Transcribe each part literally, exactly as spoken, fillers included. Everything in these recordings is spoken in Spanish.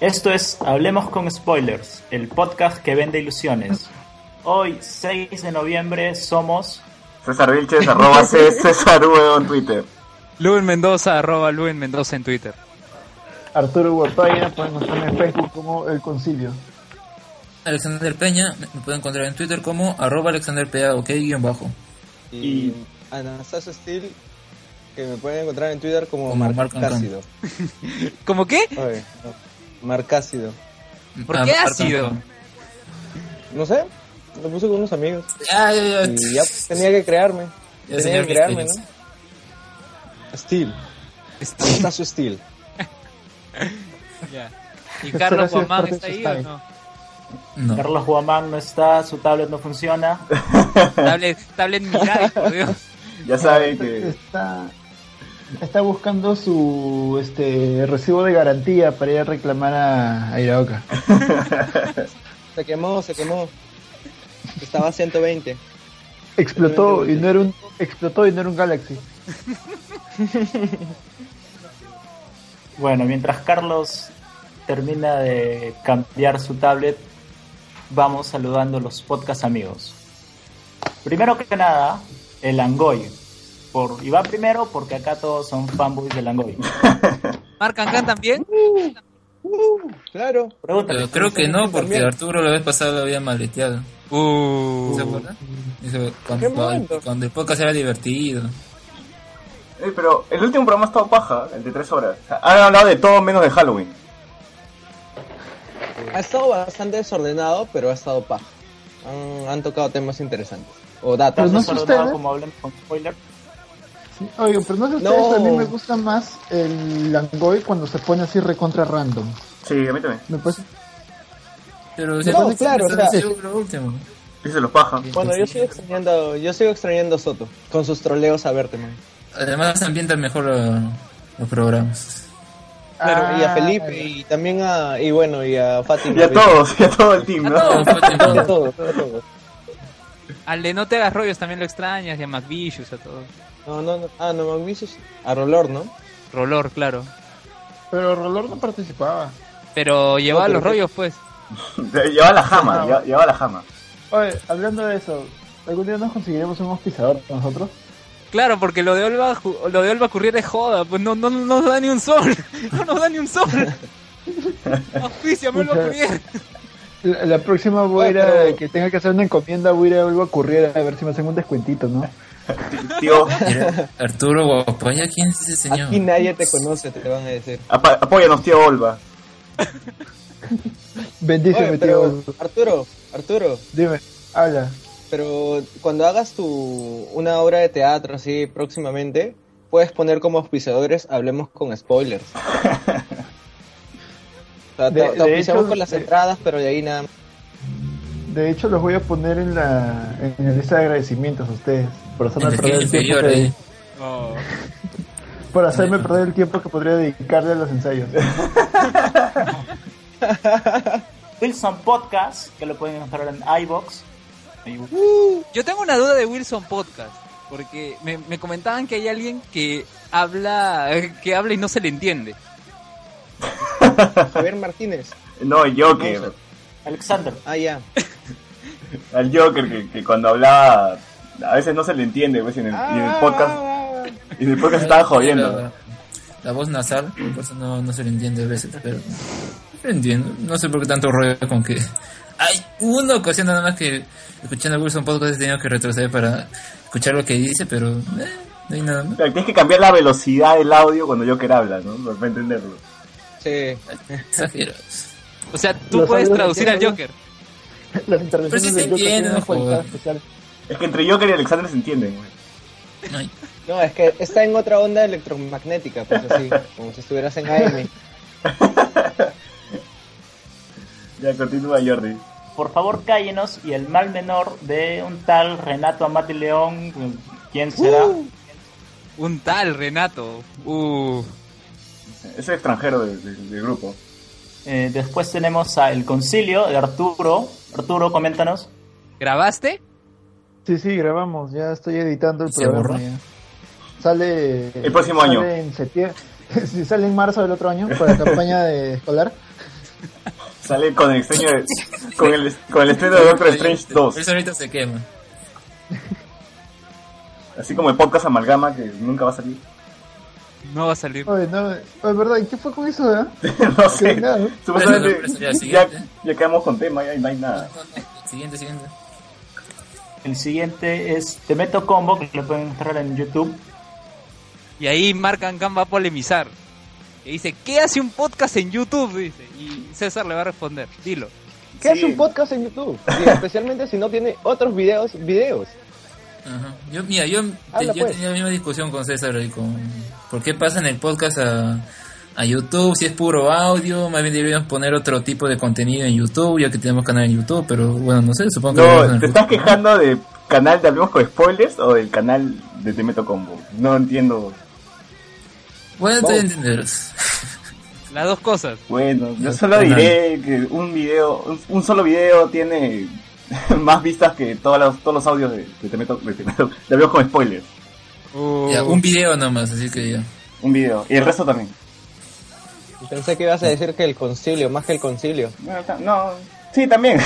Esto es Hablemos con Spoilers, el podcast que vende ilusiones. Hoy, seis de noviembre, somos... César Vilches, arroba C, César Huevo en Twitter. Luen Mendoza, arroba Luen Mendoza en Twitter. Arturo Guapaya, pueden encontrar en Facebook como El Concilio. Alexander Peña, me pueden encontrar en Twitter como arroba Alexander P A, ok, guión bajo. Y Anastasio Steel, que me pueden encontrar en Twitter como, Como Marcácido. ¿Cómo qué? Oye, no, Marcácido. ¿Por Ah, qué Marco ácido? Anton. No sé, lo puse con unos amigos. Ya, ya, ya. Y ya pues, tenía que crearme. Ya, tenía señor que crearme, Vizquez. ¿no? Steel. Anastasio Steel. Ya. ¿Y Carlos Será Guamán si es está ahí parte de o no? No. Carlos Guamán no está, su tablet no funciona. Tablet, tablet Mirai, por Dios. Ya saben que... Está, está buscando su este recibo de garantía para ir a reclamar a, a Iraoka. Se quemó, se quemó. Estaba a ciento veinte. Explotó y no era un explotó y no era un Galaxy. Bueno, mientras Carlos termina de cambiar su tablet, vamos saludando a los podcast amigos. Primero que nada, el Langoy. Por, y va primero porque acá todos son fanboys del Langoy. ¿Marc Ancan también? Claro. Pregúntale. Pero creo que no, porque También. Arturo la vez pasada lo había maleteado. Uh. ¿Se acuerdan? Dice, ¿Qué cuando, momento? cuando el podcast era divertido. Eh, pero el último programa ha estado paja, el de tres horas. O sea, han hablado de todo menos de Halloween. Ha estado bastante desordenado, pero ha estado paja. Han, han tocado temas interesantes. O datos. Pero no ¿Estás sé ordenado ustedes. como hablan con spoiler? Sí, oigan, pero no sé No. ustedes, a mí me gusta más el Langoy cuando se pone así recontra random. Sí, a mí también. Me parece Pero No, claro, o sea- lo último. Dice los paja. Bueno, yo sigo extrañando, yo sigo extrañando a Soto con sus troleos a verte, man. Además ambientan mejor uh, los programas. Claro, y a Ah, Felipe y también a y bueno, y a Fátima. Y a todos, y a todo el team, A ¿no? todos. A todos, todos, todos. Al de No te hagas rollos también lo extrañas, y a McVicious, a todo. No, no, no. Ah, no, Magnicius. A Rolor, ¿no? Rolor, claro. pero Rolor no participaba. Pero llevaba pero los que- rollos, pues. Lleva la jama, lleva, lleva la jama. Oye, hablando de eso, ¿algún día nos conseguiremos un auspiciador nosotros? Claro, porque lo de Olva, ju- lo de Olva Currier es joda, pues no, no, no nos da ni un sol. No nos da ni un sol. Auspíciame, Olva Currier. La, la próxima voy a ir Ah, a pero- que tenga que hacer una encomienda, voy a ir a Vuelvo a Currier a ver si me hacen un descuentito, ¿no? Tío, Era Arturo Guapaya, ¿quién es ese señor? Aquí nadie te conoce, te van a decir. apa- apóyanos, tío Olva. Bendíceme, Oye, tío. pero, Arturo, Arturo, Dime, habla. pero cuando hagas tu una obra de teatro así próximamente, puedes poner como auspiciadores Hablemos con Spoilers. O sea, te, De- te de auspiciamos hecho, con las de- entradas, pero de ahí nada más. De hecho, los voy a poner en la, en la lista de agradecimientos a ustedes por hacerme El perder el tiempo inferior, que, eh. Oh. por hacerme perder el tiempo que podría dedicarle a los ensayos. Wilson Podcast, que lo pueden encontrar en iVoox. Yo tengo una duda de Wilson Podcast, porque me, me comentaban que hay alguien que habla, que habla y no se le entiende. Javier Martínez. No, el Joker. Alexander. Ah, ya. Al Joker que, que cuando hablaba a veces no se le entiende, pues, y en el, y en el podcast y en el podcast estaba jodiendo. La, la voz nasal, por eso no, no se le entiende a veces, pero lo entiendo. No sé por qué tanto rollo con que hay una ocasión nada más que escuchando Wilson Podcast he tenido que retroceder para escuchar lo que dice, pero eh, no hay nada más. O sea, tienes que cambiar la velocidad del audio cuando Joker habla, ¿no? Para entenderlo. Sí. Exagerados. O sea, tú Los puedes audios traducir al entienden, Joker. Las intervenciones Pero sí se del Joker entiende, tienen ¿no? una cualidad Joder. especial. Es que entre Joker y Alexander se entienden, güey. No hay. No, es que está en otra onda electromagnética, pues así, como si estuvieras en A M. Ya continúa Jordi. Por favor, cállenos. Y el mal menor de un tal Renato Amati León. ¿Quién será? Un tal Renato. Uh. Es el extranjero del, del- del grupo. Eh, después tenemos a El Concilio de Arturo. Arturo, coméntanos. ¿Grabaste? Sí, sí, grabamos. Ya estoy editando el Se programa. borró. ya. Sale El próximo sale año. en septiembre. Si sale en marzo del otro año para la campaña de escolar. Sale con el diseño de, con el con el estreno de Doctor Strange dos. Eso ahorita se quema. Así como el podcast Amalgama que nunca va a salir. No va a salir. Oye, no, oye, ¿verdad? ¿Y qué fue con eso, eh? No sé. Que nada. Supuestamente Bueno, ya, ya, siguiente. ya quedamos con tema, ya no hay nada. Siguiente, siguiente. El siguiente es Te Meto Combo, que lo pueden encontrar en YouTube. Y ahí Mark Ancan va a polemizar. Y dice, ¿qué hace un podcast en YouTube? Dice. Y César le va a responder, dilo. ¿Qué Sí. hace un podcast en YouTube? Y especialmente si no tiene otros videos, videos. Ajá. Yo, mira, yo, Habla, yo pues. tenía la misma discusión con César y con ¿por qué pasan el podcast a, a YouTube? Si es puro audio, más bien deberíamos poner otro tipo de contenido en YouTube, ya que tenemos canal en YouTube, pero bueno, no sé, supongo que lo haremos en No, el ¿te futuro. estás quejando del canal de Hablemos con Spoilers o del canal de Te Meto Combo? No entiendo. Bueno, te Vamos. entenderás. Las dos cosas. Bueno, yo solo diré que un video, un, un solo video tiene más vistas que todos los, todos los audios de, de Te Meto, de Te Meto, de Hablemos con Spoilers. Uh, Ya, un video nomás, así que ya. Un video. Y el resto también. Pensé que ibas a decir que el concilio, más que el concilio. No, ta- no, sí, también.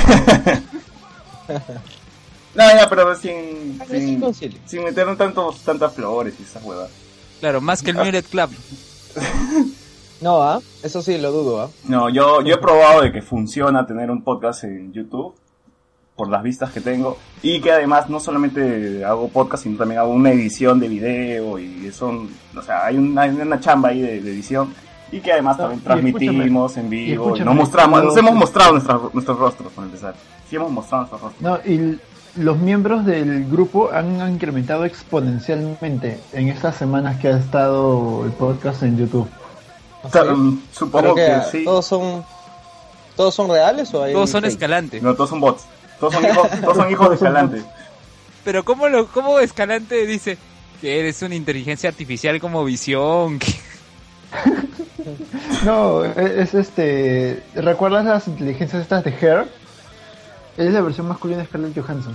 No, ya, pero sin, Ah, no es el sin, concilio. sin meter tantos, tantas flores y esas huevas. Claro, más que el Mulet Club. No, ¿ah? Eso sí, lo dudo, ¿ah? No, yo, yo he probado de que funciona tener un podcast en YouTube por las vistas que tengo y que además no solamente hago podcast sino también hago una edición de video y son, o sea, hay una, hay una chamba ahí de, de edición y que además No, también y transmitimos escúchame, en y vivo y escúchame, no mostramos, nos los- hemos mostrado nuestra, nuestros rostros para empezar. Sí hemos mostrado nuestros rostros. No, y l- los miembros del grupo han incrementado exponencialmente en estas semanas que ha estado el podcast en YouTube. O sea, ¿Sí? um, supongo ¿Pero que qué? sí. ¿Todos son, ¿Todos son reales o hay Todos son fake? Escalante. No, todos son bots. Todos son hijos, todos son hijos de Escalante. Pero ¿cómo, lo, cómo Escalante dice que eres una inteligencia artificial como Visión? No, es, es este. ¿Recuerdas las inteligencias estas de Her? Es la versión masculina de Scarlett Johansson.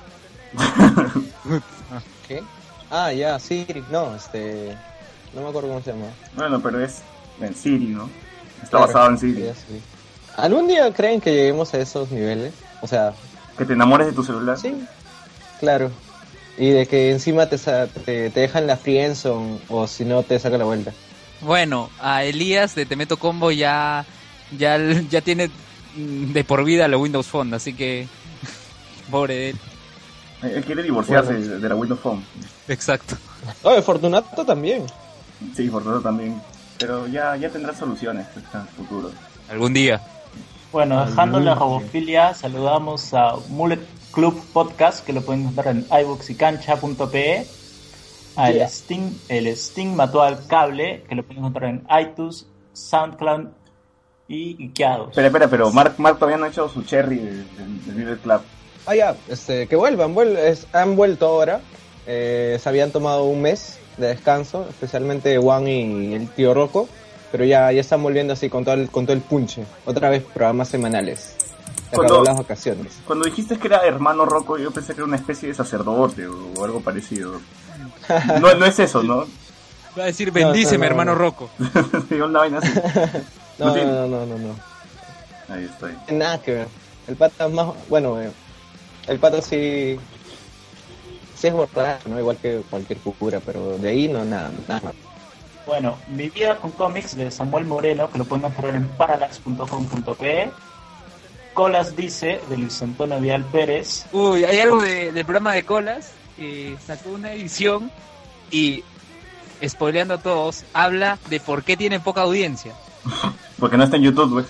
¿Qué? Ah, ya, Siri. No, este... No me acuerdo cómo se llama. Bueno, pero es en Siri, ¿no? Está Claro, basado en Siri. ya, sí. ¿Algún día creen que lleguemos a esos niveles? O sea, Que te enamores de tu celular. sí, claro. Y de que encima te, sa- te, te dejan la friendzone o si no te saca la vuelta. Bueno, a Elías de Te Meto Combo ya, ya, ya tiene mm, de por vida la Windows Phone, así que pobre de él. Él quiere divorciarse Bueno. de, de la Windows Phone. Exacto. Oye, Fortunato también. Sí, por todo también. Pero ya, ya tendrá soluciones pues, en el futuro. Algún día. Bueno, dejando la robofilia, saludamos a Mulet Club Podcast, que lo pueden encontrar en iBooks y cancha punto pe. A el Yeah. Sting, el Sting mató al cable, que lo pueden encontrar en iTunes, SoundCloud y Iquiados. Espera, espera, pero Mark, Mark todavía no ha hecho su cherry del de, de Little Club. Ah, ya, este, que vuelvan, vuel- es- han vuelto ahora. Eh, se habían tomado un mes de descanso, especialmente Juan y el tío Rocco, pero ya, ya están volviendo así con todo el, con todo el punche. Otra vez programas semanales. Se Cuando- acabó las vacaciones. Cuando dijiste que era hermano Rocco, yo pensé que era una especie de sacerdote o, o algo parecido. No, no es eso, ¿no? Va a decir, No, bendíceme, no, no, hermano no. Rocco. Sí, una vaina así. No, tiene- no, no, no, no. Ahí estoy. Nada que ver. El pata es más, bueno, eh, el pata sí, sí es borracho, ¿no? Igual que cualquier cura, pero de ahí no, nada, nada más. Bueno, Mi Vida con Cómics de Samuel Moreno, que lo pueden encontrar en parallax punto com punto pe. Colas Dice, de Luis Antonio Vial Pérez. Uy, hay algo de- del programa de Colas que sacó una edición y, spoileando a todos, habla de por qué tiene poca audiencia. Porque no está en YouTube, güey.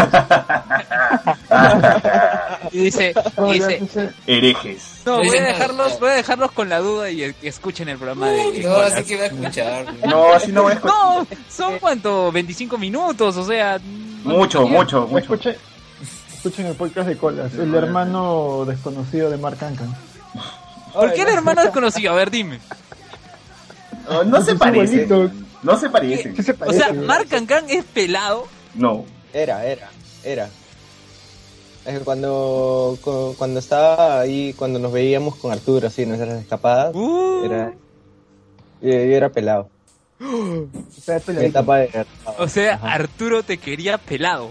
Y dice, No, y ya, dice dice- Herejes. no, voy a Dicen, dejarlos, voy a dejarlos con la duda y, y escuchen el programa de No, Colas. así que va a escuchar. No, así no voy a escuchar. No, son cuánto, veinticinco minutos, o sea... Mucho, mucho, mucho. Escuchen, escuchen el podcast de Colas, el hermano desconocido de Mark Ancan. ¿Por qué el hermano desconocido? A ver, dime. No, no se Es parecen. igualito. No se parecen. Sí se O parece, sea, ¿verdad? Mark Ancan es pelado. No. Era, era, era. Es que cuando, cu- cuando estaba ahí, cuando nos veíamos con Arturo, así, en nuestras escapadas, Uh, era, yo, yo era pelado. Está de Mi peladito. etapa de o sea, Ajá. Arturo te quería pelado.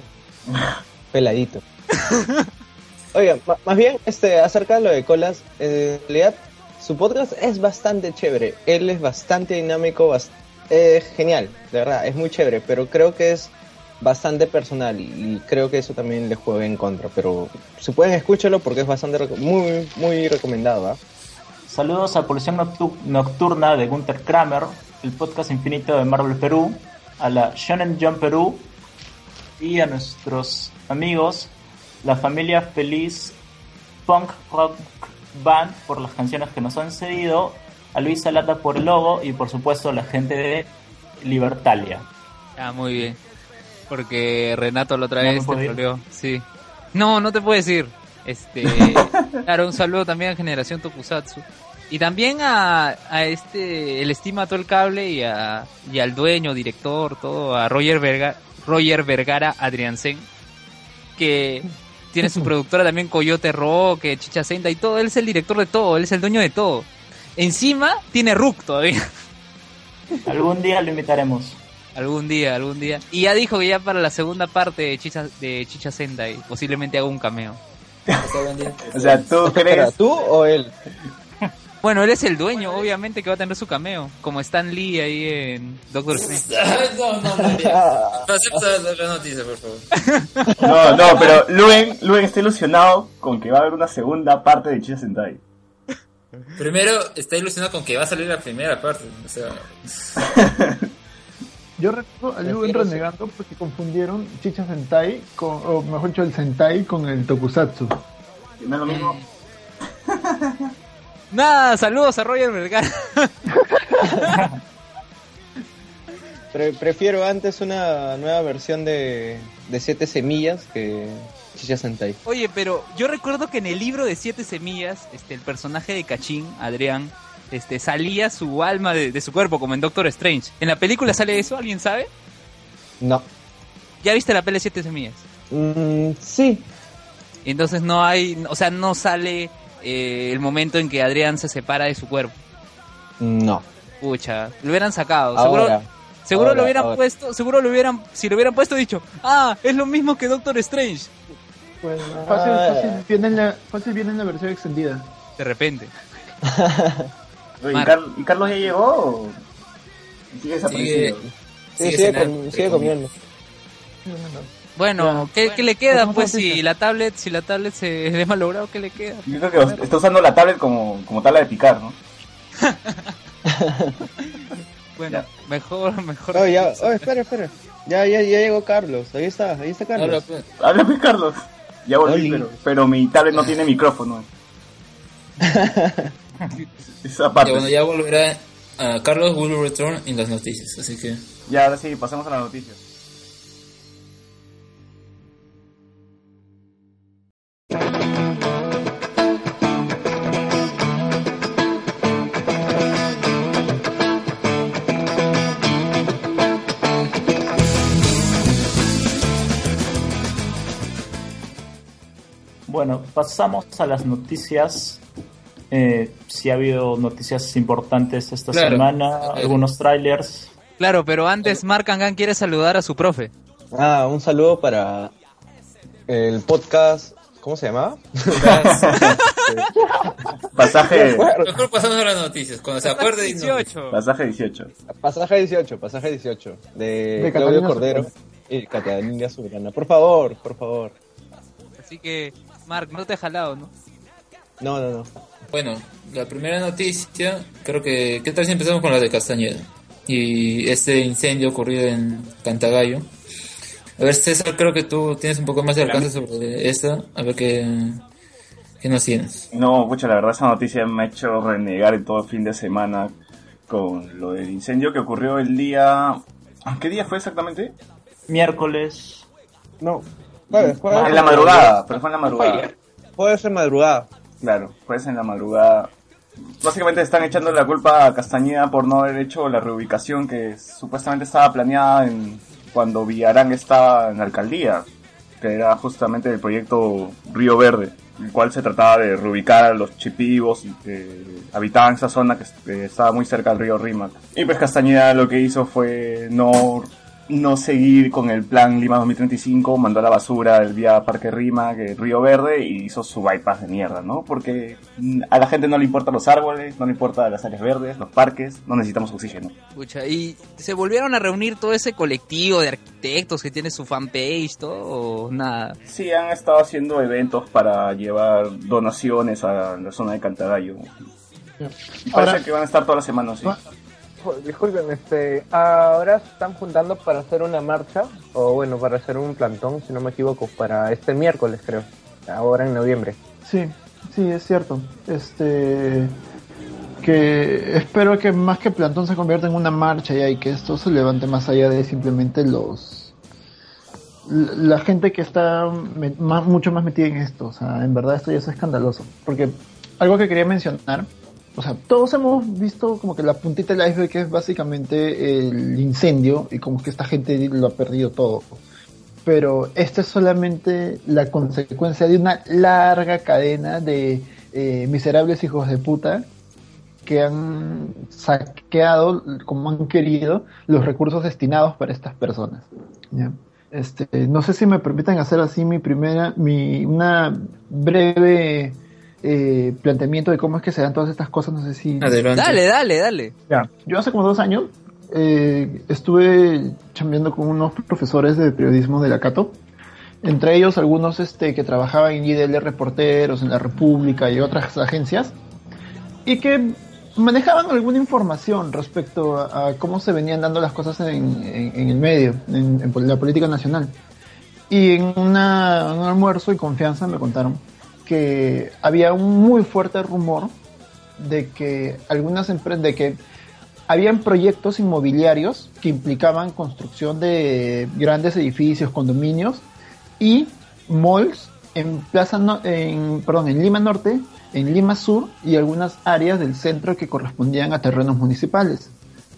Peladito. Oiga, ma- más bien, este, acerca de lo de Colas, en realidad, su podcast es bastante chévere. Él es bastante dinámico, bast- es genial, de verdad, es muy chévere, pero creo que es bastante personal y, y creo que eso también le juega en contra. Pero si pueden, escúchalo porque es bastante reco- muy, muy recomendado, ¿ah? Saludos a Pulsión Noctu- Nocturna de Gunther Kramer, el podcast infinito de Marvel Perú, a la Shonen Jump Perú y a nuestros amigos, la familia Feliz Punk Rock Band por las canciones que nos han cedido, a Luisa Lata por el logo y por supuesto a la gente de Libertalia. Ah, muy bien. Porque Renato la otra ¿No me vez te puedo ir? troleó. Sí. No, no te puedes ir. Este, claro, un saludo también a Generación Tokusatsu. Y también a, a este, el estima todo el cable y a, y al dueño, director, todo, a Roger Verga, Roger Vergara Adriansen, que tiene su productora también Coyote Rock, que Chicha Senda y todo. Él es el director de todo, él es el dueño de todo. Encima tiene R U C todavía. Algún día lo invitaremos. Algún día, algún día. Y ya dijo que ya para la segunda parte de Chicha, de Chicha Senda y posiblemente haga un cameo. O sea, ¿tú Espera, crees? ¿tú o él? Bueno, él es el dueño, obviamente que va a tener su cameo, como Stan Lee ahí en Doctor Strange. No, no, no. Pasemos a la noticia, por favor. No, no, pero Luen, Luen está ilusionado con que va a haber una segunda parte de Chicha Sentai. Primero, está ilusionado con que va a salir la primera parte. O sea, Yo recuerdo a Luen Prefiero renegando porque confundieron Chicha Sentai, con, o mejor dicho, el Sentai con el Tokusatsu. ¿No es lo mismo? Nada, saludos a Roger Vergara. Pre- prefiero antes una nueva versión de, de Siete Semillas que Chicha Sentai. Oye, pero yo recuerdo que en el libro de Siete Semillas, este, el personaje de Cachín, Adrián, este, salía su alma de, de su cuerpo, como en Doctor Strange. ¿En la película sale eso? ¿Alguien sabe? No. ¿Ya viste la peli de Siete Semillas? Mm, sí. Entonces no hay, o sea, no sale eh, el momento en que Adrián se separa de su cuerpo. No. Pucha, lo hubieran sacado. Ahora. Seguro, seguro ahora, lo hubieran ahora. puesto, seguro lo hubieran, si lo hubieran puesto dicho, ah, es lo mismo que Doctor Strange. Pues fácil, Ah. fácil, viene en la, fácil viene en la versión extendida. De repente. Oye, ¿y, Mar- Car- ¿Y Carlos ya llegó o sigue sigue, desaparecido? Sí, sigue, cenando, com- sigue comiendo. Bueno, Ya. ¿qué, qué le queda? Pasamos Pues a noticia. si la tablet, si la tablet se le malogrado, ¿qué le queda? Yo creo que está usando la tablet como, como tabla de picar, ¿no? Bueno, mejor, mejor. Oh, ya, oh, espera, espera. Ya, ya, ya llegó Carlos. Ahí está, ahí está Carlos. Habla, pues. Háblame, Carlos. Ya volví, Oli. pero, pero mi tablet no tiene micrófono. Esa parte. Ya, bueno, ya volverá a Carlos will return en las noticias, así que Ya, ahora sí, pasemos a las noticias. Bueno, pasamos a las noticias. Eh, si ha habido noticias importantes esta Claro. semana, algunos trailers. Claro, pero antes Mark Angan quiere saludar a su profe. Ah, un saludo para el podcast. ¿Cómo se llamaba? Pasaje, mejor pasamos a las noticias. Cuando se acuerde, dinos. dieciocho. pasaje dieciocho. Pasaje dieciocho, pasaje dieciocho. De, De Claudio Catalina Cordero y Catalina Soberana. Por favor, por favor. Así que, Mark, no te he jalado, ¿no? No, no, no. Bueno, la primera noticia, creo que... ¿Qué tal si empezamos con la de Castañeda? Y este incendio ocurrido en Cantagallo. A ver, César, creo que tú tienes un poco más de alcance sobre esta. A ver qué, qué nos tienes. No, pucha, la verdad esa noticia me ha hecho renegar en todo el fin de semana con lo del incendio que ocurrió el día... ¿Qué día fue exactamente? Miércoles. No. Jueves, jueves. En la madrugada, pero fue en la madrugada. Jueves en madrugada. Claro, pues en la madrugada. Básicamente están echando la culpa a Castañeda por no haber hecho la reubicación que supuestamente estaba planeada en cuando Villarán estaba en la alcaldía, que era justamente el proyecto Río Verde, el cual se trataba de reubicar a los chipivos que habitaban esa zona que, que estaba muy cerca del río Rímac. Y pues Castañeda lo que hizo fue no no seguir con el plan Lima dos mil treinta y cinco, mandó a la basura el vía Parque Rima, que Río Verde, y hizo su bypass de mierda, ¿no? Porque a la gente no le importan los árboles, no le importan las áreas verdes, los parques, no necesitamos oxígeno. Pucha, y se volvieron a reunir todo ese colectivo de arquitectos que tiene su fanpage, todo, o nada. Sí, han estado haciendo eventos para llevar donaciones a la zona de Cantagallo. Parece Ahora, que van a estar todas las semanas, sí. Disculpen, este, ahora se están juntando para hacer una marcha, o bueno, para hacer un plantón, si no me equivoco, para este miércoles, creo, ahora en noviembre. Sí, sí, es cierto. Este, que espero que más que plantón se convierta en una marcha ya, y que esto se levante más allá de simplemente los la gente que está me, más, mucho más metida en esto. O sea, en verdad esto ya es escandaloso, porque algo que quería mencionar. O sea, todos hemos visto como que la puntita del iceberg, que es básicamente el incendio, y como que esta gente lo ha perdido todo. Pero esta es solamente la consecuencia de una larga cadena de eh, miserables hijos de puta que han saqueado, como han querido, los recursos destinados para estas personas. ¿Ya? Este, no sé si me permiten hacer así mi primera, mi una breve... Eh, planteamiento de cómo es que se dan todas estas cosas. No sé si... Adelante. Dale, dale, dale. Ya, yo hace como dos años eh, estuve chambeando con unos profesores de periodismo de la Cato, entre ellos algunos este que trabajaban en I D L Reporteros, en La República y otras agencias, y que manejaban alguna información respecto a, a cómo se venían dando las cosas en, en, en el medio, en, en la política nacional. Y en una, un almuerzo y confianza me contaron que había un muy fuerte rumor de que algunas empresas, de que habían proyectos inmobiliarios que implicaban construcción de grandes edificios, condominios y malls en Plaza no, en perdón, en Lima Norte, en Lima Sur y algunas áreas del centro que correspondían a terrenos municipales.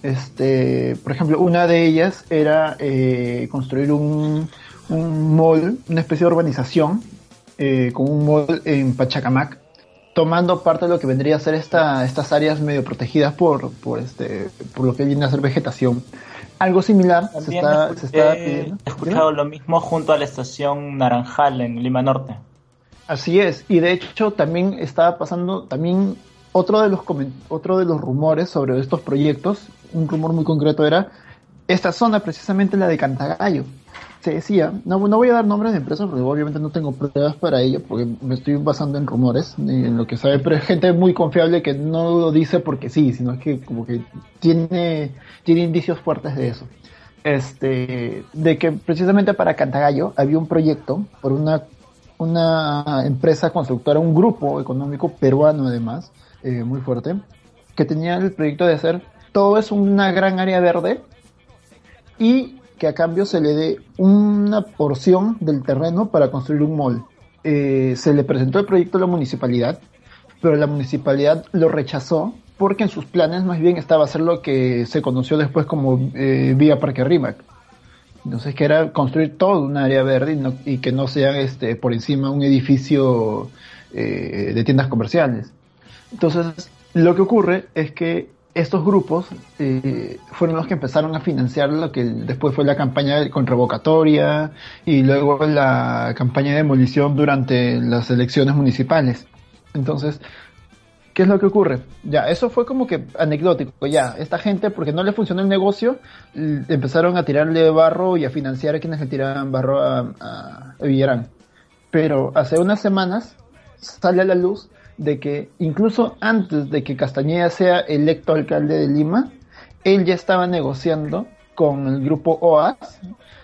Este, por ejemplo, una de ellas era eh, construir un, un mall, una especie de urbanización Eh, con un mall en Pachacamac, tomando parte de lo que vendría a ser esta, estas áreas medio protegidas por, por este por lo que viene a ser vegetación. Algo similar se está, escuché, se está pidiendo. He escuchado lo mismo junto a la estación Naranjal en Lima Norte. Así es, y de hecho también estaba pasando también otro de los otro de los rumores sobre estos proyectos. Un rumor muy concreto era esta zona, precisamente la de Cantagallo. Se decía, no, no voy a dar nombres de empresas porque obviamente no tengo pruebas para ello, porque me estoy basando en rumores, en lo que sabe, pero es gente muy confiable que no lo dice porque sí, sino que como que tiene, tiene indicios fuertes de eso. Este, de que precisamente para Cantagallo había un proyecto por una, una empresa constructora, un grupo económico peruano además, eh, muy fuerte, que tenía el proyecto de hacer todo es una gran área verde y que a cambio se le dé una porción del terreno para construir un mall. Eh, se le presentó el proyecto a la municipalidad, pero la municipalidad lo rechazó porque en sus planes más bien estaba hacer lo que se conoció después como eh, Vía Parque Rímac. Entonces, que era construir todo un área verde y, no, y que no sea este, por encima un edificio eh, de tiendas comerciales. Entonces, lo que ocurre es que estos grupos eh, fueron los que empezaron a financiar lo que después fue la campaña con revocatoria y luego la campaña de demolición durante las elecciones municipales. Entonces, ¿qué es lo que ocurre? Ya, eso fue como que anecdótico. Ya, esta gente, porque no le funcionó el negocio, empezaron a tirarle barro y a financiar a quienes le tiraban barro a, a, a Villarán. Pero hace unas semanas sale a la luz de que incluso antes de que Castañeda sea electo alcalde de Lima, él ya estaba negociando con el grupo O A S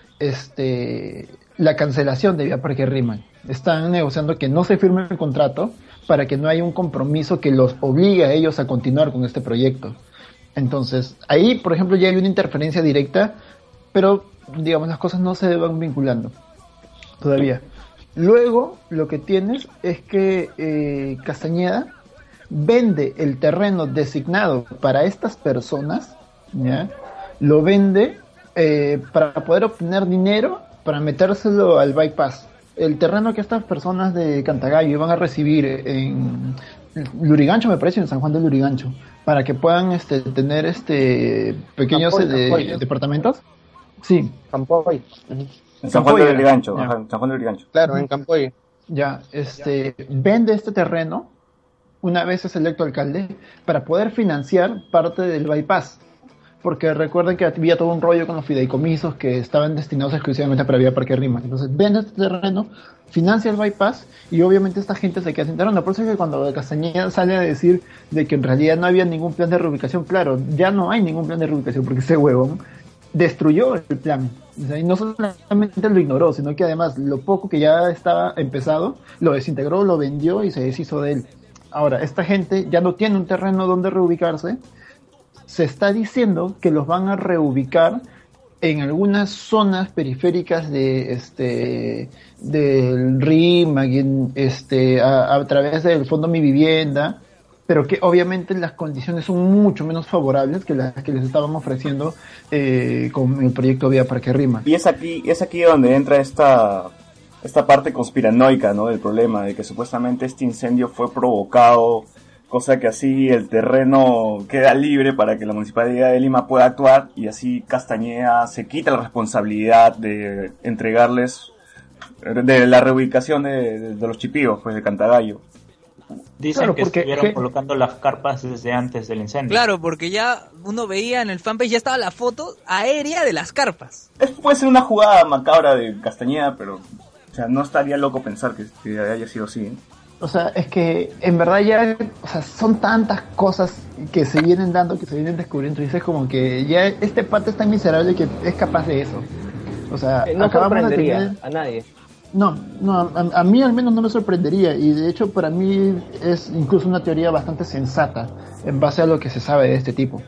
este, la cancelación de Vía Parque Rímac. Están negociando que no se firme el contrato para que no haya un compromiso que los obligue a ellos a continuar con este proyecto. Entonces, ahí, por ejemplo, ya hay una interferencia directa, pero, digamos, las cosas no se van vinculando todavía. Luego, lo que tienes es que eh, Castañeda vende el terreno designado para estas personas, ¿ya? Lo vende eh, para poder obtener dinero para metérselo al bypass. El terreno que estas personas de Cantagallo iban a recibir en Lurigancho, me parece, en San Juan de Lurigancho, para que puedan este, tener este pequeños apoyo, eh, apoyo. departamentos. Sí, Campoy. Ujú. En San Juan Campoy del era, Brigancho, ya. ajá, en San Juan del Brigancho. Claro, en Campoy. ya, este, vende este terreno una vez es electo alcalde para poder financiar parte del bypass. Porque recuerden que había todo un rollo con los fideicomisos que estaban destinados exclusivamente para Vía Parque Rima. Entonces vende este terreno, financia el bypass y obviamente esta gente se queda sin terreno. Por eso es que cuando Castañeda sale a decir de que en realidad no había ningún plan de reubicación, claro, ya no hay ningún plan de reubicación porque ese huevón destruyó el plan. O sea, y no solamente lo ignoró, sino que además lo poco que ya estaba empezado, lo desintegró, lo vendió y se deshizo de él. Ahora, esta gente ya no tiene un terreno donde reubicarse. Se está diciendo que los van a reubicar en algunas zonas periféricas de este del R I M, en, este, a, a través del Fondo Mi Vivienda, pero que obviamente las condiciones son mucho menos favorables que las que les estaban ofreciendo eh, con el proyecto Vía Parque Rima. Y es aquí, es aquí donde entra esta, esta parte conspiranoica, ¿no? Del problema, de que supuestamente este incendio fue provocado, cosa que así el terreno queda libre para que la Municipalidad de Lima pueda actuar y así Castañeda se quita la responsabilidad de entregarles de la reubicación de, de, de los chipíos, pues de Cantagallo. Dicen Claro, que porque- estuvieron que- colocando las carpas desde antes del incendio. Claro, porque ya uno veía en el fanpage, ya estaba la foto aérea de las carpas. Es, puede ser una jugada macabra de Castañeda, pero o sea, no estaría loco pensar que, que haya sido así, ¿eh? O sea, es que en verdad ya, o sea, son tantas cosas que se vienen dando, que se vienen descubriendo, y dices como que ya este pata es tan miserable que es capaz de eso. O sea, Eh, No acabamos de sorprendería tener- a nadie. No, no, a, a mí al menos no me sorprendería, y de hecho para mí es incluso una teoría bastante sensata en base a lo que se sabe de este tipo.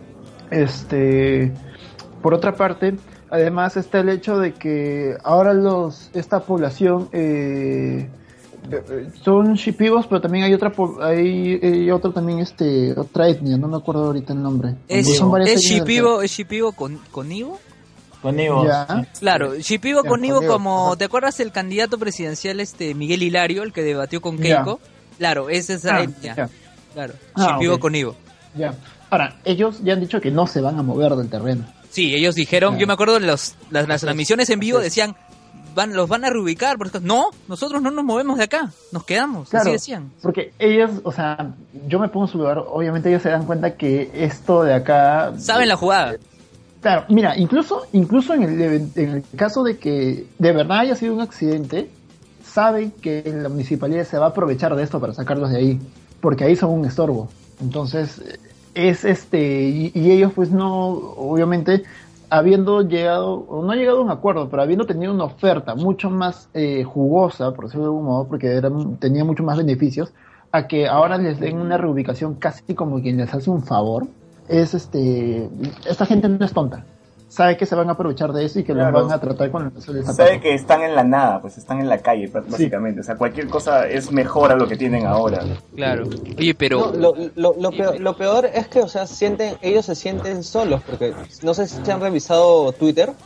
Este, por otra parte, además está el hecho de que ahora los esta población eh, son shipibos, pero también hay otra po- hay, hay otro también este otra etnia, no me acuerdo ahorita el nombre. Es, Son varias es etnias. Shipibo, es Shipibo con, con Ivo. Con Ivo, Ya. sí. Claro, Shipibo Ya, con Ivo con Ivo, como, ajá. ¿te acuerdas el candidato presidencial este Miguel Hilario, el que debatió con Ya. Keiko? Claro, es esa Ah, etnia. ya. Claro, Ah, Shipibo ok. con Ivo. Ya. Ahora, ellos ya han dicho que no se van a mover del terreno. Sí, ellos dijeron, Ya. yo me acuerdo de los, las, las Así es, transmisiones en vivo así es. decían, van, los van a reubicar, porque no, nosotros no nos movemos de acá, nos quedamos, Claro, así decían. porque ellos, o sea, yo me pongo en su lugar, obviamente ellos se dan cuenta que esto de acá... Saben la jugada. Claro, mira, incluso incluso en el, en el caso de que de verdad haya sido un accidente, saben que la municipalidad se va a aprovechar de esto para sacarlos de ahí, porque ahí son un estorbo. Entonces, es este, y, y ellos pues no, obviamente, habiendo llegado, o no llegado a un acuerdo, pero habiendo tenido una oferta mucho más eh, jugosa, por decirlo de algún modo, porque era, tenía mucho más beneficios, a que ahora les den una reubicación casi como quien les hace un favor, es este, esta gente no es tonta, sabe que se van a aprovechar de eso y que Claro. los van a tratar con el zapato. Sabe que están en la nada, pues están en la calle básicamente, o sea, cualquier cosa es mejor a lo que tienen ahora. Claro. Oye, pero... No, lo, lo, lo, peor, lo peor es que, o sea, sienten, ellos se sienten solos, porque no sé si han revisado Twitter.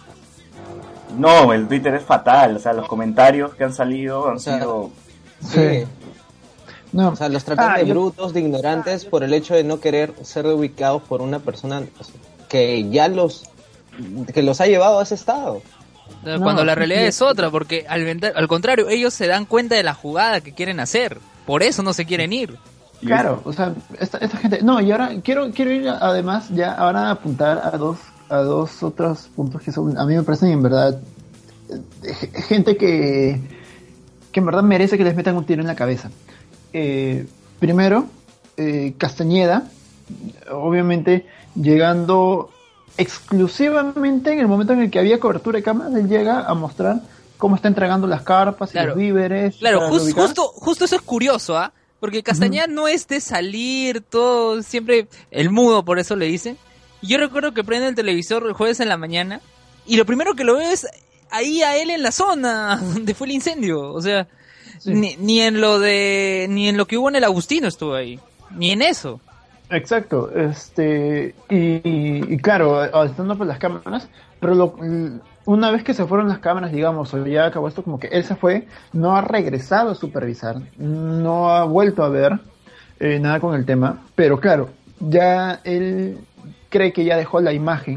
No, el Twitter es fatal, o sea, los comentarios que han salido han O sea, sido... Sí. No. O sea, los tratan Ah, de yo- brutos, de ignorantes, por el hecho de no querer ser reubicados por una persona que ya los, que los ha llevado a ese estado. No, No, cuando la sí, realidad sí. es otra, porque al, venta- al contrario, ellos se dan cuenta de la jugada que quieren hacer. Por eso no se quieren ir. y Claro, o sea, esta, esta gente, no, y ahora quiero quiero ir a- además ya ahora a apuntar a dos a dos otros puntos que son a mí me parecen en verdad eh, g- gente que que en verdad merece que les metan un tiro en la cabeza. Eh, primero, eh, Castañeda, obviamente llegando exclusivamente en el momento en el que había cobertura de cámaras, él llega a mostrar cómo está entregando las carpas y Claro. los víveres. Claro, para jus- reubicar. justo, justo eso es curioso, ¿ah? Porque Castañeda no es de salir, todo, siempre el mudo, por eso le dicen. Y yo recuerdo que prende el televisor el jueves en la mañana y lo primero que lo veo es ahí a él en la zona donde fue el incendio. O sea, Sí. ni, ni en lo de, ni en lo que hubo en el Agustino estuvo ahí, ni en eso. Exacto, este, y, y claro, estando por las cámaras, pero lo, una vez que se fueron las cámaras, digamos, o ya acabó esto, como que él se fue, no ha regresado a supervisar, no ha vuelto a ver eh, nada con el tema, pero claro, ya él cree que ya dejó la imagen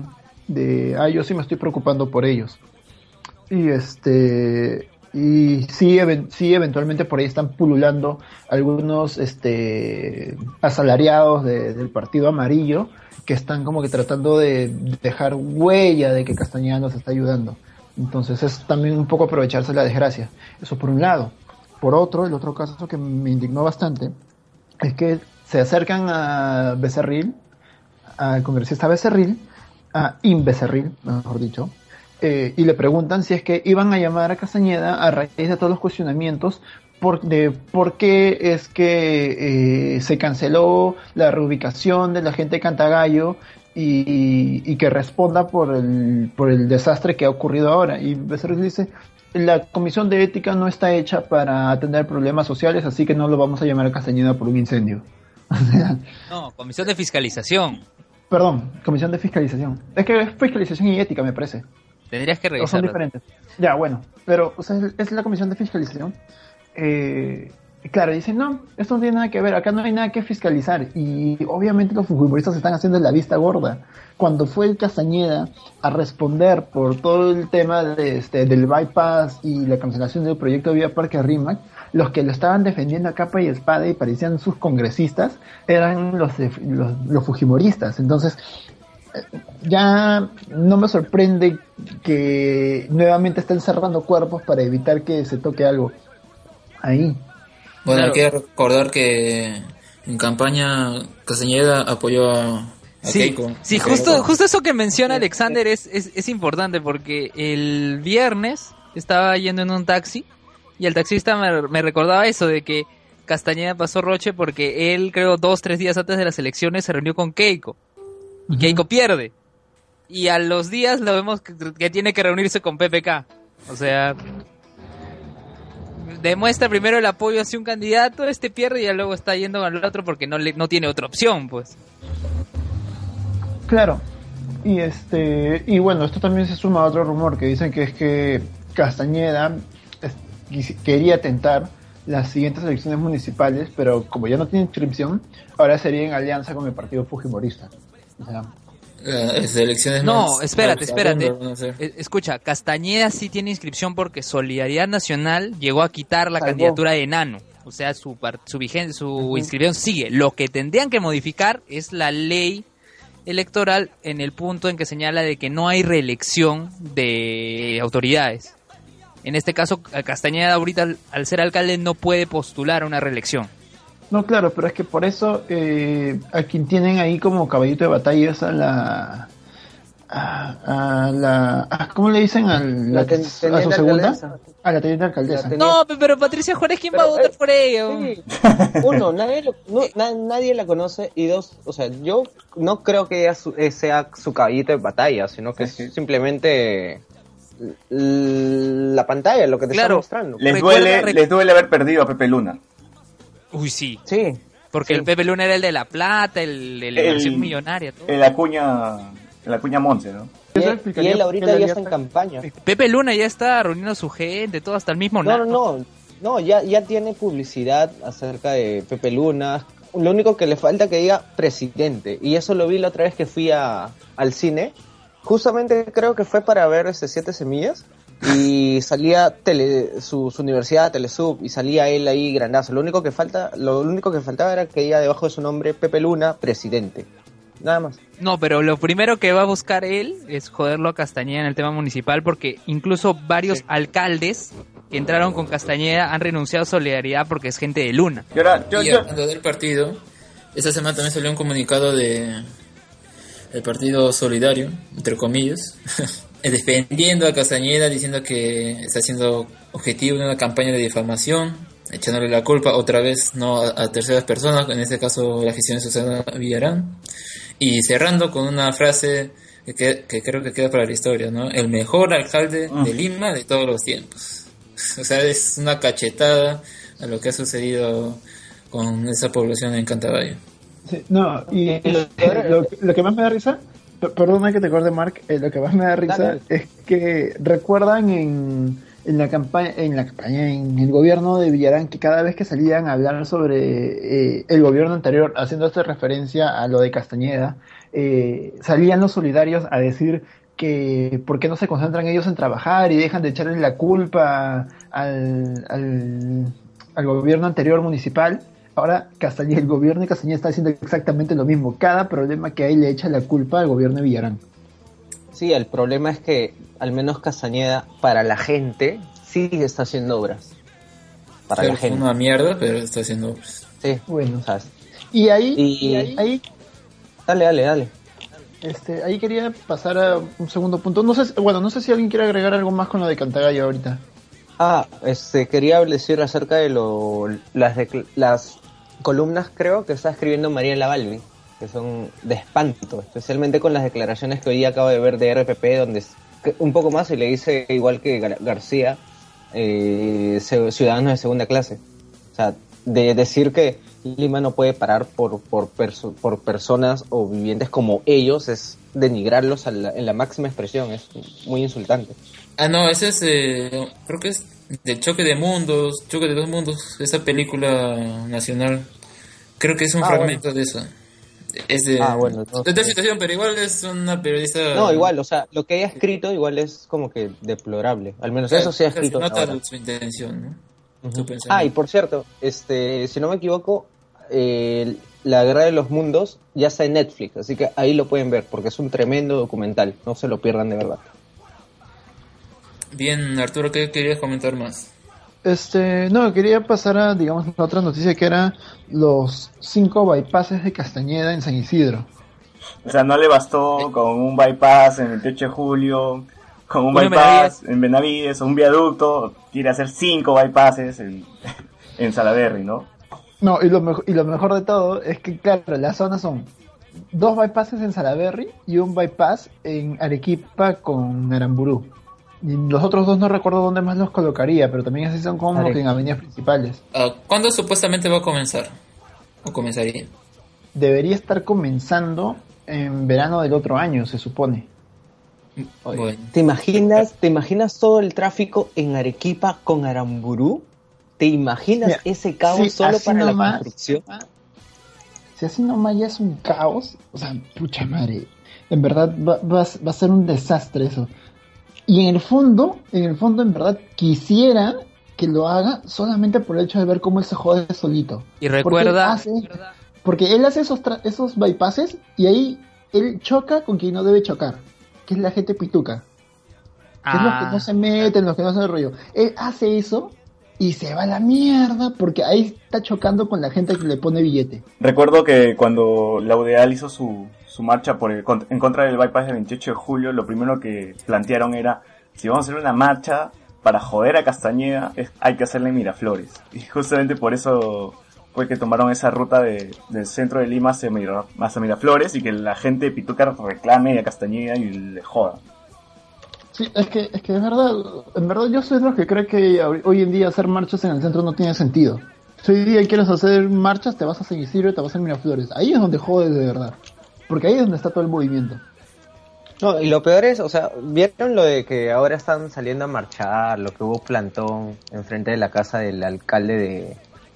de, ah, yo sí me estoy preocupando por ellos. Y este, y sí, even- sí eventualmente por ahí están pululando algunos este asalariados de- del Partido Amarillo que están como que tratando de dejar huella de que Castañeda nos está ayudando. Entonces es también un poco aprovecharse la desgracia. Eso por un lado. Por otro, el otro caso que me indignó bastante es que se acercan a Becerril, al congresista Becerril, a Inbecerril, mejor dicho, eh, y le preguntan si es que iban a llamar a Castañeda a raíz de todos los cuestionamientos por, de por qué es que eh, se canceló la reubicación de la gente de Cantagallo y, y que responda por el, por el desastre que ha ocurrido ahora. Y Becerril dice, la comisión de ética no está hecha para atender problemas sociales, así que no lo vamos a llamar a Castañeda por un incendio. O sea, No, comisión de fiscalización. perdón, comisión de fiscalización. Es que es fiscalización y ética, me parece. Tendrías que O son revisarlo. diferentes. Ya, bueno, pero o sea, es- es la comisión de fiscalización. Eh, claro, dicen, no, esto no tiene nada que ver, acá no hay nada que fiscalizar. Y obviamente los futbolistas están haciendo la vista gorda. Cuando fue el Castañeda a responder por todo el tema de este, del bypass y la cancelación del proyecto Vía Parque Rímac, los que lo estaban defendiendo a capa y espada y parecían sus congresistas eran los, de- los, los fujimoristas. Entonces, ya no me sorprende que nuevamente estén cerrando cuerpos para evitar que se toque algo ahí. Bueno, Claro. hay que recordar que en campaña Castañeda apoyó a, a Sí, Keiko. sí, A justo, Keiko. justo eso que menciona Alexander es, es, es importante porque el viernes estaba yendo en un taxi y el taxista me, me recordaba eso de que Castañeda pasó roche porque él, creo, dos, tres días antes de las elecciones se reunió con Keiko y Keiko pierde. Y a los días lo vemos que, que tiene que reunirse con P P K. O sea, demuestra primero el apoyo hacia un candidato, este pierde y ya luego está yendo al otro porque no, le, no tiene otra opción, pues. Claro. Y este y bueno, esto también se suma a otro rumor que dicen que es que Castañeda es- quisi- quería tentar las siguientes elecciones municipales, pero como ya no tiene inscripción, ahora sería en alianza con el partido fujimorista. O sea, Las elecciones No, más- espérate, más- espérate. van a ser. Eh, Escucha, Castañeda sí tiene inscripción porque Solidaridad Nacional llegó a quitar la Salvó. candidatura de Enano. O sea, su par- su vigen- su inscripción sigue. Lo que tendrían que modificar es la ley electoral en el punto en que señala de que no hay reelección de autoridades. En este caso, Castañeda ahorita al, al ser alcalde no puede postular a una reelección. no, claro, pero es que por eso eh, a quien tienen ahí como caballito de batalla es a la a, a la a- ¿cómo le dicen a la, La ten- a su teniente segunda? alcaldesa. A la teniente alcaldesa. La ten- No, pe- pero Patricia Juárez, ¿quién va a Pero, votar eh, por ella? Sí. Uno, nadie, lo- no, na- nadie la conoce y dos, o sea, yo no creo que ella su- eh, sea su caballito de batalla, sino que Sí. es simplemente l- la pantalla, lo que te Claro. está mostrando. Les Recuerda- duele, rec- les duele haber perdido a Pepe Luna. Uy, sí. Sí, Porque Sí. el Pepe Luna era el de La Plata, el de la El- inversión millonaria, todo. El Acuña, el Acuña Monse, ¿no? y, Eso él- explicaría y él por ahorita qué la ya alianza- está en campaña. Pepe Luna ya está reuniendo a su gente, todo hasta el mismo No, no, Nano. no, no, ya, ya tiene publicidad acerca de Pepe Luna. Lo único que le falta que diga presidente. Y eso lo vi la otra vez que fui a, al cine. Justamente creo que fue para ver este Siete Semillas. Y salía tele, su, su universidad, Telesub, y salía él ahí grandazo. Lo único que falta, lo único que faltaba era que diga debajo de su nombre Pepe Luna, presidente. Nada más. No, pero lo primero que va a buscar él es joderlo a Castañeda en el tema municipal, porque incluso varios Sí. alcaldes que entraron con Castañeda han renunciado a Solidaridad porque es gente de Luna. Y ahora, yo, Y yo, hablando del partido, esta semana también salió un comunicado de el Partido Solidario, entre comillas, defendiendo a Castañeda, diciendo que está siendo objetivo de una campaña de difamación, echándole la culpa otra vez no a, a terceras personas, en este caso la gestión de Susana Villarán, y cerrando con una frase que, que- que creo que queda para la historia, ¿no? El mejor alcalde Mm. de Lima de todos los tiempos. O sea, es una cachetada a lo que ha sucedido con esa población en Cantagallo. Sí, no, y Y lo este, peor- lo, lo que más me da risa, per- perdona que te acuerde, Mark, eh, lo que más me da risa Dale. es que recuerdan en, en la campaña, en la campaña, en el gobierno de Villarán, que cada vez que salían a hablar sobre eh, el gobierno anterior, haciendo esta referencia a lo de Castañeda, eh, salían los solidarios a decir que por qué no se concentran ellos en trabajar y dejan de echarle la culpa al, al, al gobierno anterior municipal. Ahora Castañeda, el gobierno de Castañeda está haciendo exactamente lo mismo. Cada problema que hay le echa la culpa al gobierno de Villarán. Sí, el problema es que al menos Castañeda, para la gente, sí está haciendo obras. Para Pero la gente. Es una mierda, pero está haciendo obras. Sí, Bueno. ¿sabes? Y ahí, Y- y ahí, ahí, Dale, dale, dale. este, ahí quería pasar a un segundo punto. No sé, si- bueno, no sé si alguien quiere agregar algo más con lo de Cantagallo ahorita. Ah, este, quería decir acerca de lo, las, decl- las columnas, creo, que está escribiendo María Lavalvi, que son de espanto, especialmente con las declaraciones que hoy día acabo de ver de R P P, donde es- que un poco más y le dice, igual que Gar- García, eh, ce- ciudadanos de segunda clase. O sea, de decir que Lima no puede parar por, por, perso- por personas o vivientes como ellos es denigrarlos a la- en la máxima expresión, es muy insultante. Ah, no, ese es, eh, creo que es del Choque de Mundos, Choque de dos Mundos, esa película nacional. Creo que es un Ah, fragmento de eso. Es de, Ah, bueno, no de esta sé. situación, pero igual es una periodista... No, igual, o sea, lo que ella ha escrito igual es como que deplorable. Al menos eso sí ha Se escrito. nota ahora. su intención, ¿no? Ujú. Su pensamiento. Ah, y por cierto, este, si no me equivoco, eh, La Guerra de los Mundos ya está en Netflix, así que ahí lo pueden ver, porque es un tremendo documental, no se lo pierdan de verdad. Bien, Arturo, ¿qué querías comentar más? Este, no, quería pasar a, digamos, la otra noticia que era los cinco bypasses de Castañeda en San Isidro. O sea, no le bastó con un bypass en veintiocho de julio, con un Uno en bypass en Benavides o un viaducto, quiere hacer cinco bypasses en, en Salaberry, ¿no? No, y lo, mejo- y lo mejor de todo es que, claro, las zonas son dos bypasses en Salaberry y un bypass en Arequipa con Aramburú. Y los otros dos no recuerdo dónde más los colocaría, pero también así son como Are- que en avenidas principales. Ah, ¿cuándo supuestamente va a comenzar? ¿O comenzaría? Debería estar comenzando en verano del otro año, se supone. Bueno, ¿Te imaginas, te imaginas todo el tráfico en Arequipa con Aramburú? ¿Te imaginas Mira, ese caos sí, solo así para la nomás, construcción? Si así nomás ya es un caos, o sea, pucha madre, en verdad va, va, a- va a ser un desastre eso. Y en el fondo, en el fondo en verdad quisiera que lo haga solamente por el hecho de ver cómo él se jode solito. Y Porque él recuerda, hace, porque él hace esos, tra- esos bypasses y ahí él choca con quien no debe chocar, que es la gente pituca. Que es los que Ah, no se meten, los que no hacen el rollo. Él hace eso y se va a la mierda porque ahí está chocando con la gente que le pone billete. Recuerdo que cuando la U D E A L hizo su, su marcha por el, en contra del bypass del veintiocho de julio, lo primero que plantearon era, si vamos a hacer una marcha para joder a Castañeda, es- hay que hacerle en Miraflores. Y justamente por eso fue que tomaron esa ruta de, del centro de Lima hacia, Mira- hacia Miraflores y que la gente de Pituca reclame a Castañeda y le joda. Sí, es que, es que es verdad, en verdad yo soy de los que cree que hoy hoy en día hacer marchas en el centro no tiene sentido. Si hoy día quieres hacer marchas, te vas a San Isidro y te vas a Miraflores. Ahí es donde jodes de verdad. Porque ahí es donde está todo el movimiento. No, y lo peor es, o sea, ¿vieron lo de que ahora están saliendo a marchar, lo que hubo plantón enfrente de la casa del alcalde de,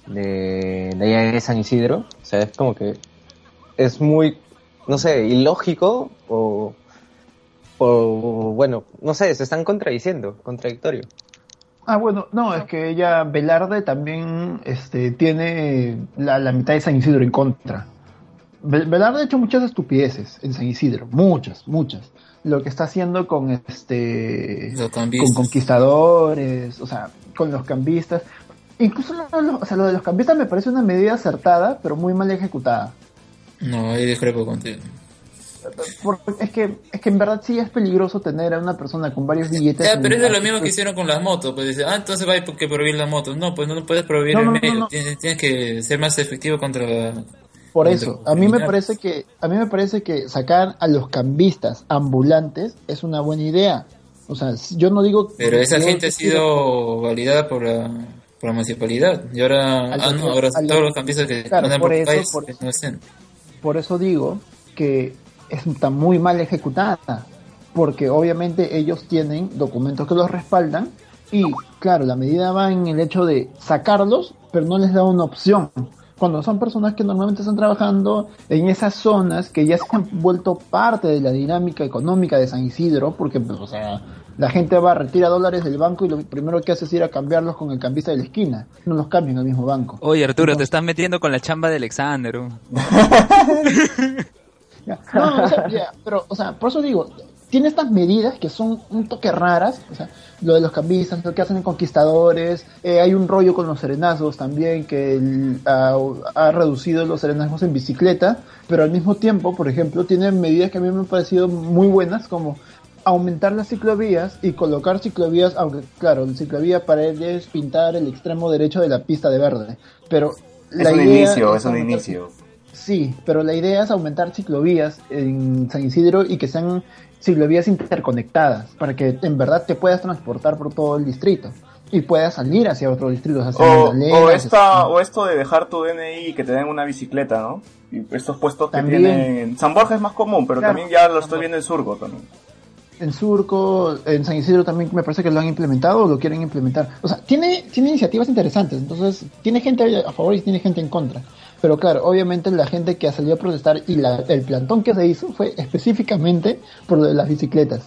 de, de allá de San Isidro? O sea, es como que es muy, no sé, ilógico o, o bueno, no sé, se están contradiciendo, contradictorio. Ah, bueno, no, es que ella, Velarde, también este, tiene la, la mitad de San Isidro en contra. Ve- Velarde ha hecho muchas estupideces en San Isidro, muchas, muchas. Lo que está haciendo con este Los con cambistas. conquistadores, o sea, con los cambistas. Incluso lo, lo- o sea, lo de los cambistas me parece una medida acertada, pero muy mal ejecutada. No, ahí discrepo contigo. Porque es que, es que en verdad sí es peligroso tener a una persona con varios billetes. Ya, en- pero eso es lo mismo que hicieron con las motos. Pues dice, ah, entonces hay que prohibir las motos. No, pues no, no puedes prohibir No, el no, no, medio. no. Tienes, tienes que ser más efectivo contra... Por contra eso, los a mí me criminales. parece que a mí me parece que sacar a los cambistas ambulantes es una buena idea. O sea, yo no digo. Pero esa yo- gente ha sido validada por la, por la municipalidad. Y ahora, Al- ah, no, ahora al- todos los campistas que claro, andan por por el eso, país por que eso. no estén. Por eso digo que está muy mal ejecutada, porque obviamente ellos tienen documentos que los respaldan y claro, la medida va en el hecho de sacarlos, pero no les da una opción, cuando son personas que normalmente están trabajando en esas zonas que ya se han vuelto parte de la dinámica económica de San Isidro, porque, pues, o sea, la gente va, retira dólares del banco y lo primero que hace es ir a cambiarlos con el cambista de la esquina. No los cambian al mismo banco. Oye, Arturo, Entonces, te estás metiendo con la chamba de Alexander. ¿no? Ya. No, o sea, ya, pero, o sea, por eso digo, tiene estas medidas que son un toque raras, o sea, lo de los cambistas, lo que hacen en Conquistadores, eh, hay un rollo con los serenazgos también, que el, ha, ha reducido los serenazgos en bicicleta, pero al mismo tiempo, por ejemplo, tiene medidas que a mí me han parecido muy buenas, como aumentar las ciclovías y colocar ciclovías, aunque claro, el ciclovía para él es pintar el extremo derecho de la pista de verde, pero Es la un idea inicio, es es un aumentar- inicio. Sí, pero la idea es aumentar ciclovías en San Isidro y que sean ciclovías interconectadas para que en verdad te puedas transportar por todo el distrito y puedas salir hacia otros distritos, hacia O, Magdalena, o, hacia- esta, o esto de dejar tu D N I y que te den una bicicleta, ¿no? Y estos puestos que También. tienen... San Borja es más común, pero Claro. también ya lo estoy viendo en Surco también. En Surco, en San Isidro también me parece que lo han implementado o lo quieren implementar. O sea, tiene, tiene iniciativas interesantes, entonces tiene gente a favor y tiene gente en contra. Pero claro, obviamente la gente que salió a protestar y la, el plantón que se hizo fue específicamente por lo de las bicicletas.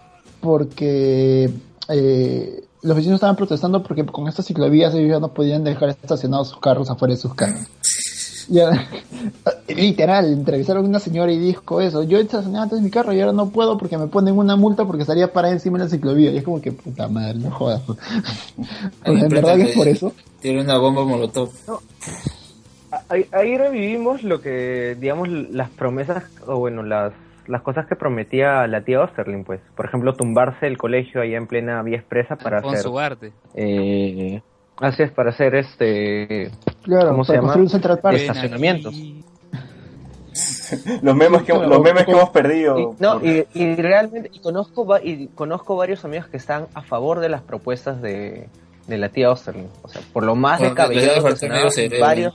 Porque eh, los vecinos estaban protestando porque con estas ciclovías ellos ya no podían dejar estacionados sus carros afuera de sus casas. Ya, literal, entrevistaron a una señora y dijo eso, yo estacionaba antes mi carro y ahora no puedo porque me ponen una multa porque estaría parada encima de la ciclovía. Y es como que, puta madre, no jodas. O sea, en verdad que es por eso. Tiene una bomba molotov. Ahí, ahí revivimos lo que, digamos, las promesas, o bueno, las, las cosas que prometía la tía Osterlin, pues. Por ejemplo, tumbarse el colegio allá en plena vía expresa para Alfonso hacer... Ugarte. Eh, así es, para hacer este... Claro, ¿Cómo se para llama? construir un Central Park. Ven estacionamientos. aquí. Los memes que, los memes que hemos perdido. Y, no, por- y, y realmente, y conozco, va- y conozco varios amigos que están a favor de las propuestas de, de la tía Osterlin. O sea, por lo más Bueno, les debe descabellado que faltar sonaba, medio cerebro. varios...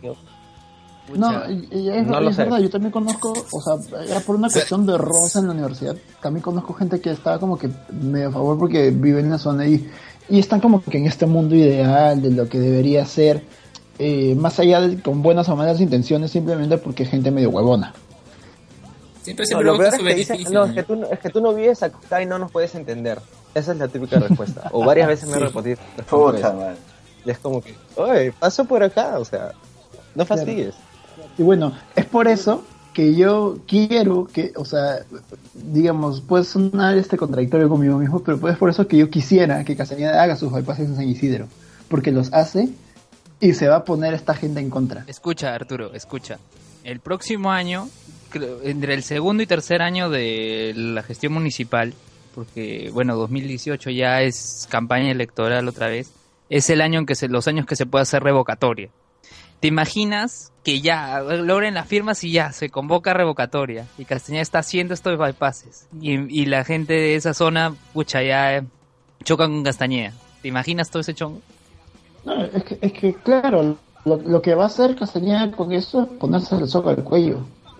No, Pucha. y- y es, No lo es sé. verdad, yo también conozco, o sea, era por una cuestión de rosa en la universidad, también conozco gente que estaba como que medio a favor porque vive en la zona y, y están como que en este mundo ideal de lo que debería ser, eh, más allá de con buenas o malas intenciones, simplemente porque es gente medio huevona. Siempre se No, lo busca peor es su que dicen, beneficio. no, es ¿no? que, tú, no- es que tú no vives acá y no nos puedes entender. Esa es la típica respuesta. O varias veces me he repetido. Puta madre. Y es como que, oye, paso por acá, o sea, no fastidies. Y bueno, es por eso que yo quiero que, o sea, digamos, puede sonar este contradictorio conmigo mismo, pero pues es por eso que yo quisiera que Castañeda haga sus bypasses en San Isidro, porque los hace y se va a poner esta gente en contra. Escucha, Arturo, escucha. El próximo año, creo, entre el segundo y tercer año de la gestión municipal, porque, bueno, dos mil dieciocho ya es campaña electoral otra vez, es el año en que se, los años que se puede hacer revocatoria. ¿Te imaginas que ya logren las firmas y ya se convoca revocatoria? Y Castañeda está haciendo estos bypasses. Y, y la gente de esa zona, pucha, ya eh, chocan con Castañeda. ¿Te imaginas todo ese chongo? No, es que, es que claro, lo, lo que va a hacer Castañeda con eso es ponerse el soga al cuello.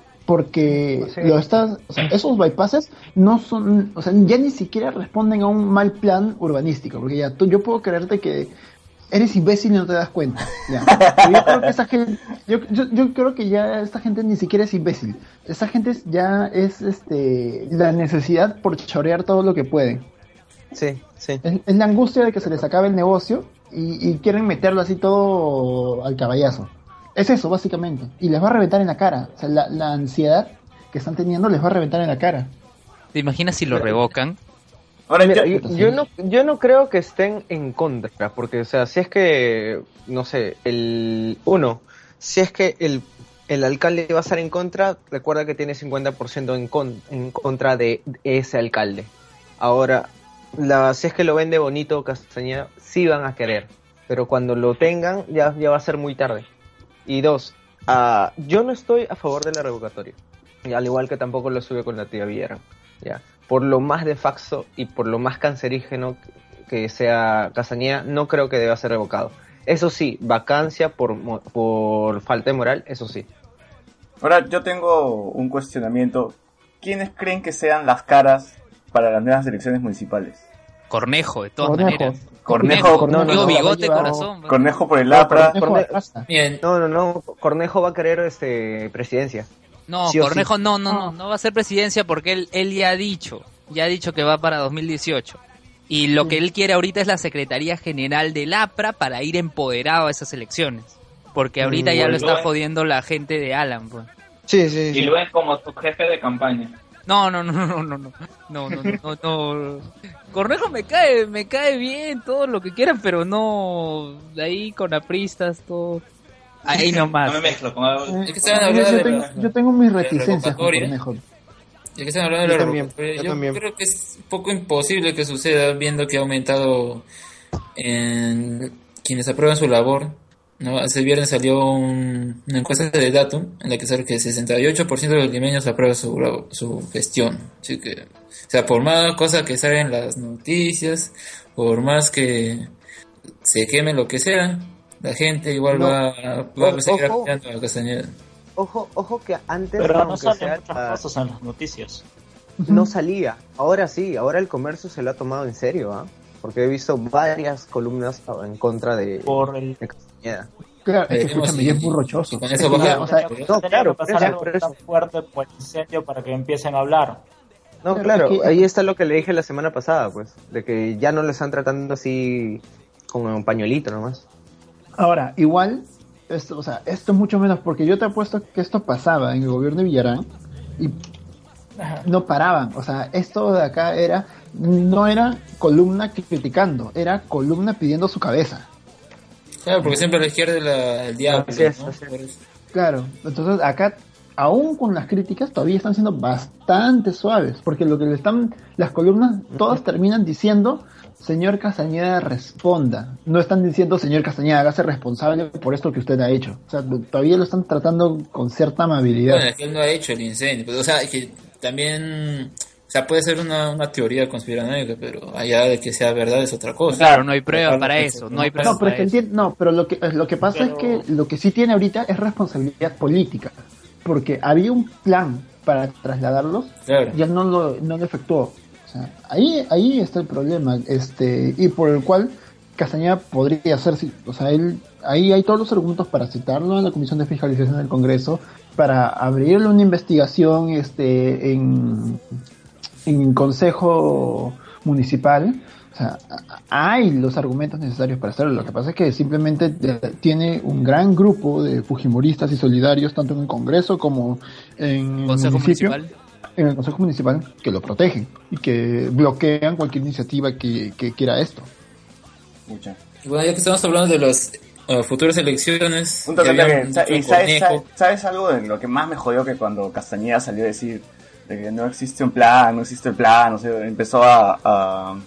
Porque Sí. lo estás, o sea, esos bypasses no son, o sea, ya ni siquiera responden a un mal plan urbanístico. Porque ya tú, yo puedo creerte que eres imbécil y no te das cuenta. Ya. Pero yo creo que esa gente, yo, yo, yo creo que ya esta gente ni siquiera es imbécil. Esta gente es- ya es este la necesidad por chorear todo lo que pueden. Sí, sí. Es, es la angustia de que se les acabe el negocio y, y quieren meterlo así todo al caballazo. Es eso, básicamente. Y les va a reventar en la cara. O sea, la, la ansiedad que están teniendo les va a reventar en la cara. ¿Te imaginas si lo revocan? Ahora, Mira, yo- yo, yo no, yo no creo que estén en contra, porque, o sea, si es que, no sé, el uno, si es que el, el alcalde va a estar en contra, recuerda que tiene cincuenta por ciento en, con, en contra de ese alcalde. Ahora, la, si es que lo vende bonito Castañeda, sí van a querer, pero cuando lo tengan ya, ya va a ser muy tarde. Y dos, ah, yo no estoy a favor de la revocatoria, y al igual que tampoco lo sube con la tía Vieira, ya. Por lo más de facto y por lo más cancerígeno que sea Castañeda, no creo que deba ser revocado. Eso sí, vacancia por, mo- por falta de moral, eso sí. ahora yo tengo un cuestionamiento. ¿Quiénes creen que sean las caras para las nuevas elecciones municipales? Cornejo, de todas Cornejo. maneras. Cornejo, Cornejo, no, no, digo, no, bigote, no, no, corazón. pues. Cornejo por el APRA. Cornejo Corne- arrastra. Bien, No, no, no. Cornejo va a querer este presidencia. No, Sí o Cornejo sí. no, no, no, no va a ser presidencia porque él, él ya ha dicho, ya ha dicho que va para dos mil dieciocho. Y lo que él quiere ahorita es la Secretaría General del APRA para ir empoderado a esas elecciones. Porque ahorita ya lo está jodiendo la gente de Alan, pues. Sí, sí, Y sí. lo ven como tu jefe de campaña. No, no, no, no, no, no, no, no, no, no, no. Cornejo me cae, me cae bien, todo lo que quieran, pero no, de ahí con apristas, todo. Ahí nomás. No me mezclo con algo. Es que estaban Yo, hablando yo de tengo, la- yo tengo mis la reticencias con revocatoria. Cornejo. Ya que están hablando de Yo la también, revocatoria, yo yo también. creo que es un poco imposible que suceda viendo que ha aumentado en quienes aprueban su labor, ¿no? Hace viernes salió un- una encuesta de Datum en la que sale que el sesenta y ocho por ciento de los limeños aprueba su, labo- su gestión. Así que, o sea, por más cosas que salgan en las noticias, por más que se queme lo que sea, la gente igual No. va, va a seguir Ojo. apoyando a Castañeda. Ojo, ojo que antes, Pero no aunque salen sea, muchas ah, cosas en las noticias. no salía. Ahora sí, ahora el comercio se lo ha tomado en serio, ¿ah? Porque he visto varias columnas en contra de, Por el... de Castañeda. Claro, es que Veremos escúchame, si- y es muy rochoso. si con Es eso que baja ya, el- o sea, No, Tenía claro, que por pasar eso, algo por eso. tan fuerte por el incendio para que empiecen a hablar. No, Claro, claro, es que- ahí está lo que le dije la semana pasada, pues, de que ya no lo están tratando así con un pañuelito nomás. ahora, igual, esto, o sea, esto mucho menos, porque yo te apuesto que esto pasaba en el gobierno de Villarán y no paraban. O sea, esto de acá era, no era columna criticando, era columna pidiendo su cabeza. Claro, porque siempre a la izquierda es la, el diablo, Así es, ¿no? así es. Por eso. Claro, entonces acá, aún con las críticas, todavía están siendo bastante suaves, porque lo que le están, las columnas, todas terminan diciendo, señor Castañeda, responda. No están diciendo, señor Castañeda, hágase responsable por esto que usted ha hecho. O sea, todavía lo están tratando con cierta amabilidad. Bueno, es que él no ha hecho el incendio. Pues, o sea, es que también, o sea, puede ser una, una teoría conspiranoica, pero allá de que sea verdad es otra cosa. Claro, no hay pruebas para eso, no hay pruebas No, pero es para que eso. enti- no, pero lo que lo que pasa Pero- es que lo que sí tiene ahorita es responsabilidad política, porque había un plan para trasladarlos, Claro. ya no lo no lo efectuó. O sea, ahí ahí está el problema, este y por el cual Castañeda podría ser, sí, o sea, él ahí hay todos los argumentos para citarlo a la Comisión de Fiscalización del Congreso, para abrirle una investigación este en en Consejo Municipal. O sea, a- hay los argumentos necesarios para hacerlo. Lo que pasa es que simplemente eh, tiene un gran grupo de fujimoristas y solidarios, tanto en el Congreso como en el Consejo municipio, Municipal. en el Consejo Municipal, que lo protegen y que bloquean cualquier iniciativa que, que quiera esto. Mucha. Y bueno, ya que estamos hablando de las uh, futuras elecciones, Un toque ya habían también. Sa- dicho ¿Y sabes, Cornejo. sabes, sabes algo de lo que más me jodió? Que cuando Castañeda salió a decir de que no existe un plan, no existe el plan, no sé, empezó a, a,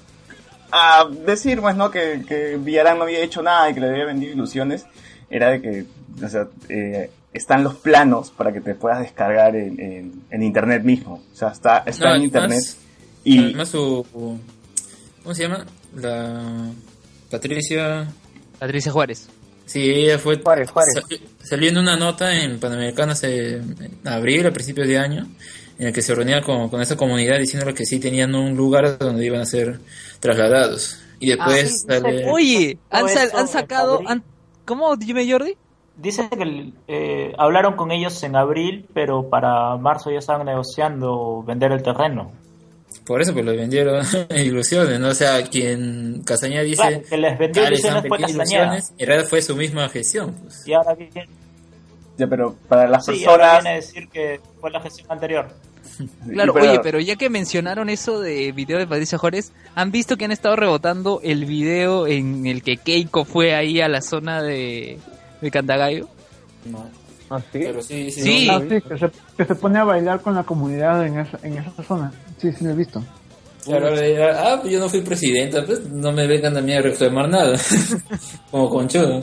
a decir, pues, ¿no? Que, que Villarán no había hecho nada y que le había vendido ilusiones. Era de que, o sea, eh, están los planos para que te puedas descargar en, en, en internet mismo. O sea, está, está No, en además- internet. Y Además su... ¿Cómo se llama? La... Patricia... Patricia Juárez. Sí, ella fue... Juárez, Juárez. sali- Salió en una nota en Panamericana hace en abril, a principios de año, en el que se reunía con, con esa comunidad diciéndole que sí tenían un lugar donde iban a ser trasladados. Y después Ah, sí, sale... Oye, han, Todo sal- eso han en sacado... abril. han- ¿Cómo, dime Jordi? Dice que eh, hablaron con ellos en abril, pero para marzo ya estaban negociando vender el terreno. Por eso pues le vendieron ilusiones, ¿no? O sea, quien Castañeda dice... Claro, que les vendió "Ah, les han ilusiones fue vendido Castañeda. ilusiones", en realidad fue su misma gestión. Pues. Y ahora viene, ya, pero para las sí, ahora personas... viene a decir que fue la gestión anterior. Claro, y para- oye, pero ya que mencionaron eso de video de Patricia Juárez, ¿han visto que han estado rebotando el video en el que Keiko fue ahí a la zona de, de Cantagallo? No, ¿Ah, sí? pero sí, sí. Sí. no, Ah, sí, que se, que se pone a bailar con la comunidad en esa, en esa zona. Sí, sí lo he visto. Claro, ahora dirá, ah, pues yo no fui presidenta, pues no me vengan a mí a reclamar nada. Como Conchudo.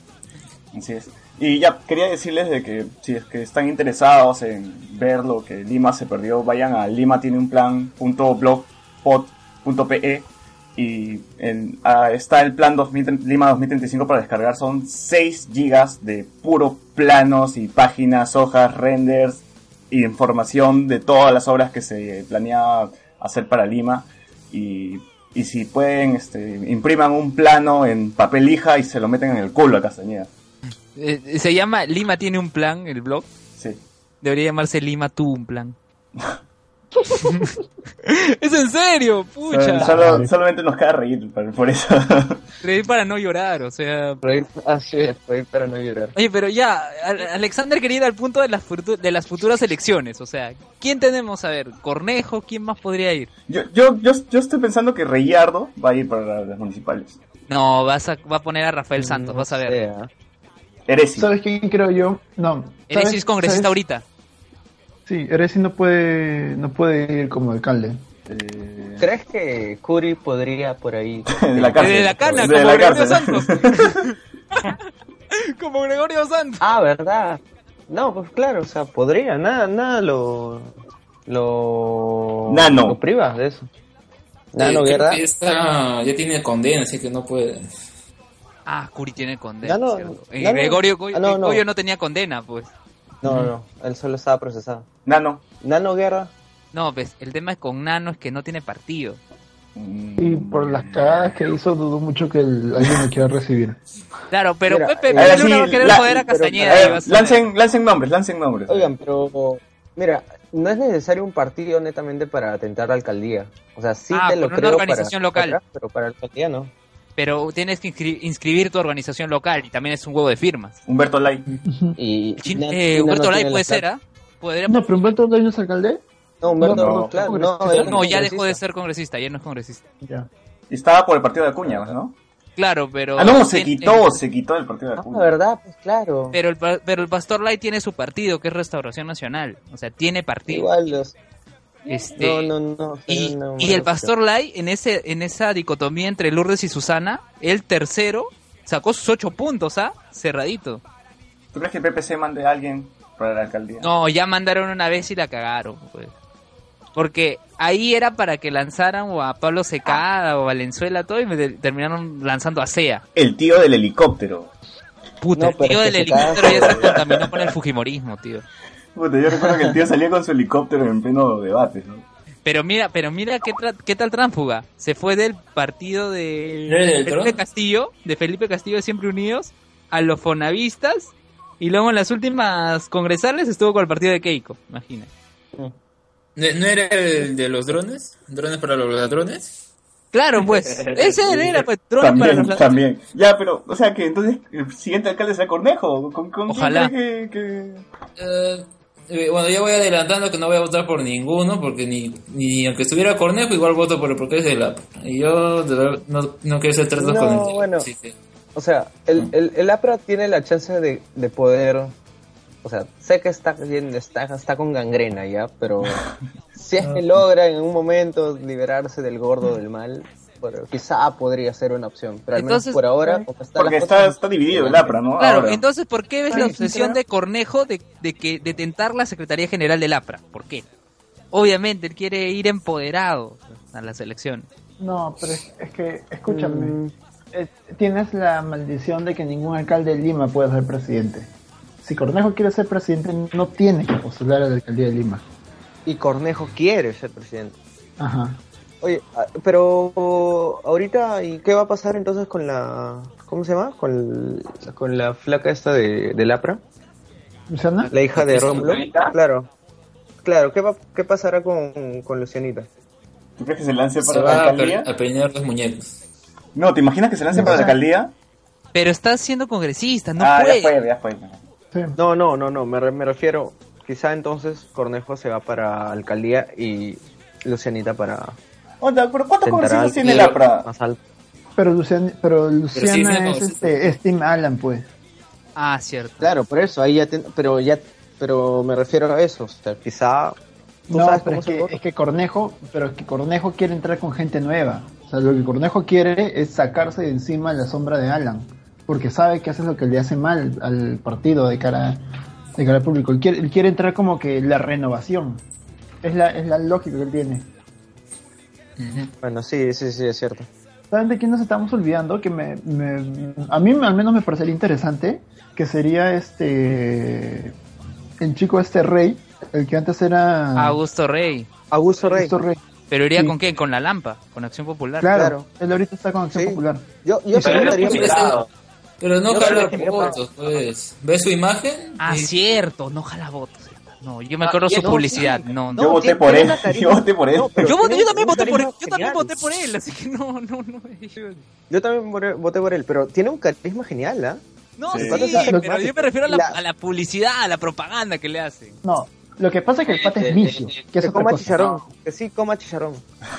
Así es. Y ya, quería decirles de que si es que están interesados en ver lo que Lima se perdió, vayan a lima tiene un plan punto blogspot punto pe y en, ah, está el plan dos mil, Lima dos mil treinta y cinco para descargar. Son seis gigas de puro planos y páginas, hojas, renders y información de todas las obras que se planea hacer para Lima. Y Y si pueden, este, impriman un plano en papel lija y se lo meten en el culo a Castañeda. Eh, se llama Lima tiene un plan, el blog. Sí. Debería llamarse Lima tuvo un plan. Es en serio, pucha. Solo, solamente nos queda reír por, por eso. Reír para no llorar, o sea. Reír, así es, reír para no llorar. Oye, pero ya, Alexander quería ir al punto de las, futu- de las futuras elecciones, o sea, ¿quién tenemos? A ver, Cornejo, ¿quién más podría ir? Yo, yo, yo, yo estoy pensando que Reyardo va a ir para las municipales. No, vas a, va a poner a Rafael Santos, No vas a ver. sé, ¿ah? Eresi. ¿Sabes quién creo yo? No. Eres ¿sabes- es congresista sabes? ahorita. Sí, Eresi no puede, no puede ir como alcalde. Eh, ¿Crees que Curi podría por ahí? de la cárcel. De la cana, De como la Gregorio cárcel. Santos. Como Gregorio Santos. Ah, ¿verdad? No, pues claro, o sea, podría, nada, nada lo... Lo... Nano. Lo privas de eso. Eh, Nano creo Guerra. que ya, está, ya tiene condena, así que no puede. Ah, Curi tiene condena, No, no, ¿cierto? Y no, no. Gregorio, Goyo, Ah, no, no. Goyo no tenía condena, pues. No, no, él solo estaba procesado. Nano. Nano Guerra. No, pues, el tema es con Nano es que no tiene partido. Y por las cagadas que hizo, dudo mucho que el, alguien lo quiera recibir. Claro, pero Mira, Pepe, eh, Pepe sí, Luna va a querer la- joder a pero- Castañeda. A y ver, vas a ver. lancen, lancen nombres, lancen nombres. Oigan, pero... Mira, no es necesario un partido netamente para atentar la alcaldía. O sea, sí Ah, te lo con una creo organización para local. otras, pero para la alcaldía no. Pero tienes que inscri- inscribir tu organización local y también es un huevo de firmas. Humberto Lai. Y Chin- China- eh, China Humberto no Lai tiene puede la ser, plata. ¿ah? Podría- No, pero Humberto Lai no es alcalde. No, Humberto, No, no, claro, no, congresista. él es No, ya dejó de congresista. ser congresista, ya no es congresista. Ya. Y estaba por el partido de Acuña, ¿no? Claro, pero... Ah, no, se en- quitó, en- se quitó del partido de Ah, Acuña. verdad, pues claro. Pero el, pa- pero el Pastor Lai tiene su partido, que es Restauración Nacional. O sea, tiene partido. Igual los... Este, No, no, no. Y, no, y no, el no, Pastor Lai, en ese en esa dicotomía entre Lourdes y Susana, el tercero sacó sus ocho puntos, ¿ah? Cerradito. ¿Tú crees que el P P C mande a alguien para la alcaldía? No, ya mandaron una vez y la cagaron, pues. Porque ahí era para que lanzaran o a Pablo Secada o Valenzuela todo y me de- terminaron lanzando a Sea. El tío del helicóptero. Puta, No, el pero tío es del que Secada- helicóptero ya se contaminó con el fujimorismo, tío. Puta, yo recuerdo que el tío salía con su helicóptero en pleno debate, ¿no? Pero mira, pero mira qué, tra- qué tal tránsfuga. Se fue del partido de ¿Era del Felipe Tron? Castillo, de Felipe Castillo de Siempre Unidos, a los fonavistas, y luego en las últimas congresales estuvo con el partido de Keiko, imagina. ¿No, no era el de los drones? ¿Drones para los ladrones? Claro, pues, ese era pues drones para También, los ladrones. también. Ya, pero, o sea que entonces el siguiente alcalde sea Cornejo. ¿Con, con quién Ojalá. crees que, que- Eh, eh, bueno, ya voy adelantando que no voy a votar por ninguno, porque ni, ni aunque estuviera Cornejo, igual voto por el porque es de la... Y yo de verdad, no, no quiero ser tratos No, con el... bueno. así que- O sea, el, el, el APRA tiene la chance de, de poder... O sea, sé que está, bien- está, está con gangrena ya, pero si es que logra en un momento liberarse del gordo del mal, bueno, quizá podría ser una opción. Pero al Entonces, menos por ahora, como está Porque las está, cosas- está dividido el APRA, ¿no? Claro, Ahora. entonces, ¿por qué ves la Ay, obsesión ¿será? de Cornejo de, de que de tentar la Secretaría General del APRA? ¿Por qué? Obviamente, él quiere ir empoderado a las elecciones. No, pero es, es que, escúchame, Mm. eh, tienes la maldición de que ningún alcalde de Lima pueda ser presidente. Si Cornejo quiere ser presidente, no tiene que postular a la alcaldía de Lima. Y Cornejo quiere ser presidente. Ajá. Oye, ah, pero ahorita, ¿y qué va a pasar entonces con la... ¿Cómo se llama? Con, el- con la flaca esta de, del APRA, ¿Luciana? la hija de Rómulo. ¿Lucianita? Claro. Claro, ¿qué, va, qué pasará con, con Lucianita? ¿Tú crees que se lance Se para la va a, alcaldía? pe- a peinar los muñecos. No, ¿te imaginas que se lance para la alcaldía? Pero está siendo congresista, no ah, puede. ya fue, ya fue. Sí. No, no, no, no, me, re- me refiero, quizá entonces Cornejo se va para alcaldía y Lucianita para... Onda, ¿pero cuántos sentará congresistas al tiene el pie APRA? más alto. Pero, Luciana, pero Luciana sí, sí, es, no, sí, este, es Tim Allen, pues. Ah, cierto. Claro, por eso, ahí ya, ten- pero ya, pero me refiero a eso, o sea, quizá... ¿Tú No, sabes pero cómo es se que, vota? es que Cornejo, pero es que Cornejo quiere entrar con gente nueva. O sea, lo que Cornejo quiere es sacarse de encima la sombra de Alan, porque sabe que hace lo que le hace mal al partido de cara, de cara al público. Él quiere, él quiere entrar como que la renovación. Es la, es la lógica que él tiene. Ujú. Bueno, sí, sí, sí, es cierto. ¿Saben de quién nos estamos olvidando? Que me, me- a mí al menos me parecería interesante, que sería este el chico este Rey, el que antes era Augusto Rey. Augusto Rey. Augusto Rey. Pero iría Sí. con qué? Con la Lampa, con Acción Popular. Claro, Claro. él ahorita está con Acción Sí. Popular. Yo, yo Y también pero daría es por complicado. Pero no Yo jala creo que votos, pues. ¿Ves su imagen? Ah, Y- cierto, no jala votos. No, yo me Ah, acuerdo y su no, publicidad. sí. No, no. Yo No, voté tiene- por tiene él. una carisma- Yo voté por él. No, pero Yo, voté, yo tiene también un voté por él. carisma Yo también genial. voté por él, así que no, no, no. Yo también voté- voté por él, pero tiene un carisma genial, ¿ah? No, Sí. sí, Lo que- pero yo me refiero a la, la- a la publicidad, a la propaganda que le hacen. No, lo que pasa es que el pata es vicio, que es Que otra coma cosa. chicharrón, que sí coma chicharrón.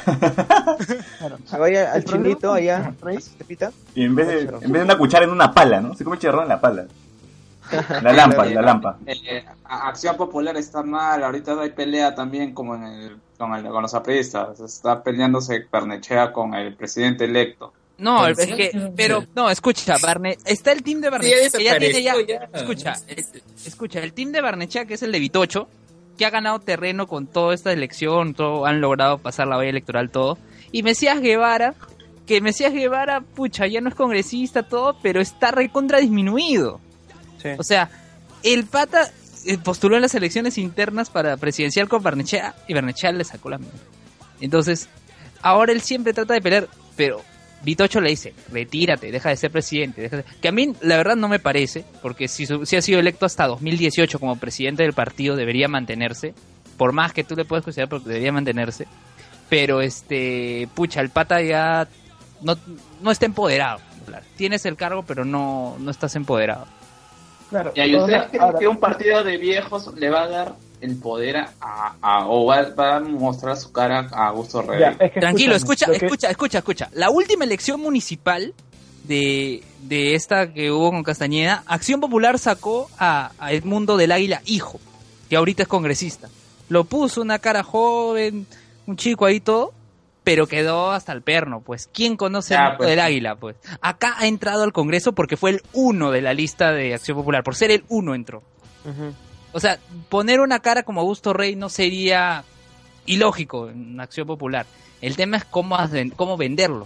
Claro, o sea, Que vaya al el problema chilito con allá, Rey- a su tepita. Y en vez, de, en vez de una cuchara en una pala, ¿no? Se come chicharrón en la pala. La lampa, la lampa. Eh, a- Acción Popular está mal, ahorita hay pelea también como en el, con, el, con los apristas, está peleándose Barnechea con el presidente electo. No, es Cancela, que, no, pero, sí. no, escucha, Barne, está el team de Sí, Barnechea, ya que ya tiene ya, desapareció, ya. escucha, es- escucha, el team de Barnechea, que es el de Vitocho, que ha ganado terreno con toda esta elección, todo, han logrado pasar la valla electoral, todo, y Mesías Guevara, que Mesías Guevara, pucha, ya no es congresista, todo, pero está recontra disminuido. Sí. O sea, el pata eh, postuló en las elecciones internas para presidencial con Barnechea y Barnechea le sacó la mierda. Entonces, ahora él siempre trata de pelear, pero Vitocho le dice, retírate, deja de ser presidente. Deja de... Que a mí, la verdad, no me parece, porque si, su- si ha sido electo hasta dos mil dieciocho como presidente del partido, debería mantenerse. Por más que tú le puedas considerar, porque debería mantenerse. Pero, este, pucha, el pata ya no, no está empoderado. Tienes el cargo, pero no, no estás empoderado. Claro, ¿Y a o ustedes sea, creen ahora- que un partido de viejos le va a dar el poder a, a- o va, va a mostrar su cara a Augusto Rey? Ya, es que Tranquilo, escúchame, escucha, lo que- escucha, escucha, escucha. La última elección municipal de, de esta que hubo con Castañeda, Acción Popular sacó a, a Edmundo del Águila hijo, que ahorita es congresista. Lo puso una cara joven, un chico ahí todo, pero quedó hasta el perno, pues. ¿Quién conoce Ya, a Edmundo pues. del Águila, pues? Acá ha entrado al Congreso porque fue el uno de la lista de Acción Popular, por ser el uno entró. Ujú. O sea, poner una cara como Augusto Rey no sería ilógico en Acción Popular. El tema es cómo, hacen- cómo venderlo.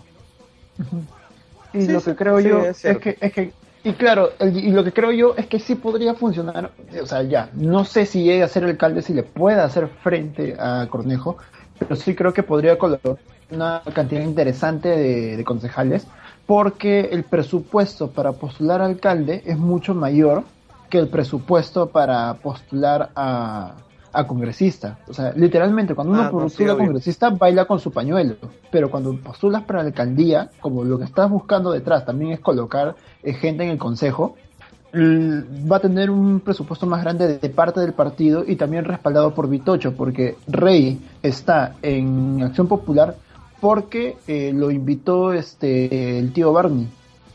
Y Sí, lo sí, que creo sí, yo es es, cierto. que, es que, y claro, el- y lo que creo yo es que sí podría funcionar, o sea, ya, no sé si llegue a ser alcalde, si le pueda hacer frente a Cornejo, pero sí creo que podría colocar una cantidad interesante de, de concejales, porque el presupuesto para postular alcalde es mucho mayor que el presupuesto para postular a, a congresista. O sea, literalmente, cuando uno Ah, no, sí, postula a obvio. congresista, baila con su pañuelo. Pero cuando postulas para la alcaldía, como lo que estás buscando detrás también es colocar eh, gente en el consejo, l- va a tener un presupuesto más grande de, de parte del partido y también respaldado por Vitocho, porque Rey está en Acción Popular porque eh, lo invitó este el tío Barney.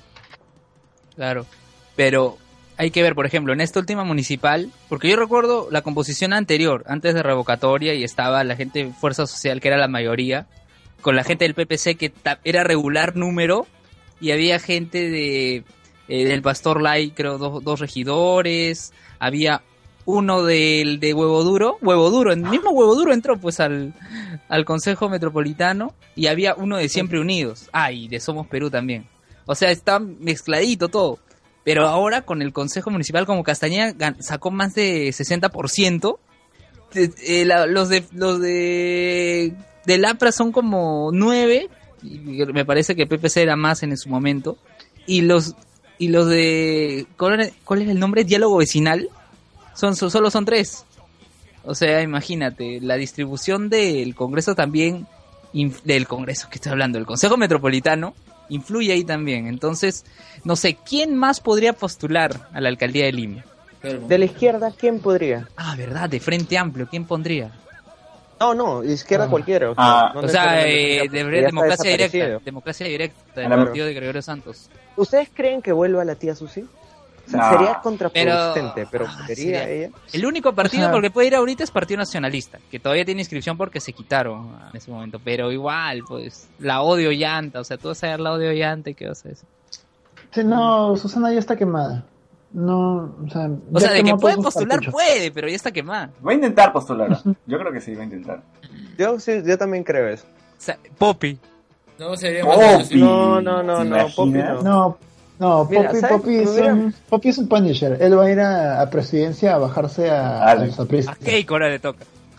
Claro. Pero hay que ver, por ejemplo, en esta última municipal, porque yo recuerdo la composición anterior, antes de revocatoria, y estaba la gente de Fuerza Social, que era la mayoría, con la gente del P P C, que ta- era regular número, y había gente de eh, del Pastor Lai, creo, dos, dos regidores, había uno del de Huevo Duro, Huevo Duro, el mismo Huevo Duro entró pues al, al Consejo Metropolitano, y había uno de Siempre Unidos, ah, y de Somos Perú también. O sea, está mezcladito todo. Pero ahora con el Consejo Municipal como Castañeda gan- sacó más de sesenta por ciento. Eh, eh, la- los de los de del A P R A son como nueve, y me parece que P P C era más en su momento. Y los y los de ¿cuál era- cuál es el nombre? Diálogo Vecinal son so- solo son tres. O sea, imagínate, la distribución del Congreso también inf- del Congreso que estoy hablando, del Consejo Metropolitano influye ahí también. Entonces, no sé, ¿quién más podría postular a la alcaldía de Lima? Claro. De la izquierda, ¿quién podría? Ah, verdad, de Frente Amplio, ¿quién pondría? No, no, izquierda Ah. cualquiera. O sea, Ah. no O sea, necesariamente eh, izquierda, de porque ya está democracia directa, desaparecido. democracia directa del Claro. partido de Gregorio Santos. ¿Ustedes creen que vuelva la tía Susi? O sea, No. sería contraproducente, pero, ah, ¿podría sería- ella? El único partido O sea- porque puede ir ahorita es Partido Nacionalista, que todavía tiene inscripción porque se quitaron en ese momento, pero igual, pues, la odio llanta, o sea, tú vas a ver la odio llanta y qué vas a decir. Sí, no, Susana ya está quemada. No, o sea, O ya sea, de que quemó puede todos sus postular, cartuchos. puede, pero ya está quemada. Va a intentar postular. Yo creo que sí, va a intentar. Yo sí, yo también creo eso. O sea, Poppy. No, sería más Poppy. exclusivo. No, no, no, ¿Se no, imagina? Poppy no. No, no, Mira, Poppy, ¿sabes? Poppy, es Hubiera- un, Poppy es un Punisher. Él va a ir a, a presidencia a bajarse a, a Ale. los apristas. A Keiko ahora le toca.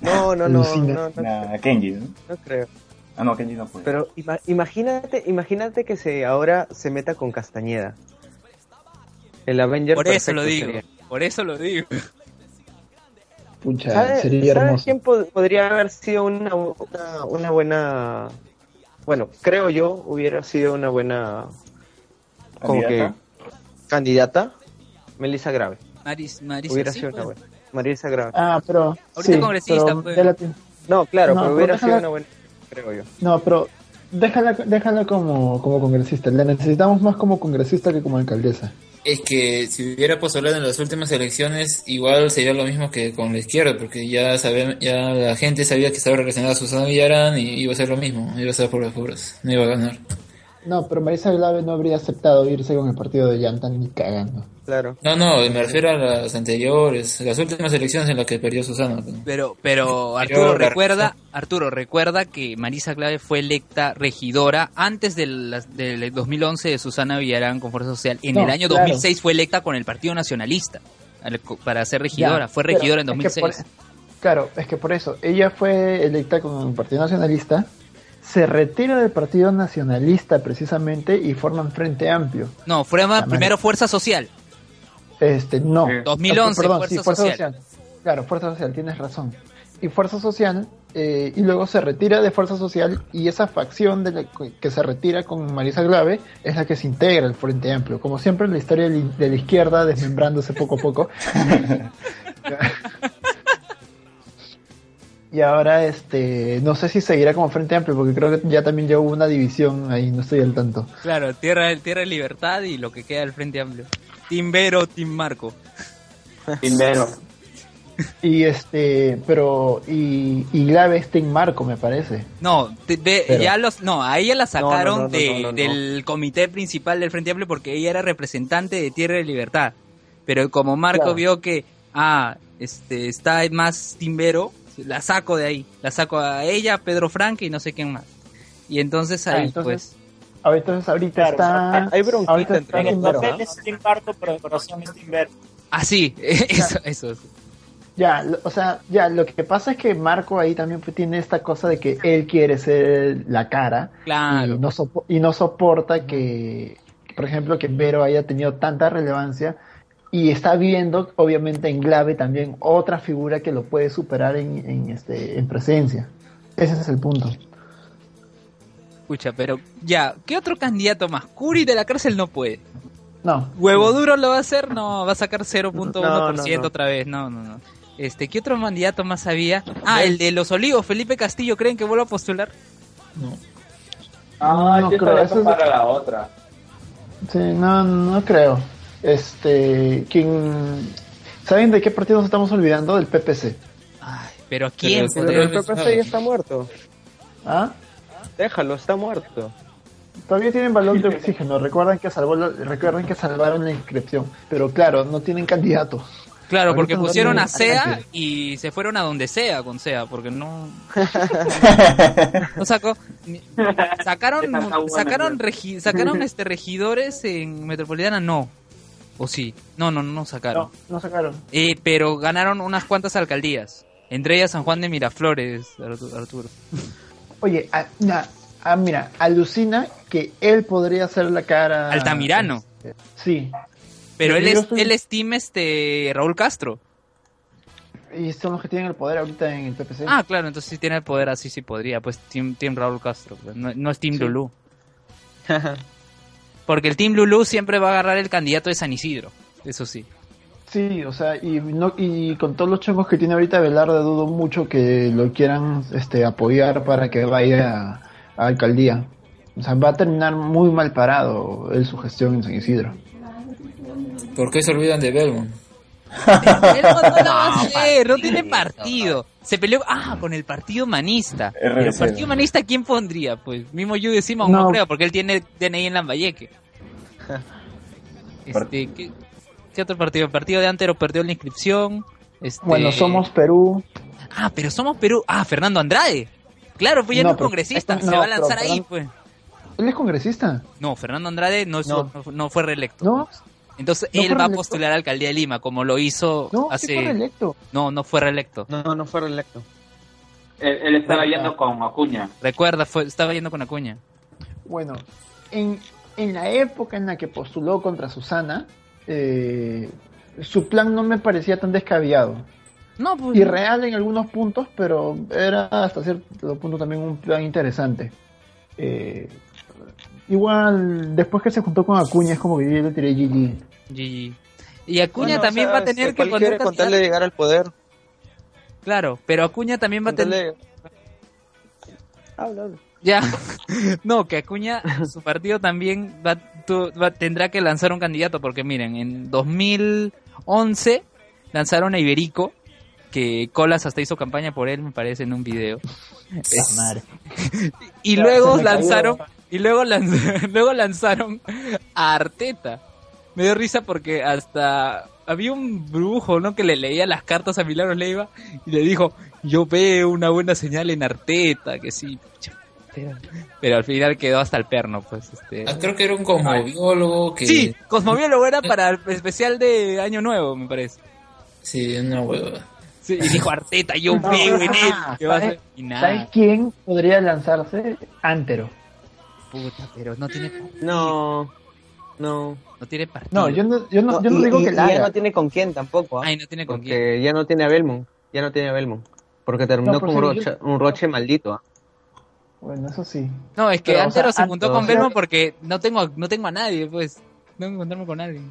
No, no, no, Alucina. no, no, Nah, Kenji, ¿no? no creo. Ah, no, Kenji no puede. Pero ima- imagínate, imagínate que se ahora se meta con Castañeda. El Avenger Por eso perfecto lo digo, sería. por eso lo digo. Pucha, ¿Sabe- sería ¿Sabes hermoso. quién po- podría haber sido una, una, una buena... Bueno, creo yo hubiera sido una buena... Como que ¿Candidata? candidata. Melissa Grave. Maris, Marisa, Hubiera sí, sido pues. una buena. Marisa Grave. Ah, pero. Ahorita sí, congresista, pero pues. ya la- No, claro, No, pero pero hubiera déjala- sido una buena, creo yo. No, pero déjala, déjala como, como congresista. La necesitamos más como congresista que como alcaldesa. Es que si hubiera postulado en las últimas elecciones, igual sería lo mismo que con la izquierda, porque ya sabían, ya la gente sabía que estaba relacionada a Susana Villarán y iba a ser lo mismo, iba a ser por las puras, no iba a ganar. No, pero Marisa Glave no habría aceptado irse con el partido de Llanta ni cagando. Claro. No, no, me refiero a las anteriores, las últimas elecciones en las que perdió Susana. pues. Pero, pero Arturo Pero la recuerda, razón- Arturo recuerda que Marisa Clave fue electa regidora antes del, del dos mil once de Susana Villarán con Fuerza Social. En No, el año claro. dos mil seis fue electa con el Partido Nacionalista al- para ser regidora. Ya, fue pero regidora en es que dos mil seis. por- claro, es que por eso, ella fue electa con el Partido Nacionalista, se retira del Partido Nacionalista precisamente y forman Frente Amplio. No, fue La primero Fuerza Social. Este, no. Sí. dos mil once, Perdón, Fuerza sí, Fuerza Social. Social. Claro, Fuerza Social, tienes razón. Y Fuerza Social, eh, y luego se retira de Fuerza Social y esa facción de la que se retira con Marisa Glave es la que se integra al Frente Amplio. Como siempre en la historia de la- de la izquierda desmembrándose poco a poco. Y ahora, este, no sé si seguirá como Frente Amplio, porque creo que ya también ya hubo una división ahí, no estoy al tanto. Claro, Tierra, Tierra de Libertad y lo que queda del Frente Amplio. Team Vero, Team Marco. Primero. Y este, pero, y, y Glave está en Marco, me parece. No, te- de- Pero- ya los, no, a ella la sacaron no, no, de, no, no, no. del comité principal del Frente Amplio porque ella era representante de Tierra de Libertad. Pero como Marco Claro. vio que, ah, este, está más timbero, la saco de ahí. La saco a ella, a Pedro Franque y no sé quién más. Y entonces ahí, Ah, entonces, pues, Ah, entonces ahorita Claro, está, hay bronquita ahorita entre está En el Timbero, papel ¿no? es Tim Barto, pero el corazón es Tim Vero. ah, sí, eso, eso. Ya, lo- o sea, ya, lo que pasa es que Marco ahí también pues, tiene esta cosa de que él quiere ser la cara Claro. y, no sopo- y no soporta que, por ejemplo, que Vero haya tenido tanta relevancia y está viendo, obviamente, en Glave también otra figura que lo puede superar en, en, este, en presencia. Ese es el punto. Escucha, pero ya, ¿qué otro candidato más? Curi de la cárcel no puede. No. ¿Huevo duro lo va a hacer? No, va a sacar cero punto uno por ciento No, no, no. otra vez. No, no, no. Este, ¿qué otro candidato más había? Ah, el de Los Olivos, Felipe Castillo, ¿creen que vuelva a postular? No. Ah, No sí, creo, para eso es- para la otra. Sí, no, no creo. Este, ¿quién... ¿Saben de qué partido nos estamos olvidando? Del P P C. Ay, pero ¿a quién? Pero- Pero el Pero- P P C ya está muerto. ¿Ah? Déjalo, está muerto. Todavía tienen balón de oxígeno. Recuerden que salvó la- recuerden que salvaron la inscripción, pero claro, no tienen candidato. Claro, Ahorita porque no pusieron a tienen SEA cantidad. y se fueron a donde sea con SEA, porque no... No sacó... ni- Sacaron, Está buena, sacaron, tío. regi- sacaron este regidores en Metropolitana, no. ¿O sí? No, no, no sacaron. No, no sacaron. Eh, pero ganaron unas cuantas alcaldías. Entre ellas San Juan de Miraflores, Artu- Arturo. Oye, ah, na- ah, mira, alucina que él podría ser la cara. Altamirano. Este, sí. Pero Yo él es, estoy- él es team este Raúl Castro. Y son los que tienen el poder ahorita en el P P C. Ah, claro, entonces si tiene el poder así sí podría. Pues team, team Raúl Castro. Pues, no, no es team Lulú. Porque el team Lulú siempre va a agarrar el candidato de San Isidro. Eso sí. Sí, o sea, y no y con todos los chongos que tiene ahorita Velarde dudo mucho que lo quieran este apoyar para que vaya a, a alcaldía. O sea, va a terminar muy mal parado él su gestión en San Isidro. ¿Por qué se olvidan de Belmont? Él no, no lo va a hacer, no tiene partido. Se peleó ah, con el partido manista. R B ¿El C. partido manista quién pondría? Pues mismo yo decimos, no. No. creo, porque él tiene D N I en Lambayeque. Este, ¿qué, qué otro partido? El partido de Antero perdió la inscripción. Este... Bueno, somos Perú. Ah, pero somos Perú. Ah, Fernando Andrade. Claro, pues ya no, No, es pero- congresista. no, se va a lanzar pero ahí, Fernando- pues. Él es congresista. No, Fernando Andrade no, es- No. no, no fue reelecto. No, Entonces ¿No él fue va a reelecto? postular a la alcaldía de Lima, como lo hizo no, sí hace. fue reelecto. No, no fue reelecto. No, no fue reelecto. él, él estaba yendo con Acuña. Recuerda, fue, estaba yendo con Acuña. Bueno, en, en la época en la que postuló contra Susana, eh, su plan no me parecía tan descabellado. No, pues. Irreal en algunos puntos, pero era hasta cierto punto también un plan interesante. Eh, igual, después que se juntó con Acuña, es como que yo le tiré G G. G G. Y Acuña Bueno, también o sea, va a tener este, que cualquiera poner con tal de llegar al poder. Claro, pero Acuña también va a Con tal tener. de- Habla, habla. Ya. No, que Acuña, su partido también va, tu- va- tendrá que lanzar un candidato, porque miren, en dos mil once lanzaron a Iberico, que Colas hasta hizo campaña por él, me parece, en un video. Es- Madre. y Ya, luego se me cayó. lanzaron, y luego, lanz- luego lanzaron a Arteta. Me dio risa porque hasta había un brujo, ¿no? Que le leía las cartas a Milagros Leiva y le dijo, yo veo una buena señal en Arteta, que sí. Pero, pero al final quedó hasta el perno, pues. Este... Ah, creo que era un cosmobiólogo que... Sí, Cosmobiólogo era para el especial de Año Nuevo, me parece. Sí, una hueva. Sí, y dijo Arteta, yo veo en él que va a ser... Y nada, ¿Sabes quién podría lanzarse? Antero. puta, pero no tiene, No, no. no tiene partido. No, yo no, yo no, yo no y- digo y- que y la ya haga. no tiene con quién tampoco, ¿ah? Ay, no tiene con quién. Porque ya no tiene a Belmont. Ya no tiene a Belmont. Porque terminó No, por con un si yo- roche, un roche maldito. ¿ah? Bueno, eso sí. No, es que Pero, o Antero sea, se juntó Antero, con o sea- Belmont porque no tengo, no tengo a nadie, pues. Tengo que encontrarme con alguien.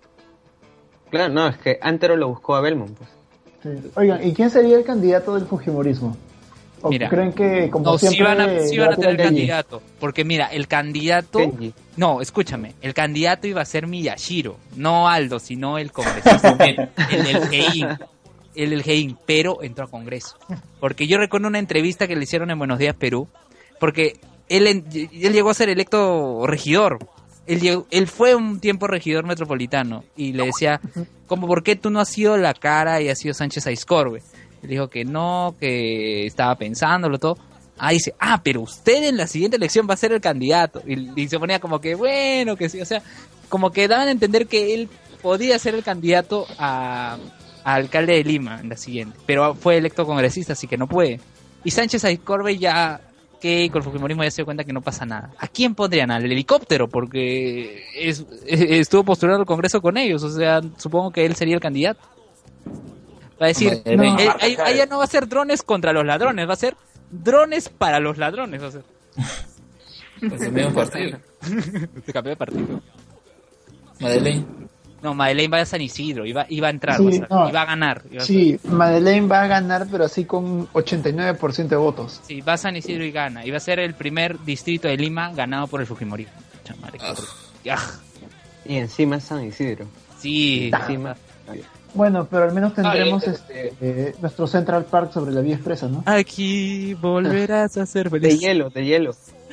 Claro, no, es que Antero lo buscó a Belmont, pues. Sí. Oigan, ¿y quién sería el candidato del fujimorismo? ¿O Mira. creen que, como No, sí siempre, van a, sí le van va a tener tirar Kenji? candidato. Porque mira, el candidato... Kenji. No, escúchame. El candidato iba a ser Miyashiro. No Aldo, sino el congresista. el del Gein. El del Gein. Pero entró a Congreso. Porque yo recuerdo una entrevista que le hicieron en Buenos Días, Perú. Porque él, en- él llegó a ser electo regidor. Él, llegó- él fue un tiempo regidor metropolitano. Y le decía, como, ¿por qué tú no has sido la cara y has sido Sánchez Aizcorbe? Él dijo que no, que estaba pensándolo todo. Ah, dice, ah, pero usted en la siguiente elección va a ser el candidato. Y, y se ponía como que, bueno, que sí, o sea, como que daban a entender que él podía ser el candidato a, a alcalde de Lima en la siguiente. Pero fue electo congresista, así que no puede. Y Sánchez Aizcorbe ya, que con el fujimorismo ya se dio cuenta que no pasa nada. ¿A quién pondrían? Al helicóptero, porque es, es- estuvo postulando al Congreso con ellos, o sea, supongo que él sería el candidato. Va a decir, No. eh, ahí, ahí ya no va a ser drones contra los ladrones, va a ser drones para los ladrones, va a ser. Pues el mismo partido. Se cambió de partido. Madeleine. No, Madeleine va a San Isidro, iba, iba a entrar, Sí, va a ser, no. iba a ganar. Iba a Sí, Madeleine va a ganar, pero así con ochenta y nueve por ciento de votos. Sí, va a San Isidro y gana. Y va a ser el primer distrito de Lima ganado por el fujimorismo. Chamare, Ah. ya. Y encima es San Isidro. Sí, Encima. Bueno, pero al menos tendremos Ah, este eh, nuestro Central Park sobre la vía expresa, ¿no? aquí volverás a ser De feliz. hielo, de hielo.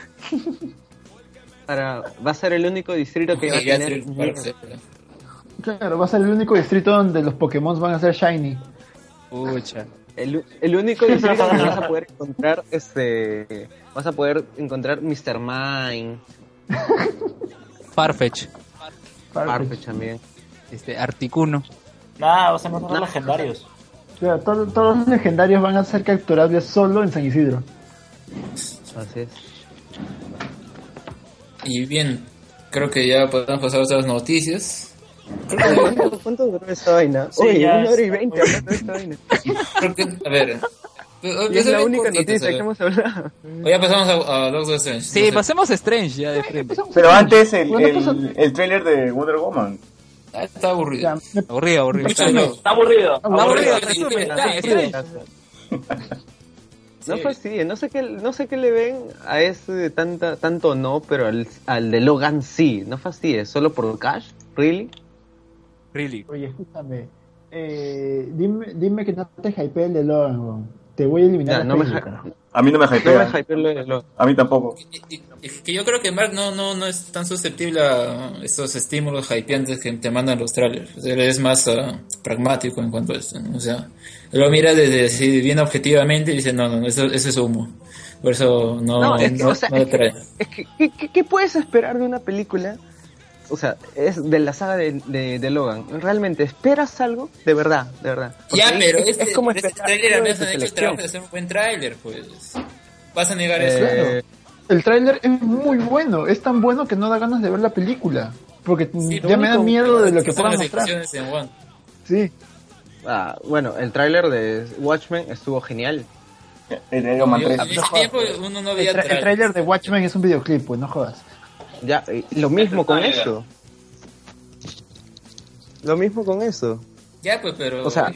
Para, va a ser el único distrito que va a Sí, ya tener se- hielo. parece. Claro, va a ser el único distrito donde los Pokémon van a ser shiny. Pucha. El, el único distrito donde vas a poder encontrar este vas a poder encontrar mister Mime, Farfetch, Farfetch también. este, Articuno. Nada, vas a encontrar legendarios. Claro, todo- todos los legendarios van a ser capturables solo en San Isidro. Así es. Y bien, creo que ya podemos pasar a otras noticias. ¿Cuánto, cuánto duró esta vaina? Sí, Oye, ya una hora y es- veinte hablando de esta vaina. Creo que, a ver. Y es la única noticia que hemos hablado. O ya pasamos a, a Doctor Strange. Sí, No sé. pasemos a Strange ya de frente. Pero antes el, Bueno, el, pues, el trailer de Wonder Woman. Ah, está aburrido. Ya, me- Aburrido, aburrido. Mucho no. Está aburrido. Está aburrido, Aburrido, resumen, sí, ya, sí, Strange. No fastidien, no sé qué, no sé qué le ven a ese de tanta, tanto no, pero al, al de Logan sí, no fastidies, solo por cash, really. Really. Oye, escúchame. Eh, dime, dime que no te hype el de Logan, weón. Te voy a eliminar Ya, de no me, Facebook, hy- carajo. A mí no me no me hypea. hypeo lo de Logan. A mí tampoco. Y- y- Es que yo creo que Mark no, no, no es tan susceptible a estos estímulos hypeantes que te mandan los trailers. O sea, él es más ah, pragmático en cuanto a esto, ¿no? O sea, él lo mira desde así bien objetivamente y dice, no, no, no, eso, eso es humo. Por eso no, No, es que, no- o sea, no le es que- trae. Es que, ¿qué, qué, qué puedes esperar de una película o sea, es de la saga de, de, de Logan. ¿Realmente esperas algo? De verdad, de verdad. Porque Ya, pero es, este, es como este esperar trailer al algo de menos tu han hecho el selección. trabajo de hacer un buen trailer, pues. ¿Vas a negar Eh, eso? El tráiler es muy bueno, es tan bueno que no da ganas de ver la película. Porque Sí, ya me da único- miedo de lo que Son puedan las mostrar. decisiones en One. Sí. Ah, bueno, el tráiler de Watchmen estuvo genial. El de Iron Man Yo- tres. en ese tiempo uno no El, veía tra- el trailers. tráiler de Watchmen es un videoclip, pues no jodas. Ya, y lo mismo con Trailer. eso. Lo mismo con eso. Ya, pues, pero... O sea,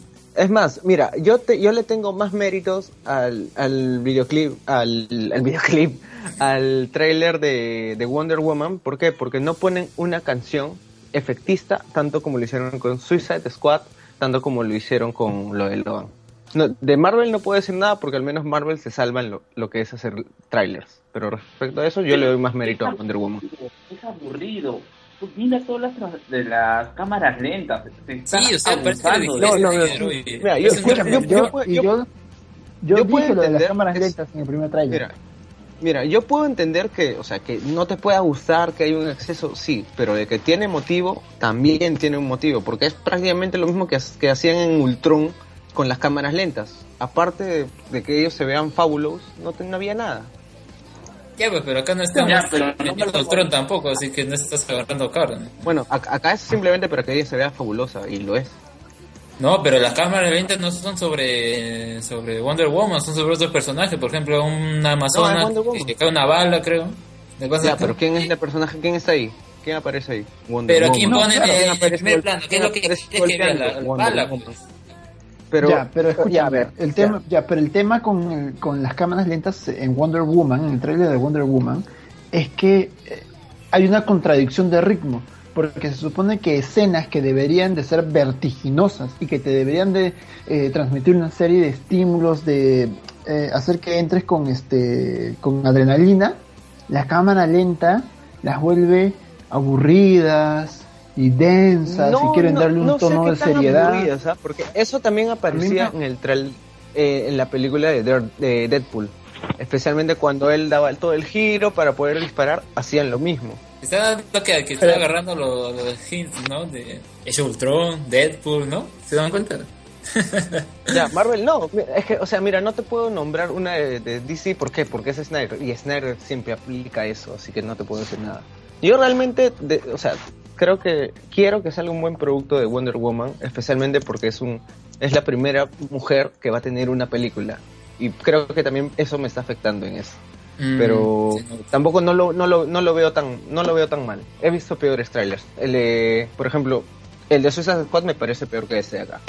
es más, mira, yo te, yo le tengo más méritos al, al videoclip, al, al videoclip, al tráiler de, de Wonder Woman. ¿Por qué? Porque no ponen una canción efectista tanto como lo hicieron con Suicide Squad, tanto como lo hicieron con lo de Logan. No, de Marvel no puedo decir nada porque al menos Marvel se salva en lo, lo que es hacer trailers. Pero respecto a eso, yo le doy más mérito a Wonder Woman. Es aburrido. Tú mira todas las de las cámaras lentas. Se están Sí, o sea, parece que abusando le No, de- no, no. dinero y- Mira, yo- es un Escúchame, yo- yo, yo- y yo- yo, yo, yo puedo dije lo de las entender cámaras es- lentas en el primer tráiler. Mira, mira, yo puedo entender que, o sea, que no te pueda gustar, que hay un exceso, sí, pero de que tiene motivo, también tiene un motivo, porque es prácticamente lo mismo que, ha- que hacían en Ultron con las cámaras lentas. Aparte de, de que ellos se vean fabulosos, no, te- no había nada. Ya, pues, pero acá no estamos Ya, pero- en el Ultron tampoco, así que no estás agarrando carne. Bueno, ac- acá es simplemente para que ella se vea fabulosa, y lo es. No, pero las cámaras lentas no son sobre sobre Wonder Woman, son sobre otros personajes. Por ejemplo, una amazona No, es Wonder Woman. que cae una bala, creo. ¿Le pasa Ya, acá? pero ¿quién es el personaje? ¿Quién está ahí? ¿Quién aparece ahí? Wonder Pero aquí Woman. ponen Claro, ¿quién en el aparece primer gol- plano, ¿qué quién es lo que aparece es que vea la, golpeando? la Wonder bala? Woman. Pues. Pero, ya, pero escucha, ya, a ver, el ya. tema, ya, pero el tema con, el- con las cámaras lentas en Wonder Woman, en el tráiler de Wonder Woman, es que eh, hay una contradicción de ritmo, porque se supone que escenas que deberían de ser vertiginosas y que te deberían de eh, transmitir una serie de estímulos, de eh, hacer que entres con este con adrenalina, la cámara lenta las vuelve aburridas y densas y quieren darle un no sé tono qué de tan seriedad. aburridas, ¿ah? Porque eso también aparecía A mí no- en el tral, eh, en la película de, Dare- de Deadpool, especialmente cuando él daba todo el giro para poder disparar, hacían lo mismo. Está dando que, que estoy agarrando los lo hints, ¿no? De Age of Ultron, Deadpool, ¿no? ¿Se dan cuenta? Ya, Marvel no, es que, o sea, mira, no te puedo nombrar una de, de D C, ¿por qué? Porque es Snyder, y Snyder siempre aplica eso, así que no te puedo decir nada. Yo realmente, de- o sea, creo que quiero que salga un buen producto de Wonder Woman, especialmente porque es un es la primera mujer que va a tener una película, y creo que también eso me está afectando en eso. Mm, Pero sí, no. tampoco no lo, no lo, no lo veo tan, no lo veo tan mal. He visto peores trailers. El de, por ejemplo, el de Suicide Squad me parece peor que este de acá.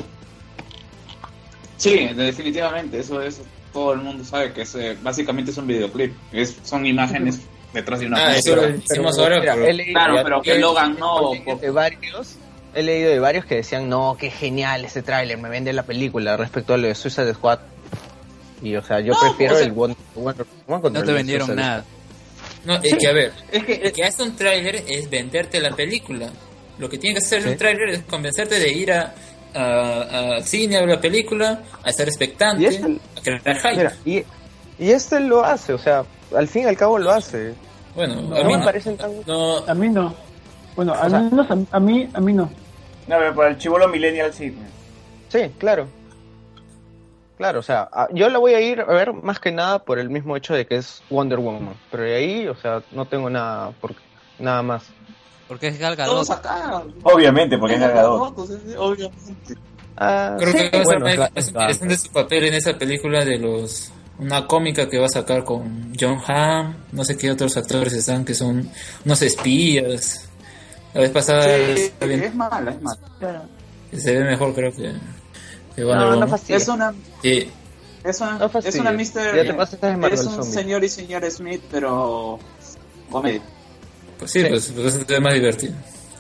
Sí, definitivamente, eso es, todo el mundo sabe que es, eh, básicamente es un videoclip, es, son imágenes detrás de una Ah, eso película. lo hicimos ahora, mira, pero- he leído- Claro, ya- pero que he- Logan no, he leído de varios, he leído de varios que decían, no, qué genial ese tráiler, me vende la película respecto a lo de Suicide Squad. Y o sea, yo No, prefiero o sea, el Wonder Woman contra No el te de vendieron Suicide nada. No, es que a ver, es que el que hace un tráiler es venderte la película. Lo que tiene que hacer Sí. un tráiler es convencerte de ir a, a, al cine a ver la película, a estar expectante, Y este- a crear hype. Squad. Mira, y, y este lo hace, o sea, al fin y al cabo lo hace. Bueno, No, a mí me no. parecen tan... No, A mí no. Bueno, al O sea- menos a, a mí, a mí no. No, pero para el chivolo millennial sí. Sí, claro. Claro, o sea, a- yo la voy a ir a ver más que nada por el mismo hecho de que es Wonder Woman. Pero de ahí, o sea, no tengo nada, por, nada más. Porque es Gal Gadot. todos acá. Obviamente, porque es Gal pues, obviamente. Ah, creo sí, que va a ser bueno, más claro, más claro. interesante su papel en esa película de los... Una cómica que va a sacar con John Hamm, no sé qué otros actores están, que son unos espías. La vez pasada Sí, está bien, es mala, es mala. se ve mejor creo que, que Wonder No, no Woman. fastidies. Es una, Sí. es una, No es fastidies. una mister Ya te pasas de Marvel es un Zombie. señor y señor Smith, pero comedia. Pues sí, pues, pues es más divertido.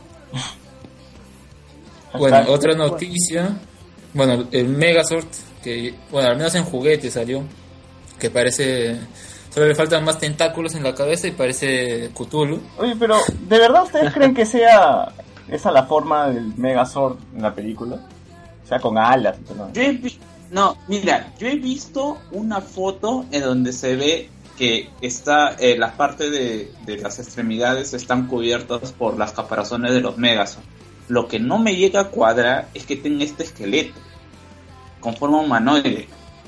Bueno, otra noticia. Bueno, el Megazord, que, bueno, al menos en juguete salió, que parece. Solo le faltan más tentáculos en la cabeza y parece Cthulhu. Oye, pero ¿de verdad ustedes creen que sea esa la forma del Megazord en la película? O sea, con alas y todo. Yo he vi- no, mira, yo he visto una foto en donde se ve que está eh, la parte de, de las extremidades están cubiertas por las caparazones de los Megazord. Lo que no me llega a cuadrar es que tenga este esqueleto con forma humanoide.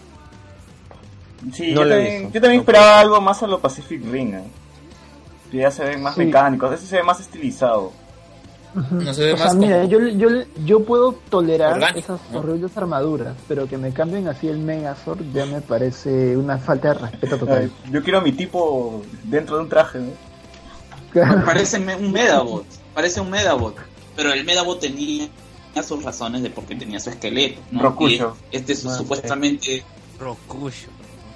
Sí, No yo, lo he también, visto. yo también No esperaba algo más a lo Pacific Ring, ¿eh? Que ya se ven más Sí. mecánicos, ese se ve más estilizado. No se ve O sea, más mira, como- yo, yo, yo puedo tolerar Orgánico, esas ¿no? horribles armaduras, pero que me cambien así el Megazord ya me parece una falta de respeto Ay, total. yo quiero a mi tipo dentro de un traje, ¿no? Parece me- un Medabot, parece un Medabot, pero el Medabot tenía sus razones de por qué tenía su esqueleto, ¿no? Rocuyo. Y este es Ah, supuestamente Rokusho.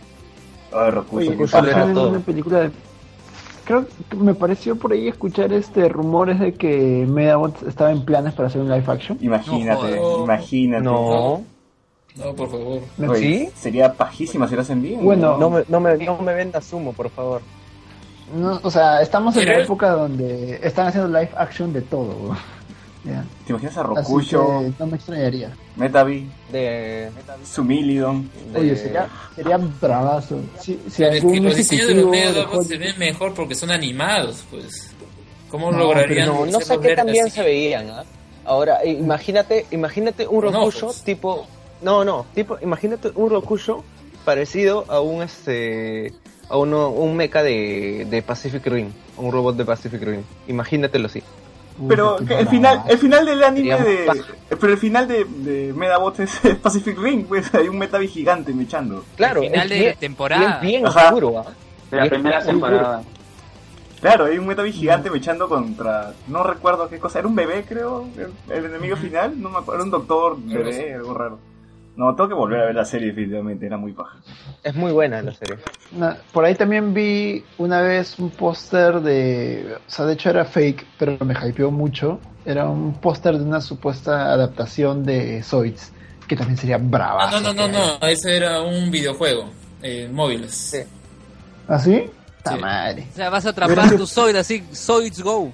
Ay, Rokuyo, Oye, qué Rokuyo paja. era en todo. una película de... Creo que me pareció por ahí escuchar este rumores de que Medabot estaba en planes para hacer un live action. Imagínate, No jodas. imagínate. No, No, por favor. Oye, ¿sí? Sería pajísima si lo hacen bien. Bueno, No me, no me, no me vendas humo, por favor. No, o sea, estamos en la ¿Quieres? época donde están haciendo live action de todo. Ya. ¿Te imaginas a Así Rokuyo, que no me extrañaría. Metavi, De, Sumilidon? de- Oye, sería, sería bravazo. Si, si Pero es que algún los diseños de los ejecutivo de Megabots se Hollywood- ven mejor porque son animados, pues. ¿Cómo No, lograrían No, no sé hacerlos qué ver tan bien así? se veían, ¿ah? Ahora, eh, imagínate, imagínate un Con Rokusho ojos. tipo... No, no, tipo, imagínate un Rokusho parecido a un, este... a uno, un mecha de, de Pacific Rim, un robot de Pacific Rim. Imagínatelo así. Uy, Pero qué que el bravazo. final, el final del anime Sería de. paja. Pero el final de, de Medabot es es Pacific Ring, pues hay un Metavi gigante mechando. Claro, Al final es de bien, temporada. bien, bien Ajá. oscuro, ¿ah? de la Bien primera oscuro. temporada. Claro, hay un Metavi gigante mechando contra. No recuerdo qué cosa, era un bebé, creo. El, el enemigo final, no me acuerdo, era un doctor bebé, algo raro. No, tengo que volver a ver la serie, definitivamente, era muy paja. Es muy buena la serie. Na- por ahí también vi una vez un póster de... O sea, de hecho era fake, pero me hypeó mucho. Era un póster de una supuesta adaptación de Zoids, que también sería Ah, bravazo. no, no, no, no, ese era un videojuego, eh, móviles. Sí. ¿Ah, sí? ¡Ta Sí. madre! O sea, vas a atrapar tu Zoid así, Zoids Go.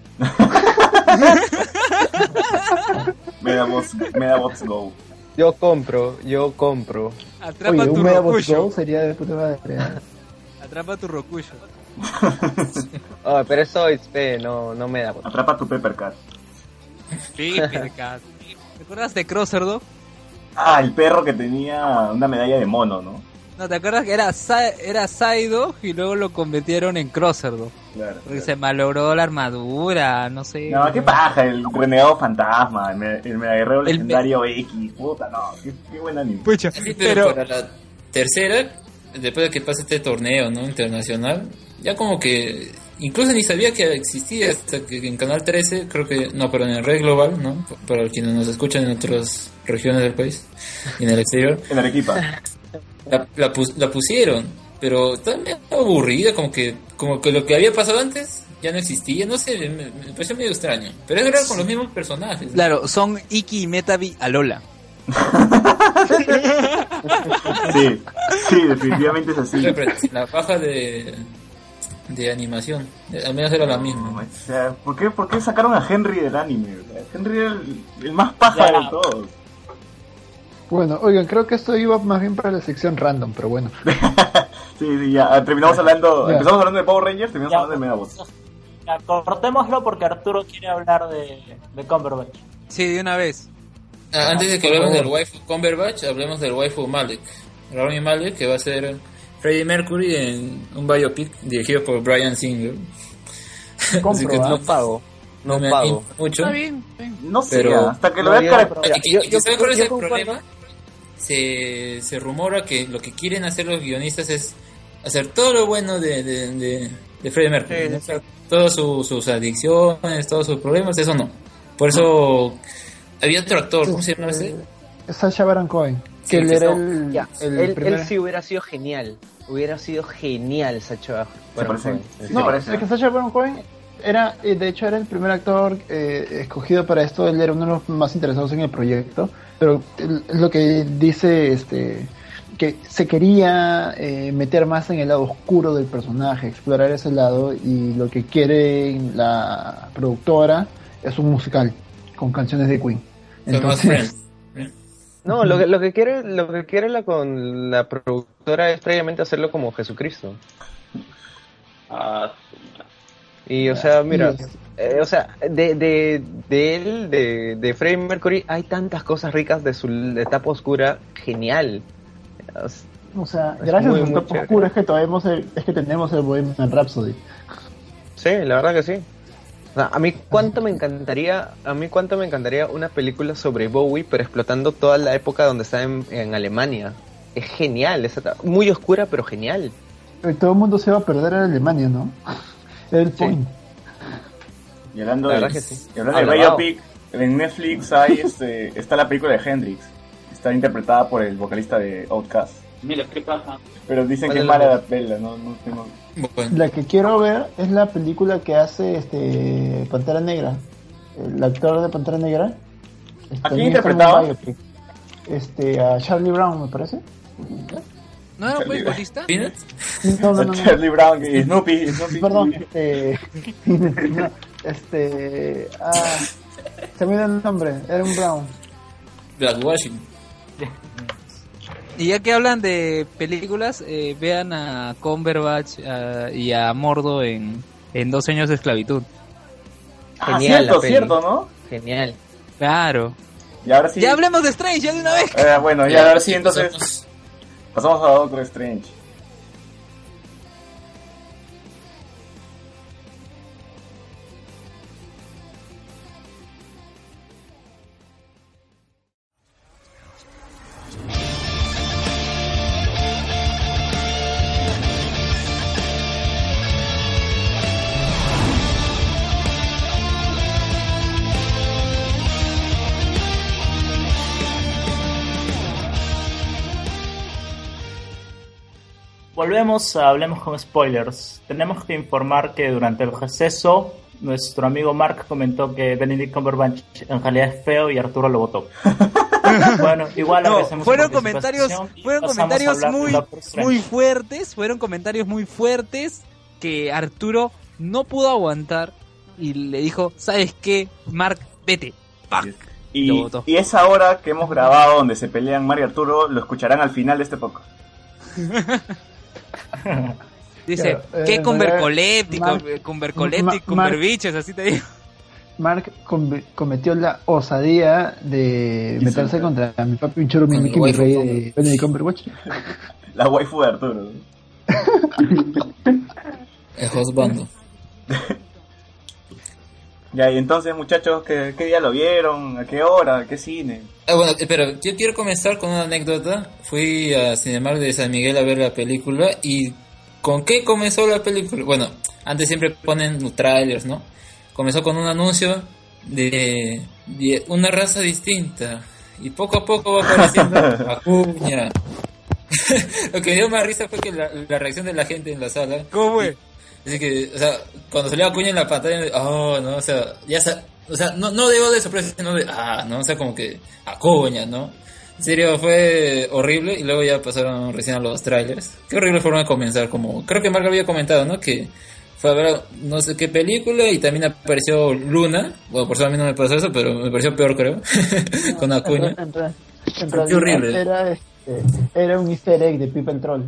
Medabots, Medabots Go. Yo compro, yo compro. Atrapa Oye, tu un Medabot Rokusho. Go sería de puta madre. Atrapa tu Rokusho. Oh, pero eso es P, no, no me da. Atrapa tu Pepper Cat. Sí, perca. ¿Te acuerdas de Crosserdo? Ah, el perro que tenía una medalla de mono, ¿no? No, ¿te acuerdas que era, Sa- era Saido y luego lo convirtieron en Crosserdo? Claro. Porque claro. se malogró la armadura, no sé. No, qué paja, el renegado fantasma, el, me- el mega guerrero El me- legendario X, puta, no, qué, qué buen anime. Pucha, Sí, pero, para la tercera, después de que pase este torneo, ¿no? Internacional, ya como que incluso ni sabía que existía hasta que en Canal trece, creo que, no, pero en el Red Global, ¿no? Para quienes nos escuchan en otras regiones del país y en el exterior, En Arequipa. la, la, pus- la pusieron, pero también aburrida, como que, como que lo que había pasado antes ya no existía, no sé, me, me pareció medio extraño. Pero es verdad con los mismos personajes. ¿no? Claro, son Iki y Metavi a Lola. Sí, sí, definitivamente es así. Pero la baja de, de animación, al menos era la No, misma. o sea, ¿por qué, ¿por qué sacaron a Henry del anime? O sea, Henry era el, el más paja Ya. de todos. Bueno, oigan, creo que esto iba más bien para la sección random, pero bueno. Sí, sí, ya, ah, terminamos hablando, Ya. empezamos hablando de Power Rangers, terminamos Ya. hablando de Medabots. Ya, cortémoslo porque Arturo quiere hablar de, de Cumberbatch. Sí, de una vez. Ah, antes de que hablemos del waifu Cumberbatch, hablemos del waifu Malek. Rami Malek, que va a ser Freddie Mercury en un biopic dirigido por Bryan Singer. Así Compro, que ¿ah? No pago, no me pago. animo mucho. Está bien. está bien. No sé, Pero- hasta que lo No, vea yo- cara- Mira, ¿Y, yo- y yo- sabes cuál es yo el concuerdo. problema? Se, se rumora que lo que quieren hacer los guionistas es hacer todo lo bueno de, de, de, de Freddie Mercury. Sí, ¿no? sí. O sea, todas su- sus adicciones, todos sus problemas, eso no. Por eso había otro actor, ¿cómo se llama ese? Sacha Baron Cohen, Sí, que él que era está- el, Ya, el él, primer... él sí hubiera sido genial. Hubiera sido genial, Sacha. Se parece. Sí, No, se parece. es que Sacha Baron Cohen era, eh, de hecho, era el primer actor eh, escogido para esto. Él era uno de los más interesados en el proyecto. Pero él- es lo que dice, este, que se quería eh, meter más en el lado oscuro del personaje, explorar ese lado. Y lo que quiere la productora es un musical con canciones de Queen. Son más Friends. No, lo que, lo que quiere, lo que quiere la con la productora es previamente hacerlo como Jesucristo. Ah, y o sea, mira, eh, o sea, de, de, de él, de, de Freddie Mercury, hay tantas cosas ricas de su etapa oscura, genial. O sea, Es gracias muy, a muy su etapa chévere. oscura es que todavía hemos- es que tenemos el Bohemian Rhapsody. Sí, la verdad que sí. O sea, a mí cuánto me encantaría, a mí cuánto me encantaría una película sobre Bowie, pero explotando toda la época donde está en, en Alemania. Es genial, esa etapa- muy oscura, pero genial. Eh, Todo el mundo se va a perder a Alemania, ¿no? El point. Y hablando La de, verdad que sí. y hablando de Alabado. biopic, en Netflix hay este, está la película de Hendrix. Está interpretada por el vocalista de Outkast. Mira, ¿qué pasa? Pero dicen que es ¿Cuál de mala los la pela, no, no tengo... Bueno, La que quiero ver es la película que hace este Pantera Negra. El actor de Pantera Negra. Este, ¿A quién también está en un interpretaba? biopic. Este, a Charlie Brown, me parece. ¿No era un Charlie- beisbolista? ¿Peanuts? No, no, no, no. Charlie Brown y Snoopy, Snoopy. Perdón, este. no, este. Ah, se me dio el nombre, era un Brown. Blackwashing. Y ya que hablan de películas, eh, vean a Cumberbatch ah, y a Mordo en, en Dos años de esclavitud. Ah, Genial cierto, la peli. cierto, ¿no? Genial. Claro. Y ahora sí... Ya hablemos de Strange, ya de una vez. Eh, bueno, ya ahora sí, entonces pasamos. pasamos a Doctor Strange. Volvemos a Hablemos con Spoilers. Tenemos que informar que durante el receso, nuestro amigo Mark comentó que Benedict Cumberbatch en realidad es feo y Arturo lo votó. Bueno, igual No, agradecemos su fueron participación comentarios, y fueron pasamos a comentarios hablar de muy, Doctor Strange. muy fuertes, fueron comentarios muy fuertes que Arturo no pudo aguantar y le dijo, ¿sabes qué? Mark, vete. ¡Pac! Lo Y, votó. y esa hora que hemos grabado donde se pelean Mario y Arturo, lo escucharán al final de este podcast. Dice, Claro, ¿qué eh, convercoléptico? Mark- Convercoléptico, Ma- Mark- converbichos, así te digo. Mark com- cometió la osadía de Y meterse sí. contra mi papi un choro, mi Con Mickey, el mi waifu rey con- de Benedict Cumberbatch. La waifu de Arturo. El hostbando. Ya, y entonces, muchachos, ¿qué, qué día lo vieron? ¿A qué hora? ¿A qué cine? Ah, bueno, eh, pero yo quiero comenzar con una anécdota. Fui a Cinemark de San Miguel a ver la película y ¿con qué comenzó la película? Bueno, antes siempre ponen los trailers, ¿no? Comenzó con un anuncio de, de una raza distinta y poco a poco va apareciendo Acuña. Lo que me dio más risa fue que la, la reacción de la gente en la sala. ¿Cómo fue? Así que, o sea, cuando salió Acuña en la pantalla, oh, no, o sea, ya sa- o sea, no, no digo de sorpresa, sino de, ah, no, o sea, como que Acuña, ¿no? En serio, fue horrible y luego ya pasaron recién a los trailers. Qué horrible forma de comenzar, como, creo que Marco había comentado, ¿no? Que fue a ver no sé qué película y también apareció Luna. Bueno, por eso a mí no me pasó eso, pero me pareció peor, creo, con Acuña. En, ra- en Qué realidad horrible. Era, este, era un easter egg de People Troll.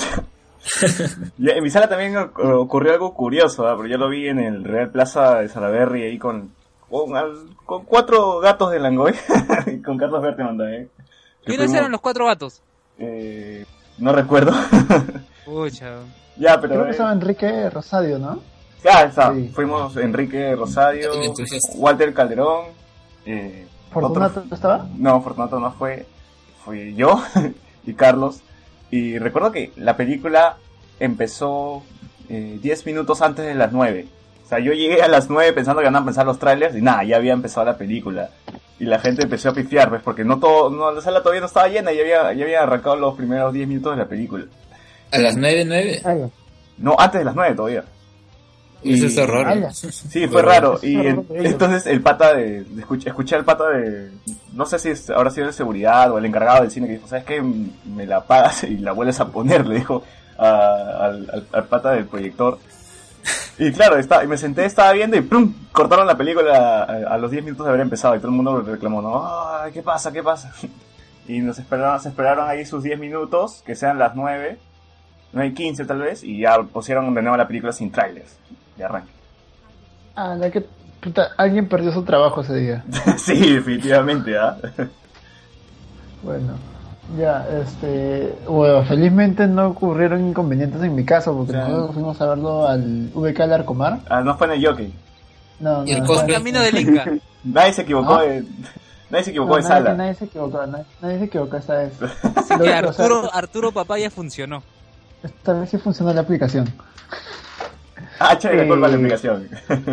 Y en mi sala también oc- ocurrió algo curioso, ¿ah? Pero yo lo vi en el Real Plaza de Salaberry ahí con, con, al- con cuatro gatos de Langoy y con Carlos Berteman también. Que ¿Quiénes fuimos- eran los cuatro gatos? eh, no recuerdo. Pucha. Ya, pero... Creo que eh, estaba Enrique Rosadio, ¿no? ya, está. Sí. Fuimos Enrique Rosadio, El entusiasta. Walter Calderón, eh, ¿Fortunato otro- estaba? No, Fortunato no fue. Fui yo y Carlos. Y recuerdo que la película empezó eh, diez minutos antes de las nueve. O sea, yo llegué a las nueve pensando que iban a empezar los trailers y nada, ya había empezado la película. Y la gente empezó a pifiar, pues, porque no todo, no, la sala todavía no estaba llena y ya había, ya había arrancado los primeros diez minutos de la película. A las nueve, nueve. Ala. No, antes de las nueve todavía. Eso está raro. Ala. Sí, fue raro. Y Eso en- raro de ellos. entonces el pata de, de escuché, escuché al pata de, no sé si es, habrá sido de seguridad o el encargado del cine que dijo, ¿sabes qué? Me la pagas y la vuelves a poner, le dijo a- al, al, al pata del proyector. Y claro, está, y me senté, estaba viendo y ¡prum! Cortaron la película a, a los diez minutos de haber empezado y todo el mundo reclamó, ¿no? Ay, ¿qué pasa? ¿Qué pasa? Y nos esperaron, se esperaron ahí sus diez minutos, que sean las nueve. nueve y quince tal vez, y ya pusieron de nuevo la película sin trailers, de arranque. Ah, la que... Puta, alguien perdió su trabajo ese día. Sí, definitivamente, ¿ah? ¿eh? Bueno, ya, este... Bueno, felizmente no ocurrieron inconvenientes en mi caso, porque Sí. nosotros fuimos a verlo al V K Larcomar. Ah, no fue en el jockey. No, Y el no, cosplay. Camino del Inca. Nadie se equivocó ¿Ah? de... Nadie se equivocó no, de nadie, sala. nadie se equivocó, nadie, nadie se equivocó esta vez. Así Lo- que o sea, Arturo, Arturo Papaya funcionó. esta vez sí funcionó la aplicación. Ah, chévere, Eh, culpa de la aplicación.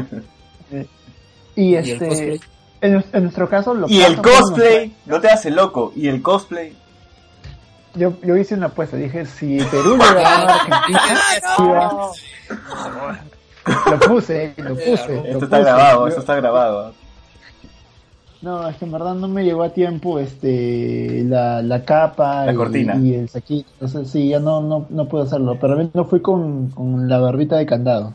Y ¿Y el este... cosplay? En, en nuestro caso... Lo Y el pasan por cosplay, no te haces loco. Y el cosplay. Yo, yo hice una apuesta, dije, si Perú le ganaba a Argentina, iba- lo puse, lo puse. Esto lo está puse. grabado, Yo- esto está grabado. No, es que en verdad no me llegó a tiempo este la, la capa La y, cortina. y el saquito. Entonces sí, ya no, no, no pude hacerlo. Pero al menos fui con, con la barbita de candado.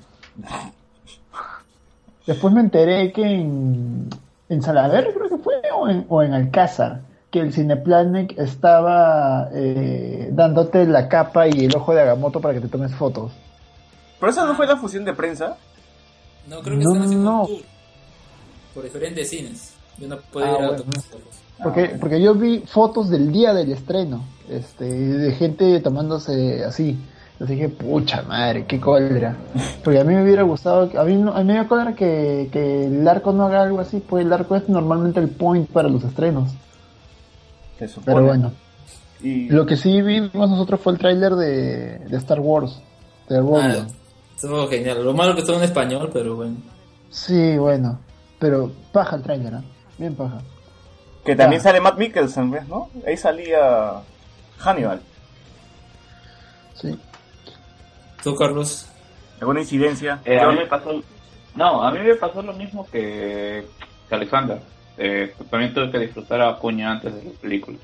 Después me enteré que en, en Salaverry creo que fue, o en, o en Alcázar, que el Cineplanet estaba eh, dándote la capa y el ojo de Agamotto para que te tomes fotos. Pero esa no fue la fusión de prensa. No, creo que No, están haciendo no. un tour por diferentes cines. Yo no puedo Ah, ir a bueno. tomar fotos. Porque, Ah, porque yo vi fotos del día del estreno, este, de gente tomándose así. Entonces dije, pucha madre, qué cólera. Porque a mí me hubiera gustado, a mí, no- a mí me da cólera que, que el arco no haga algo así, pues el arco es normalmente el point para los estrenos. se supone. Pero bueno, Y... lo que sí vimos nosotros fue el tráiler de, de Star Wars, de Rogue Ah, One. estuvo genial. Lo malo que todo en español, pero bueno. Sí, bueno, pero paja el tráiler, ¿eh? Bien paja. Que también Ya. sale Matt Mikkelsen, ¿ves, no? Ahí salía Hannibal. Sí. ¿Tú, Carlos? ¿Alguna incidencia? Eh, a Yo- mí me pasó, no, a mí me pasó lo mismo que, que Alexander. Eh, también tuve que disfrutar a Acuña antes de la película.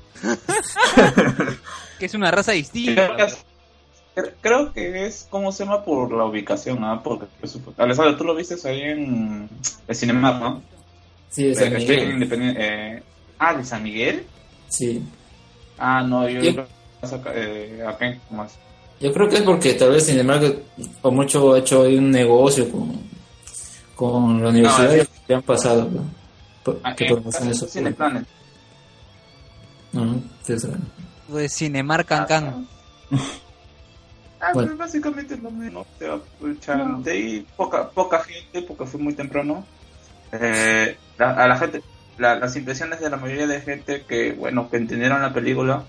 Que es una raza distinta. Creo que es, creo que es como se llama por la ubicación, ¿ah? Porque Alexander, tú lo viste ahí en el Cinemark, ¿no? Sí, de San Eh, estoy en Miguel. Independien- eh, ah, de San Miguel. Sí. Ah, no, yo Yo- eh, acá en más. Yo creo que es porque tal vez Cinemark o mucho ha hecho ahí un negocio con, con la universidad No, y es- le han pasado. ¿no? Por- Ah, que eh, promocione eso. Cineplanet. No, sí, sí. De Cinemar Cancan. Ah, Bueno. pues básicamente no me no te va a escuchar. De ahí poca, poca gente, porque fue muy temprano. Eh, la- a la gente, la- las impresiones de la mayoría de gente que, bueno, que entendieron la película.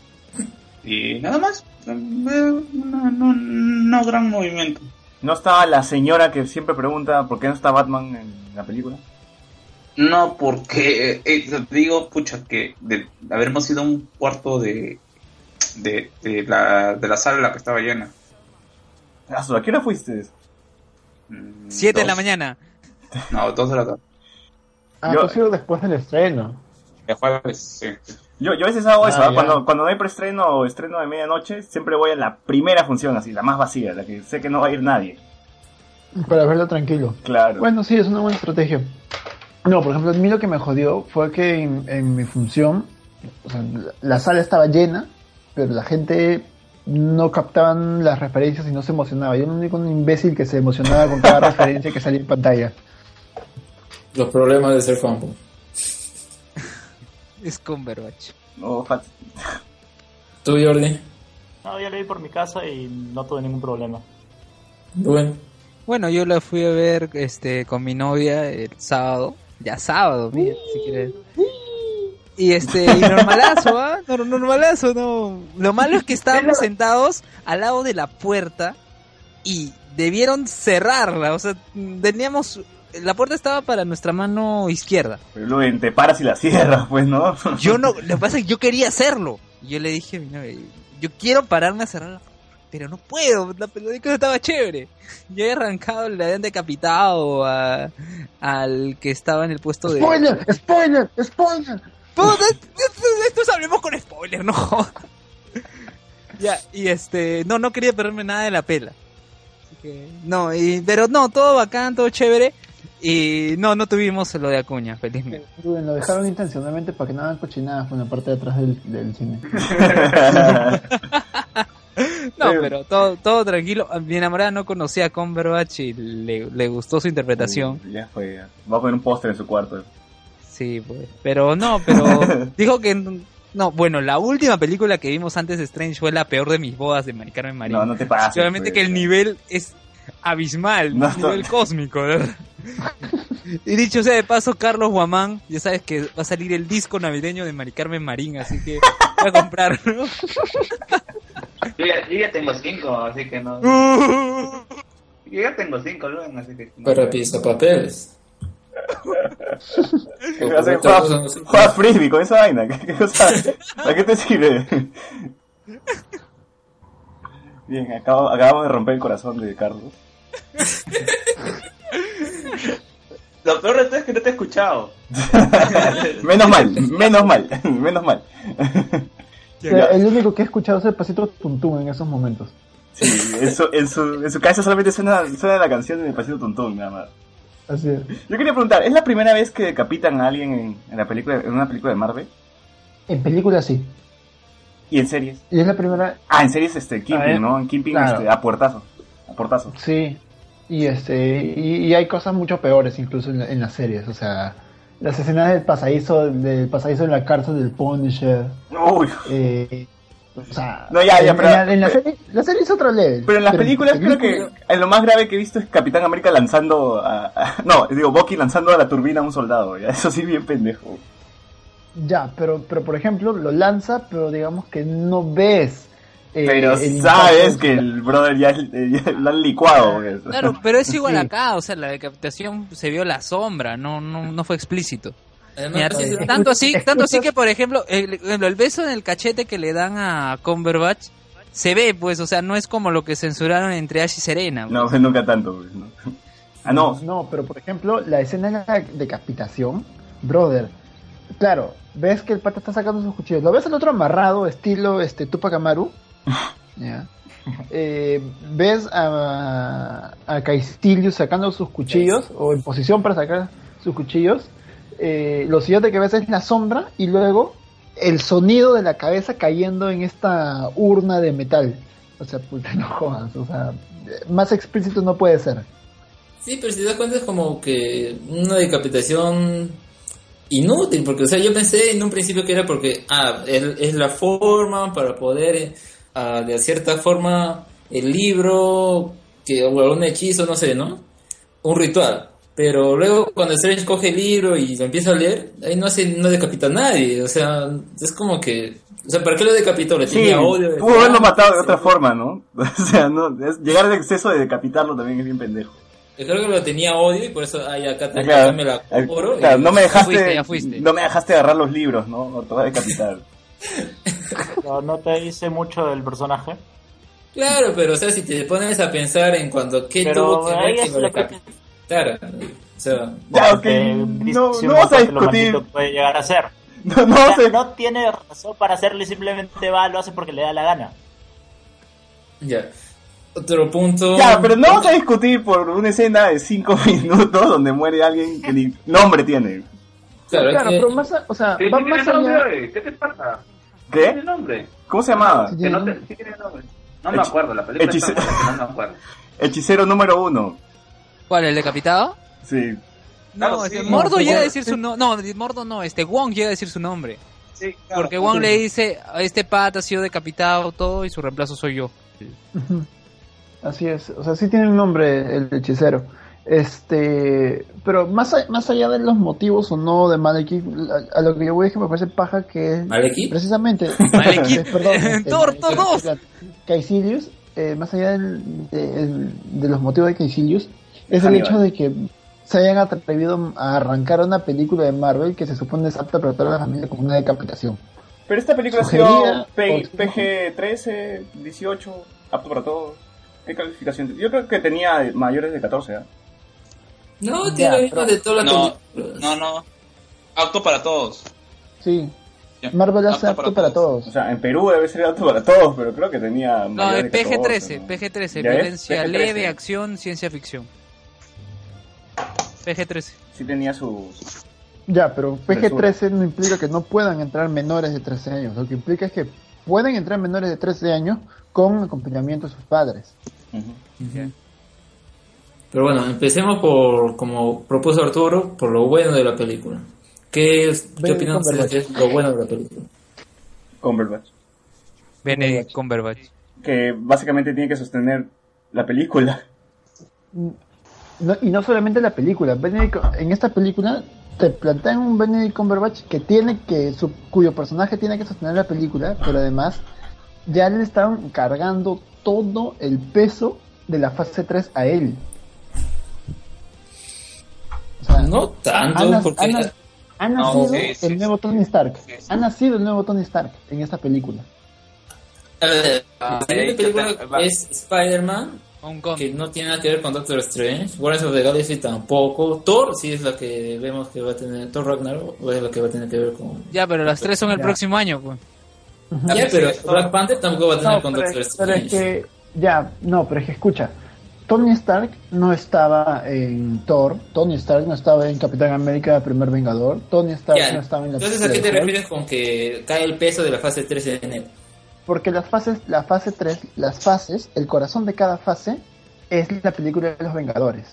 Y nada más. Eh, No, no, no gran movimiento. ¿No estaba la señora que siempre pregunta por qué no está Batman en la película? No, porque eh, eh, digo, pucha, que de habernos ido a un cuarto de, de, de, la, de la sala en la que estaba llena. ¿A qué hora fuiste? Mm, Siete de la dos- mañana. No, dos de la tarde. Ah, Yo- pues sido después del estreno. El jueves, sí. Yo, yo a veces hago Ah, eso, ¿ah? ya. cuando, cuando no hay preestreno o estreno de medianoche, siempre voy a la primera función, así, la más vacía, la que sé que no va a ir nadie. Para verlo tranquilo. Claro. Bueno, sí, es una buena estrategia. No, por ejemplo, a mí lo que me jodió fue que en, en mi función, o sea, la, la sala estaba llena, pero la gente no captaban las referencias y no se emocionaba. Yo era el único imbécil que se emocionaba con cada referencia que salía en pantalla. Los problemas de ser fanboy. Es Cumberbatch. No, fat- ¿Tú, Jordi? No, yo la vi por mi casa y no tuve ningún problema. Bueno, Bueno, yo la fui a ver este con mi novia el sábado. Ya sábado, mira, si quieres. Y este, y normalazo, ¿ah? Nor- Normalazo, no. Lo malo es que estábamos sentados al lado de la puerta y debieron cerrarla. O sea, teníamos. La puerta estaba para nuestra mano izquierda. Pero luego te paras y la cierras, pues, ¿no? Yo no, lo que pasa es que yo quería hacerlo. Y yo le dije a mi novia, yo quiero pararme a cerrar la puerta, pero no puedo, la película estaba chévere. Yo he arrancado, le habían decapitado a, al que estaba en el puesto de... ¡Spoiler! ¡Spoiler! ¡Spoiler! Puta, estos hablemos con spoiler, no jodas. Ya, y este, no, no quería perderme nada de la pela. Así que, no, y, pero no, todo bacán, todo chévere. Y no, no tuvimos lo de Acuña, felizmente. Rubén, lo dejaron intencionalmente para que no hagan cochinadas con la parte de atrás del, del cine. No, Eh, pero todo, todo tranquilo. Mi enamorada no conocía a Cumberbatch y le, le gustó su interpretación. Uh, ya fue, ya. Va a poner un póster en su cuarto. Sí, pues. Pero no, pero dijo que... No, bueno, la última película que vimos antes de Strange fue la peor de mis bodas de Mari Carmen Marín. No, no te pases. Obviamente pues. que el nivel es abismal, No, un nivel no. cósmico, ¿verdad? Y dicho sea de paso, Carlos Guamán, ya sabes que va a salir el disco navideño de Mari Carmen Marín, así que voy a comprarlo. Yo ya, yo ya tengo cinco, así que no. Yo ya tengo cinco, Luen, así que. Para pisapapeles. Hace- Juega juega frisbee con esa vaina. ¿Qué, qué cosa? ¿Para qué te sirve? Bien, acabo, acabamos de romper el corazón de Carlos. Lo peor de todo es que no te he escuchado. Menos mal, menos mal, menos mal. O sea, el único que he escuchado es el pasito tuntún en esos momentos. Sí, en su, en su, en su cabeza solamente suena, suena la canción de Pasito Tuntún, nada más. Así es. Yo quería preguntar, ¿es la primera vez que decapitan a alguien en, en la película, en una película de Marvel? En películas sí. ¿Y en series? Y es la primera. Ah, en series este, Kimping, A ver, ¿no? En Kimping claro. este, a puertazo. A portazo. Sí. Y este y, y hay cosas mucho peores incluso en, la- en las series. O sea, las escenas del pasadizo, del pasadizo en la cárcel del Punisher. Uy. Eh, o sea, No, ya, ya, en, pero- en la, en la serie, la serie es otro level. Pero en las Pero películas creo película- que en lo más grave que he visto es Capitán América lanzando a, a- no, digo Bucky lanzando a la turbina a un soldado, ya, eso sí bien pendejo. Ya, pero, pero por ejemplo, lo lanza, pero digamos que no ves. eh, Pero el sabes impacto que de- el brother ya, ya lo han licuado. pues. Claro, pero es igual Sí. acá, o sea, la decapitación se vio la sombra, no, no, no fue explícito. Además, Mira, pues, Escucha- tanto así, tanto así escuchas- que por ejemplo, el, el beso en el cachete que le dan a Cumberbatch se ve, pues, o sea, no es como lo que censuraron entre Ash y Serena. No, pues nunca tanto. pues, ¿no? Ah, no. No, pero por ejemplo, la escena de la decapitación, brother, claro, ves que el pata está sacando sus cuchillos, lo ves al otro amarrado, estilo este Tupac Amaru, ¿ya? Eh, ves a, a Caecilius sacando sus cuchillos, o en posición para sacar sus cuchillos, eh, lo siguiente que ves es la sombra y luego el sonido de la cabeza cayendo en esta urna de metal. O sea, puta, no jodas, o sea, más explícito no puede ser. Sí, pero si te das cuenta es como que una decapitación inútil, porque o sea, yo pensé en un principio que era porque, ah, es, es la forma para poder, eh, ah, de cierta forma, el libro, que o algún hechizo, no sé, ¿no? Un ritual. Pero luego cuando Strange coge el libro y lo empieza a leer, ahí no hace, no decapita a nadie, o sea, es como que, o sea, ¿para qué lo decapitó? Le Sí, tenía odio. pudo haberlo matado de otra Sí. forma, ¿no? O sea, no, es- llegar al exceso de decapitarlo también es bien pendejo. Yo creo que lo tenía odio y por eso, ay, acá te Claro, me la eh, cobro. claro, y- no me dejaste, fuiste, ya fuiste. no me dejaste agarrar los libros, ¿no? No te vas a decapitar. No, no te dice mucho del personaje. Claro, pero o sea, si te pones a pensar en cuando qué Pero tuvo que ahí ver que es lo lo que- decapitara, o sea, Ya, ok, Porque no, dice no vamos a que lo discutir, maldito puede llegar a ser. no, no O vamos sea, a no tiene razón para hacerlo y simplemente va, lo hace porque le da la gana. ya. Otro punto. Ya, pero no vamos a discutir por una escena de cinco minutos donde muere alguien que ni nombre tiene. Claro, Claro, es que- pero más, a- o sea, Sí, va sí tiene más allá. nombre, ¿qué te pasa? ¿Qué? ¿Tiene nombre? ¿Cómo se llamaba? Sí, Que no te, sí tiene nombre. No me Hechi- acuerdo, la película hechice- está buena, pero no me acuerdo. Hechicero número uno. ¿Cuál, el decapitado? Sí. No, Claro, este, sí. Mordo No, llega a sí. decir su nombre. No, Mordo no, este Wong llega a decir su nombre. Sí, claro. Porque Wong le dice, a este pata ha sido decapitado todo y su reemplazo soy yo. Ujú. Así es, o sea, sí tiene un nombre el hechicero. Este, pero más, a- más allá de los motivos o no de Malekith, a, a lo que yo voy es que me parece paja que ¿Malekith? precisamente Malekith. eh, perdón, este, Torto dos. Caecilius, eh, más allá del- de, el- de los motivos de Caecilius, es el Hannibal. hecho de que se hayan atrevido a arrancar una película de Marvel que se supone es apta para toda la familia como una decapitación. Pero esta película ha Sugería- sido P- o- PG trece, dieciocho, apto para todos. ¿Qué calificación? Yo creo que tenía mayores de catorce, ¿eh? No, Ya, tiene lo mismo pero- de todas las No, películas. no, no. Apto para todos. Sí, Ya. Marvel hace Apto apto para todos. O sea, en Perú debe ser apto para todos, pero creo que tenía No, mayores es de P G trece, catorce, ¿no? P G trece, ¿Ya ves? violencia P G trece. leve, acción, ciencia ficción. P G trece. Sí tenía su... Ya, pero P G Censura. trece no implica que no puedan entrar menores de trece años. Lo que implica es que pueden entrar menores de trece años con acompañamiento de sus padres. Uh-huh. Pero bueno, empecemos por, como propuso Arturo, por lo bueno de la película. ¿Qué, qué opinan ustedes que es lo bueno de la película? Cumberbatch. Benedict Cumberbatch. Que básicamente tiene que sostener la película. No, y no solamente la película, Benedict, en esta película te plantean un Benedict Cumberbatch que tiene que, su, cuyo personaje tiene que sostener la película, pero además ya le estaban cargando todo el peso de la fase tres a él. O sea, no tanto, ha, porque... ha, ha nacido No, sí, sí, el nuevo Tony Stark. Sí, sí. Ha nacido el nuevo Tony Stark en esta película. A ver, Ah, la siguiente eh, película va. es Spider-Man, Un con... que no tiene nada que ver con Doctor Strange. Guardians of the Galaxy tampoco. Thor sí es la que vemos que va a tener. Thor Ragnarok es la que va a tener que ver con. Ya, pero las tres son el Ya. próximo año, pues. Ya, pero Black Panther tampoco va a tener No, con pero, Doctor es, pero Strange. es que, ya, no, pero es que escucha, Tony Stark no estaba en Thor, Tony Stark no estaba en Capitán América, Primer Vengador, Tony Stark Ya, no estaba en la entonces, ¿a qué te película de Hulk, refieres con que cae el peso de la fase tres en él? porque las fases, la fase tres, las fases, el corazón de cada fase es la película de los Vengadores.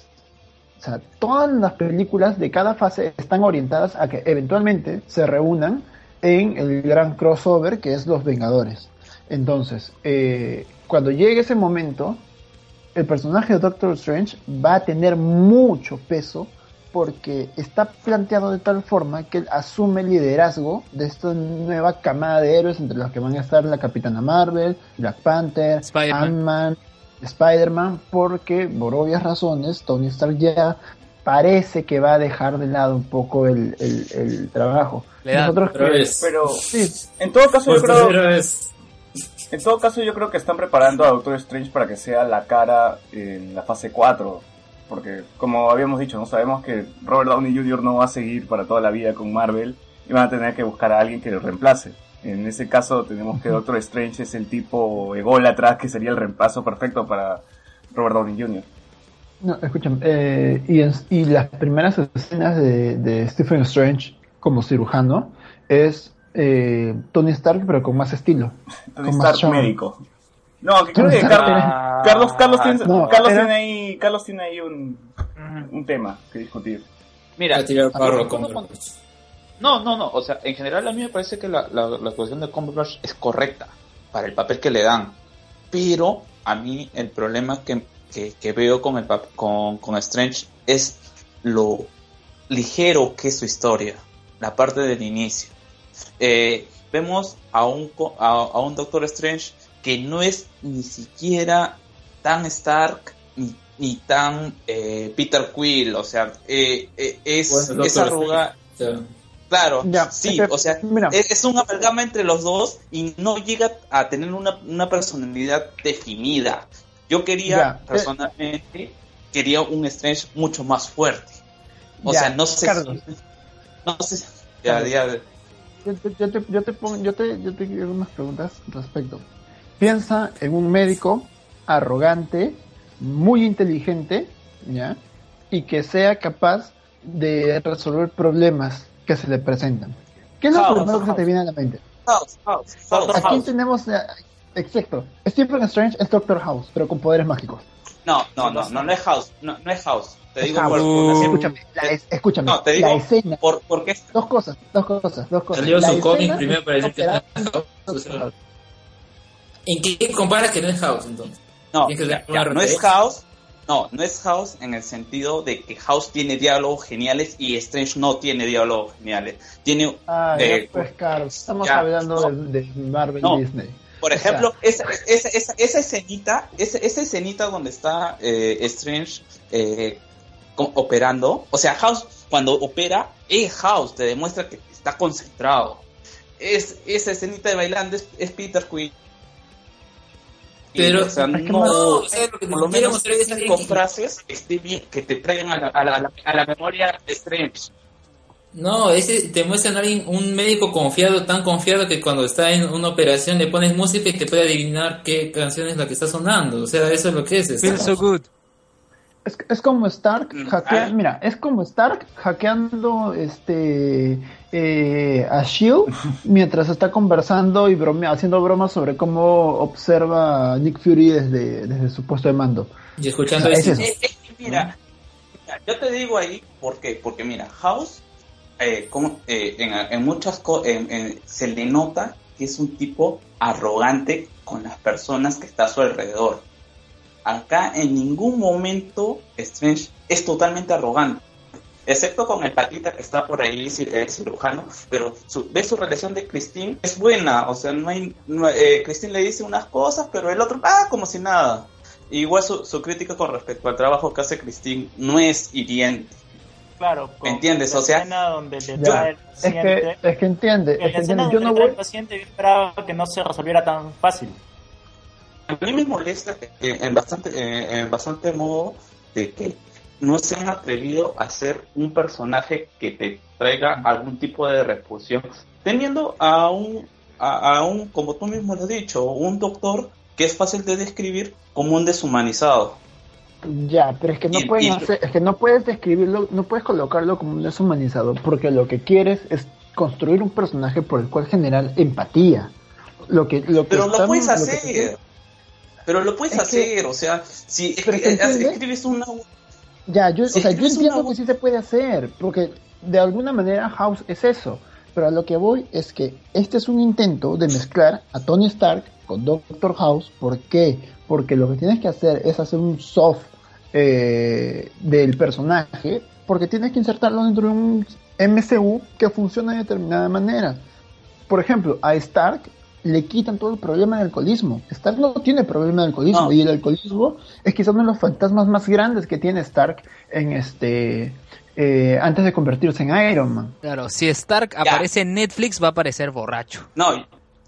O sea, todas las películas de cada fase están orientadas a que eventualmente se reúnan en el gran crossover que es Los Vengadores. Entonces, eh, cuando llegue ese momento, el personaje de Doctor Strange va a tener mucho peso porque está planteado de tal forma que él asume el liderazgo de esta nueva camada de héroes entre los que van a estar la Capitana Marvel, Black Panther, Spider-Man. Ant-Man, Spider-Man, porque por obvias razones Tony Stark ya parece que va a dejar de lado un poco el, el, el trabajo. Le da, Nosotros pero que- es- Pero sí, en todo caso yo Pues creo, tercero es- en todo caso yo creo que están preparando a Doctor Strange para que sea la cara en la fase cuatro. Porque como habíamos dicho, no sabemos que Robert Downey junior no va a seguir para toda la vida con Marvel y van a tener que buscar a alguien que lo reemplace. En ese caso tenemos que Doctor Strange es el tipo ególatra que sería el reemplazo perfecto para Robert Downey junior no, escúchame, eh, y, en- y las primeras escenas de, de Stephen Strange como cirujano es eh, Tony Stark pero con más estilo. Tony con más Stark charm. médico. No, que creo Tony que Stark Carlos, Ah, Carlos, Carlos, tiene, no, Carlos, era- tiene ahí, Carlos tiene ahí un, un tema que discutir. Mira, Va a tirar barro ¿cómo- con- cómo- no, no, no, o sea, en general a mí me parece que la, la, la actuación de Cumberbatch es correcta para el papel que le dan, pero a mí el problema que, que, que veo con, el pap- con, con Strange es lo ligero que es su historia, la parte del inicio. Eh, vemos a un, co- a, a un Doctor Strange que no es ni siquiera tan Stark ni, ni tan eh, Peter Quill, o sea, eh, eh, es Bueno, esa Doctor arruga, Strange, o sea, claro, Ya, sí, es que, o sea, mira. es, es un amalgama entre los dos y no llega a tener una, una personalidad definida. Yo quería, Ya, eh. personalmente, quería un Strange mucho más fuerte. O Ya, sea, no sé Carlos. si, no sé, ya, Carlos. ya, Yo te, yo te, yo te pongo, yo te, yo te quiero unas preguntas al respecto. Piensa en un médico arrogante, muy inteligente, ¿ya? Y que sea capaz de resolver problemas que se le presentan. ¿Qué es lo House, primero que se House. te viene a la mente? House, House, House, Aquí House. tenemos, eh, exacto, Stephen Strange es Doctor House, pero con poderes mágicos. No, no, no, no, no es House, no, no es House. Te Es digo House. por, por la- Escúchame, la es- escúchame, No, te digo la escena, por, porque es- dos cosas, dos cosas, dos cosas. Salió La su cómic escena primero para decir que operada- no. ¿En qué comparas que no es House entonces? no, Tienes que ya, dar ya, una no es referencia. House, no, no es House en el sentido de que House tiene diálogos geniales y Strange no tiene diálogos geniales. Tiene, Ah, eh, ya pues, Carlos, estamos ya, hablando no. de, de Marvel No. Disney. por o sea, ejemplo, esa, esa, esa, esa escenita, esa, esa escenita donde está eh, Strange eh, co- operando, o sea, House cuando opera, es House, te demuestra que está concentrado. Es, esa escenita de bailando es, es Peter Quill. Y, Pero, o sea, es que no, más- no, o sea, lo que te por lo quiero menos mostrar es cinco alguien que- frases que esté bien, que te traigan a la, a la, a la, a la memoria de Strange. No, ese te muestran a alguien, un médico confiado, tan confiado que cuando está en una operación le pones música y te puede adivinar qué canción es la que está sonando. O sea, eso es lo que es. Feels so good. Es, es como Stark Mm, hackea, ah. mira, es como Stark hackeando este eh, a Shield mientras está conversando y bromea, haciendo bromas sobre cómo observa a Nick Fury desde, desde su puesto de mando. Y escuchando O sea, es eso. eso. Eh, eh, mira, mira, yo te digo ahí, ¿por qué? Porque mira, House, eh, como, eh, en, en muchas cosas, se le nota que es un tipo arrogante con las personas que está a su alrededor. Acá en ningún momento Strange es totalmente arrogante, excepto con el patita que está por ahí, el cirujano, pero su, ve su relación de Christine es buena, o sea, no hay, no, eh, Christine le dice unas cosas, pero el otro, ah, como si nada. Igual su, su crítica con respecto al trabajo que hace Christine no es hiriente. Claro, con ¿Me entiendes? la O sea, escena donde le Ya, da el Es paciente, que, es que entiende, en es la que escena entiende. Yo donde no le da voy, el paciente yo esperaba que no se resolviera tan fácil. a mí me molesta que, eh, en bastante eh, en bastante modo de que no se han atrevido a hacer un personaje que te traiga algún tipo de repulsión, teniendo a un, a, a un, como tú mismo lo has dicho, un doctor que es fácil de describir como un deshumanizado. Ya, pero es que no Y- pueden y- hacer, es que no puedes describirlo, no puedes colocarlo como un deshumanizado, porque lo que quieres es construir un personaje por el cual generar empatía. Lo que, lo que Pero lo están- puedes lo que hacer. se- Pero lo puedes Es que- hacer, o sea, si es Pero que, que eh, entiende- escribes una... Ya, yo, Si o sea, yo escribes entiendo una- que sí se puede hacer, porque de alguna manera House es eso, pero a lo que voy es que este es un intento de mezclar a Tony Stark con Doctor House. ¿Por qué? Porque lo que tienes que hacer es hacer un soft eh, del personaje, porque tienes que insertarlo dentro de un M C U que funciona de determinada manera. Por ejemplo, a Stark le quitan todo el problema del alcoholismo. Stark no tiene problema de alcoholismo, No. y el alcoholismo es quizás uno de los fantasmas más grandes que tiene Stark en este eh, antes de convertirse en Iron Man. Claro, si Stark aparece en Netflix va a aparecer borracho. No,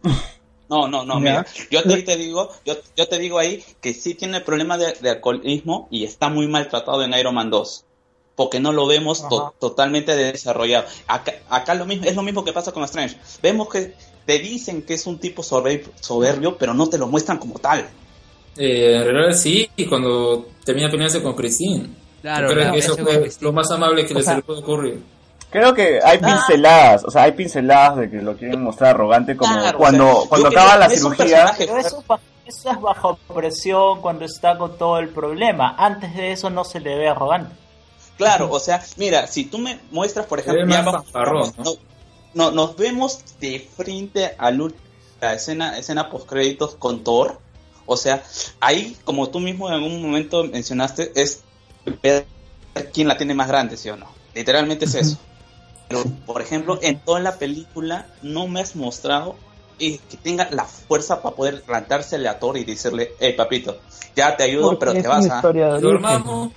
no, no, no, Ya. mira, yo te, te digo, yo, yo te digo ahí que sí tiene el problema de, de alcoholismo y está muy maltratado en Iron Man dos, porque no lo vemos to- Ajá. totalmente desarrollado. Acá, acá lo mismo, es lo mismo que pasa con Strange. Vemos que te dicen que es un tipo sober- soberbio, pero no te lo muestran como tal. Eh, en realidad sí, y cuando termina peleándose con Christine. Claro, Yo creo claro, que eso eso fue con Christine. lo más amable que O les sea, le puede ocurrir. Creo que hay pinceladas, o sea, hay pinceladas de que lo quieren mostrar arrogante, como Claro, cuando, o sea, cuando yo creo acaba que la no es un cirugía. personaje- Pero eso, es ba- eso es bajo presión cuando está con todo el problema. Antes de eso no se le ve arrogante. Claro, o sea, mira, si tú me muestras, por ejemplo, Se ve ya más vamos- fanfarrón, ¿no? no, no, nos vemos de frente a la escena, escena post créditos con Thor. O sea, ahí, como tú mismo en algún momento mencionaste, es ver quién la tiene más grande, ¿sí o no? Literalmente es eso. Pero, por ejemplo, en toda la película no me has mostrado eh, que tenga la fuerza para poder plantársele a Thor y decirle, hey, papito, ya te ayudo, Porque pero es te una vas a... historia de origen. Dormamos.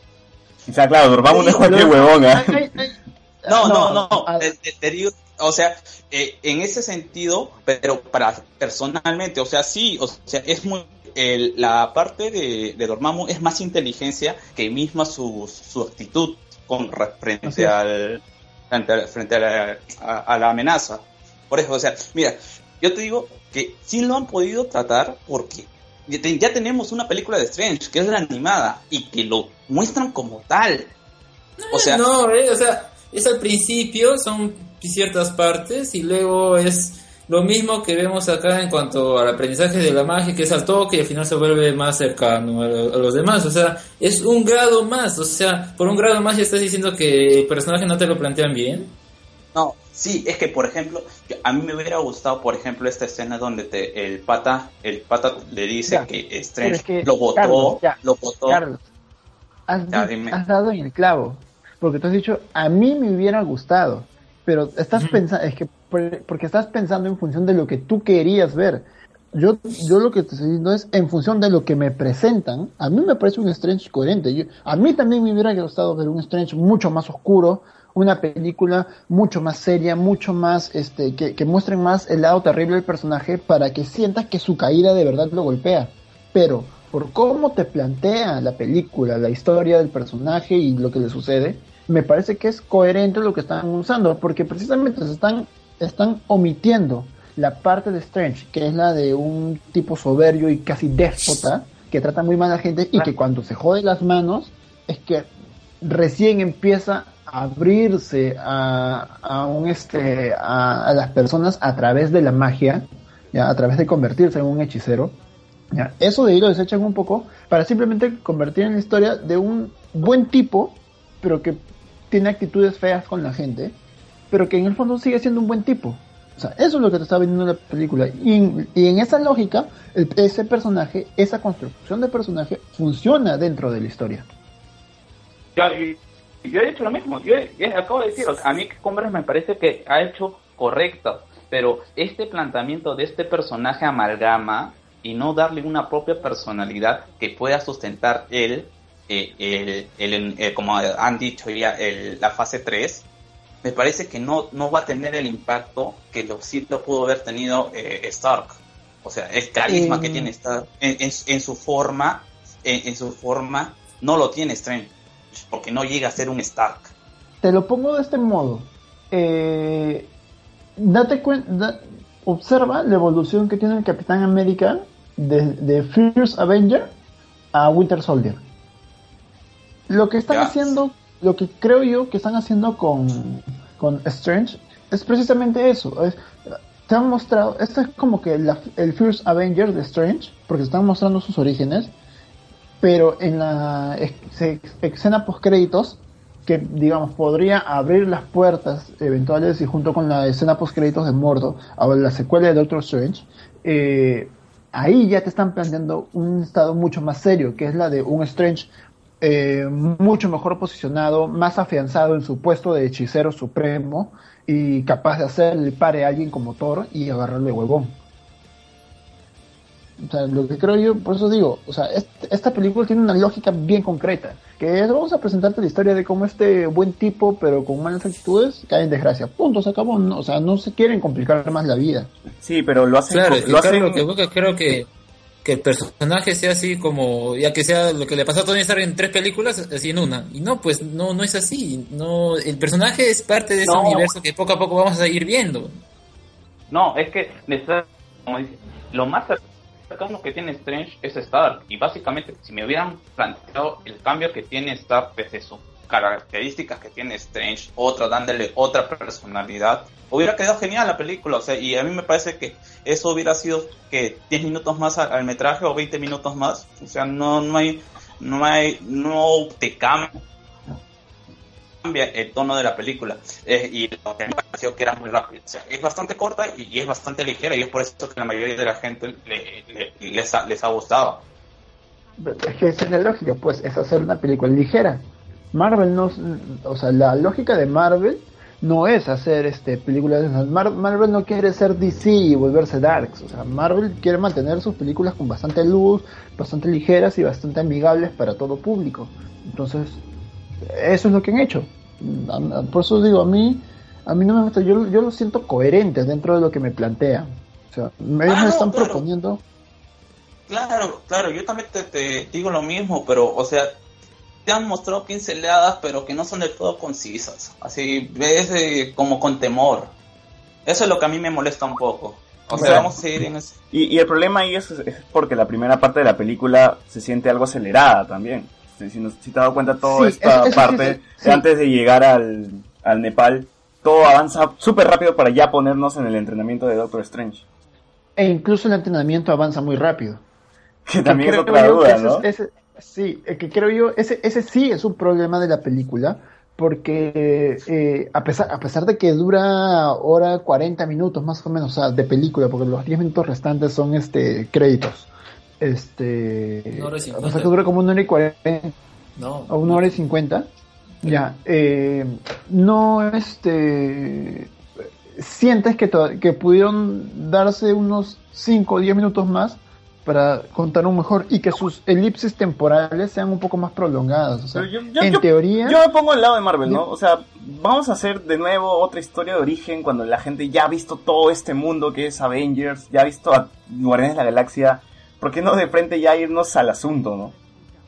O sea, claro, Dormammu no es Sí, cualquier Pero- huevón, ¿ah? Ay, ay, ay. No, no, no, a- te, te- te digo, o sea, eh, en ese sentido, pero para personalmente, o sea, sí, o sea, es muy, el- la parte de, de Dormammu es más inteligencia que misma su, su actitud con re- Así frente es. al, frente, a, frente a, la, a, a la amenaza. Por eso, o sea, mira, yo te digo que sí lo han podido tratar porque ya, te- ya tenemos una película de Strange, que es la animada, y que lo muestran como tal. O sea, no, eh, o sea, es al principio, son ciertas partes y luego es lo mismo que vemos acá en cuanto al aprendizaje de la magia, que es al toque y al final se vuelve más cercano a, lo- a los demás. O sea, es un grado más. O sea, por un grado más ya estás diciendo que el personaje no te lo plantean bien. no, sí, es que por ejemplo, yo- a mí me hubiera gustado, por ejemplo, esta escena donde te, el pata, el pata le dice Ya, que pero Strange es que, lo votó, Carlos, ya, lo votó. Carlos, has, Ya, di- dime. has dado en el clavo, porque tú has dicho, a mí me hubiera gustado, pero estás Ujú. pensando, es que por- porque estás pensando en función de lo que tú querías ver. Yo, yo lo que te estoy diciendo es en función de lo que me presentan. A mí me parece un Strange coherente. Yo- a mí también me hubiera gustado ver un Strange mucho más oscuro, una película mucho más seria, mucho más, este, que, que muestren más el lado terrible del personaje para que sientas que su caída de verdad lo golpea. Pero por cómo te plantea la película, la historia del personaje y lo que le sucede, me parece que es coherente lo que están usando, porque precisamente se están, están omitiendo la parte de Strange, que es la de un tipo soberbio y casi déspota, que trata muy mal a la gente y que cuando se jode las manos, es que recién empieza a abrirse a, a un este a, a las personas a través de la magia, ya, a través de convertirse en un hechicero. Ya, eso de ahí lo desechan un poco para simplemente convertir en la historia de un buen tipo, pero que tiene actitudes feas con la gente, pero que en el fondo sigue siendo un buen tipo. O sea, eso es lo que te está vendiendo la película. Y, y en esa lógica, el, ese personaje, esa construcción de personaje, funciona dentro de la historia. Ya, y, y yo he dicho lo mismo. Yo, yo acabo de decir, o sea, a mí Cumbres me parece que ha hecho correcto, pero este planteamiento de este personaje amalgama y no darle una propia personalidad que pueda sustentar él, eh, el, el, el, el, como han dicho ya, el, la fase tres, me parece que no, no va a tener el impacto que lo sí lo pudo haber tenido eh, Stark. O sea, el carisma eh... que tiene Stark en, en, en su forma, en, en su forma, no lo tiene Strange, porque no llega a ser un Stark. Te lo pongo de este modo. Eh, date cuenta, observa la evolución que tiene el Capitán América de, de First Avenger a Winter Soldier. Lo que están ya. haciendo, lo que creo yo que están haciendo con, con Strange es precisamente eso. Es, te han mostrado, esto es como que la, el First Avenger de Strange, porque están mostrando sus orígenes, pero en la escena post créditos, que digamos podría abrir las puertas eventuales y junto con la escena post créditos de Mordo a la secuela de Doctor Strange, eh, ahí ya te están planteando un estado mucho más serio, que es la de un Strange eh, mucho mejor posicionado, más afianzado en su puesto de hechicero supremo y capaz de hacerle pare a alguien como Thor y agarrarle huevón. O sea, lo que creo yo, por eso digo, o sea, este, esta película tiene una lógica bien concreta, que es, vamos a presentarte la historia de cómo este buen tipo, pero con malas actitudes, cae en desgracia. Punto, se acabó. No, o sea, no se quieren complicar más la vida. Sí, pero lo hacen... Claro, lo hacen... claro, que busca, creo que, que el personaje sea así como, ya que sea lo que le pasó a Tony Stark en tres películas, así en una. Y no, pues no, no es así. No, el personaje es parte de ese no. universo que poco a poco vamos a ir viendo. No, es que como dice, lo más cercano que tiene Strange es Stark, y básicamente si me hubieran planteado el cambio que tiene Stark desde sus características que tiene Strange, otra dándole otra personalidad, hubiera quedado genial la película. O sea, y a mí me parece que eso hubiera sido que diez minutos más al, al metraje o veinte minutos más. O sea, no no hay no hay no te cambia el tono de la película, eh, y lo que me pareció que era muy rápido. O sea, es bastante corta y, y es bastante ligera, y es por eso que la mayoría de la gente le, le, les, ha, les ha gustado. Es que esa es la lógica, pues, es hacer una película ligera. Marvel no, o sea, la lógica de Marvel no es hacer este películas. Mar, Marvel no quiere ser D C y volverse darks. O sea, Marvel quiere mantener sus películas con bastante luz, bastante ligeras y bastante amigables para todo público. Entonces, eso es lo que han hecho. Por eso digo, a mí a mí no me gusta, yo, yo lo siento coherente dentro de lo que me plantean. O sea, ellos ah, me no, están claro. proponiendo. Claro, claro, yo también te, te digo lo mismo, pero, o sea, te han mostrado pinceladas, pero que no son del todo concisas. Así, ves eh, como con temor. Eso es lo que a mí me molesta un poco. O sea, vamos a seguir en eso. Y, y el problema ahí es, es porque la primera parte de la película se siente algo acelerada también. Si, si, si te has dado cuenta, toda sí, esta eso, eso parte, sí, sí. antes de llegar al, al Nepal, todo avanza súper rápido para ya ponernos en el entrenamiento de Doctor Strange. E incluso el entrenamiento avanza muy rápido. Que también que es otra duda, ¿no? Es, ese, sí, que creo yo, ese, ese sí es un problema de la película, porque eh, a pesar a pesar de que dura hora cuarenta minutos más o menos, o sea, de película, porque los diez minutos restantes son este créditos. Este, Una hora y cincuenta. O sea, que dura como una hora y cuarenta. No. O una hora y cincuenta. Ya. Eh, no, este. Sientes que, to- que pudieron darse unos cinco o diez minutos más para contar un mejor y que sus elipsis temporales sean un poco más prolongadas. O sea, Yo, yo, en yo, teoría. Yo me pongo al lado de Marvel, ¿no? O sea, vamos a hacer de nuevo otra historia de origen cuando la gente ya ha visto todo este mundo que es Avengers, ya ha visto a Guardianes de la Galaxia. ¿Por qué no de frente ya irnos al asunto, no?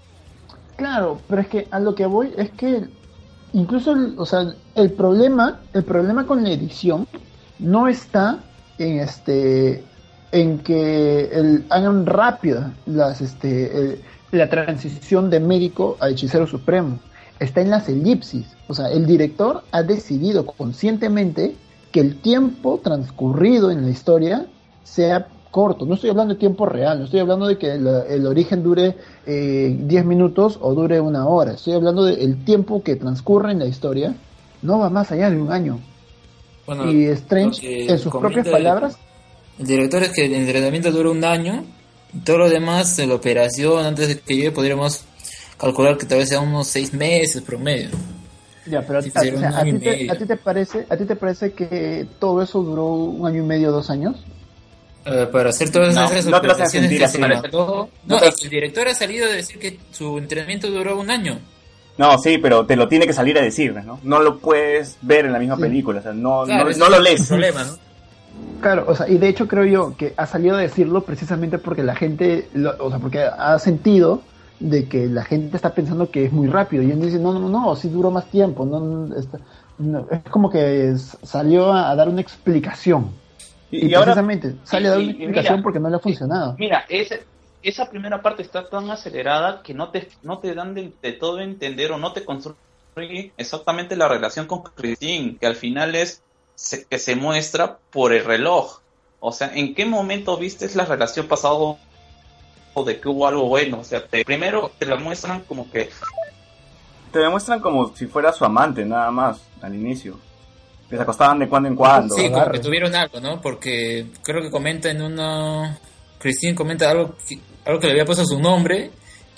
Claro, pero es que a lo que voy es que incluso, el, o sea, el problema, el problema con la edición no está en este, en que el, hagan rápido las, este, el, la transición de médico a hechicero supremo. Está en las elipsis. O sea, el director ha decidido conscientemente que el tiempo transcurrido en la historia sea corto. No estoy hablando de tiempo real, no estoy hablando de que el, el origen dure eh, diez minutos o dure una hora. Estoy hablando del tiempo que transcurre en la historia. No va más allá de un año. Bueno, y Strange, en sus propias el, palabras... El director es que el entrenamiento dura un año. Y todo lo demás, de la operación, antes de que llegue, podríamos calcular que tal vez sea unos seis meses promedio. Ya, pero Sí, a, o sería un sea, ¿a, año ti y te, medio. ¿a ti te parece, a ti te parece que todo eso duró un año y medio, dos años? Eh, para hacer todas No, esas no te lo hacen operaciones sentir que así, se ¿no? realizó- No No, te- el director ha salido a decir que su entrenamiento duró un año. No, sí, pero te lo tiene que salir a decir, ¿no? No lo puedes ver en la misma Sí. película, o sea, no, Claro, no, ese no es lo el lees. problema, ¿no? Claro, o sea, y de hecho creo yo que ha salido a decirlo precisamente porque la gente, lo- o sea, porque ha sentido de que la gente está pensando que es muy rápido y él dice, no, no, no, no, sí duró más tiempo, no, no, está- no, es como que s- salió a, a dar una explicación y, Y, y ahora, precisamente sale a dar y- una y explicación mira, porque no le ha funcionado. Mira, ese, esa primera parte está tan acelerada que no te, no te dan de, de todo a entender o no te construye exactamente la relación con Christine, que al final es se- que se muestra por el reloj. O sea, ¿en qué momento viste la relación pasado o de que hubo algo bueno? O sea, te- primero te la muestran como que te demuestran como si fuera su amante, nada más, al inicio. Que se acostaban de cuando en cuando. Sí, como agarre. que tuvieron algo, ¿no? Porque creo que comenta en una... Christine comenta algo que, algo que le había puesto su nombre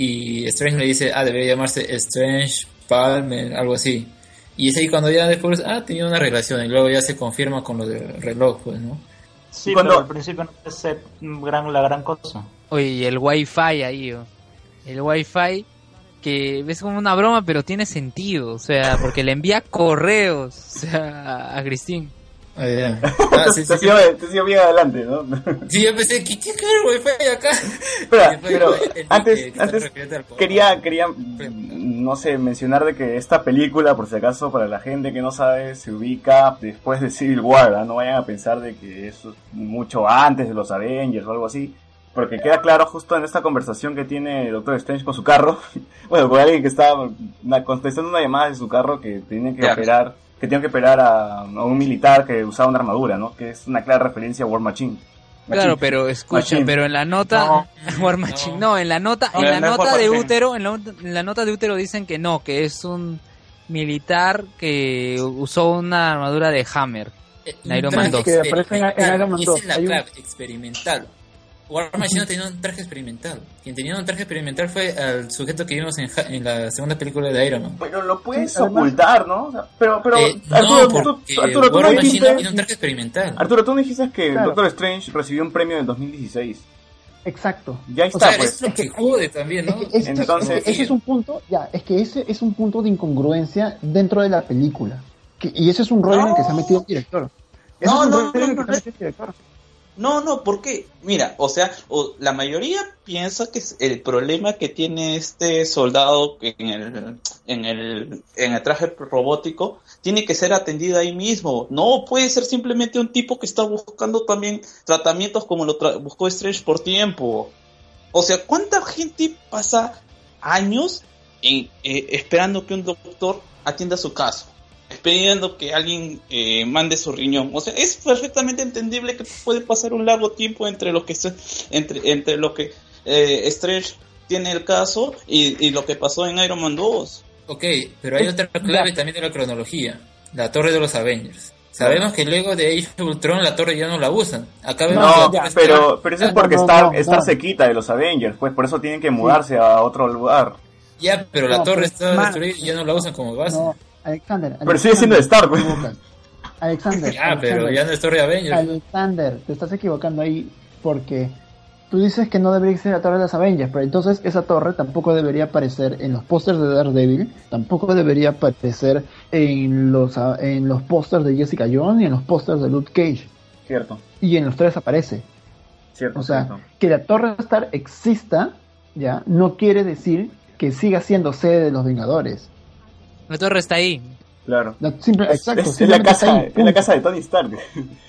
y Strange le dice, ah, debería llamarse Strange Palmer, algo así. Y es ahí cuando ya después, ah, tenía una relación y luego ya se confirma con lo del reloj, pues, ¿no? Sí, Cuando- pero al principio no es eh, gran, la gran cosa. Oye, y el wifi ahí, oh. El wifi que ves como una broma, pero tiene sentido, o sea, porque le envía correos, o sea, a Christine. Ah, ya. Ah, sí, te, sí, has sí. ido, te has ido bien adelante, ¿no? Sí, yo pensé, ¿qué tiene que ver el wifi acá? Espera, Y después pero entendí antes, que- que antes se refiere al correo. quería, quería, mm, no sé, mencionar de que esta película, por si acaso, para la gente que no sabe, se ubica después de Civil War, ¿ah? No vayan a pensar de que eso es mucho antes de los Avengers o algo así, porque queda claro justo en esta conversación que tiene Doctor Strange con su carro, bueno, con alguien que está una- contestando una llamada de su carro que tiene que Ya. operar, que tiene que operar a, a un militar que usaba una armadura, ¿no? Que es una clara referencia a War Machine. Claro, Machine. pero escucha, Machine. pero en la nota No, War Machine, no, en la nota, en No, la no es nota War de Machine. útero, en la, en la nota de útero dicen que no, que es un militar que usó una armadura de Hammer. En Iron Man dos. Que aparece en- en Iron Man Y dos. esa es la Hay un- clave, experimental. War Machine no tenía un traje experimental. Quien tenía un traje experimental fue el sujeto que vimos en, Ja- en la segunda película de Iron Man. Pero lo puedes Sí, además- ocultar, ¿no? O sea, pero, pero, Eh, Arturo, no, tú, porque Arturo, tú War no Machine dijiste, no tiene un traje experimental. Arturo, tú no dijiste que Claro. Doctor Strange recibió un premio en el dos mil dieciséis. Exacto. Ya O está, sea, pues. es lo que jode también, ¿no? Es que, es que- Entonces- es que ese es un punto, ya, es que ese es un punto de incongruencia dentro de la película. Que- y ese es un rollo en el que se ha metido el director. Ese No, es un no, rollo en el no, que se ha metido el director. no, no, ¿por qué? Mira, o sea, o- la mayoría piensa que es el problema que tiene este soldado en el, en el, en el traje robótico tiene que ser atendido ahí mismo. No puede ser simplemente un tipo que está buscando también tratamientos como lo tra- buscó Strange por tiempo. O sea, ¿cuánta gente pasa años en, eh, esperando que un doctor atienda su caso? Esperando que alguien eh, mande su riñón. O sea, es perfectamente entendible que puede pasar un largo tiempo entre lo que se- entre entre lo que eh, Strange tiene el caso y, y lo que pasó en Iron Man dos. Ok, pero hay otra clave también de la cronología. La torre de los Avengers. Sabemos que luego de Age of Ultron la torre ya no la usan. Acá vemos que la No, torre está- pero, pero eso es No, porque no, Stark, no, Stark no. se quita de los Avengers, pues por eso tienen que mudarse a otro lugar. Ya, pero la No, torre pues, está man. destruida y ya no la usan como base. No, Alexander. Pero sigue siendo de Stark, pues. Alexander, Alexander, Ya, pero Alexander, ya no es torre Avengers. Alexander, te estás equivocando ahí porque tú dices que no debería ser la torre de las Avengers, pero entonces esa torre tampoco debería aparecer en los pósters de Daredevil, tampoco debería aparecer en los ah, en los pósters de Jessica Jones y en los pósters de Luke Cage, Cierto, y en los tres aparece. cierto, O sea, cierto. que la Torre Stark exista, ya, no quiere decir que siga siendo sede de los Vengadores. La torre está ahí. Claro. La- simple- Es, exacto, es- es la simplemente casa, está ahí, es la punto. casa de Tony Stark.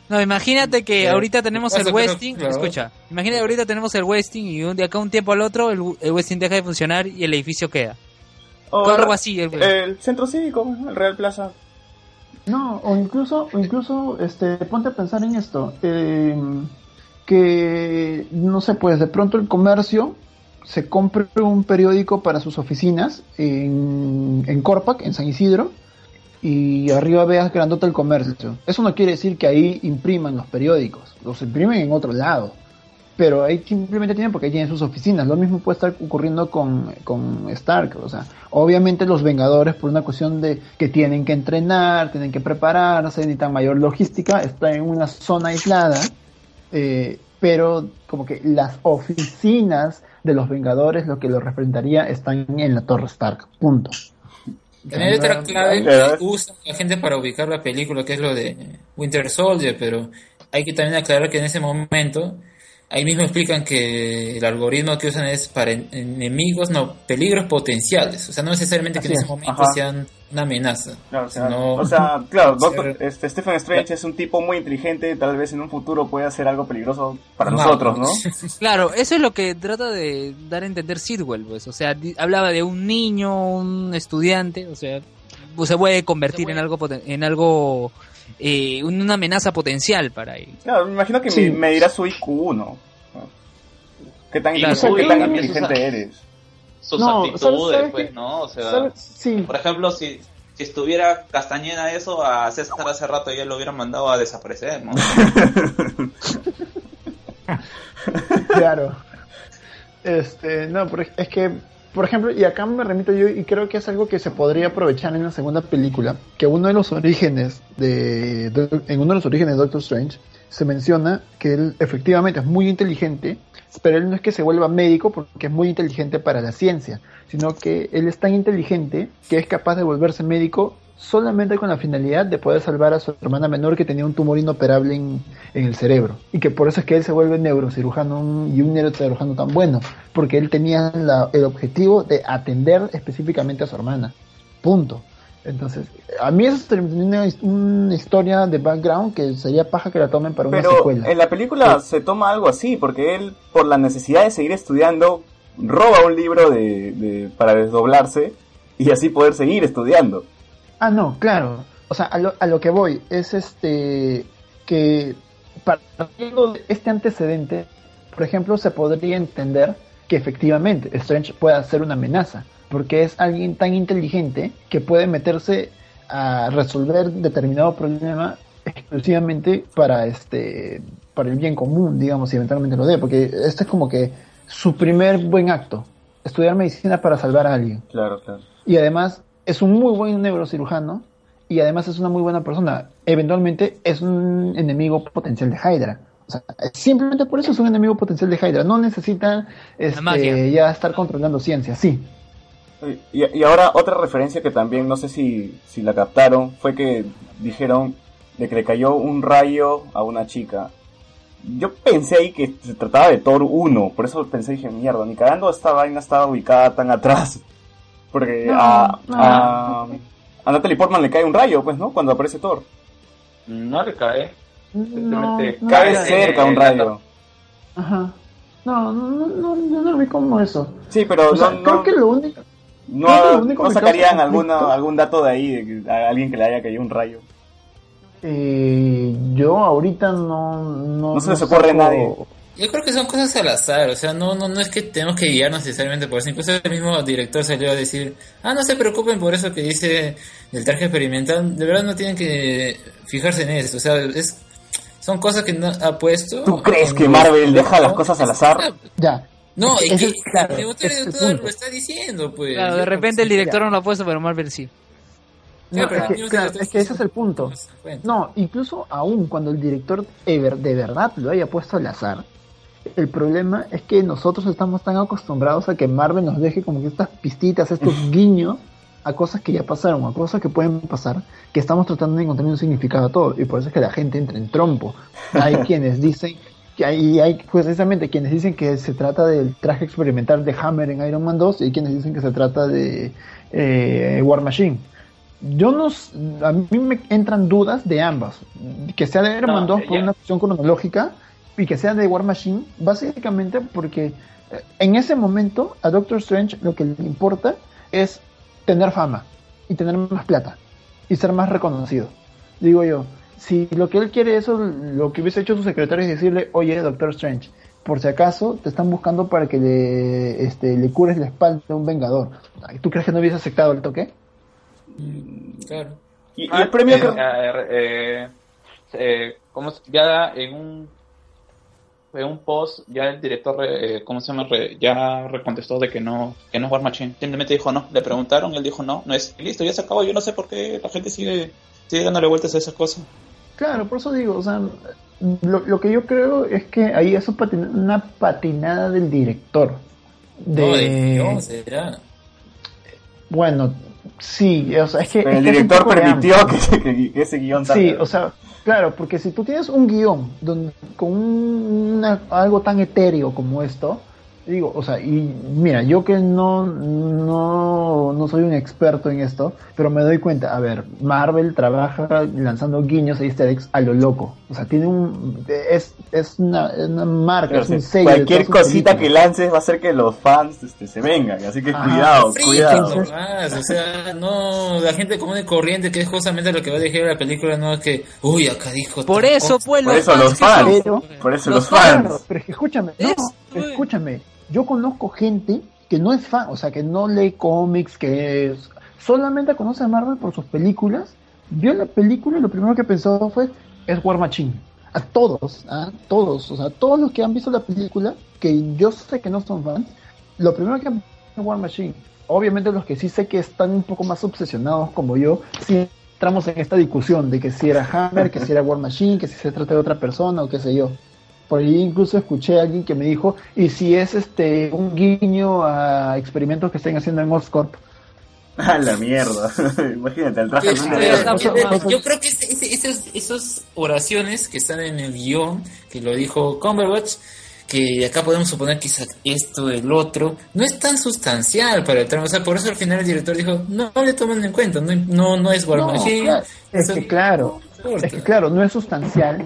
No, imagínate que Pero, ahorita tenemos pasa, el pero, Westing, claro. escucha, imagínate que ahorita tenemos el Westing y un, de acá un tiempo al otro el, el Westing deja de funcionar y el edificio queda. O Algo el- así. El, El centro cívico, el Real Plaza. No, o incluso, o incluso, este, ponte a pensar en esto, eh, que, no sé, pues de pronto el comercio se compre un periódico para sus oficinas en, en Corpac, en San Isidro, y arriba veas grandote el comercio. Eso no quiere decir que ahí impriman los periódicos, los imprimen en otro lado, pero ahí simplemente tienen porque ahí tienen sus oficinas. Lo mismo puede estar ocurriendo con, con Stark, o sea, obviamente los Vengadores, por una cuestión de que tienen que entrenar, tienen que prepararse, necesitan mayor logística, están en una zona aislada, eh, pero como que las oficinas de los Vengadores, lo que lo representaría, están en la Torre Stark, punto. También hay otra clave Claro. que usa la gente para ubicar la película, que es lo de Winter Soldier, pero hay que también aclarar que en ese momento, ahí mismo explican que el algoritmo que usan es para en- enemigos, no, peligros potenciales. O sea, no necesariamente que Así en ese es. momento Ajá. sean una amenaza. Claro, o sea, sino- o sea, claro, ser- Doctor, este, Stephen Strange es un tipo muy inteligente, tal vez en un futuro puede hacer algo peligroso para No. nosotros, ¿no? Claro, eso es lo que trata de dar a entender Sidwell, pues, o sea, di- hablaba de un niño, un estudiante, o sea, pues, se puede convertir en algo poten- en algo eh, una amenaza potencial para él. Claro, me imagino que Sí. me, me dirá su I Q uno. ¿Qué tan, Claro. qué tan Uy, inteligente eso- eres? Sus No, actitudes, ¿sabes- sabes pues, qué? ¿no? O sea, ¿Sabes? Sí, por ejemplo, si, si estuviera Castañeda eso, a César hace rato ya lo hubieran mandado a desaparecer, ¿no? claro. Este, no, pero es que, por ejemplo, y acá me remito yo, y creo que es algo que se podría aprovechar en la segunda película, que uno de los orígenes de, de- en uno de los orígenes de Doctor Strange se menciona que él efectivamente es muy inteligente, pero él no es que se vuelva médico porque es muy inteligente para la ciencia, sino que él es tan inteligente que es capaz de volverse médico solamente con la finalidad de poder salvar a su hermana menor que tenía un tumor inoperable en, en el cerebro, y que por eso es que él se vuelve neurocirujano un- y un neurocirujano tan bueno, porque él tenía la- el objetivo de atender específicamente a su hermana, punto. Entonces, a mí eso es una, una historia de background que sería paja que la tomen para una Pero secuela. en la película se toma algo así, porque él, por la necesidad de seguir estudiando, roba un libro de, de- para desdoblarse y así poder seguir estudiando. Ah, no, claro. O sea, a lo, a lo que voy es este que partiendo de este antecedente, por ejemplo, se podría entender que efectivamente Strange pueda ser una amenaza, porque es alguien tan inteligente que puede meterse a resolver determinado problema exclusivamente para este para el bien común, digamos, si eventualmente lo dé, porque este es como que su primer buen acto, estudiar medicina para salvar a alguien. Claro, claro. Y además es un muy buen neurocirujano y además es una muy buena persona. Eventualmente es un enemigo potencial de Hydra. O sea, simplemente por eso es un enemigo potencial de Hydra. No necesita magia. este, ya estar controlando ciencia, sí. Y, y ahora otra referencia que también no sé si, si la captaron fue que dijeron de que le cayó un rayo a una chica. Yo pensé ahí que se trataba de Thor uno, por eso pensé, dije, mierda, ni cagando esta vaina estaba ubicada tan atrás. Porque No, a, no. a, a Natalie Portman le cae un rayo, pues, ¿no? Cuando aparece Thor. No le cae. No, Simplemente no, Cae no, cerca un rayo. Ajá. No, no, no, no, yo no lo vi como eso. Sí, pero O sea, no, creo no, que lo único... no, creo que lo único no que sacarían causa alguna, conflicto- algún dato de ahí, de que a alguien que le haya caído un rayo. Eh, yo ahorita no... No, No se les ocurre a nadie. Yo creo que son cosas al azar, o sea, no, no, no es que tenemos que guiarnos necesariamente por eso. Incluso el mismo director salió a decir, ah, no se preocupen por eso que dice del traje experimental, de verdad no tienen que fijarse en eso, o sea, es, son cosas que no ha puesto. ¿Tú crees en que los- Marvel deja las cosas al azar? Ya. No, Ese- y ese que es- claro, el autor ese es de el todo punto. lo está diciendo, pues. Claro, de Yo- repente el director ya. no lo ha puesto, pero Marvel sí. No, pero es, que, los claro, directores es que ese es el punto. no se dan cuenta. No, incluso aún cuando el director ever- de verdad lo haya puesto al azar, el problema es que nosotros estamos tan acostumbrados a que Marvel nos deje como que estas pistitas, estos guiños a cosas que ya pasaron, a cosas que pueden pasar, que estamos tratando de encontrar un significado a todo, y por eso es que la gente entra en trompo. Hay quienes dicen, que hay, hay precisamente quienes dicen que se trata del traje experimental de Hammer en Iron Man dos, y hay quienes dicen que se trata de eh, War Machine. yo no, s- a mí me entran dudas de ambas, que sea de Iron Man No, dos por ya. una cuestión cronológica y que sea de War Machine, básicamente porque eh, en ese momento a Doctor Strange lo que le importa es tener fama y tener más plata y ser más reconocido. Digo yo, si lo que él quiere eso, lo que hubiese hecho su secretario es decirle, oye, Doctor Strange, por si acaso te están buscando para que le, este, le cures la espalda a un vengador. Ay, ¿tú crees que no hubiese aceptado el toque? Mm, Claro. Y, y Ah, el premio eh, que... eh, eh, eh, ¿cómo se- ya en un en un post ya el director eh, ¿cómo se llama? Re- ya recontestó de que no que no es War Machine. Simplemente dijo no. Le preguntaron, él dijo no, no es. Y listo, ya se acabó. Yo no sé por qué la gente sigue sigue dándole vueltas a esas cosas. Claro, por eso digo, o sea, lo, lo que yo creo es que ahí es un patin- una patinada del director. De, No, de guión será. Bueno, sí, o sea, es que... Pero es el que es un director poco de permitió ambos. que, que- que ese guión salga. Sí, o sea, claro, porque si tú tienes un guión donde, con un- una- algo tan etéreo como esto, digo, o sea, y mira, yo que no, no, no soy un experto en esto, pero me doy cuenta, a ver, Marvel trabaja lanzando guiños e easter eggs a lo loco, o sea, tiene un, es, es una, una marca, Pero es un sí, sello de cualquier todas sus cosita que películas. lances va a hacer que los fans este, se vengan, así que Ajá. cuidado, Free, cuidado. nomás, o sea, no, la gente común y corriente, que es justamente lo que va a decir la película, no es que, uy, acá dijo. Por tal eso, cosa. pues, Por los eso los fans que son- fans, Pero- por eso los los Claro, fans. pero es que escúchame, no, Eso, güey. escúchame, yo conozco gente que no es fan, o sea, que no lee cómics, que es- solamente conoce a Marvel por sus películas, vio la película y lo primero que pensó fue, es War Machine. A todos, a todos, o sea, todos los que han visto la película, que yo sé que no son fans, lo primero que han visto es War Machine. Obviamente los que sí sé que están un poco más obsesionados como yo, sí entramos en esta discusión de que si era Hammer, que si era War Machine, que si se trata de otra persona o qué sé yo. Por ahí incluso escuché a alguien que me dijo, y si es este un guiño a experimentos que estén haciendo en Oscorp. A la mierda. Imagínate, el traje Sí, azul sí, de- sí, Eso- eso- yo creo que ese- ese- esas, esas oraciones que están en el guión, que lo dijo Cumberbatch, que acá podemos suponer quizás esto, el otro, no es tan sustancial para el trama. O sea, por eso al final el director dijo, no, no le toman en cuenta, no, no, no es War No, Machine. claro, es eso que claro, no importa. es que claro, no es sustancial,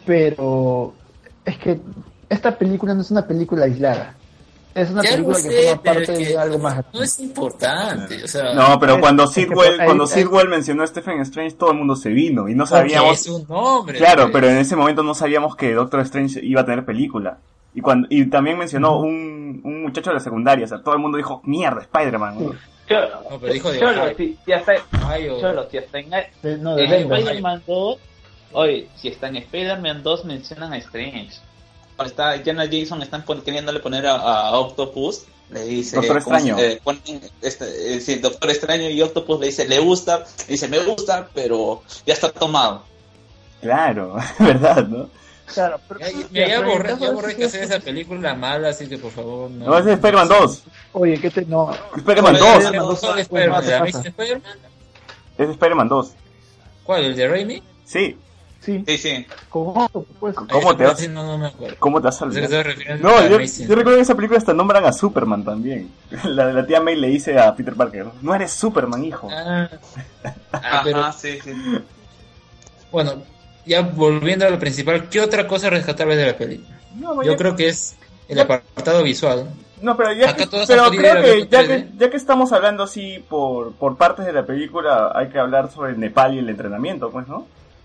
pero es que esta película no es una película aislada. Es una Ya lo película que sé, forma pero parte es que de algo más. no es importante, o sea, No, pero Es- cuando es que Sidwell, ahí- cuando ahí- Sidwell mencionó a Stephen Strange, todo el mundo se vino y no porque sabíamos. es un nombre. Claro, pues. pero en ese momento no sabíamos que Doctor Strange iba a tener película. Y cuando y también mencionó un, un muchacho de la secundaria, o sea, todo el mundo dijo, mierda, Spider-Man. ¿no? Cholo, No, pero dijo de Cholo, Ohio. si, si hasta, Ay, o- Cholo, si hasta en, de- no, de en Denver. Spider-Man dos, oye, si está en Spider-Man dos mencionan a Strange. Cuando está Jenna Jason, están pon- queriéndole poner a, a Octopus, le dice... Doctor ¿cómo se- Extraño. eh, ponen este, eh, sí, Doctor Extraño y Octopus le dice, le gusta, dice, me gusta, pero ya está tomado. Claro, verdad, ¿no? Claro, pero- Ya, ya, pero ya en el borré, caso ya de borré ese- que hacer esa película mala, así que por favor no. No, ese es Spider-Man dos. Oye, ¿qué te no? Spider-Man ¿Cuál dos. es el dos, mejor pues, Spider-Man? pasa, ¿La pasa. Amazing Spider-Man? Es Spider-Man dos. ¿Cuál? ¿El de Raimi? Sí. Sí, Sí, sí. con Octopus, pues. ¿Cómo te vas? Sí, no, no me acuerdo. ¿Cómo te vas a Pensé que olvidar? estaba refiriendo No, a yo, Amazing. yo recuerdo que en esa película hasta nombran a Superman también. La, la tía May le dice a Peter Parker, no eres Superman, hijo. Ah, ah, Ajá, pero sí, sí. bueno, ya volviendo a lo principal, ¿qué otra cosa rescatable de la película? No, no, Yo ya- creo que es el apartado visual. No, pero ya Acá que, todos pero han podido creo ir a que ver ya, con que tres D. ya que estamos hablando así por, por partes de la película, hay que hablar sobre Nepal y el entrenamiento, pues, ¿no?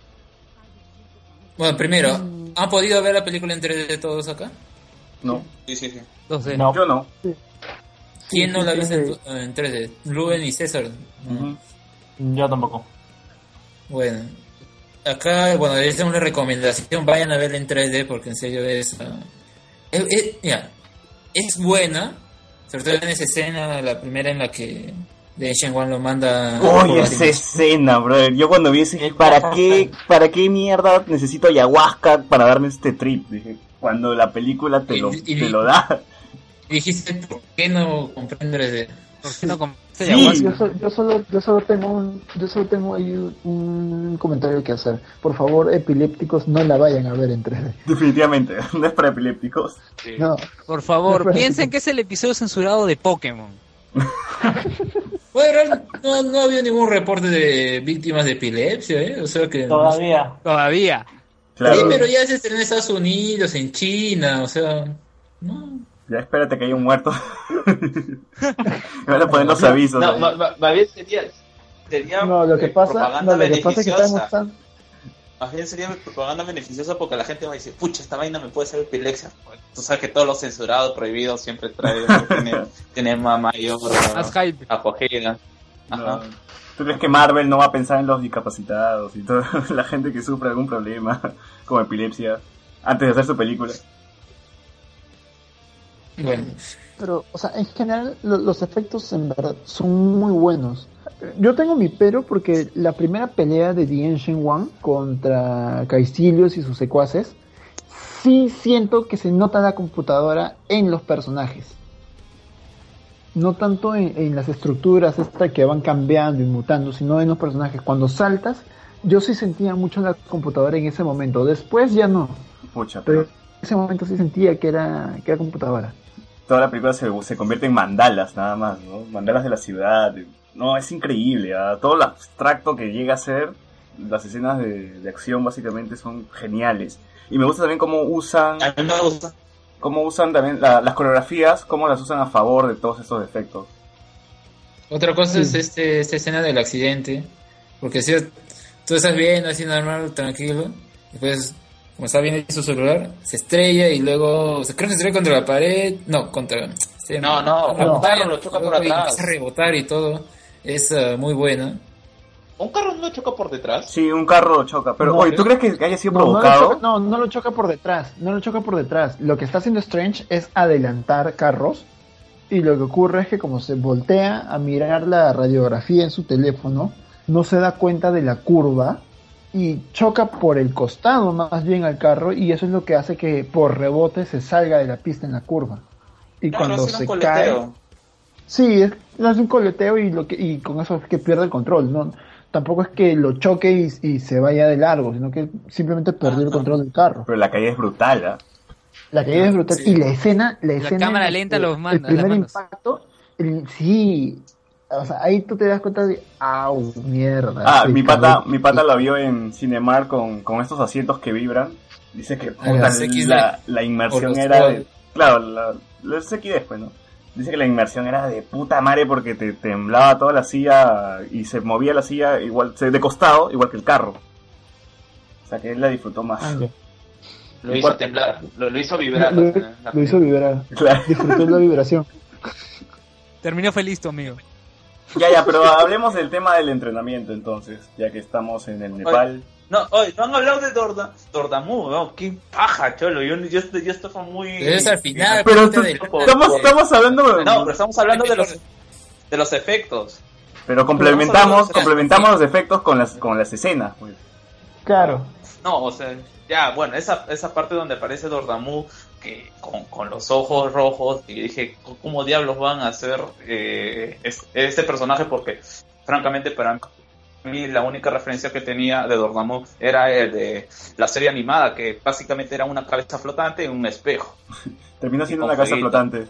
Bueno, primero, ¿han podido ver la película en tres D todos acá? No, Sí, sí, sí. Entonces, No. yo no. ¿Quién no sí, la ha sí, visto sí. en, en tres D? Rubén y César. Ujú. Yo tampoco. Bueno, acá, bueno, es una recomendación, vayan a verla en tres D porque en serio es... ah, es, es- mira, es buena, sobre todo en esa escena, la primera en la que de Shen Wan lo manda... Oye, esa escena, brother. Yo cuando vi ese, ¿para qué, para qué mierda necesito ayahuasca para darme este trip? Dije, cuando la película te lo, Y- y- te lo da. Dijiste, ¿por qué no compré en tres D? ¿por qué no compraste Sí. ayahuasca? Yo, so- yo solo, yo solo tengo un, yo solo tengo ahí un, un comentario que hacer. Por favor, epilépticos, no la vayan a ver en tres D. Definitivamente, no es para epilépticos. No, Por favor, Pero- piensen que es el episodio censurado de Pokémon. Bueno, no, no había ningún reporte de víctimas de epilepsia, ¿eh? O sea que... Todavía. Todavía. Claro. Sí, pero ya se estrenó en Estados Unidos, en China, o sea... No. Ya espérate que haya un muerto. Me van a poner los avisos. No, ahí. ma- ma- más bien sería, sería No, lo que eh, pasa, propaganda no, lo que pasa es que beneficiosa. estamos tan... Más bien sería propaganda beneficiosa porque la gente va a decir, pucha, esta vaina me puede ser epilepsia. Tú sabes que todo lo censurado, prohibido, siempre trae, tiene, tiene más mayor Más hype. acogida. Ajá. No. ¿Tú crees que Marvel no va a pensar en los discapacitados y toda la gente que sufre algún problema como epilepsia antes de hacer su película? Bueno, Pero, o sea, en general lo- los efectos en verdad son muy buenos. Yo tengo mi pero porque la primera pelea de Dien Shen-Wan contra Caecilius y sus secuaces, sí siento que se nota la computadora en los personajes. No tanto en, en las estructuras estas que van cambiando y mutando, sino en los personajes. Cuando saltas, yo sí sentía mucho la computadora en ese momento. Después ya no. Pucha, Pero pero en ese momento sí sentía que era, que era computadora. toda la película se, se convierte en mandalas nada más, ¿no? Mandalas de la ciudad. No, es increíble, ¿ah? Todo lo abstracto que llega a ser, las escenas de, de acción básicamente son geniales. Y me gusta también cómo usan, A mí me gusta. cómo usan también la- las coreografías, cómo las usan a favor de todos estos efectos. otra cosa Sí. es este, esta escena del accidente, porque si tú estás viendo así normal, tranquilo, después, como está viendo su celular, se estrella y luego, se creo que se estrella contra la pared, no, contra... se- No, no, contra la no, pantalla, lo choca por luego y atrás. empieza a rebotar y todo, es uh, muy buena. ¿Un carro no choca por detrás? Sí, un carro choca. Pero, No, oye, ¿tú crees que haya sido No, no lo, provocado? choca, no, no lo choca por detrás, no lo choca por detrás. Lo que está haciendo Strange es adelantar carros y lo que ocurre es que como se voltea a mirar la radiografía en su teléfono, no se da cuenta de la curva y choca por el costado más bien al carro y eso es lo que hace que por rebote se salga de la pista en la curva. Y Claro, cuando hace un se coleteo. cae... Sí, es, hace un coleteo y, lo que, y con eso es que pierde el control, ¿no? Tampoco es que lo choque y, y se vaya de largo, sino que simplemente perdió el control del carro. Pero la caída es brutal, ¿ah? La caída es brutal. Sí. Y la escena, la La escena. cámara en la lenta que los manda, El las primer manos. impacto, el- sí. O sea, ahí tú te das cuenta de, au, mierda. Ah, sí, mi pata, cabrón. mi pata la vio en Cinemark con, con estos asientos que vibran. Dice que puta, Los X D. la, la inmersión O los era Quad. de... Claro, la, los X D después, ¿no? Dice que la inmersión era de puta madre porque te temblaba toda la silla y se movía la silla igual, se- de costado, igual que el carro. O sea que él la disfrutó más. Ah, ya. Lo hizo temblar, lo, lo hizo vibrar. Lo, o sea, la- lo hizo vibrar. Claro. Disfrutó la vibración. Terminó feliz tu amigo. Ya, ya, pero hablemos del tema del entrenamiento entonces, ya que estamos en el Nepal. No, oye, no han hablado de Dorda, Dordamu, ¿no? Qué paja, cholo. Yo, yo, yo estaba muy... Pero es al final, Pero puta tú- del- estamos, estamos hablando... No, pero estamos hablando de los, de los efectos. Pero complementamos, complementamos los efectos con las, con las escenas, pues. Claro. No, o sea, ya, bueno, esa, esa parte donde aparece Dordamu, que con, con los ojos rojos, y dije, ¿cómo diablos van a hacer eh, es- este personaje? Porque, francamente, para mí la única referencia que tenía de Dordamu era el de la serie animada, que básicamente era una cabeza flotante en un espejo. Terminó siendo Con una casa fueguito. flotante.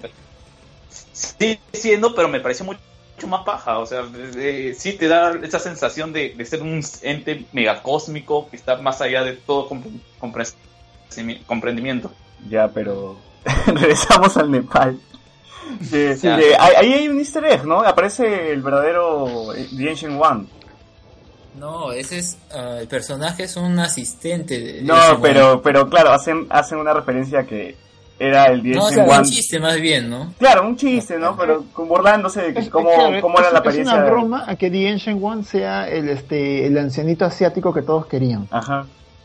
Sigue siendo, pero me parece mucho más paja, o sea, de- de- sí te da esa sensación de, de ser un ente megacósmico que está más allá de todo compre- compre- comprendimiento. Ya, pero regresamos al Nepal. De- Sí. de- ahí ahí hay un easter egg, ¿no? Aparece el verdadero eh, Dien Shen-Wan. No, ese es, ah, el personaje es un asistente de... de No, Shen-Wan. pero, pero claro, hacen, hacen una referencia a que era el Dien No, o sea, Shen-Wan. un chiste más bien, ¿no? Claro, un chiste, ¿no? Pero como burlándose de que Es, cómo, claro, cómo era es- la es apariencia. una de- broma a que Dien Shen-Wan sea el, este, el ancianito asiático que todos querían. Ajá.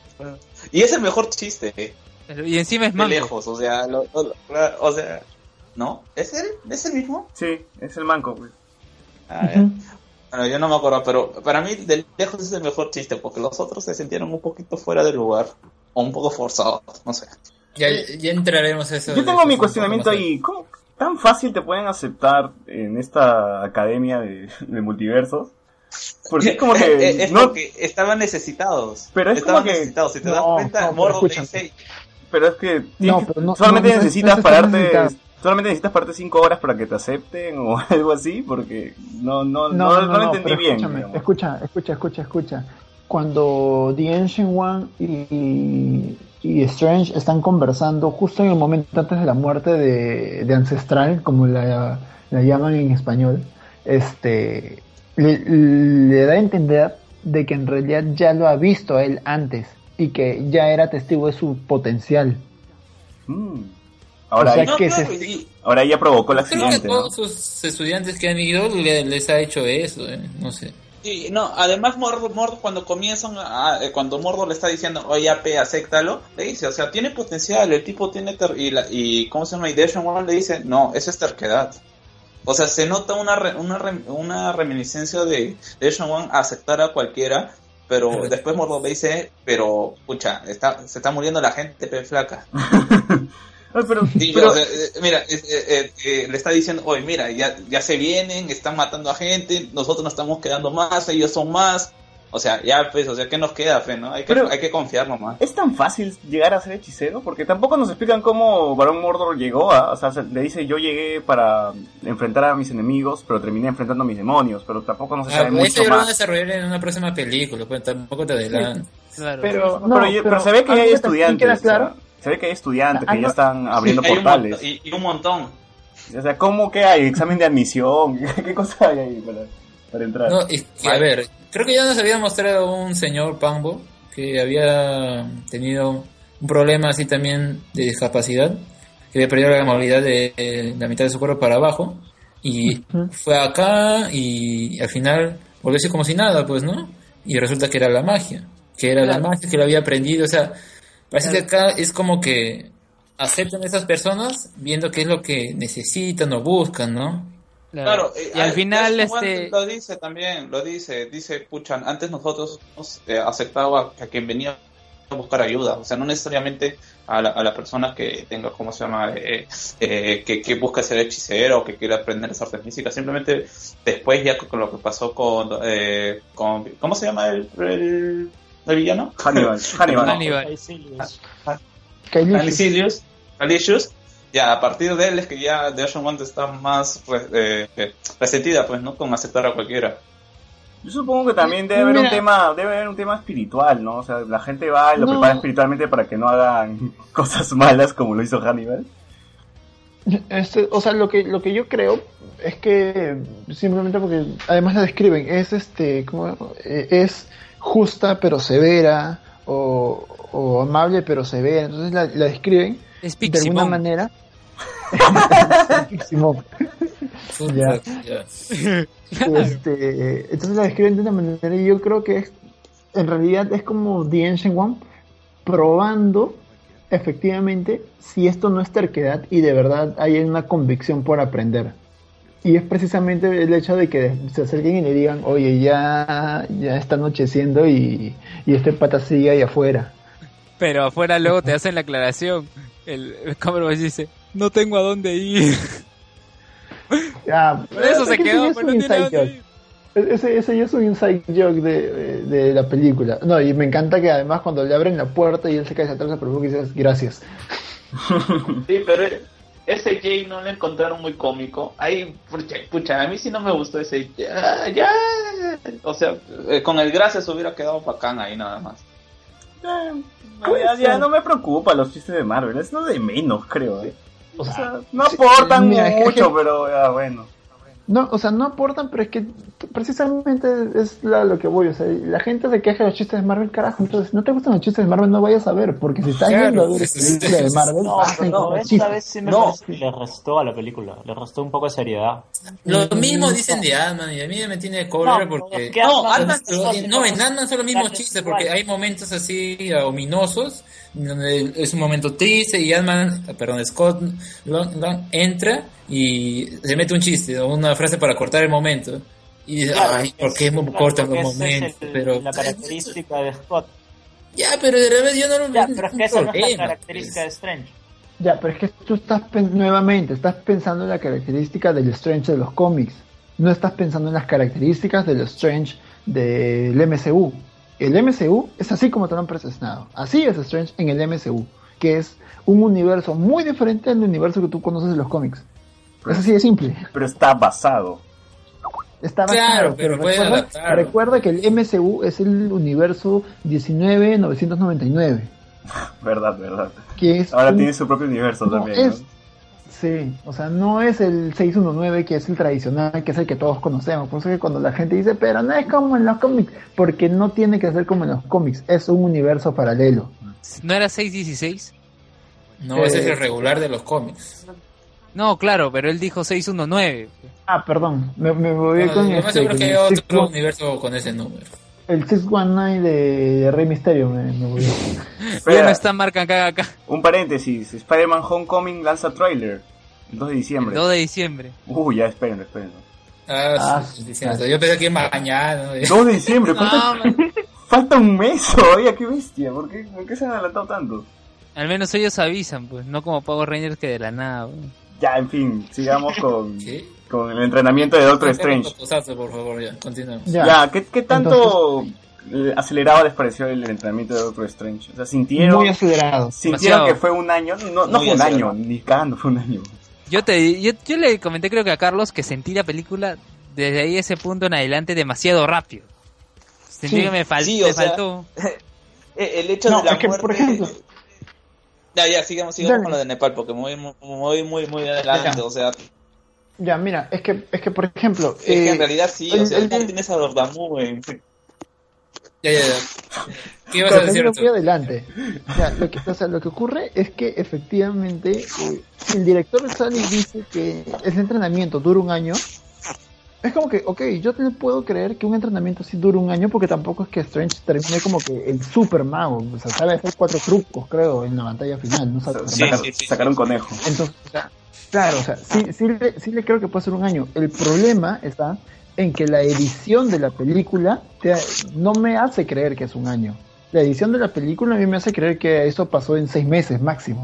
Y es el mejor chiste, eh, Y encima es de manco. lejos, o sea, lo- lo- lo- o sea, ¿no? ¿Es él? ¿Es el mismo? Sí, es el manco, pues. Ah, ya. Bueno, yo no me acuerdo, pero para mí de lejos es el mejor chiste, porque los otros se sintieron un poquito fuera de lugar, o un poco forzados, no sé. Ya, ya entraremos a eso. Yo tengo después, mi un cuestionamiento poco más ahí. ¿Cómo tan fácil te pueden aceptar en esta academia de, de multiversos? Porque es como que... es, es no, porque estaban necesitados. Pero es estaban como que- necesitados. Si te No, das cuenta, no, pero Mordo escúchame. dice, pero es que No, tienes que- pero no- solamente no, no es- necesitas no es pararte necesitado. ¿Solamente necesitas parte cinco horas para que te acepten o algo así? Porque no no no, No, no, no, lo no, entendí pero bien. escúchame, digamos. escucha, escucha, escucha, escucha. Cuando The Ancient One y, y, y Strange están conversando justo en el momento antes de la muerte de, de Ancestral, como la, la llaman en español, este le, le da a entender de que en realidad ya lo ha visto él antes y que ya era testigo de su potencial. Mm. Ahora, O sea, ahí- No, que claro, se- y- ahora ella provocó el Creo que accidente, ¿no? todos sus estudiantes que han ido le- les ha hecho eso, eh, no sé. y no, además Mordo, Mordo cuando comienzan, a- eh, cuando Mordo le está diciendo, oye, A P, acéptalo, le dice, o sea, tiene potencial, el tipo tiene, ter y, la, y ¿cómo se llama? Y Deschon One le dice, no, eso es terquedad. O sea, se nota una re- una, re- una reminiscencia de Deschon One a aceptar a cualquiera, pero Pero- después Mordo le dice, pero, pucha, está, se está muriendo la gente, pe flaca. Ay, pero, Sí, pero- o sea, eh, mira, eh, eh, eh, le está diciendo, oye, mira, ya, ya se vienen, están matando a gente, nosotros nos estamos quedando más, ellos son más. O sea, ya pues, o sea, ¿qué nos queda, fe, no? Hay que, Pero- hay que confiar nomás. ¿es tan fácil llegar a ser hechicero? Porque tampoco nos explican cómo Barón Mordor llegó a... O sea, se- le dice, yo llegué para enfrentar a mis enemigos, pero terminé enfrentando a mis demonios, pero tampoco nos Ah, sabe eso mucho ya lo van a más. desarrollar en una próxima película, pues tampoco te adelantes. Claro. Pero, Pero, no, pero, pero se ve que a mí hay me estudiantes, queda o sea, claro. se ve que hay estudiantes Ah, que ya no. están abriendo Sí, hay un portales. montón- y, y un montón. O sea, ¿cómo que hay? ¿Examen de admisión? ¿Qué cosa hay ahí para, para entrar? No, es que, a ver, creo que ya nos había mostrado un señor Pambo que había tenido un problema así también de discapacidad, que había perdido la movilidad de, de la mitad de su cuerpo para abajo, y Ujú. fue acá y al final volvió así como si nada, pues, ¿no? Y resulta que era la magia, que era la Claro. magia que lo había aprendido, o sea, parece que acá es como que aceptan a esas personas viendo qué es lo que necesitan o buscan, ¿no? Claro, eh, y al ah, final, Deschon One este... lo dice también, lo dice, dice, pucha, antes nosotros hemos eh, aceptado a, a quien venía a buscar ayuda, o sea, no necesariamente a la, a la persona que tenga, ¿cómo se llama?, eh, eh, que, que busca ser hechicero o que quiera aprender las artes místicas, simplemente después ya con lo que pasó con, eh, con ¿cómo se llama el, el, el villano? Hannibal, Hannibal. Hannibal. Caelicious. Calicius, Calicius, ya a partir de él es que ya Deschon One está más re- eh, eh, resentida, pues, ¿no? Con aceptar a cualquiera. Yo supongo que también debe haber un Mira. tema, debe haber un tema espiritual, ¿no? O sea, la gente va y lo No. prepara espiritualmente para que no hagan cosas malas como lo hizo Hannibal. Este, o sea, lo que lo que yo creo es que simplemente porque además la describen es este ¿cómo? Eh, es justa pero severa o, o amable pero severa, entonces la, la describen Es de alguna Piximón. manera. Piximón. Ya. Ya. Este, entonces la describen de una manera y yo creo que es, en realidad es como The Ancient One probando efectivamente si esto no es terquedad y de verdad hay una convicción por aprender. Y es precisamente el hecho de que se acerquen y le digan, oye, ya, ya está anocheciendo y, y este pata sigue ahí afuera. Pero afuera luego te hacen la aclaración. El, el Cumberbatch dice, no tengo a dónde ir. Ya, Por eso es se que quedó, ese ya es pero no un tiene a inside dónde joke. ir. Ese, ese ya es un inside joke de, de la película. No, y me encanta que además cuando le abren la puerta y él se cae hacia atrás, se preocupa y dice gracias. Sí, pero ese Jay no lo encontraron muy cómico. Ahí, pucha, pucha, a mí sí no me gustó ese. Ya, ya. O sea, eh, con el gracias hubiera quedado bacán ahí nada más. Eh, ya, ya no me preocupa los chistes de Marvel, es lo de menos, creo. ¿eh? O O sea, sea, no sí, aportan mira, es que- mucho, pero ya bueno. no, o sea, no aportan, pero es que precisamente es la- lo que voy. O sea, la gente se queja de los chistes de Marvel, carajo. Entonces, no te gustan los chistes de Marvel, no vayas a ver, porque si estás Claro, yendo a ver es- películas de Marvel, No, vas a pero no, encontrar esta chistes. vez sí me No. parece que le restó a la película, le restó un poco de seriedad. Lo mismo dicen de Ant-Man y a mí me tiene cólera No, porque... es que No, Ant-Man Ant-Man está Lo- haciendo No, en cosas Ant-Man son los mismos iguales. chistes porque hay momentos así ah, ominosos donde es un momento triste y Ant-Man, ah, perdón, Scott Lang, Lang entra y se mete un chiste o una frase para cortar el momento y dice, Claro, ay, ¿por qué es- me claro, cortan porque los esa es momentos? el- Pero la característica de Scott. ya, pero de repente yo no lo Ya, veo pero es un que esa no es la problema, característica pues. de Strange. Ya, pero es que tú estás pen- nuevamente, estás pensando en la característica del Strange de los cómics. No estás pensando en las características del Strange del M C U. El M C U es así como te lo han presentado. Así es Strange en el M C U. que es un universo muy diferente al universo que tú conoces de los cómics. Pero, es así de simple. Pero está basado. Está basado, Claro, pero puede recuerda, adaptarlo. recuerda que el M C U es el universo diecinueve mil novecientos noventa y nueve. Verdad, verdad. Que es Ahora un- tiene su propio universo no también, es- ¿no? Sí, o sea, no es el seiscientos diecinueve que es el tradicional, que es el que todos conocemos. Por eso que cuando la gente dice, pero no es como en los cómics, porque no tiene que ser como en los cómics, es un universo paralelo. ¿No era seis dieciséis? No, ese es Eh, el regular de los cómics. No, claro, pero él dijo seiscientos diecinueve. Ah, perdón, me, me voy Bueno, con lo más este, seguro con que hay el otro six- universo con ese número. el seiscientos diecinueve de, de Rey Misterio, me, me voy. Ya Espera, no está marca acá, acá. un paréntesis. Spider-Man Homecoming lanza trailer. El dos de El diciembre. dos de diciembre. Uy, ya, esperen, esperen. Ah, Ah, sí, sí, sí, sí. Yo pensé que mañana. ¿no? dos de diciembre, falta, No, man. falta un mes todavía, qué bestia. ¿Por qué, ¿Por qué se han adelantado tanto? Al menos ellos avisan, pues, no como Power Rangers que de la nada. Pues. Ya, en fin, sigamos con, ¿Qué? con el entrenamiento de Doctor Strange. Tokusatsu, por favor, ya, continuemos. Ya. Ya, ¿qué, qué tanto eh, acelerado les pareció el entrenamiento de Doctor Strange? O sea, ¿sintieron, Muy acelerado. ¿sintieron Demasiado. que fue un año? No, no Muy fue un acelerado. año, ni cagando fue un año. Yo te yo, yo le comenté creo que a Carlos que sentí la película desde ahí ese punto en adelante demasiado rápido. Sentí Sí, que me, fal- sí, o me sea, faltó. Eh, El hecho No, de la es que, muerte... por ejemplo- Ya, ya, sigamos, sigamos Dale. con lo de Nepal, porque muy, muy, muy, muy, muy adelante, Ya. o sea... Ya, mira, es que, es que por ejemplo... Es que eh, en realidad sí, el- o sea, el- tú tienes a Dormammu en... Ya, ya, ya. ¿Qué ibas a Pero decir? yo voy Arturo? adelante. Ya, lo que, o sea, lo que ocurre es que efectivamente eh, si el director sale y dice que ese entrenamiento dura un año, es como que, ok, yo te puedo creer que un entrenamiento sí dura un año porque tampoco es que Strange termine como que el super mago, o sea, sabe hacer cuatro trucos, creo, en la batalla final, ¿no? Sabe- Sí, Sacar, sí, sí. sacar un conejo. Entonces, o sea, claro, o sea, sí, sí, le, sí le creo que puede ser un año. El problema está en que la edición de la película te- no me hace creer que es un año. La edición de la película a mí me hace creer que eso pasó en seis meses máximo.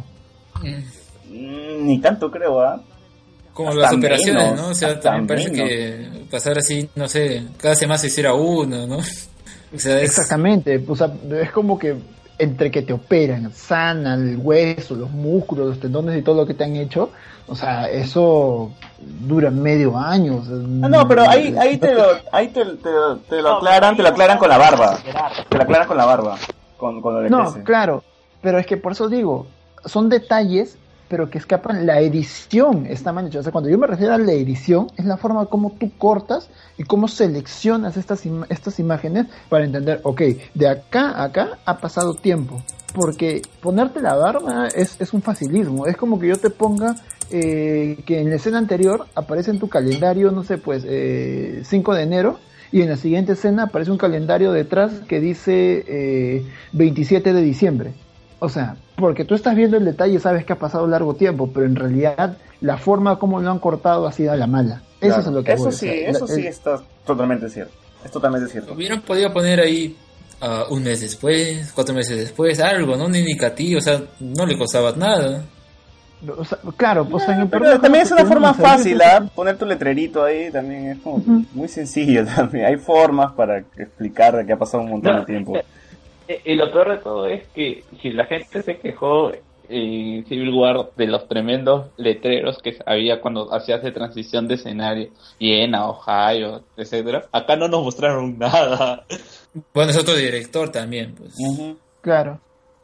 Mm, Mm, Ni tanto creo, ¿ah? Como Hasta las operaciones, menos, ¿no? O sea, hasta también parece menos. que pasar así, no sé, cada semana se hiciera uno, ¿no? O sea, es... Exactamente, o sea, es como que entre que te operan, sanan el hueso, los músculos, los tendones y todo lo que te han hecho, o sea, eso dura medio año. O sea, Ah, no, pero ahí, ahí te lo, ahí te, te, te lo aclaran, te lo aclaran con la barba. Te lo aclaran con la barba. Con, con lo de No, crece. claro, pero es que por eso digo, son detalles, pero que escapan, la edición está mal hecha. O sea, cuando yo me refiero a la edición, es la forma como tú cortas y cómo seleccionas estas, im- estas imágenes para entender, ok, de acá a acá ha pasado tiempo. Porque ponerte la barba es, es un facilismo, es como que yo te ponga eh, que en la escena anterior aparece en tu calendario, no sé, pues eh, cinco de enero, y en la siguiente escena aparece un calendario detrás que dice eh, veintisiete de diciembre. O sea, porque tú estás viendo el detalle y sabes que ha pasado largo tiempo, pero en realidad la forma como lo han cortado ha sido a la mala. Eso Claro. es lo que Eso voy, sí, o sea, eso la- sí el- está totalmente cierto. Es totalmente cierto. Hubieran podido poner ahí ah, un mes después, cuatro meses después, algo, ¿no? Un indicativo, o sea, no le costaba nada. o sea, claro, pues en el Pero problema también es que una tenemos forma ahorita fácil, es- ¿ah? Poner tu letrerito ahí también es como Ujú. muy sencillo también. Hay formas para explicar que ha pasado un montón No, de tiempo. Eh, Y lo peor de todo es que si la gente se quejó en Civil War de los tremendos letreros que había cuando hacías de transición de escenario, Viena, Ohio, etcétera, acá no nos mostraron nada. Bueno, es otro director también, pues. Ujú. Claro.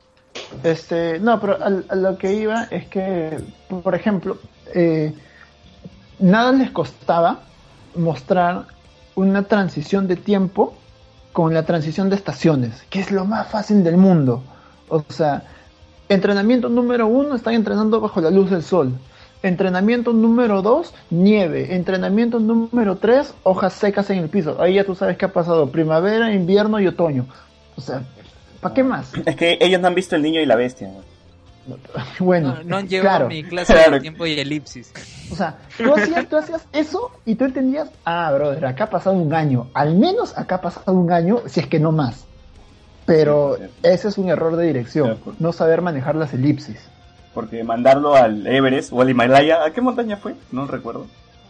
Este, no, pero al- a, lo que iba es que, por ejemplo, eh, nada les costaba mostrar una transición de tiempo con la transición de estaciones, que es lo más fácil del mundo. O sea, entrenamiento número uno, están entrenando bajo la luz del sol. Entrenamiento número dos, nieve. Entrenamiento número tres, hojas secas en el piso. Ahí ya tú sabes qué ha pasado, primavera, invierno y otoño. O sea, ¿para qué más? Es que ellos no han visto El Niño y la Bestia. ¿no? Bueno, No, no han llevado claro. mi clase Claro. de tiempo y elipsis. O sea, tú hacías, tú hacías eso y tú entendías, ah, brother, acá ha pasado un año. Al menos acá ha pasado un año, si es que no más. Pero Sí, sí. ese es un error de De dirección, acuerdo. no saber manejar las elipsis. Porque mandarlo al Everest o al Himalaya, ¿a qué montaña fue? No recuerdo.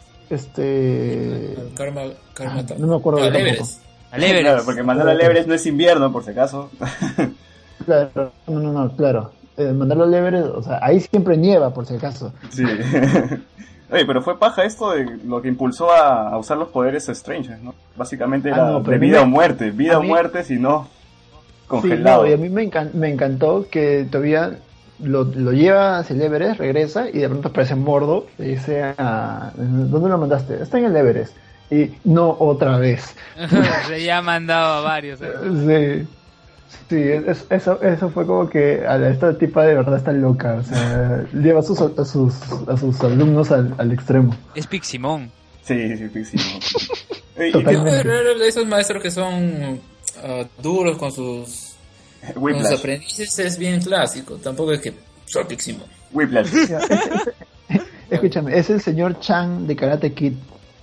Este... Al Karma, Karma Ah, no me acuerdo Al tampoco. Everest. Al Everest. Claro, porque mandarlo al Everest no es invierno, por si acaso. Claro, no, no, no, claro. eh, mandarlo al Everest, o sea, ahí siempre nieva, por si acaso. Sí. Oye, pero fue paja esto de lo que impulsó a, a usar los poderes Strange, ¿no? Básicamente era Ah, no, de pero vida me- o muerte, vida a o mí- muerte, si no, Sí, congelado. no, y a mí me, encan- me encantó que todavía lo, lo lleva hacia el Everest, regresa y de pronto aparece Mordo y dice, ah, ¿dónde lo mandaste? Está en el Everest. Y no otra vez. Se ya ha mandado a varios. ¿eh? Sí, sí, es- eso, eso fue como que a la- esta tipa de verdad está loca, o sea, lleva a sus, a sus, a sus alumnos al, al extremo. Es Piximón. Sí, sí, sí. sí. Oye, y Totalmente. Pero era de esos maestros que son ah, duros con sus, que- con sus Whiplash. aprendices es bien clásico. Tampoco es que sotísimo. Whiplash. Ya, ese- ese- escúchame, es el señor Chan de Karate Kid.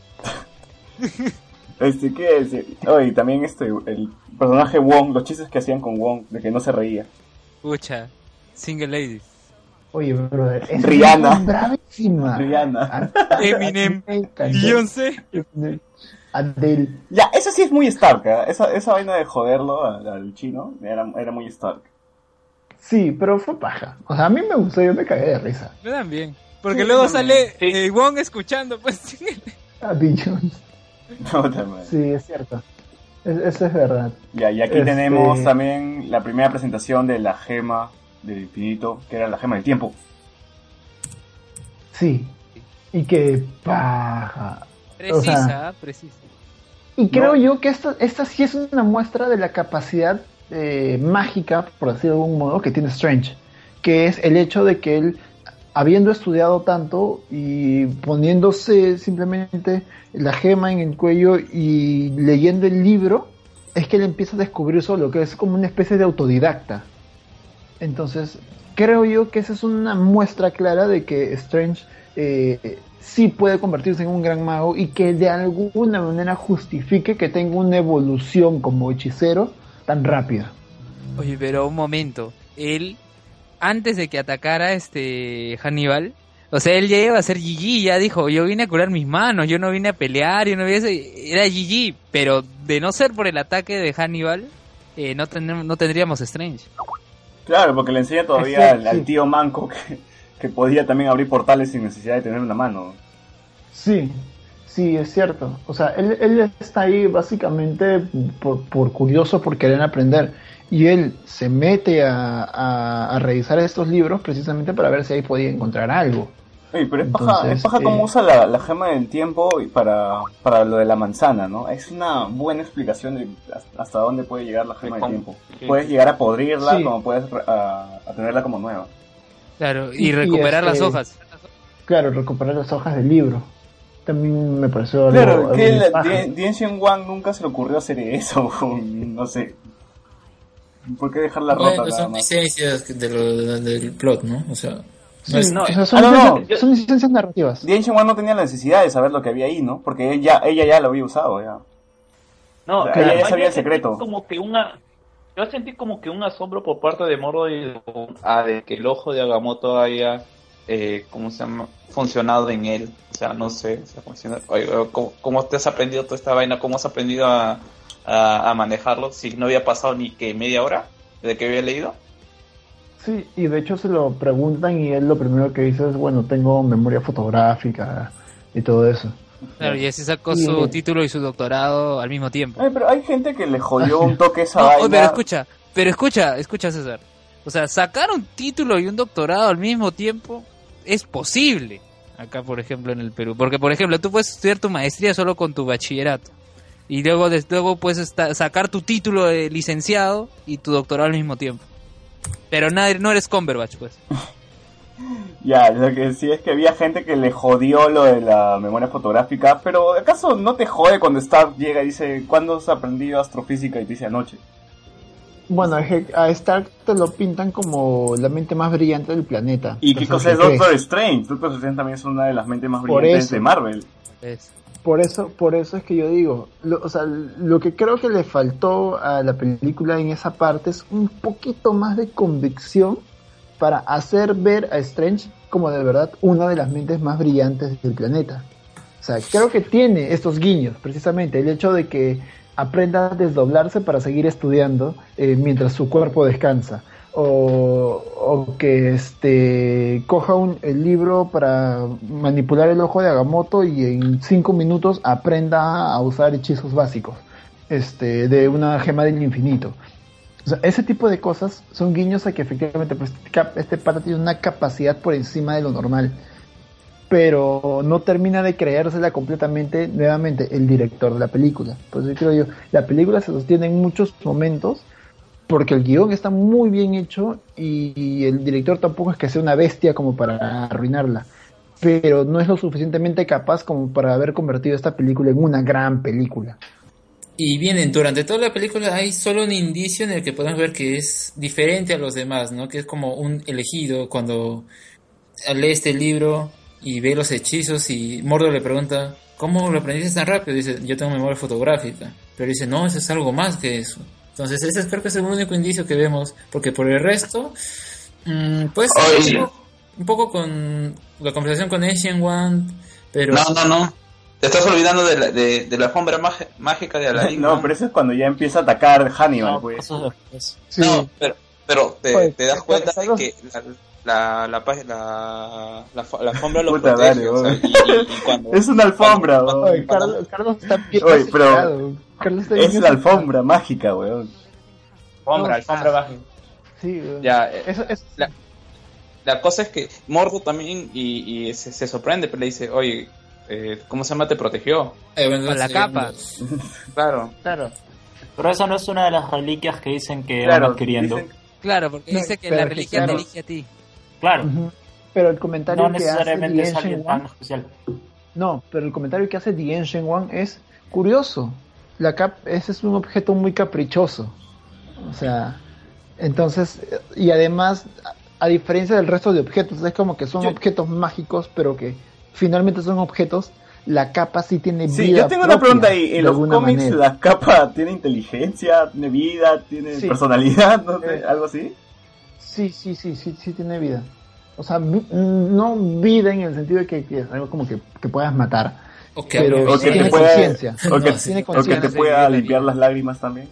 Este, ¿qué es? Oye, también este, el personaje Wong, los chistes que hacían con Wong, de que no se reía. Pucha. Single Ladies. Oye, brother, es Rihanna. bravísima. Rihanna. Eminem. Me encantó. Beyoncé. Adele. Ya, eso sí es muy Stark, ¿eh? esa, esa vaina de joderlo al, al chino, era, era muy Stark. Sí, pero fue paja. O sea, a mí me gustó, yo me cagué de risa. Me dan bien. Porque luego sale Sí. eh, Wong escuchando, pues. A Billions. Puta madre. Sí, es cierto. Es- eso es verdad. Ya, y aquí Este- tenemos también la primera presentación de la gema del infinito, que era la gema del tiempo. Sí. Y que paja. Precisa, O sea, ¿ah? precisa. Y creo No. yo que esta, esta sí es una muestra de la capacidad eh, mágica, por decirlo de algún modo, que tiene Strange. Que es el hecho de que él, habiendo estudiado tanto y poniéndose simplemente la gema en el cuello y leyendo el libro, es que él empieza a descubrir solo, que es como una especie de autodidacta. Entonces, creo yo que esa es una muestra clara de que Strange eh, sí puede convertirse en un gran mago y que de alguna manera justifique que tenga una evolución como hechicero tan rápida. Oye, pero un momento. Él, antes de que atacara este Hannibal, o sea, él ya iba a ser G G, ya dijo, yo vine a curar mis manos, yo no vine a pelear, yo no vine a... Era G G, pero de no ser por el ataque de Hannibal, eh, no, ten- no tendríamos Strange. Claro, porque le enseña todavía Es al, que- al sí. tío manco que, que podía también abrir portales sin necesidad de tener una mano. Sí, sí, es cierto. O sea, él, él está ahí básicamente por, por curioso, por querer aprender. Y él se mete a, a, a revisar estos libros precisamente para ver si ahí podía encontrar algo. Oye, pero es paja, Entonces, es paja cómo eh, usa la, la gema del tiempo y para, para lo de la manzana, ¿no? Es una buena explicación de hasta dónde puede llegar la gema del cómo- tiempo. sí. Puedes llegar a podrirla Sí. como puedes a, a tenerla como nueva. Claro, Y- y recuperar y las este- hojas. Claro, recuperar las hojas del libro. También me pareció algo, Claro, algo que muy la- paja. Dien Dien Xian Wang nunca se le ocurrió hacer eso, no sé. ¿Por qué dejarla rota Bueno, nada son más? licencias de lo, de- del plot, ¿no? O sea, Sí, no es- no, o sea, son, ah, no, no, licencias, yo- son licencias narrativas. Dien Xian Wang no tenía la necesidad de saber lo que había ahí, ¿no? Porque ella, ella ya lo había usado, ya. No, O sea, que ella ya además sabía yo el sentí secreto. Como que una, yo sentí como que un asombro por parte de Mordo y a de que el ojo de Agamotto haya, eh, ¿cómo se llama? Funcionado en él. O sea, no sé, o sea, funciona- oye, ¿cómo, cómo te has aprendido toda esta vaina? ¿Cómo has aprendido a, a, a manejarlo si no había pasado ni que media hora desde que había leído? Sí, y de hecho se lo preguntan y él lo primero que dice es, bueno, tengo memoria fotográfica y todo eso. Claro, y así sacó Sí. su título y su doctorado al mismo tiempo. Ay, pero hay gente que le jodió un toque esa No, vaina. oye, pero escucha, pero escucha, escucha César. O sea, sacar un título y un doctorado al mismo tiempo es posible. Acá, por ejemplo, en el Perú. Porque, por ejemplo, tú puedes estudiar tu maestría solo con tu bachillerato. Y luego, des- luego puedes esta- sacar tu título de licenciado y tu doctorado al mismo tiempo. Pero nadie, no eres Cumberbatch, pues. Ya, lo que sí es que había gente que le jodió lo de la memoria fotográfica, pero ¿acaso no te jode cuando Stark llega y dice, ¿cuándo has aprendido astrofísica? Y te dice anoche. Bueno, es que a Stark te lo pintan como la mente más brillante del planeta. ¿Y qué cosa Entonces, es ¿qué Doctor crees? Strange? Doctor Strange también es una de las mentes más Por brillantes eso. de Marvel. Es- Por eso, por eso es que yo digo, lo, o sea, lo que creo que le faltó a la película en esa parte es un poquito más de convicción para hacer ver a Strange como de verdad una de las mentes más brillantes del planeta. O sea, creo que tiene estos guiños, precisamente, el hecho de que aprenda a desdoblarse para seguir estudiando eh, mientras su cuerpo descansa. O, o que este coja un, el libro para manipular el ojo de Agamotto y en cinco minutos aprenda a usar hechizos básicos este de una gema del infinito. O sea, ese tipo de cosas son guiños a que efectivamente pues, este pata tiene una capacidad por encima de lo normal, pero no termina de creérsela completamente nuevamente el director de la película. Pues yo creo yo, la película se sostiene en muchos momentos porque el guión está muy bien hecho y, y el director tampoco es que sea una bestia como para arruinarla, pero no es lo suficientemente capaz como para haber convertido esta película en una gran película. Y bien, durante toda la película hay solo un indicio en el que podemos ver que es diferente a los demás, ¿no? Que es como un elegido cuando lee este libro y ve los hechizos y Mordor le pregunta, ¿cómo lo aprendiste tan rápido? Dice, yo tengo memoria fotográfica. Pero dice, no, eso es algo más que eso. Entonces ese creo que es el único indicio que vemos, porque por el resto, mmm, pues un poco, un poco con la conversación con Ancient One, pero... No, no, no. Te estás olvidando de la, de, de la alfombra mág- mágica de Aladdin. No, ¿no? Pero eso es cuando ya empieza a atacar Hannibal, No, pues. eso es Sí. No, pero, pero te, Oye, te das cuenta de algo- que la, la, la, pag- la, la, la alfombra lo Puta protege. madre, O sea, oye. y, y, y cuando, Es una alfombra, cuando- weón. Oye, Carlos, Carlos está bien Oye, pero desesperado. Carlos está bien Es la desesperado. alfombra mágica, weón. alfombra, No, alfombra ah. mágica. Sí, weón. Ya, eh, Eso es... la, la cosa es que Mordo también y, y se, se sorprende, pero le dice, oye, eh, ¿cómo se llama? Te protegió. Eh, bueno, Con la sí, capa. los- Claro. Claro. Pero esa no es una de las reliquias que dicen que Claro, van adquiriendo. dicen- Claro, porque No, dice que pero la es que reliquia claro. te elige a ti. Claro, Ujú. Pero el comentario no que hace necesariamente The es alguien Ancient tan One, especial. no, pero el comentario que hace The Ancient One es curioso. La cap, ese es un objeto muy caprichoso. O sea, entonces, y además, a, a diferencia del resto de objetos, es como que son Yo- objetos mágicos, pero que finalmente son objetos. La capa sí tiene vida. Sí, yo tengo una propia, pregunta ahí. de ¿En los alguna cómics manera. la capa tiene inteligencia, tiene vida, tiene Sí. personalidad, no sé, Eh. algo así? Sí, sí, sí, sí, sí tiene vida. O sea, vi- no vida en el sentido de que, que es algo como que, que puedas matar, O que pero hable O sí que bien. te tiene pueda, conciencia. o que, No, sí. Tiene o que te conciencia. pueda limpiar las lágrimas también.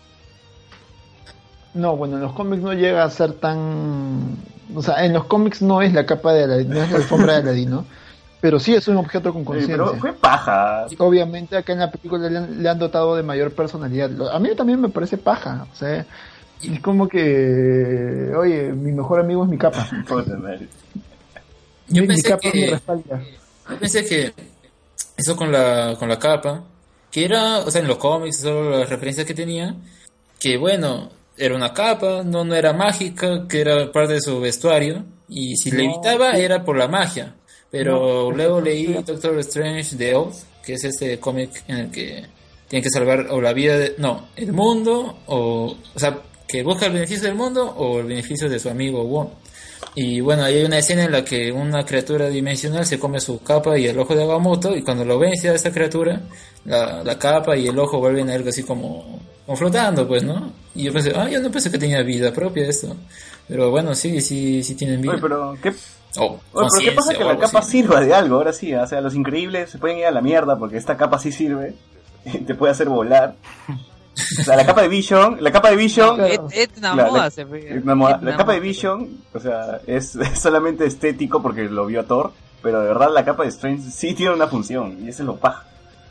No, bueno, en los cómics no llega a ser tan... O sea, en los cómics no es la capa de Aladino, no es la alfombra de Aladino, pero sí es un objeto con Oye, conciencia. pero fue paja. Obviamente acá en la película le han, le han dotado de mayor personalidad. Lo- A mí también me parece paja, o sea, es como que, oye, mi mejor amigo es mi capa. Puta madre. Yo mi, mi pensé capa que- me respalda. Yo pensé que eso con la, con la capa, que era, o sea, en los cómics, solo las referencias que tenía, que bueno, era una capa, no, no era mágica, que era parte de su vestuario, y si No, levitaba sí. era por la magia. Pero No, luego eso leí sí. Doctor Strange The Oath, que es este cómic en el que tiene que salvar o la vida de, no, el mundo, o, o sea, que busca el beneficio del mundo o el beneficio de su amigo Wong. Y bueno, ahí hay una escena en la que una criatura dimensional se come su capa y el ojo de Agamotto, y cuando lo vence a esta criatura, la, la capa y el ojo vuelven a algo así como, como flotando, pues, ¿no? Y yo pensé, ah, yo no pensé que tenía vida propia esto. Pero bueno, sí, sí, sí tienen vida. Oye, pero ¿qué, O oye, pero ¿qué pasa conciencia que o la algo capa así. sirva de algo? Ahora sí, o sea, los increíbles se pueden ir a la mierda porque esta capa sí sirve. Te puede hacer volar. O sea, la capa de Vision, la capa de Vision, Claro. Es, es una La- moda, la- se ve. es una moda. Es La una capa de moda. Vision, o sea, es, es solamente estético porque lo vio Thor, pero de verdad la capa de Strange sí tiene una función y eso es lo paja.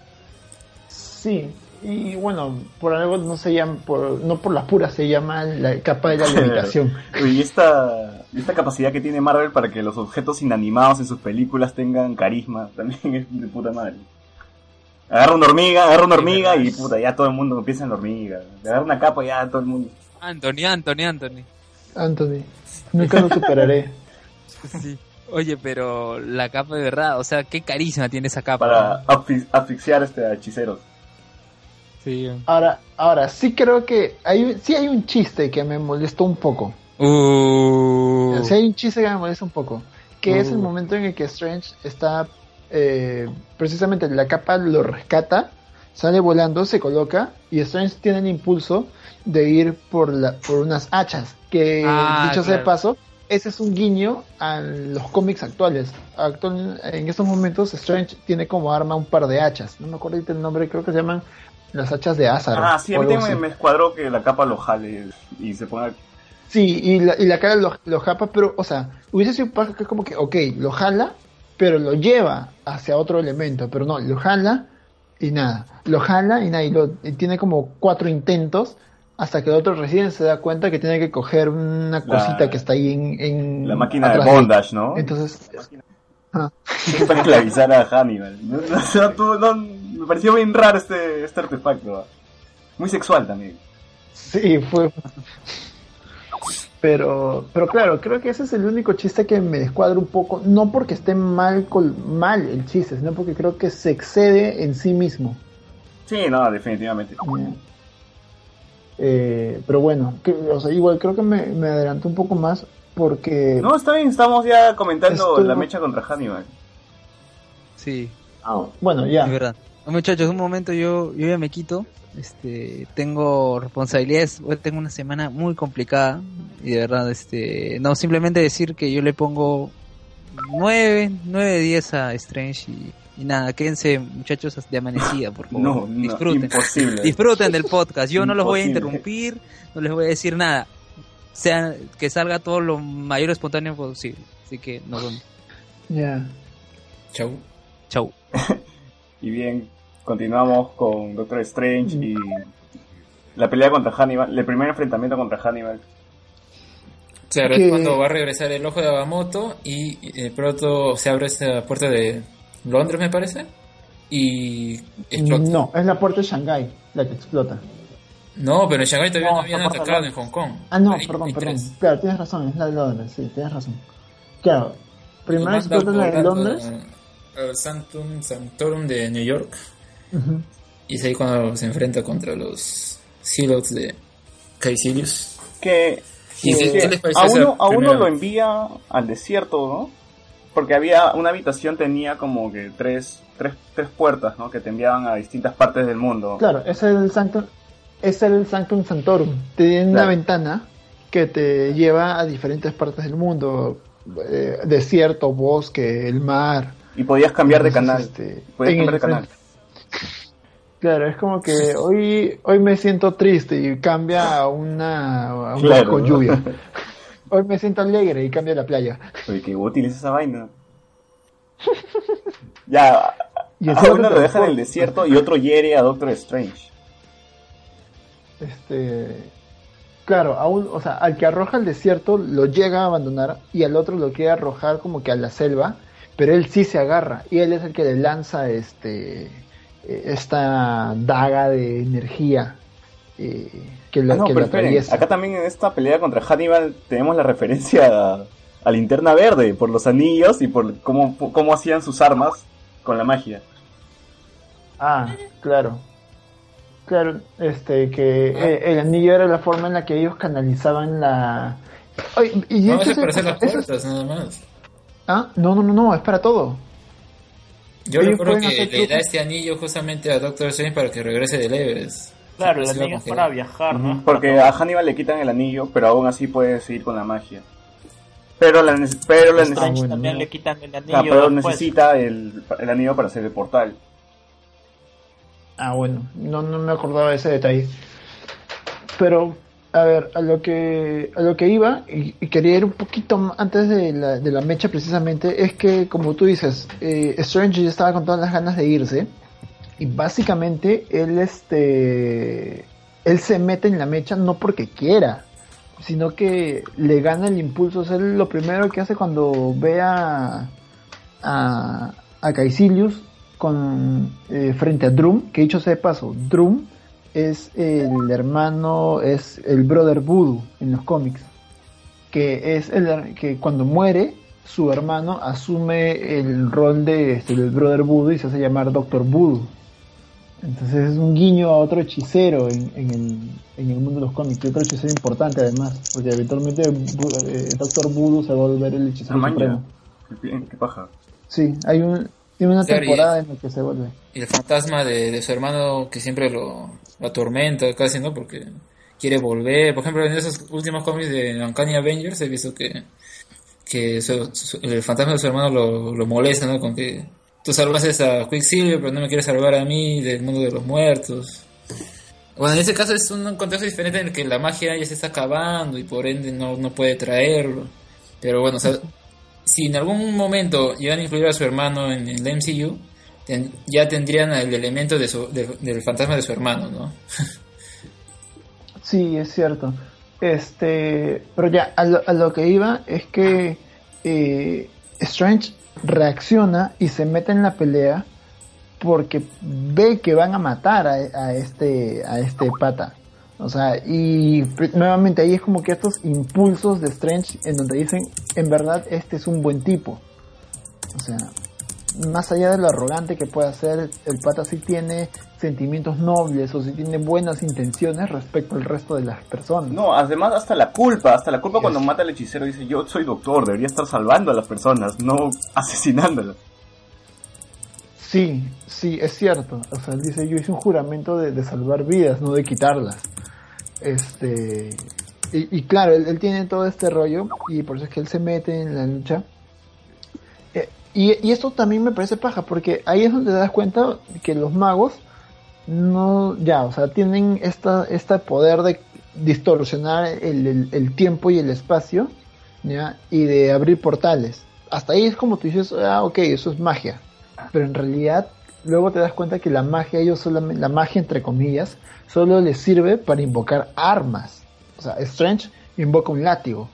Sí, y bueno, por algo no se llama, por, no por las puras se llama la capa de la levitación. Oye, y esta, y esta capacidad que tiene Marvel para que los objetos inanimados en sus películas tengan carisma, también es de puta madre. Agarra una hormiga, agarra una hormiga y puta, ya todo el mundo piensa en la hormiga. Le agarra una capa y ya todo el mundo. Anthony, Anthony, Anthony. Anthony, nunca lo superaré. Sí. Oye, pero la capa de verdad, o sea, qué carisma tiene esa capa. Para asfix- asfixiar este, a hechiceros. Sí. Ahora, ahora sí creo que hay, sí hay un chiste que me molestó un poco. Uh. Sí hay un chiste que me molesta un poco, que es el Uh. momento en el que Strange está, eh, precisamente la capa lo rescata, sale volando, se coloca y Strange tiene el impulso de ir por la, por unas hachas, que Ah, dicho sea de claro. paso, ese es un guiño a los cómics actuales. Actual, en estos momentos Strange tiene como arma un par de hachas, no me acuerdo ahorita el nombre, creo que se llaman las hachas de Azar. Ah, sí, a o mí algo también me, así. me escuadró que la capa lo jale y se ponga... Sí, y la, y la cara lo, lo japa, pero, o sea, hubiese sido paja que es como que, ok, lo jala, pero lo lleva hacia otro elemento, pero no, lo jala y nada, lo jala y nada, y, lo, y tiene como cuatro intentos hasta que el otro recién se da cuenta que tiene que coger una cosita La- que está ahí en... en La máquina de atrás él. bondage, ¿no? Entonces, ah, Para esclavizar a Hannibal. No, no, no, tú- no, me pareció bien raro este, este artefacto. ¿ah? Muy sexual también. sí, fue... Pero, pero claro, creo que ese es el único chiste que me descuadra un poco, no porque esté mal, col- mal el chiste, sino porque creo que se excede en sí mismo. Sí, no, definitivamente. Eh, pero bueno, que, o sea, igual creo que me, me adelanté un poco más porque... No, está bien, estamos ya comentando Estuvo- la mecha contra Hannibal. Sí, Ah, bueno, ya. es verdad. Muchachos, un momento, yo, yo ya me quito. Este, tengo responsabilidades, hoy tengo una semana muy complicada y de verdad, este, no, simplemente decir que yo le pongo nueve, nueve de diez a Strange y, y nada, quédense muchachos de amanecida, por favor. No, no, disfruten, imposible. disfruten del podcast, yo no los voy a Imposible. interrumpir, no les voy a decir nada, sea, que salga todo lo mayor espontáneo posible, así que nos vemos, Ya. Chau. chau. Y bien, continuamos con Doctor Strange y la pelea contra Hannibal, el primer enfrentamiento contra Hannibal. Claro, Que- es cuando va a regresar el ojo de Agamotto y eh, pronto se abre esta puerta de Londres, me parece, y explota. No, es la puerta de Shanghái la que explota. No, pero en Shanghái todavía No, no habían esta puerta atacado no. en Hong Kong. Ah, no, Hay- perdón, hay perdón. tres. Claro, tienes razón, es la de Londres, sí, tienes razón. Claro, primero Y explota manda la de volando Londres. Al Sanctum Sanctorum de New York. Ujú. Y es ahí cuando se enfrenta contra los Helots de Caecilius. Que, ¿Y qué- que qué les pareció a esa uno, a uno primera? lo envía al desierto, ¿no? Porque había una habitación tenía como que tres, tres, tres puertas, ¿no? Que te enviaban a distintas partes del mundo. Claro, ese es el Sanctum, ese es el Sanctum Sanctorum. Tiene una Claro. ventana que te lleva a diferentes partes del mundo. Eh, desierto, bosque, el mar. Y podías cambiar de canal. Entonces, este, Podías en cambiar de el- canal. Claro, es como que hoy hoy me siento triste y cambia a una a un Claro, bosque con ¿no? lluvia. Hoy me siento alegre y cambia a la playa. Oye, qué útil es esa vaina. Ya, Y a encima uno te lo deja en el transporta. desierto y otro hiere a Doctor Strange. Este, claro, a un- o sea, al que arroja al desierto lo llega a abandonar y al otro lo quiere arrojar como que a la selva, pero él sí se agarra y él es el que le lanza este eh, esta daga de energía eh, que lo, Ah, no, que pero lo esperen, atraviesa. acá también en esta pelea contra Hannibal tenemos la referencia a, a Linterna Verde por los anillos y por cómo, cómo hacían sus armas con la magia. Ah, claro. Claro, este, que eh, el anillo era la forma en la que ellos canalizaban la... Ay, y No, eso eso es se- para hacer las eso es- puertas, nada más. Ah, no, no, no, no, es para todo. Yo Ellos recuerdo pueden que hacer le da trucos. este anillo justamente a Doctor Strange para que regrese del Everest. Claro, el Se iba a anillo es congelar. para viajar, ¿no? Porque a Hannibal le quitan el anillo, pero aún así puede seguir con la magia. Pero la, nece- pero la, nece- Strange bueno, también no. le quitan el anillo. ah, pero después. necesita el, el anillo para hacer el portal. Ah, bueno, no, no me acordaba de ese detalle. Pero, a ver, a lo que a lo que iba, y, y quería ir un poquito m- antes de la, de la mecha precisamente, es que, como tú dices, eh, Strange ya estaba con todas las ganas de irse, y básicamente él, este, él se mete en la mecha no porque quiera, sino que le gana el impulso. O sea, él lo primero que hace cuando ve a, a, a Caecilius con, eh, frente a Drum, que dicho sea de paso, Drum es el hermano, es el Brother Voodoo en los cómics, que es el her- que cuando muere su hermano asume el rol de este, del Brother Voodoo y se hace llamar Doctor Voodoo. Entonces es un guiño a otro hechicero en, en, el, en el mundo de los cómics, y otro hechicero importante además, porque eventualmente Bu- eh, Doctor Voodoo se va a volver el hechicero Ah, supremo. maña. Qué, qué paja. Sí, hay un, hay una Claro, y- temporada en la que se vuelve. Y el fantasma de, de su hermano que siempre lo, lo atormenta casi, ¿no? Porque quiere volver. Por ejemplo, en esos últimos cómics de Uncanny Avengers he visto que, que su- su- el fantasma de su hermano lo, lo molesta, ¿no? Con que tú salvaste a Quicksilver, pero no me quieres salvar a mí del mundo de los muertos. Bueno, en ese caso es un contexto diferente en el que la magia ya se está acabando y por ende no, no puede traerlo. Pero bueno, o sea, si en algún momento llegan a incluir a su hermano en el M C U, ten, ya tendrían el elemento de su, de, del fantasma de su hermano, ¿no? Sí, es cierto. Este, pero ya, a lo, a lo que iba es que eh, Strange reacciona y se mete en la pelea porque ve que van a matar a, a este a este pata. O sea, y nuevamente ahí es como que estos impulsos de Strange en donde dicen, en verdad este es un buen tipo. O sea, más allá de lo arrogante que pueda ser, el pata sí tiene sentimientos nobles o sí tiene buenas intenciones respecto al resto de las personas. No, además hasta la culpa, hasta la culpa Yes. cuando mata al hechicero dice, yo soy doctor, debería estar salvando a las personas, no asesinándolas. Sí, sí, es cierto. O sea, él dice, yo hice un juramento de, de salvar vidas, no de quitarlas. Este, y, y claro, él, él tiene todo este rollo y por eso es que él se mete en la lucha. Eh, y, y esto también me parece paja, porque ahí es donde te das cuenta que los magos no, ya, o sea, tienen esta, este poder de distorsionar el, el, el tiempo y el espacio, ¿ya? Y de abrir portales. Hasta ahí es como tú dices, ah, ok, eso es magia. Pero en realidad luego te das cuenta que la magia, ellos solamente, la magia entre comillas, solo les sirve para invocar armas. O sea, Strange invoca un látigo.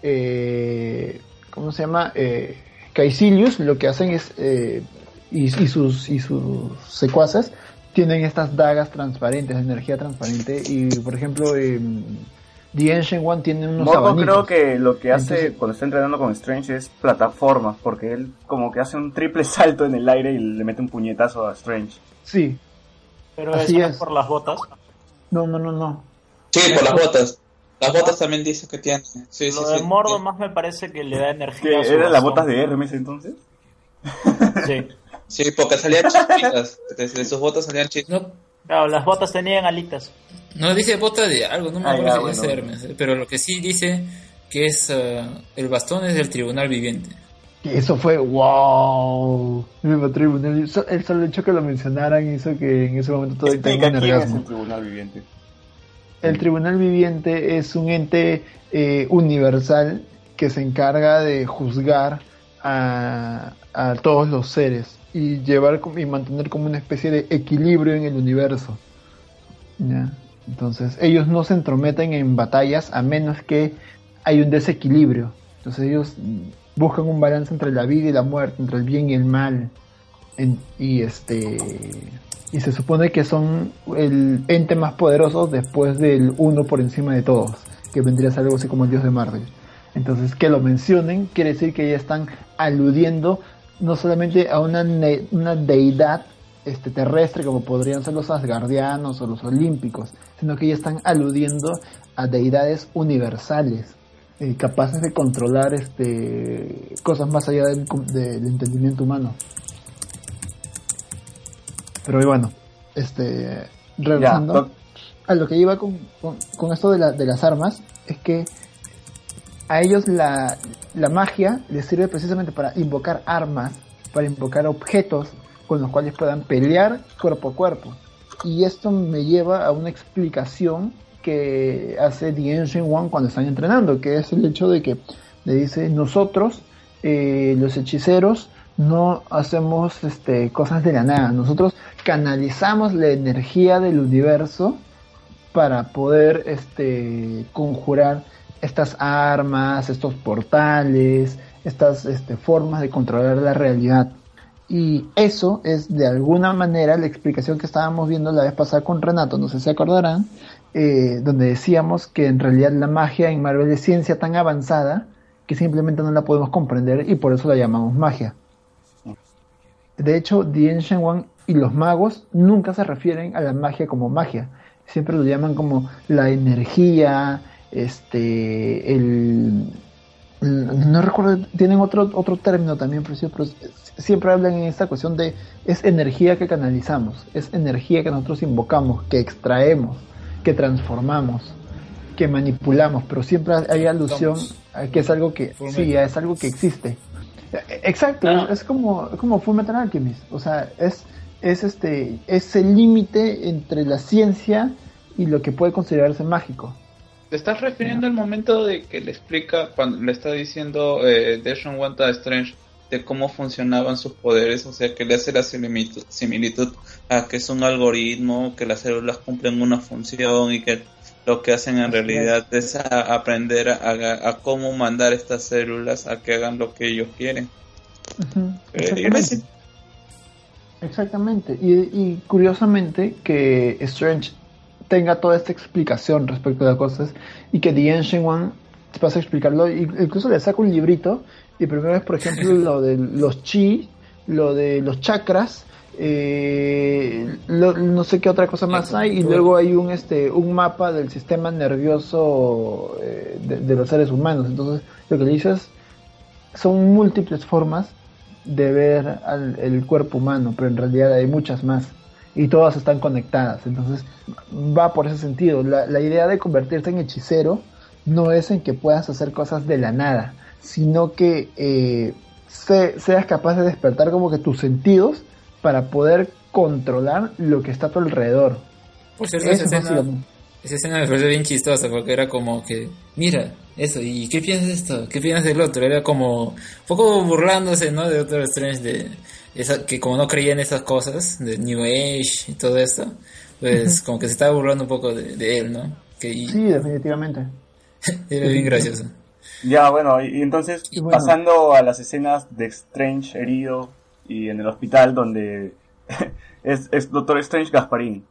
Eh, ¿Cómo se llama? Eh, Caecilius lo que hacen es, eh, y, y, sus, y sus secuaces tienen estas dagas transparentes, de energía transparente. Y por ejemplo, eh, The Ancient One tiene unos Mordo abanicos. creo que lo que hace Entonces, cuando está entrenando con Strange es plataformas, porque él como que hace un triple salto en el aire y le mete un puñetazo a Strange. sí. Pero Así eso es. es por las botas. No, no, no, no. Sí, por las botas. Las botas también dice que tiene. Sí, Lo sí, de sí. Mordo más me parece que le da energía ¿Que a su eran las bastón. botas de Hermes entonces? Sí. Sí, porque salían chispitas. Desde sus botas salían chispitas. No, Claro, las botas tenían alitas. no dice bota de algo, no me Ah, acuerdo ya, si bueno, es Hermes, eh, pero lo que sí dice que es uh, el bastón es del tribunal viviente. Y eso fue wow. El tribunal, so- el solo hecho que lo mencionaran hizo que en ese momento todo tenga Explica un quién es orgasmo. el tribunal viviente. El tribunal viviente es un ente eh, universal que se encarga de juzgar a, a todos los seres y llevar como- y mantener como una especie de equilibrio en el universo. ¿Ya? Entonces ellos no se entrometen en batallas a menos que hay un desequilibrio. Entonces ellos buscan un balance entre la vida y la muerte, entre el bien y el mal. En- y este y se supone que son el ente más poderoso después del uno por encima de todos, que vendría a ser algo así como el dios de Marvel. Entonces que lo mencionen quiere decir que ya están aludiendo no solamente a una, ne- una deidad este terrestre como podrían ser los asgardianos o los olímpicos, sino que ya están aludiendo a deidades universales, eh, capaces de controlar este cosas más allá del, del entendimiento humano. Pero y bueno, este regresando Ya, doc- a lo que iba con, con, con esto de, la, de las armas, es que a ellos la, la magia les sirve precisamente para invocar armas, para invocar objetos con los cuales puedan pelear cuerpo a cuerpo. Y esto me lleva a una explicación que hace The Ancient One cuando están entrenando, que es el hecho de que le dice, nosotros, eh, los hechiceros, no hacemos este, cosas de la nada, nosotros canalizamos la energía del universo para poder este, conjurar estas armas, estos portales, estas este, formas de controlar la realidad. Y eso es de alguna manera la explicación que estábamos viendo la vez pasada con Renato, no sé si se acordarán, eh, donde decíamos que en realidad la magia en Marvel es ciencia tan avanzada que simplemente no la podemos comprender y por eso la llamamos magia. De hecho, The Ancient One y los magos nunca se refieren a la magia como magia, siempre lo llaman como la energía, este, el... no recuerdo, tienen otro otro término también, pero siempre hablan en esta cuestión de es energía que canalizamos, es energía que nosotros invocamos, que extraemos, que transformamos, que manipulamos, pero siempre hay alusión a que es algo que sí, es algo que existe. Exacto, no. es como es como Fullmetal Alchemist, o sea, es es este es el límite entre la ciencia y lo que puede considerarse mágico. ¿Te estás refiriendo al momento de que le explica, cuando le está diciendo eh, Deshaun Wanta a Strange de cómo funcionaban sus poderes? O sea, que le hace la similitud, similitud a que es un algoritmo, que las células cumplen una función y que lo que hacen en realidad es a aprender a, a, a cómo mandar estas células a que hagan lo que ellos quieren. Uh-huh. Eh, Exactamente. Exactamente. Y, y curiosamente que Strange tenga toda esta explicación respecto a las cosas y que The Ancient One pasa a explicarlo, y incluso le saca un librito y primero es por ejemplo lo de los chi, lo de los chakras, eh, lo, no sé qué otra cosa más hay, y luego hay un este un mapa del sistema nervioso eh, de, de los seres humanos. Entonces lo que le dices son múltiples formas de ver al, el cuerpo humano, pero en realidad hay muchas más y todas están conectadas. Entonces va por ese sentido. La, la idea de convertirte en hechicero no es en que puedas hacer cosas de la nada, sino que eh, se, seas capaz de despertar como que tus sentidos para poder controlar lo que está a tu alrededor. Por cierto, esa escena, esa escena me pareció bien chistosa, porque era como que, mira, eso, ¿y qué piensas de esto? ¿Qué piensas del otro? Era como un poco burlándose, ¿no? De Doctor Strange, de esa, que como no creía en esas cosas, de New Age y todo esto, pues uh-huh. como que se estaba burlando un poco de, de él, ¿no? Que, y... Sí, definitivamente. Era bien gracioso. Ya, bueno, y entonces, y bueno, pasando a las escenas de Strange herido y en el hospital donde es, es Doctor Strange Gasparín.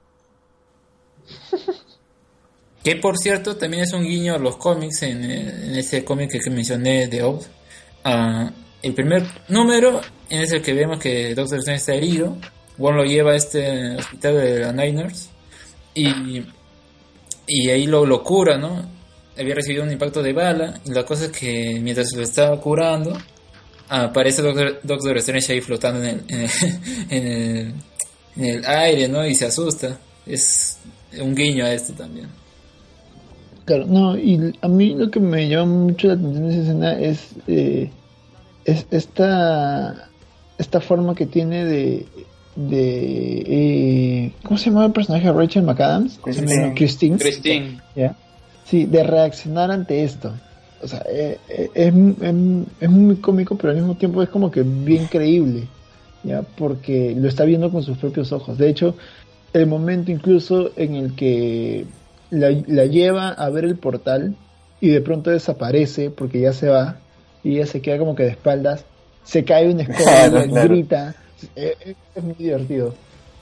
Que por cierto también es un guiño a los cómics, en, en ese cómic que, que mencioné de Oz. Uh, el primer número es el que vemos que Doctor Strange está herido. Wong lo lleva a este hospital de la Niners y, y ahí lo, lo cura, ¿no? Había recibido un impacto de bala y la cosa es que mientras lo estaba curando aparece Doctor, Doctor Strange ahí flotando en el, en, el, en, el, en el aire, ¿no? Y se asusta. Es un guiño a esto también. Claro, no, y a mí lo que me llama mucho la atención de esa escena es, eh, es esta esta forma que tiene de de eh, ¿cómo se llama el personaje de Rachel McAdams? Christine. Christine. Christine. ¿Ya? Sí, de reaccionar ante esto. O sea, eh, eh, es, es, es muy cómico, pero al mismo tiempo es como que bien creíble, ¿ya? Porque lo está viendo con sus propios ojos. De hecho, el momento incluso en el que la, la lleva a ver el portal y de pronto desaparece porque ya se va y ella se queda como que de espaldas, se cae una escoba, claro, claro. grita, es, es muy divertido.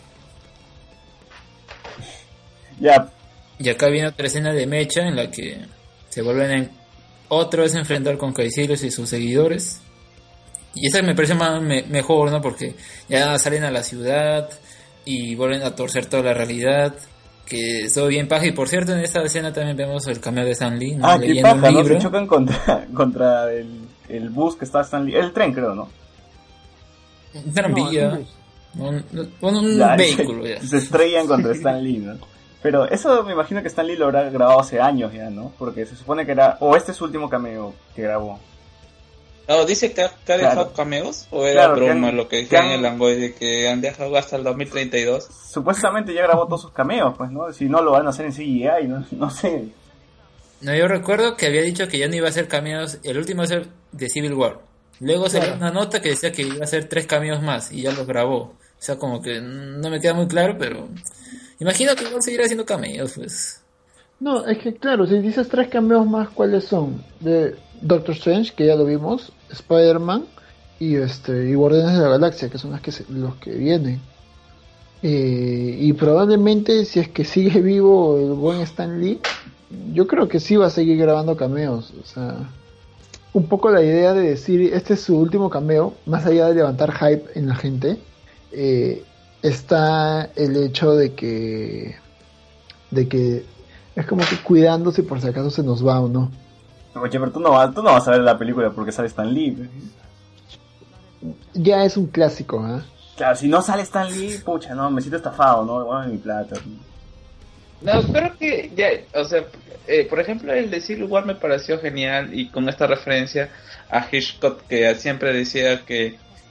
Ya. Y acá viene otra escena de mecha en la que se vuelven a otra vez a enfrentar con Caecilius y sus seguidores. Y esa me parece más me, mejor, ¿no? Porque ya salen a la ciudad y vuelven a torcer toda la realidad, que es todo bien paja. Y por cierto, en esta escena también vemos el cameo de Stan Lee, ¿no? Ah, qué paja, ¿no? Se chocan contra, contra el, el bus que está Stan Lee, el tren creo, ¿no? Un tranvía, no, un, un, un ya, vehículo se, ya. Se estrellan contra Stan Lee, ¿no? Pero eso me imagino que Stan Lee lo habrá grabado hace años ya, ¿no? Porque se supone que era... O este es su último cameo que grabó. No, dice que ha, que ha dejado claro. cameos, o era claro, broma han, lo que decía en el Langoy de que han dejado hasta el dos mil treinta y dos. Supuestamente ya grabó todos sus cameos, pues, ¿no? Si no lo van a hacer en C G I, no, no sé. No, yo recuerdo que había dicho que ya no iba a hacer cameos, el último iba a ser de Civil War. Luego claro. salió una nota que decía que iba a hacer tres cameos más y ya los grabó. O sea, como que no me queda muy claro, pero... Imagino que igual seguirá haciendo cameos, pues. No, es que claro, si dices tres cameos más, ¿cuáles son? De Doctor Strange, que ya lo vimos, Spider-Man y este y Guardianes de la Galaxia, que son las que se, los que vienen. Eh, y probablemente, si es que sigue vivo el buen Stan Lee, yo creo que sí va a seguir grabando cameos. O sea, un poco la idea de decir, este es su último cameo, más allá de levantar hype en la gente, eh, está el hecho de que de que es como que cuidándose por si acaso se nos va o no. Oye, pero tú no, vas, tú no vas a ver la película porque sale Stan Lee. Ya es un clásico, ¿eh? Claro, si no sale Stan Lee, pucha, no, me siento estafado, no, bueno, mi plata. No, creo que ya, o sea, eh, por ejemplo, el de Civil War me pareció genial y con esta referencia a Hitchcock que siempre decía que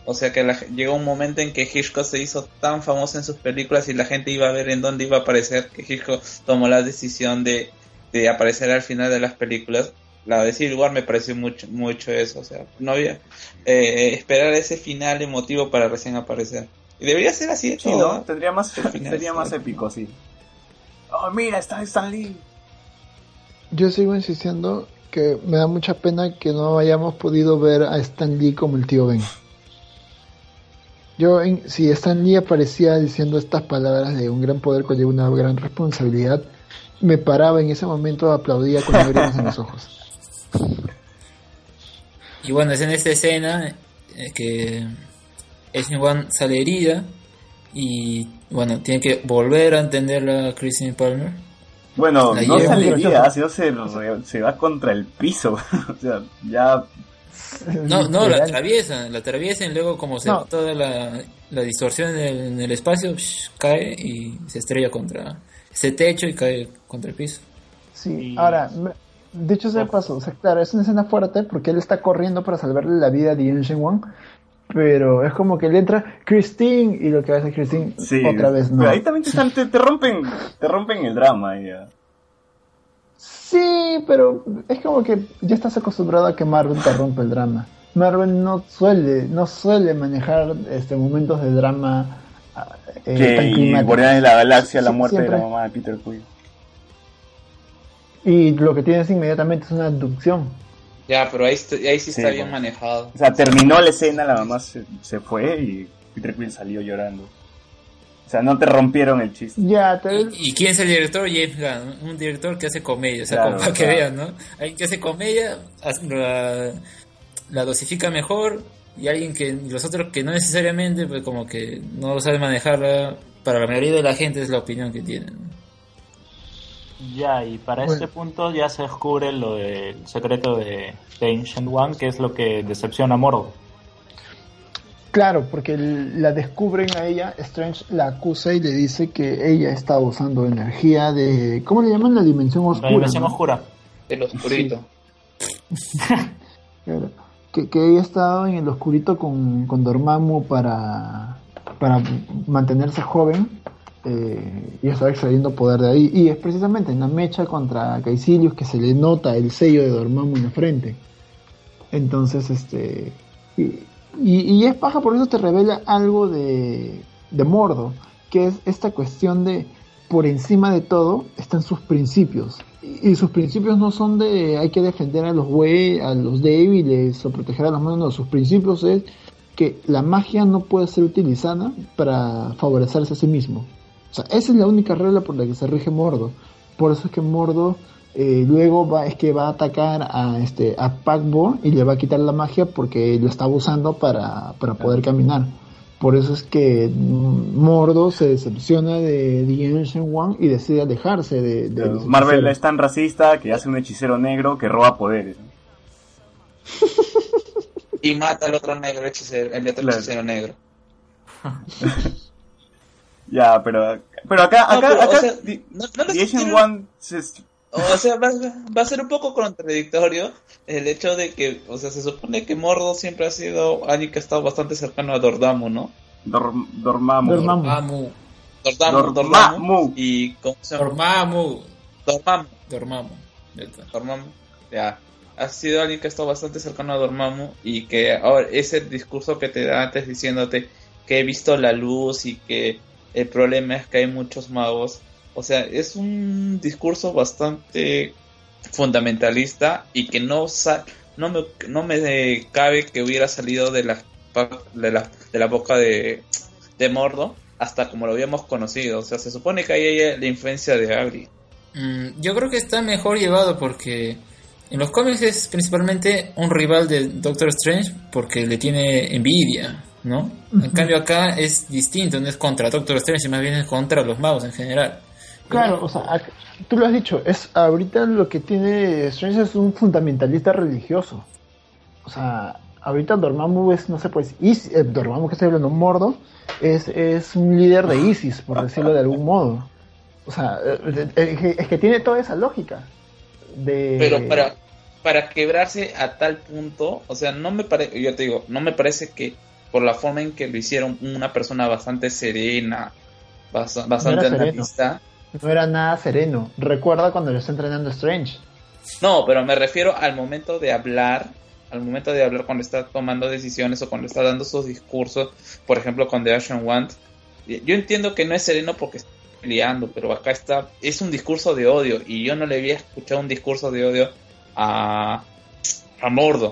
O sea que la, llegó un momento en que Hitchcock se hizo tan famoso en sus películas y la gente iba a ver en dónde iba a aparecer, que Hitchcock tomó la decisión de, de aparecer al final de las películas. La de Civil War me pareció mucho mucho eso, o sea, no había eh, esperar ese final emotivo para recién aparecer. Y debería ser así de Sí, todo, ¿no? Tendría más, sería más épico, sí. Oh, mira, está Stan Lee. Yo sigo insistiendo que me da mucha pena que no hayamos podido ver a Stan Lee como el tío Ben. Yo, en, si Stan Lee aparecía diciendo estas palabras de un gran poder conlleva una gran responsabilidad, me paraba en ese momento, aplaudía con lágrimas en los ojos. Y bueno, es en esta escena eh, que Agent One sale herida y bueno, tiene que volver a entenderla a Christine Palmer. Bueno, La no lleva. sale herida, sino se, se va contra el piso. O sea, ya... No, no, la atraviesan, la atraviesan y luego como se No. toda la, la distorsión en el, en el espacio, psh, cae y se estrella contra ese techo y cae contra el piso. Sí, ahora, me- dicho sea de paso, o sea, claro, es una escena fuerte porque él está corriendo para salvarle la vida a The Ancient One, pero es como que le entra Christine y lo que hace Christine Sí, otra vez no. pero ahí también te, están, te, te rompen te rompen el drama. Ya. Sí, pero es como que ya estás acostumbrado a que Marvel te rompe el drama. Marvel no suele, no suele manejar este momentos de drama eh, Que tan y climáticos. Guardianes de la Galaxia, la Sí, muerte siempre. de la mamá de Peter Quill. Y lo que tienes inmediatamente es una abducción. Ya, pero ahí, est- ahí sí Sí, está bien bueno. manejado. O sea, terminó la escena, la mamá se, se fue y Peter Quill salió llorando. O sea, no te rompieron el chiste. Ya, te ¿Y, y quién es el director? James Gunn, un director que hace comedia, o sea, Claro, como para que claro. vean, ¿no? Alguien que hace comedia, hace- la, la dosifica mejor, y alguien que, los otros que no necesariamente, pues como que no sabe manejarla, para la mayoría de la gente es la opinión que tienen, ¿no? Ya, y para Bueno. este punto ya se descubre lo del secreto de, de Ancient One, que es lo que decepciona a Mordo. Claro, porque el- la descubren a ella, Strange la acusa y le dice que ella está usando energía de... ¿Cómo le llaman? La dimensión oscura. La dimensión ¿no? oscura. El oscurito. Claro. Que, que ella estaba en el oscurito con, con Dormammu para, para mantenerse joven eh, y estaba extrayendo poder de ahí. Y es precisamente en la mecha contra Caecilius que se le nota el sello de Dormammu en la frente. Entonces, este... Y, y, y es paja, por eso te revela algo de, de Mordo, que es esta cuestión de, por encima de todo, están sus principios. Y, y sus principios no son de hay que defender a los güey, a los débiles o proteger a los manos, no, sus principios es que la magia no puede ser utilizada para favorecerse a sí mismo. O sea, esa es la única regla por la que se rige Mordo. Por eso es que Mordo eh, luego va, es que va a atacar a este a Pac-Bo y le va a quitar la magia porque lo estaba usando para, para poder caminar. Por eso es que mm, Mordo se decepciona de The Ancient One y decide alejarse de, de los Marvel hechiceros. es tan racista que hace un hechicero negro que roba poderes. ¿no? Y mata al otro negro hechicero, el otro Claro. hechicero negro. Ya, pero pero acá, No, acá, pero, acá o sea, The, no, no les The Ancient quiero- One se- O sea, va, va a ser un poco contradictorio el hecho de que, o sea, se supone que Mordo siempre ha sido alguien que ha estado bastante cercano a Dormammu, ¿no? Dor- Dormammu. Dormammu. Dormammu, Dormammu, Dormammu. Dormammu. Y, ¿cómo se llama? Dormammu, Dormammu. Dormammu. neta. Dormammu, ya. Ha sido alguien que ha estado bastante cercano a Dormammu y que ahora ese discurso que te da antes diciéndote que he visto la luz y que el problema es que hay muchos magos. O sea, es un discurso bastante fundamentalista y que no sa no me no me cabe que hubiera salido de la de la, de la boca de, de Mordo hasta como lo habíamos conocido. O sea, se supone que ahí hay la influencia de Agri. Mm, yo creo que está mejor llevado porque en los cómics es principalmente un rival de Doctor Strange porque le tiene envidia, ¿no? En cambio acá es distinto, no es contra Doctor Strange, más bien es contra los magos en general. Claro, o sea, ac- tú lo has dicho, es ahorita lo que tiene Strange es un fundamentalista religioso. O sea, ahorita Dormammu es, no sé, pues, Is- eh, Dormammu que estoy hablando, Mordo, es, es un líder de ISIS, por decirlo de algún modo. O sea, eh, eh, es que tiene toda esa lógica. De... Pero para para quebrarse a tal punto, o sea, no me parece, yo te digo, no me parece que por la forma en que lo hicieron, una persona bastante serena, bast- bastante No era sereno. analista. No era nada sereno. Recuerda cuando lo está entrenando Strange. No, pero me refiero al momento de hablar, al momento de hablar cuando está tomando decisiones o cuando está dando sus discursos, por ejemplo con The Ancient One. Yo entiendo que no es sereno porque está peleando, pero acá está, es un discurso de odio y yo no le había escuchado un discurso de odio a, a Mordo.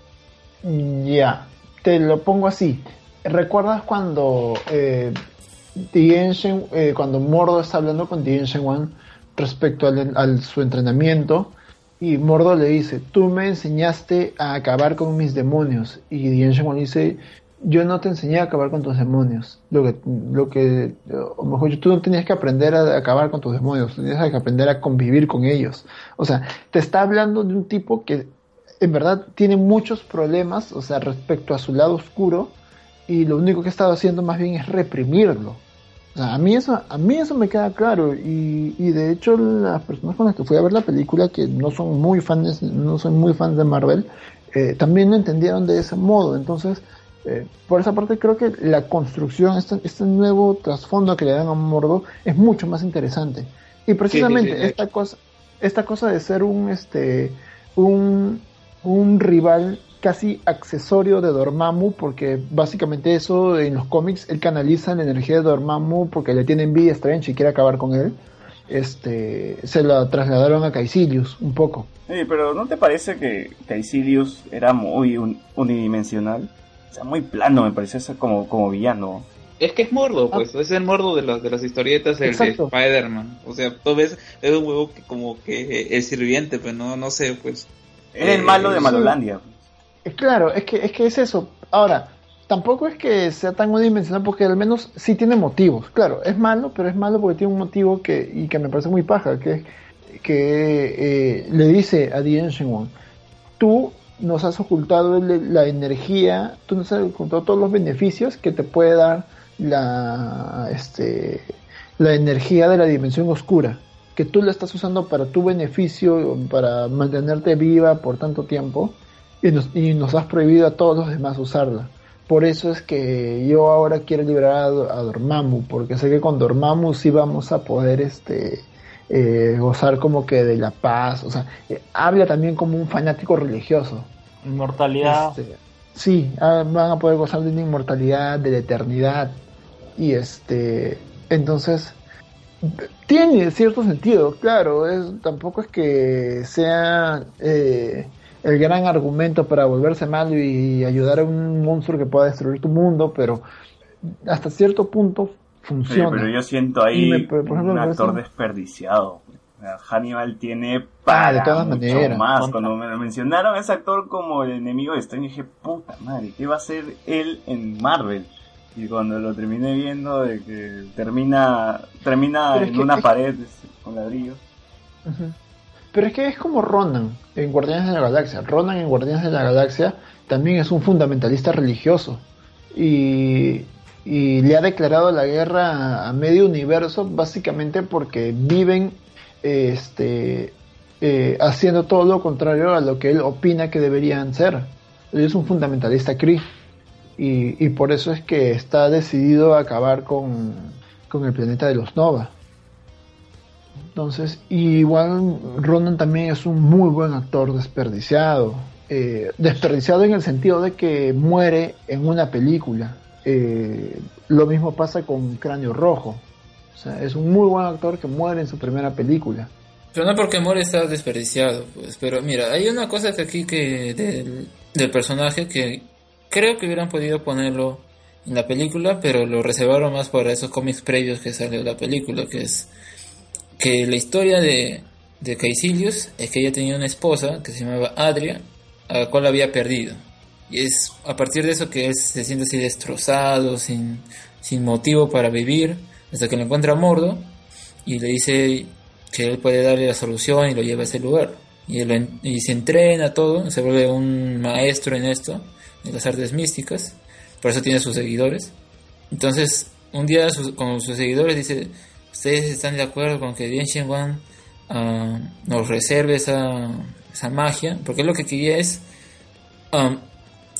Ya, te lo pongo así. ¿Recuerdas cuando eh, The Ancient, eh, cuando Mordo está hablando con The Ancient One respecto al, al su entrenamiento? Y Mordo le dice, tú me enseñaste a acabar con mis demonios. Y The Ancient One dice, yo no te enseñé a acabar con tus demonios. Lo que, lo que, o mejor dicho, tú no tenías que aprender a acabar con tus demonios, tenías que aprender a convivir con ellos. O sea, te está hablando de un tipo que en verdad tiene muchos problemas, o sea, respecto a su lado oscuro, y lo único que ha estado haciendo más bien es reprimirlo. O sea, a mí eso, a mí eso me queda claro, y, y de hecho las personas con las que fui a ver la película, que no son muy fans, no son muy fans de Marvel, eh, también lo entendieron de ese modo. Entonces, eh, por esa parte creo que la construcción, este, este nuevo trasfondo que le dan a Mordo es mucho más interesante. Y precisamente Sí, sí, sí, esta cosa, esta cosa de ser un este un, un rival casi accesorio de Dormammu, porque básicamente eso en los cómics él canaliza la energía de Dormammu porque le tiene envidia a Strange y quiere acabar con él. Este, se la trasladaron a Caecilius un poco. Sí, pero ¿no te parece que Caecilius era muy un- unidimensional? O sea, muy plano, me parece eso como, como villano. Es que es Mordo, pues, es el Mordo de, los, de las historietas el de Exacto. Spider-Man. O sea, tú ves, es un huevo que como que es sirviente, pero no, no sé, pues. Era el eh, malo de sí. Malolandia. Eh, Claro, es que, es que es eso. Ahora, tampoco es que sea tan unidimensional porque al menos sí tiene motivos. Claro, es malo, pero es malo porque tiene un motivo que, y que me parece muy paja, que, que eh, le dice a The Ancient One, tú nos has ocultado el- la energía, tú nos has ocultado todos los beneficios que te puede dar la, este, la energía de la dimensión oscura, que tú la estás usando para tu beneficio, para mantenerte viva por tanto tiempo, y nos, y nos has prohibido a todos los demás usarla. Por eso es que yo ahora quiero liberar a, a Dormammu, porque sé que con Dormammu sí vamos a poder este eh, gozar como que de la paz. O sea, eh, habla también como un fanático religioso. Inmortalidad. Este, sí, ah, van a poder gozar de una inmortalidad, de la eternidad. Y este, entonces, tiene cierto sentido, claro. Es, tampoco es que sea eh, el gran argumento para volverse malo y ayudar a un monstruo que pueda destruir tu mundo, pero hasta cierto punto Sí, funciona. pero yo siento ahí Y me- por ejemplo, un me actor parece- desperdiciado. O sea, Hannibal tiene Ah, para de todas mucho maneras. más. Cuando me mencionaron a ese actor como el enemigo de Strange, dije, puta madre, ¿qué va a hacer él en Marvel? Y cuando lo terminé viendo, de que termina termina Pero es en que- una es- pared este, con ladrillos. Ujú. Pero es que es como Ronan en Guardianes de la Galaxia. Ronan en Guardianes de la Galaxia también es un fundamentalista religioso. Y, y le ha declarado la guerra a, a medio universo básicamente porque viven este, eh, haciendo todo lo contrario a lo que él opina que deberían ser. Él es un fundamentalista Kree. Y, y por eso es que está decidido a acabar con, con el planeta de los Nova. Entonces, y igual Ronan también es un muy buen actor desperdiciado. Eh, desperdiciado en el sentido de que muere en una película. Eh, lo mismo pasa con Cráneo Rojo. O sea, es un muy buen actor que muere en su primera película. Pero no porque muere está desperdiciado, pues. Pero mira, hay una cosa que aquí que del, del personaje que creo que hubieran podido ponerlo en la película, pero lo reservaron más para esos cómics previos que salió de la película, que es que la historia de, de Caecilius es que ella tenía una esposa que se llamaba Adria, a la cual había perdido. Y es a partir de eso que él se siente así destrozado, sin, sin motivo para vivir, hasta que lo encuentra Mordo y le dice que él puede darle la solución y lo lleva a ese lugar. Y, él lo en- y se entrena todo, se vuelve un maestro en esto, de las artes místicas, por eso tiene sus seguidores. Entonces, un día sus- con sus seguidores dice, ¿ustedes están de acuerdo con que The Ancient One ah, nos reserve esa, esa magia? Porque él lo que quería es um,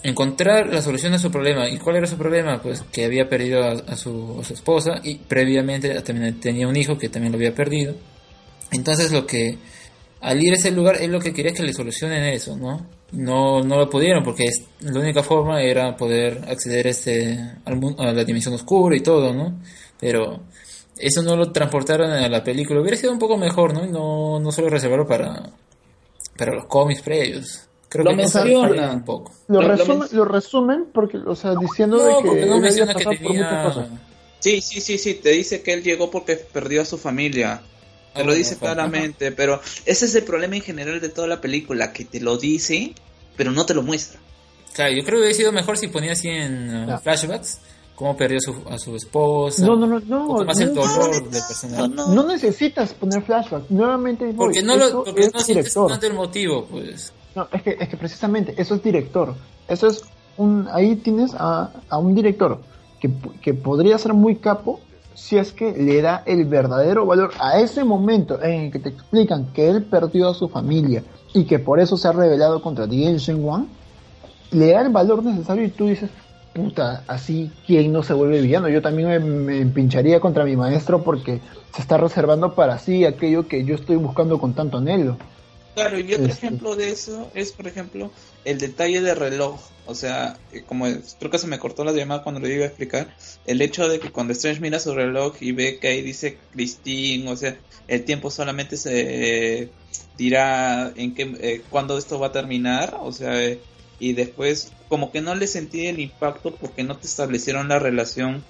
encontrar la solución a su problema. ¿Y cuál era su problema? Pues que había perdido a, a, su, a su esposa y previamente también tenía un hijo que también lo había perdido. Entonces lo que, al ir a ese lugar, él lo que quería es que le solucionen eso, ¿no? No, no lo pudieron porque es, la única forma era poder acceder este, al, a la dimensión oscura y todo, ¿no? Pero eso no lo transportaron a la película. Hubiera sido un poco mejor, ¿no? Y no, no solo reservarlo para, para los cómics previos. Creo Lo que menciona un poco. Lo, Lo- lo resumen, men- lo resumen porque, o sea, diciendo No, de que porque no él menciona había que pasado por muchas cosas. tenía... Sí, sí, sí, sí, te dice que él llegó porque perdió a su familia. Te Ah, lo dice bueno, claramente, pero ese es el problema en general de toda la película, que te lo dice, pero no te lo muestra. Claro, yo creo que hubiera sido mejor si ponía así en uh, Ya. flashbacks cómo perdió a su, a su esposa. No, no, no, no. Un poco más el no, dolor del personaje. no necesitas poner flashback. Nuevamente voy. Porque no, Eso lo, porque es no sientes director. tanto el motivo, pues. No, es que, es que precisamente eso es director. Eso es un, ahí tienes a, a un director que, que podría ser muy capo si es que le da el verdadero valor a ese momento en el que te explican que él perdió a su familia y que por eso se ha rebelado contra The Ancient One, le da el valor necesario y tú dices, puta, así quién no se vuelve villano. Yo también me, me empincharía contra mi maestro porque se está reservando para sí aquello que yo estoy buscando con tanto anhelo. Claro, y otro Este. ejemplo de eso es, por ejemplo, el detalle del reloj. O sea, eh, como es- creo que se me cortó la llamada cuando lo iba a explicar, el hecho de que cuando Strange mira su reloj y ve que ahí dice Christine, o sea, el tiempo solamente se eh, dirá en qué, eh, cuándo esto va a terminar, o sea, eh, y después como que no le sentí el impacto porque no te establecieron la relación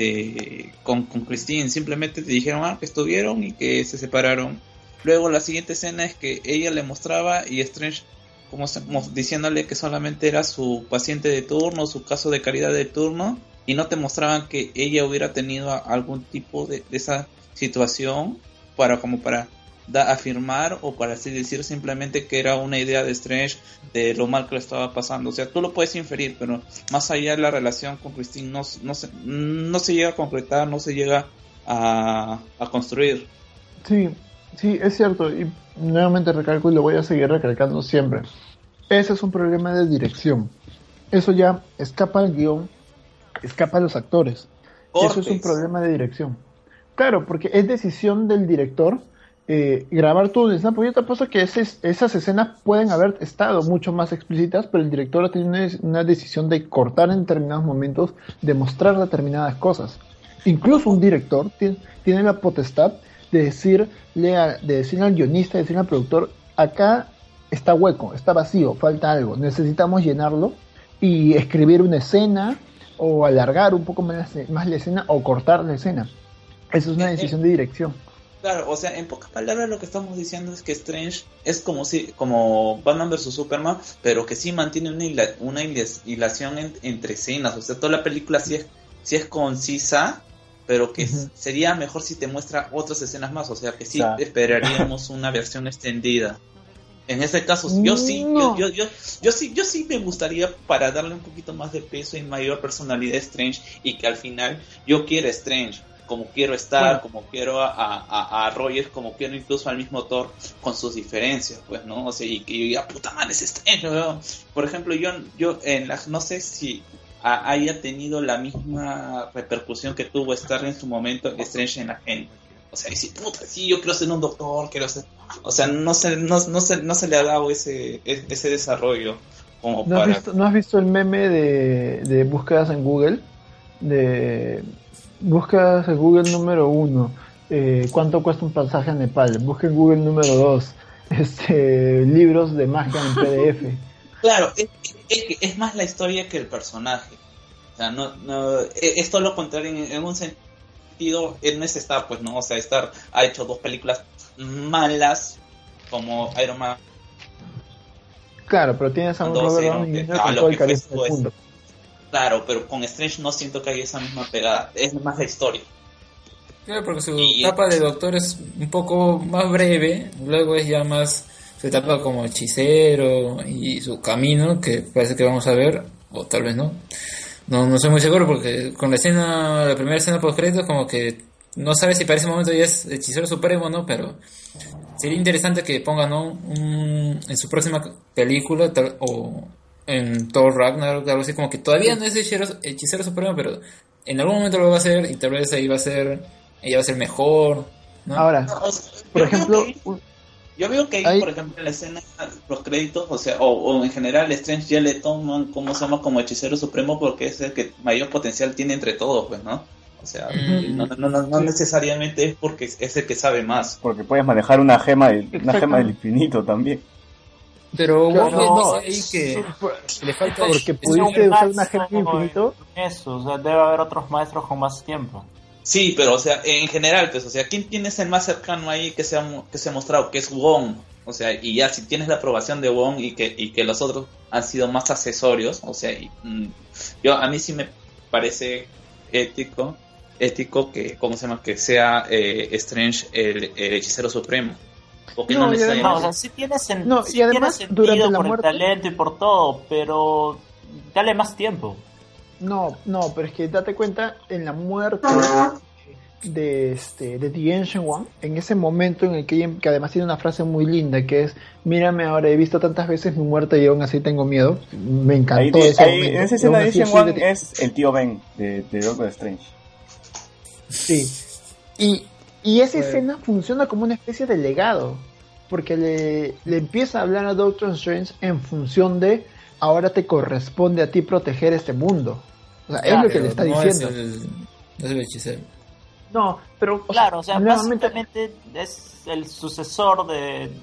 de con, con Christine, simplemente te dijeron ah, que estuvieron y que se separaron. Luego la siguiente escena es que ella le mostraba y Strange como, se- como diciéndole que solamente era su paciente de turno, su caso de caridad de turno, y no te mostraban que ella hubiera tenido a- algún tipo de, de esa situación para como para da, afirmar o para así decir simplemente que era una idea de Strange de lo mal que le estaba pasando. O sea, tú lo puedes inferir, pero más allá de la relación con Christine no, no, se, no se llega a concretar, no se llega a, a construir. Sí, sí, es cierto, y nuevamente recalco y lo voy a seguir recalcando siempre. Ese es un problema de dirección. Eso ya escapa al guión, escapa a los actores. Eso es un Cortes. problema de dirección. Claro, porque es decisión del director eh, grabar todo un escena, porque otra cosa que ese- esas escenas pueden haber estado mucho más explícitas, pero el director ha tenido una, una decisión de cortar en determinados momentos, de mostrar determinadas cosas. Incluso un director tiene, tiene la potestad de decirle, a- de decirle al guionista, de decirle al productor, acá está hueco, está vacío, falta algo, necesitamos llenarlo y escribir una escena o alargar un poco más, la- más la escena o cortar la escena. Esa es una decisión de dirección. Claro, o sea, en pocas palabras lo que estamos diciendo es que Strange es como si, como Batman versus Superman, pero que sí mantiene una, hila- una hilas- hilación en- entre escenas. O sea, toda la película sí es, sí es concisa, pero que Ujú. sería mejor si te muestra otras escenas más. O sea, que sí Claro. esperaríamos una versión extendida. En ese caso, yo sí, No. yo, yo, yo, yo sí, yo sí me gustaría para darle un poquito más de peso y mayor personalidad a Strange y que al final yo quiera Strange. Como quiero estar, Bueno. como quiero a, a, a Rogers, como quiero incluso al mismo Thor con sus diferencias, pues, ¿no? O sea, y que yo diga, puta madre, es Strange, ¿no? Por ejemplo, yo, yo en la, no sé si a- haya tenido la misma repercusión que tuvo Stark en su momento Strange en la gente. O sea, decir, puta, sí, yo quiero ser un doctor, quiero ser... O sea, no se, no, no se, no se le ha dado ese, ese desarrollo como ¿No has, para... visto, ¿No has visto el meme de, de búsquedas en Google? De búsquedas en Google número uno. Eh, ¿Cuánto cuesta un pasaje a Nepal? Busca en Google número dos. Este, libros de magia en P D F. Claro, es, es, que es más la historia que el personaje. O sea, no, no, es, es todo lo contrario en, en un sentido, él no es Star, pues no, o sea, Star ha hecho dos películas malas como Iron Man Claro, pero tienes a un dos, Robert ¿no? Downey Que- junior a con lo todo que el carisma fue del su- mundo. Claro, pero con Strange no siento que haya esa misma pegada, es más la historia. Claro, porque su Y- etapa de doctor es un poco más breve, luego es ya más su etapa como hechicero y su camino, que parece que vamos a ver, o tal vez no. No, no soy muy seguro porque con la escena, la primera escena post créditos como que no sabes si para ese momento ya es hechicero supremo, ¿no? Pero sería interesante que pongan, ¿no? Un- en su próxima película tal- o en Thor Ragnarok, algo así, como que todavía no es hechicero, hechicero supremo, pero en algún momento lo va a hacer y tal vez ahí va a ser, ella va a ser mejor, ¿no? Ahora, No, o sea, por yo ejemplo, veo que- Yo veo que ahí, Hay- por ejemplo, en la escena, los créditos, o sea, o, o en general, Strange ya le toman, como se llama, como hechicero supremo porque es el que mayor potencial tiene entre todos, pues, ¿no? O sea, Ujú. no, no, no, no necesariamente es porque es el que sabe más. Porque puedes manejar una gema, del, una Exacto. gema del infinito también. Pero Claro, Wong no, dice ahí que, por- que le falta... porque es- pudiste usar una gema máximo infinito. en Eso, o sea, debe haber otros maestros con más tiempo. Sí, pero, o sea, en general, pues, o sea, ¿quién tienes el más cercano ahí que se ha, mo- que se ha mostrado? Que es Wong. O sea, y ya si tienes la aprobación de Wong y que, y que los otros han sido más accesorios, o sea, y, mm, yo a mí sí me parece ético, ético que, ¿cómo se llama? Que sea eh, Strange el, el hechicero supremo. Porque no, No, y además- necesariamente... No, o sea, sí tiene, sen- No, sí y además, tiene durante sentido la por muerte- el talento y por todo, pero dale más tiempo. No, no, pero es que date cuenta, en la muerte de este de The Ancient One, en ese momento en el que, ella- que además tiene una frase muy linda que es: mírame ahora, he visto tantas veces mi muerte y aún así tengo miedo. Me Ahí, encantó di- ese ahí, momento. en esa Y escena aún de así Ancient así One de- es el tío Ben de, de Doctor Strange. Sí. Y, y esa Pues- escena funciona como una especie de legado, porque le, le empieza a hablar a Doctor Strange en función de: ahora te corresponde a ti proteger este mundo. O sea, Ya, es lo que pero le está no diciendo. Es el, no es el hechicero. No, pero o Claro, o sea, nuevamente- básicamente es el sucesor de,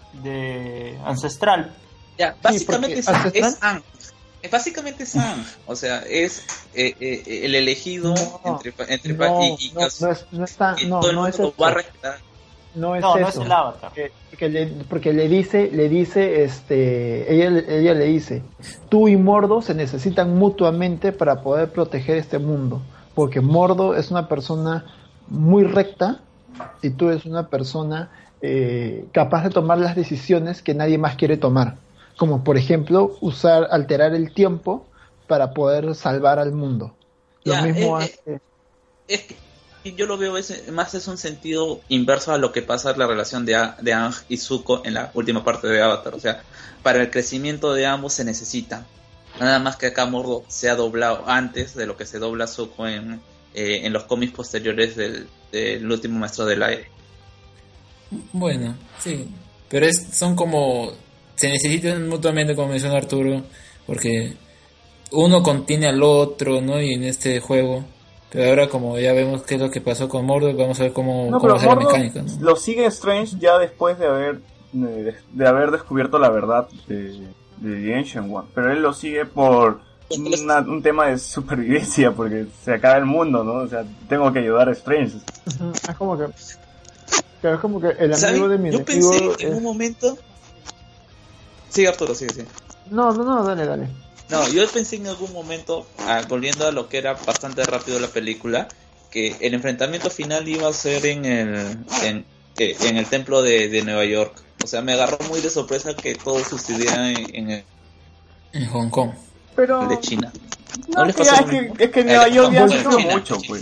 de Ancestral. Ya, básicamente porque es, Ancestral- es Ang. Eh, Básicamente es Ang. O sea, es eh, eh, el elegido No, entre, entre no, y, y no, los- no es, no está, y no, todo el no mundo es lo eso. va a respetar. No es No, no es eso. el avatar. Porque, porque le, porque le dice, le dice, este, ella, ella le dice: tú y Mordo se necesitan mutuamente para poder proteger este mundo, porque Mordo es una persona muy recta y tú eres una persona eh, capaz de tomar las decisiones que nadie más quiere tomar, como por ejemplo usar, alterar el tiempo para poder salvar al mundo. Lo Ya, mismo eh, hace. Es que yo lo veo ese, más es un sentido inverso a lo que pasa en la relación de, A- de Ang y Zuko en la última parte de Avatar. O sea, para el crecimiento de ambos se necesitan. Nada más que acá Mordo se ha doblado antes de lo que se dobla Zuko en, eh, en los cómics posteriores del, del último maestro del aire. Bueno, sí, pero es, son como, se necesitan mutuamente, como menciona Arturo, porque uno contiene al otro, ¿no? Y en este juego, pero ahora como ya vemos qué es lo que pasó con Mordor, vamos a ver cómo, No, cómo pero va a ser la Mordo mecánica, ¿no? lo sigue Strange ya después de haber de, de haber descubierto la verdad de, de The Ancient One. Pero él lo sigue por una- un tema de supervivencia, porque se acaba el mundo, ¿no? O sea, tengo que ayudar a Strange. Ujú, es como que, claro, es como que el ¿Saben? amigo de mi Yo enemigo pensé en es- un momento... Sí, Arturo, sí, sí. No, no, no, dale, dale. No, yo pensé en algún momento, ah, volviendo a lo que era bastante rápido la película, que el enfrentamiento final iba a ser en el en, eh, en el templo de, de Nueva York. O sea, me agarró muy de sorpresa que todo sucediera en, en el En Hong Kong. Pero de China. No, les es que, pasó ya- lo es que, mismo? es que Nueva Eh, York ya Hong ha Kong, sido China. mucho, pues.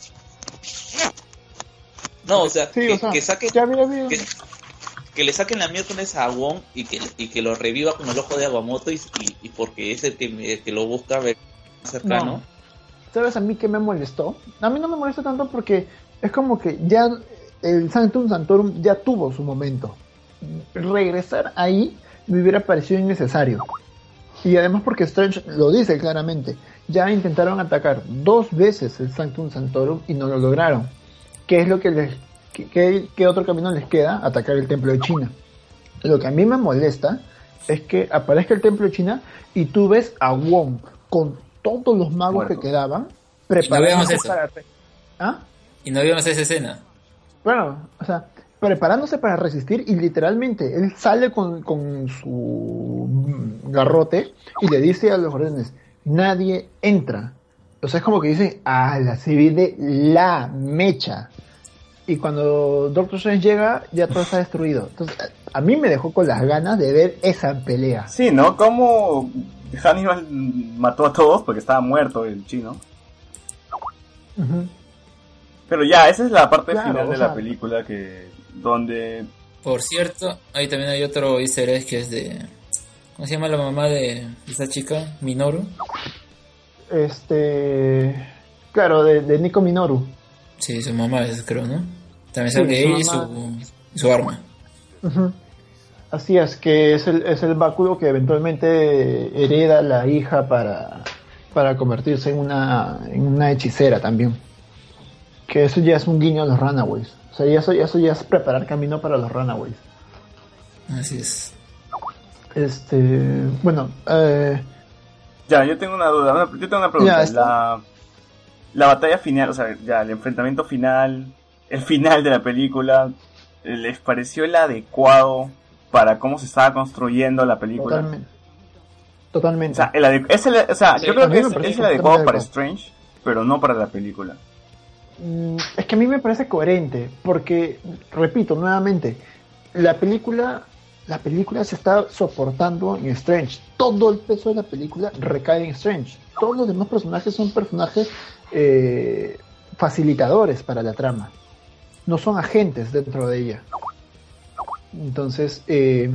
No, o sea, sí, que, o sea, que saque ya había habido. que, que le saquen la miércoles a Wong y que, y que lo reviva con el ojo de Aguamoto y, y, y porque es el que, el que lo busca ver más cercano. No. ¿Sabes a mí qué me molestó? A mí no me molesta tanto porque es como que ya el Sanctum Sanctorum ya tuvo su momento. Regresar ahí me hubiera parecido innecesario. Y además porque Strange lo dice claramente. Ya intentaron atacar dos veces el Sanctum Sanctorum y no lo lograron. ¿Qué es lo que les... qué, qué- qué otro camino les queda? Atacar el templo de China. Lo que a mí me molesta es que aparezca el templo de China y tú ves a Wong con todos los magos Muerto. que quedaban veamos preparándose eso. para... re- ¿Ah? Y no vimos esa escena. Bueno, o sea, preparándose para resistir y literalmente él sale con, con su garrote y le dice a los órdenes: nadie entra. O sea, es como que dice: ala, se viene la mecha. Y cuando Doctor Strange llega, ya todo está destruido. Entonces, a mí me dejó con las ganas de ver esa pelea. Sí, ¿no? Como Hannibal mató a todos porque estaba muerto el chino. Ujú. Pero ya, esa es la parte Claro, final o de sea- la película que donde Por cierto, ahí también hay otro easter egg que es de ¿Cómo se llama la mamá de esa chica? Minoru. Este... Claro, de, de Nico Minoru. Sí, su mamá es, creo, ¿no? También Sí, sale su ella y mamá. su, su arma. Ujú. Así es, que es el, es el báculo que eventualmente hereda la hija para, para convertirse en una, en una hechicera también. Que eso ya es un guiño a los Runaways. O sea, ya eso, eso ya es preparar camino para los Runaways. Así es. Este, bueno, eh, Ya, yo tengo una duda, una- yo tengo una pregunta. Ya, está. La, la batalla final, o sea, ya, el enfrentamiento final, el final de la película, ¿les pareció el adecuado para cómo se estaba construyendo la película? totalmente. Totalmente. O sea, el ade- es el- o sea Sí, yo a creo mí que me es, parece es el adecuado para totalmente Strange, pero no para la película. Mm, Es que a mí me parece coherente, porque, repito nuevamente, la película, la película se está soportando en Strange. Todo el peso de la película recae en Strange. Todos los demás personajes son personajes eh, facilitadores para la trama. No son agentes dentro de ella. Entonces, eh,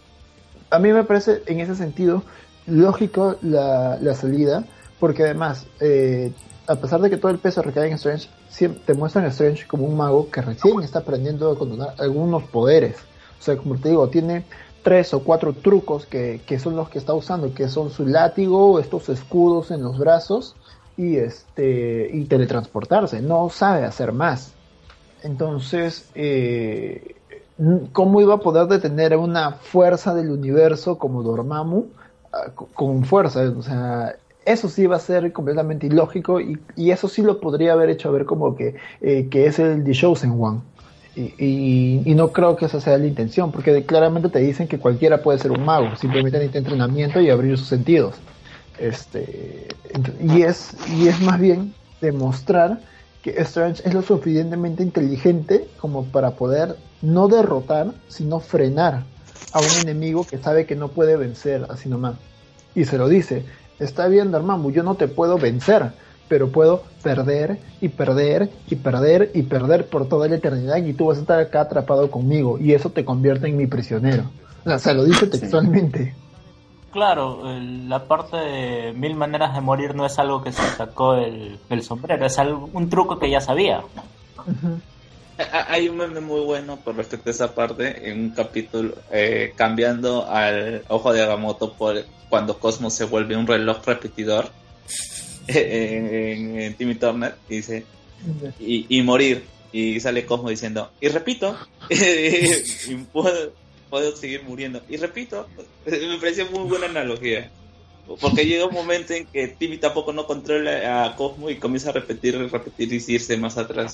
a mí me parece en ese sentido lógico la, la salida, porque además, eh, a pesar de que todo el peso recae en Strange, siempre te muestran a Strange como un mago que recién está aprendiendo a controlar algunos poderes. O sea, como te digo, tiene tres o cuatro trucos que, que son los que está usando, que son su látigo, estos escudos en los brazos y este y teletransportarse. No sabe hacer más. Entonces, eh, ¿cómo iba a poder detener a una fuerza del universo como Dormammu ah, co- con fuerza? O sea, eso sí va a ser completamente ilógico y, y eso sí lo podría haber hecho ver como que, eh, que es el The Chosen One. Y, y, y no creo que esa sea la intención, porque de- claramente te dicen que cualquiera puede ser un mago, simplemente necesita entrenamiento y abrir sus sentidos. Este, ent- y, es, y es más bien demostrar que Strange es lo suficientemente inteligente como para poder no derrotar, sino frenar a un enemigo que sabe que no puede vencer así nomás. Y se lo dice, está bien Dormammu, yo no te puedo vencer, pero puedo perder y perder y perder y perder por toda la eternidad y tú vas a estar acá atrapado conmigo y eso te convierte en mi prisionero. O sea, se lo dice textualmente. Claro, el- la parte de mil maneras de morir no es algo que se sacó del, del sombrero, es algo, un truco que ya sabía. Ujú. Ha- Hay un meme muy bueno por respecto a esa parte en un capítulo eh, cambiando al ojo de Agamotto por cuando Cosmo se vuelve un reloj repetidor en, en- en Timmy Turner y dice y, y morir y sale Cosmo diciendo y repito y puedo, puedo seguir muriendo y repito. Me pareció muy buena analogía porque llega un momento en que Timmy tampoco no controla a Cosmo y comienza a repetir y repetir y irse más atrás.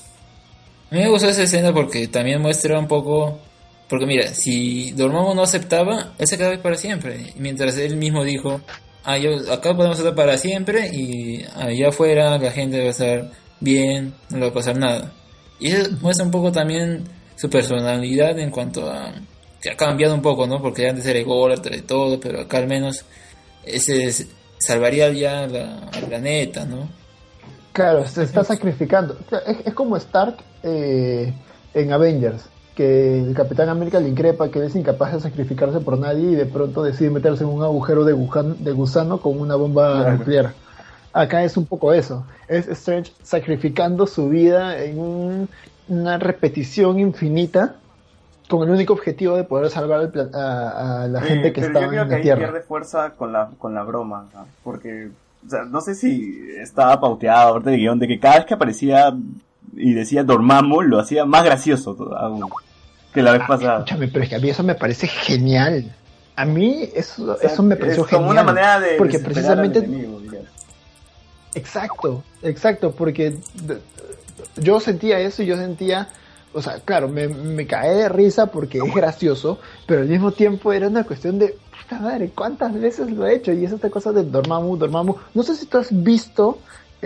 A mí me gustó esa escena porque también muestra un poco... Porque mira, si Dormammu no aceptaba, él se quedaba ahí para siempre. Y mientras él mismo dijo, ah, yo, acá podemos estar para siempre y allá afuera la gente va a estar bien, no le va a pasar nada. Y eso muestra un poco también su personalidad en cuanto a... que ha cambiado un poco, ¿no? Porque antes era ególatra y todo, pero acá al menos ese es- salvaría ya la, al planeta, ¿no? Claro, se está sacrificando. Es, es como Stark eh, en Avengers, que el Capitán América le increpa que él es incapaz de sacrificarse por nadie y de pronto decide meterse en un agujero de, gujan- de gusano con una bomba Claro. nuclear. Acá es un poco eso. Es Strange sacrificando su vida en un- una repetición infinita con el único objetivo de poder salvar al pla- a, a la Sí, gente que pero estaba yo creo en que la ahí Tierra. pierde fuerza con la, con la broma, ¿no? Porque, o sea, no sé si estaba pauteado ahorita de guión de que cada vez que aparecía y decía Dormammu lo hacía más gracioso todo- aún que la vez pasada. Escúchame, pero es que a mí eso me parece genial. A mí eso, O sea, eso me pareció es como genial. una manera de porque desesperar al precisamente enemigo, diría. exacto, exacto, porque de- yo sentía eso y yo sentía, o sea, claro, me, me cae de risa porque es gracioso, pero al mismo tiempo era una cuestión de, puta madre, ¿cuántas veces lo he hecho? Y es esta cosa de Dormammu, Dormammu. No sé si tú has visto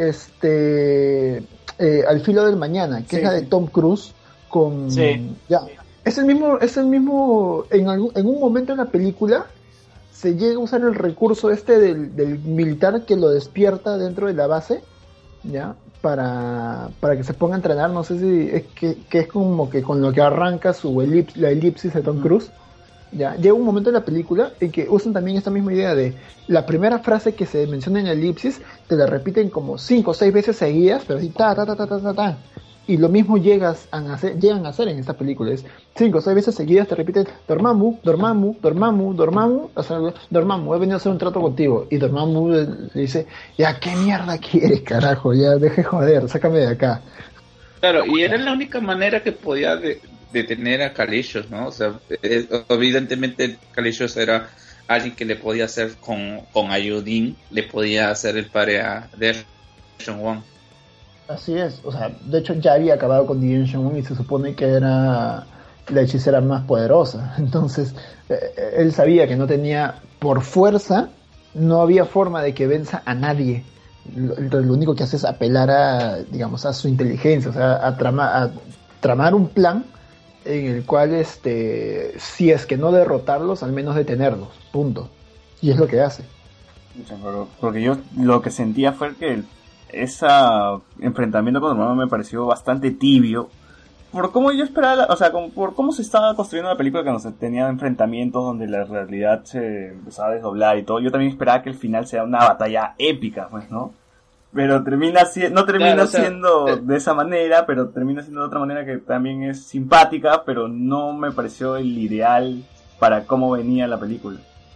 este eh, Al filo del mañana, que Sí, es la de sí. Tom Cruise con Sí. ya. Es el mismo, es el mismo, en algún, en un momento en la película se llega a usar el recurso este del, del militar que lo despierta dentro de la base, ¿ya? Para, para que se ponga a entrenar, no sé si es que, que es como que con lo que arranca su elips, la elipsis de Tom Cruise. Ya, llega un momento en la película en que usan también esta misma idea de la primera frase que se menciona en el elipsis, te la repiten como cinco o seis veces seguidas, pero así ta ta ta ta ta ta ta. Y lo mismo llegas a hacer, llegan a hacer en esta película, es cinco o seis veces seguidas te repiten Dormammu, Dormammu, Dormammu, Dormammu, o sea, Dormammu, he venido a hacer un trato contigo. Y Dormammu le dice, ya, ¿qué mierda quieres, carajo? Ya, deje joder, sácame de acá. Claro, y era la única manera que podía de, detener a Calicious, ¿no? O sea, eh, evidentemente Calicious era alguien que le podía hacer con, con Ayudin, le podía hacer el pare a Darshan Wang. Así es, o sea, de hecho ya había acabado con Darshan Wang y se supone que era la hechicera más poderosa. Entonces, eh, él sabía que no tenía, por fuerza, no había forma de que venza a nadie. Lo, lo único que hace es apelar a, digamos, a su inteligencia, o sea, a, trama, a tramar un plan en el cual, este, si es que no derrotarlos, al menos detenerlos, punto. Y es lo que hace. Porque yo lo que sentía fue que el, ese enfrentamiento con Dormammu me pareció bastante tibio. Por cómo yo esperaba, o sea, como, por cómo se estaba construyendo la película, que nos tenía enfrentamientos donde la realidad se empezaba a desdoblar y todo. Yo también esperaba que el final sea una batalla épica, pues, ¿no? Pero termina siendo, no termina claro, o sea, siendo eh, de esa manera, pero termina siendo de otra manera que también es simpática, pero no me pareció el ideal para cómo venía la película.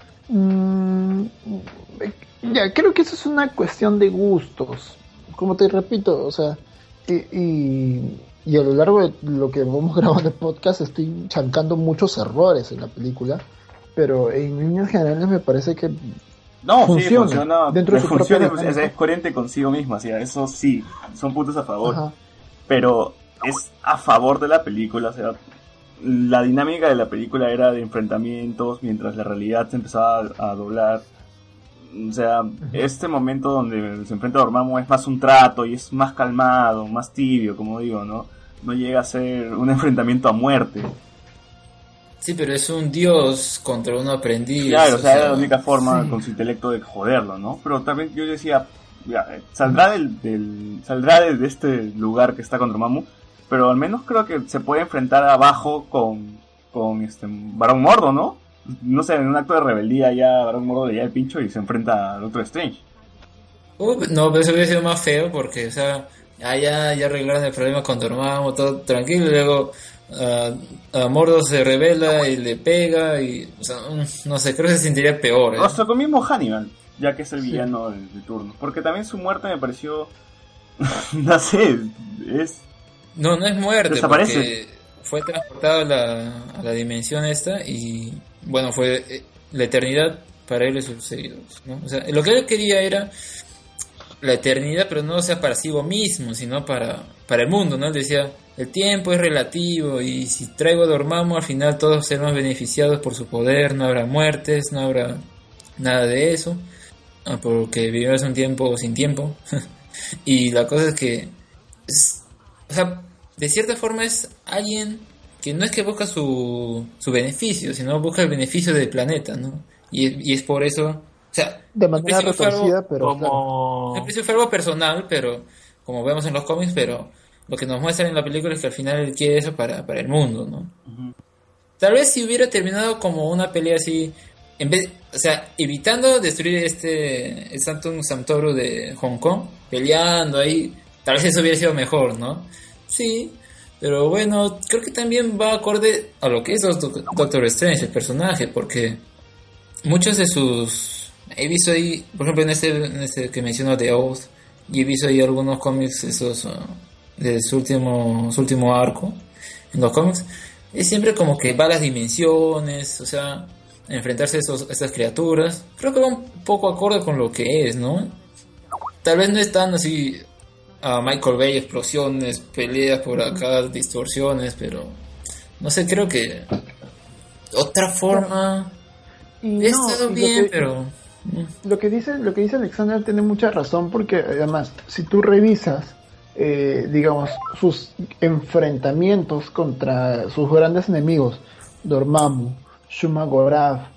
Mm, ya, creo que eso es una cuestión de gustos. Como te repito, o sea, y, y, y a lo largo de lo que vamos grabando el podcast estoy chancando muchos errores en la película, pero en líneas generales me parece que no, funciona, sí, funciona dentro de su funciona, propia es, es coherente consigo mismo, así, eso sí, son puntos a favor. Ajá. Pero es a favor de la película, o sea, la dinámica de la película era de enfrentamientos mientras la realidad se empezaba a, a doblar. O sea, uh-huh. Este momento donde se enfrenta a Dormammu es más un trato y es más calmado, más tibio, como digo, ¿no? No llega a ser un enfrentamiento a muerte. Sí, pero es un dios contra un aprendiz. Claro, o sea, era la única forma sí. con su intelecto de joderlo, ¿no? Pero también yo decía, ya, saldrá del, del saldrá de este lugar que está con Dormammu, pero al menos creo que se puede enfrentar abajo con, con este Barón Mordo, ¿no? No sé, en un acto de rebeldía ya Barón Mordo le da el pincho y se enfrenta al otro Strange. Uh, no, pero eso hubiera sido más feo porque, o sea, ah, ya, ya arreglaron el problema con Dormammu, todo tranquilo, y luego uh, uh, Mordo se revela y le pega y, o sea, no sé, creo que se sentiría peor. ¿eh? O sea, con mismo Hannibal, ya que es el sí. villano de, de turno, porque también su muerte me pareció, no sé, es... No, no es muerte, desaparece. Porque fue transportado a la, a la dimensión esta y, bueno, fue eh, la eternidad para él y sus seguidores, ¿no? O sea, lo que él quería era la eternidad, pero no o sea para sí mismo, sino para, para el mundo, ¿no? Él decía, el tiempo es relativo y si traigo a Dormammu al final todos seremos beneficiados por su poder, no habrá muertes, no habrá nada de eso, porque vivimos un tiempo sin tiempo. Y la cosa es que es, o sea, de cierta forma es alguien que no es que busca su, su beneficio, sino busca el beneficio del planeta, ¿no? Y, y es por eso, o sea, de manera retorcida, pero como... Claro. Al fue algo personal, pero como vemos en los cómics, pero lo que nos muestran en la película es que al final él quiere eso para, para el mundo, ¿no? Uh-huh. Tal vez si hubiera terminado como una pelea así, en vez, o sea, evitando destruir este el Sanctum Sanctorum de Hong Kong, peleando ahí, tal vez eso hubiera sido mejor, ¿no? Sí, pero bueno, creo que también va acorde a lo que es Doctor Strange, el personaje, porque muchos de sus... He visto ahí, por ejemplo, en este, en este que menciono de Oath, y he visto ahí algunos cómics esos uh, de su último, su último arco en los cómics, es siempre como que va a las dimensiones, o sea, enfrentarse a, esos, a esas criaturas. Creo que va un poco acorde con lo que es, ¿no? Tal vez no es tan así... a Michael Bay, explosiones, peleas por acá, distorsiones, pero no sé, creo que otra forma y he no, estado y bien, lo que, pero lo que dice lo que dice Alexander tiene mucha razón, porque además si tú revisas eh, digamos sus enfrentamientos contra sus grandes enemigos, Dormammu, Shuma-Gorath,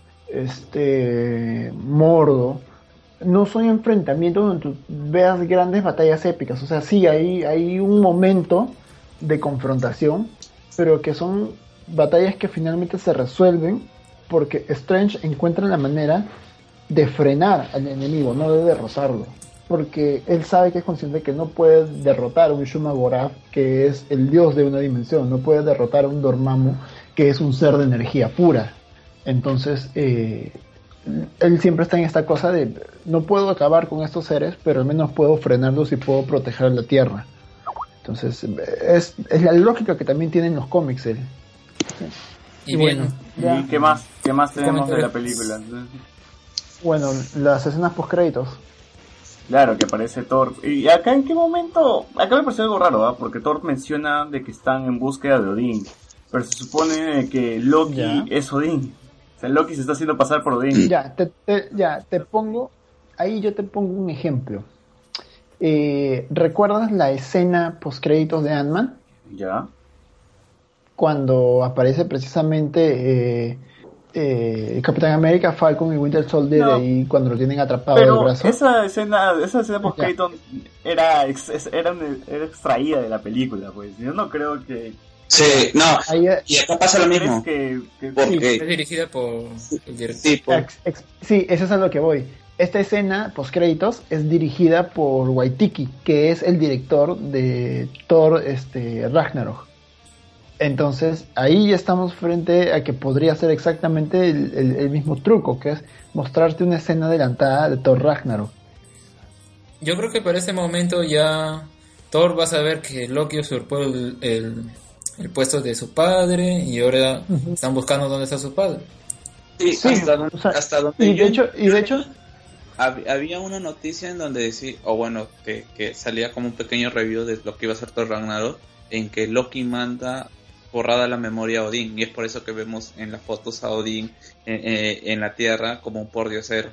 este Mordo, no son enfrentamientos donde tú veas grandes batallas épicas. O sea, sí, hay, hay un momento de confrontación, pero que son batallas que finalmente se resuelven porque Strange encuentra la manera de frenar al enemigo, no de derrotarlo. Porque él sabe que es consciente que no puede derrotar a un Shumagorath, que es el dios de una dimensión, no puede derrotar a un Dormammu, que es un ser de energía pura. Entonces, eh, él siempre está en esta cosa de, no puedo acabar con estos seres, pero al menos puedo frenarlos y puedo proteger la Tierra. Entonces, es, es la lógica que también tienen los cómics él. Y, y bien, bueno, ¿y qué más, qué más tenemos de la película? Bueno, las escenas post créditos. Claro, que aparece Thor. ¿Y acá en qué momento? Acá me parece algo raro, ¿eh? Porque Thor menciona de que están en búsqueda de Odín. Pero se supone que Loki ya. es Odín. O sea, Loki se está haciendo pasar por Odín. Ya, te, te, ya, te pongo... Ahí yo te pongo un ejemplo. Eh, ¿Recuerdas la escena post-créditos de Ant-Man? Ya. Cuando aparece precisamente... Eh, Eh, Capitán América, Falcon y Winter Soldier, no, ahí cuando lo tienen atrapado del brazo. Esa escena, esa escena post crédito era, ex, era, era extraída de la película, pues. Yo no creo que. Sí, no. Ahí, y acá pasa lo mismo. Que, que, porque es dirigida por el director. Sí, por... Ex, ex, sí, eso es a lo que voy. Esta escena post créditos es dirigida por Waititi, que es el director de Thor, este, Ragnarok. Entonces, ahí ya estamos frente a que podría ser exactamente el, el, el mismo truco, que es mostrarte una escena adelantada de Thor Ragnarok. Yo creo que para ese momento ya Thor va a saber que Loki usurpó el, el, el puesto de su padre y ahora uh-huh. están buscando dónde está su padre. Sí, sí hasta, donde, o sea, hasta donde y yo... De hecho, y de hecho... Había una noticia en donde decía, o bueno, que, que salía como un pequeño review de lo que iba a ser Thor Ragnarok, en que Loki manda... borrada la memoria a Odín, y es por eso que vemos en las fotos a Odín eh, eh, en la Tierra como un pordiosero.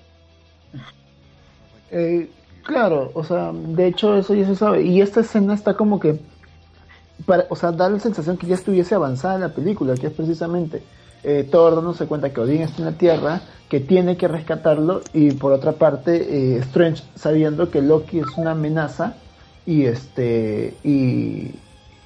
Eh, claro, o sea, de hecho eso ya se sabe, y esta escena está como que, para, o sea, da la sensación que ya estuviese avanzada en la película, que es precisamente eh, Thor dándose cuenta que Odín está en la Tierra, que tiene que rescatarlo, y por otra parte eh, Strange sabiendo que Loki es una amenaza, y este, y...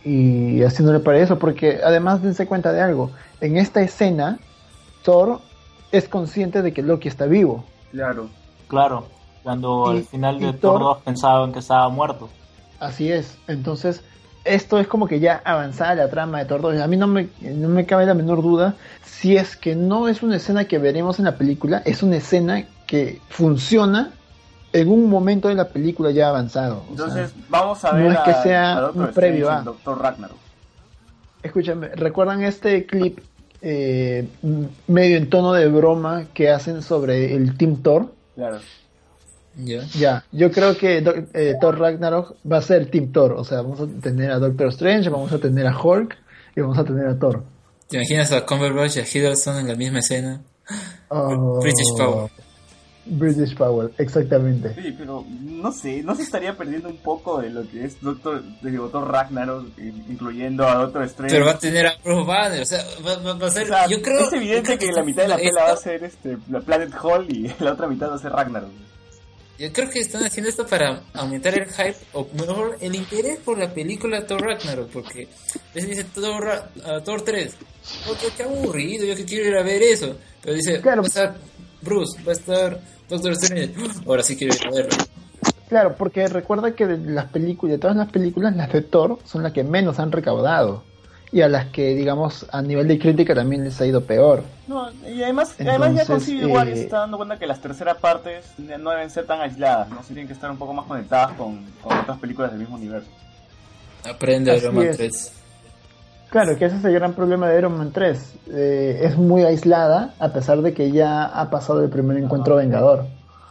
y haciéndole para eso, porque además dense cuenta de algo, en esta escena Thor es consciente de que Loki está vivo. Claro, claro, cuando y, al final de Thor dos pensaban que estaba muerto. Así es, entonces esto es como que ya avanzada la trama de Thor dos, a mí no me, no me cabe la menor duda si es que no es una escena que veremos en la película, es una escena que funciona en un momento de la película ya avanzado. Entonces, o sea, vamos a ver no es que a, sea a un previo a Doctor Ragnarok. Escúchame, ¿recuerdan este clip eh, medio en tono de broma que hacen sobre el Team Thor? Claro. Yeah. Ya, yo creo que eh, Thor Ragnarok va a ser Team Thor, o sea, vamos a tener a Doctor Strange, vamos a tener a Hulk y vamos a tener a Thor. ¿Te imaginas a Cumberbatch y a Hiddleston en la misma escena? Oh. British Power. British Power, exactamente. Sí, pero no sé, no se estaría perdiendo un poco de lo que es Doctor, de Doctor Ragnarok, incluyendo a Doctor Strange. Pero va a tener a Bruce Banner, o sea, va, va, va a ser, o sea, yo creo... Es evidente que, que la mitad de la pela va a ser este, la Planet Hall y la otra mitad va a ser Ragnarok. Yo creo que están haciendo esto para aumentar el hype, o mejor, el interés por la película Thor Ragnarok, porque a veces dice Thor, uh, Thor tres, oh, qué, qué aburrido, yo que quiero ir a ver eso, pero dice, claro. Va a estar Bruce, va a estar Doctor Strange, ahora sí quiero ir a verlo. Claro, porque recuerda que de las películas, de todas las películas, las de Thor son las que menos han recaudado. Y a las que, digamos, a nivel de crítica también les ha ido peor. No, y además, Entonces, además ya con Civil War eh... se está dando cuenta que las terceras partes no deben ser tan aisladas, ¿no? Sí tienen que estar un poco más conectadas con, con otras películas del mismo universo. Aprende Iron Man tres. Claro, que ese es el gran problema de Iron Man tres. Eh, es muy aislada, a pesar de que ya ha pasado el primer encuentro Vengador.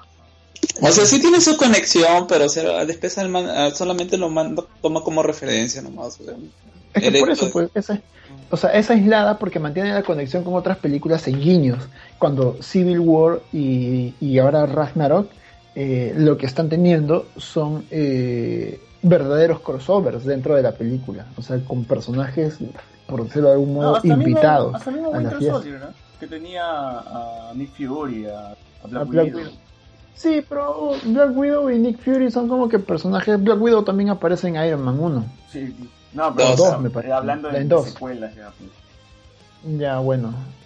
O sea, sí tiene su conexión, pero o sea, después el man, solamente lo manda, toma como referencia nomás. O sea, es que por eso, pues, esa, o sea, es aislada porque mantiene la conexión con otras películas en guiños. Cuando Civil War y, y ahora Ragnarok, eh, lo que están teniendo son eh, verdaderos crossovers dentro de la película. O sea, con personajes, por decirlo de algún modo, no, invitados. Mismo, hasta mismo a Winter la Soldier, ¿no? Que tenía a Nick Fury, a, a Black, a Black Widow. Widow. Sí, pero Black Widow y Nick Fury son como que personajes. Black Widow también aparece en Iron Man uno. Sí, no, pero dos, o sea, me parece. Hablando de, en dos. secuelas ya, pues. Ya, bueno.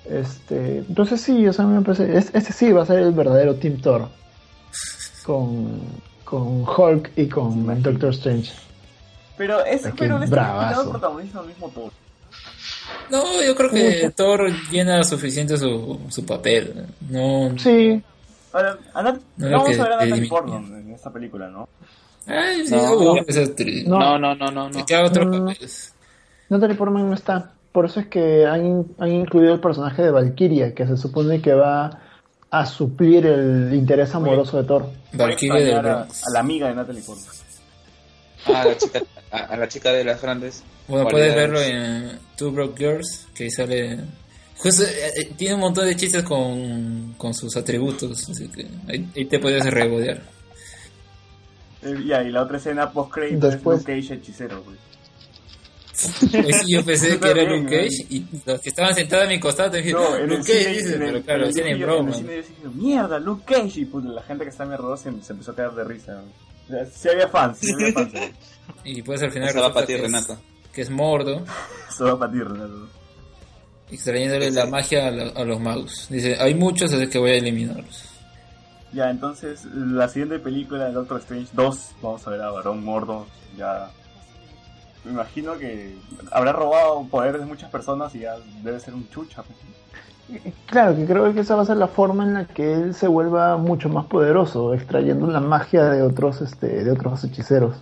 Este, entonces sí, o sea, me parece, es- este sí va a ser el verdadero Team Thor con, con Hulk y con Doctor Strange. Pero es Qué pero le está bravazo. quitando protagonismo al mismo Thor. No, yo creo que Thor llena suficiente su, su papel. No, Sí, Ahora, a Nat- No, vamos que- a ver a que Natalie dimi- Portman en esta película, ¿no? Ay, sí, No, no, no. esa actriz. No. No, no, no, no, Que no. haga otros No, no, no. papeles. Natalie Portman no está. Por eso es que han, han incluido el personaje de Valkyria, que se supone que va a suplir el interés amoroso de Thor. Voy a Valkyria del extrañar a, Bronx. a la amiga de Natalie Portman. A la chica, a, a la chica de las grandes. Bueno, puedes cualidades. verlo en Two Broke Girls, que sale... Justo, eh, eh, tiene un montón de chistes con, con sus atributos, así que ahí, ahí te puedes regodear. Eh, ya, y la otra escena post-crédito es Después- Luke Cage hechicero, güey. Pues sí, yo pensé Yo que era también, Luke Cage y los que estaban sentados a mi costado te dijeron, No, en el Luke Cage, cine, dices, en el- pero en claro, el es en cine- en broma. el cine yo dije, mierda, Luke Cage, y pues la gente que está a mi alrededor se, se empezó a caer de risa. O sea, sí había fans, sí había fans. eh. Y pues al final Esa va resulta para ti, que, es, Renata. que es Mordo, Eso va para ti, Renato. extrayéndole la magia a, la- a los magos. Dice, hay muchos, así que voy a eliminarlos. Ya, entonces, la siguiente película de Doctor Strange dos, vamos a ver a Barón Mordo, ya... Me imagino que habrá robado poderes de muchas personas y ya debe ser un chucha. pues. Claro, que creo que esa va a ser la forma en la que él se vuelva mucho más poderoso, extrayendo la magia de otros, este, de otros hechiceros.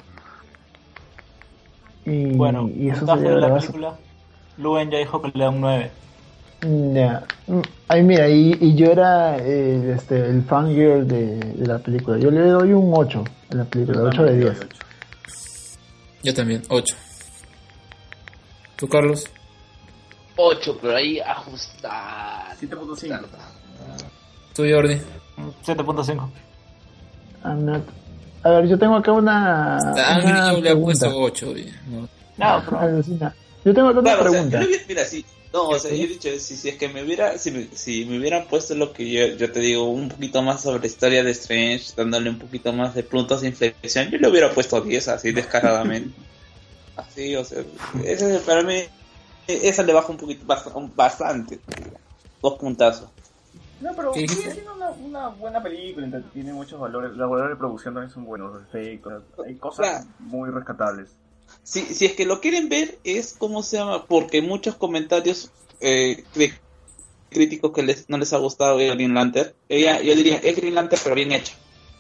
Y, Bueno, y eso puntaje sería de la bravazo. película. Luen ya dijo que le da un nueve. Ya. Mm, Ay, mira, y, y yo era eh, este, el fangirl de, de la película. Yo le doy un ocho a la película, ocho de diez. Yo también, ocho. ¿Tú, Carlos? ocho, pero ahí ajustar. siete punto cinco. ¿Tú, Jordi? siete punto cinco. I'm not- A ver, yo tengo acá una, A una Ángel yo le he pregunta. puesto ocho. oye, no. No, pero Alucina. Yo tengo acá una Claro, o sea, pregunta. yo le hubiera- mira, sí. No, o sea, yo he dicho, si, si es que me hubiera, si me, si me hubieran puesto lo que yo, yo te digo, un poquito más sobre la historia de Strange, dándole un poquito más de puntos de inflexión, yo le hubiera puesto diez así descaradamente. Así, o sea, ese es para mí, esa le baja un poquito, bast- un- bastante, dos puntazos. No, pero ¿Qué sigue dijiste? siendo una, una buena película, entre- tiene muchos valores, los valores de producción también son buenos, los efectos, hay cosas Claro. muy rescatables. Si, si es que lo quieren ver, es como se llama, porque muchos comentarios eh, de críticos que les, no les ha gustado Green Lantern, ella, yo diría, es Green Lantern pero bien hecho.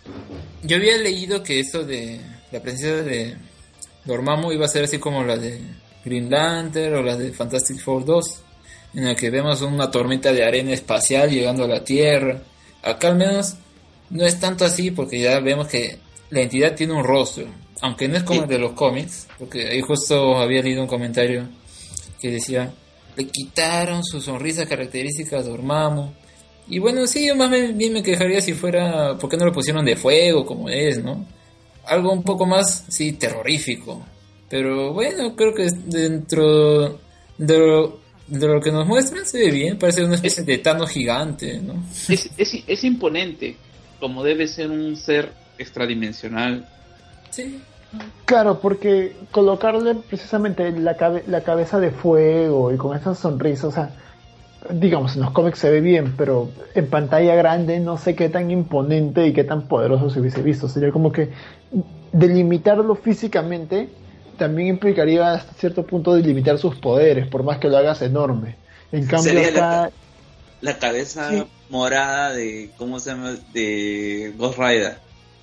Yo había leído que esto de la presencia de Dormammu iba a ser así como la de Green Lantern o la de Fantastic Four dos, en la que vemos una tormenta de arena espacial llegando a la Tierra. Acá al menos no es tanto así porque ya vemos que la entidad tiene un rostro, aunque no es como Sí. el de los cómics, porque ahí justo había leído un comentario que decía, le quitaron su sonrisa característica a Dormammu. Y bueno, sí, yo más me- bien me quejaría si fuera, ¿por qué no lo pusieron de fuego como es, no? Algo un poco más, sí, terrorífico. Pero bueno, creo que dentro de lo, de lo que nos muestran se ve bien, parece una especie de Thanos gigante, ¿no? Es, es, es imponente, como debe ser un ser extradimensional. Sí. Claro, porque colocarle precisamente la, cabe- la cabeza de fuego y con esa sonrisa, o sea, digamos, en los cómics se ve bien, pero en pantalla grande no sé qué tan imponente y qué tan poderoso se hubiese visto. Sería como que delimitarlo físicamente también implicaría hasta cierto punto delimitar sus poderes, por más que lo hagas enorme. En cambio Sería acá... La cabeza Sí. morada de, ¿cómo se llama? De Ghost Rider.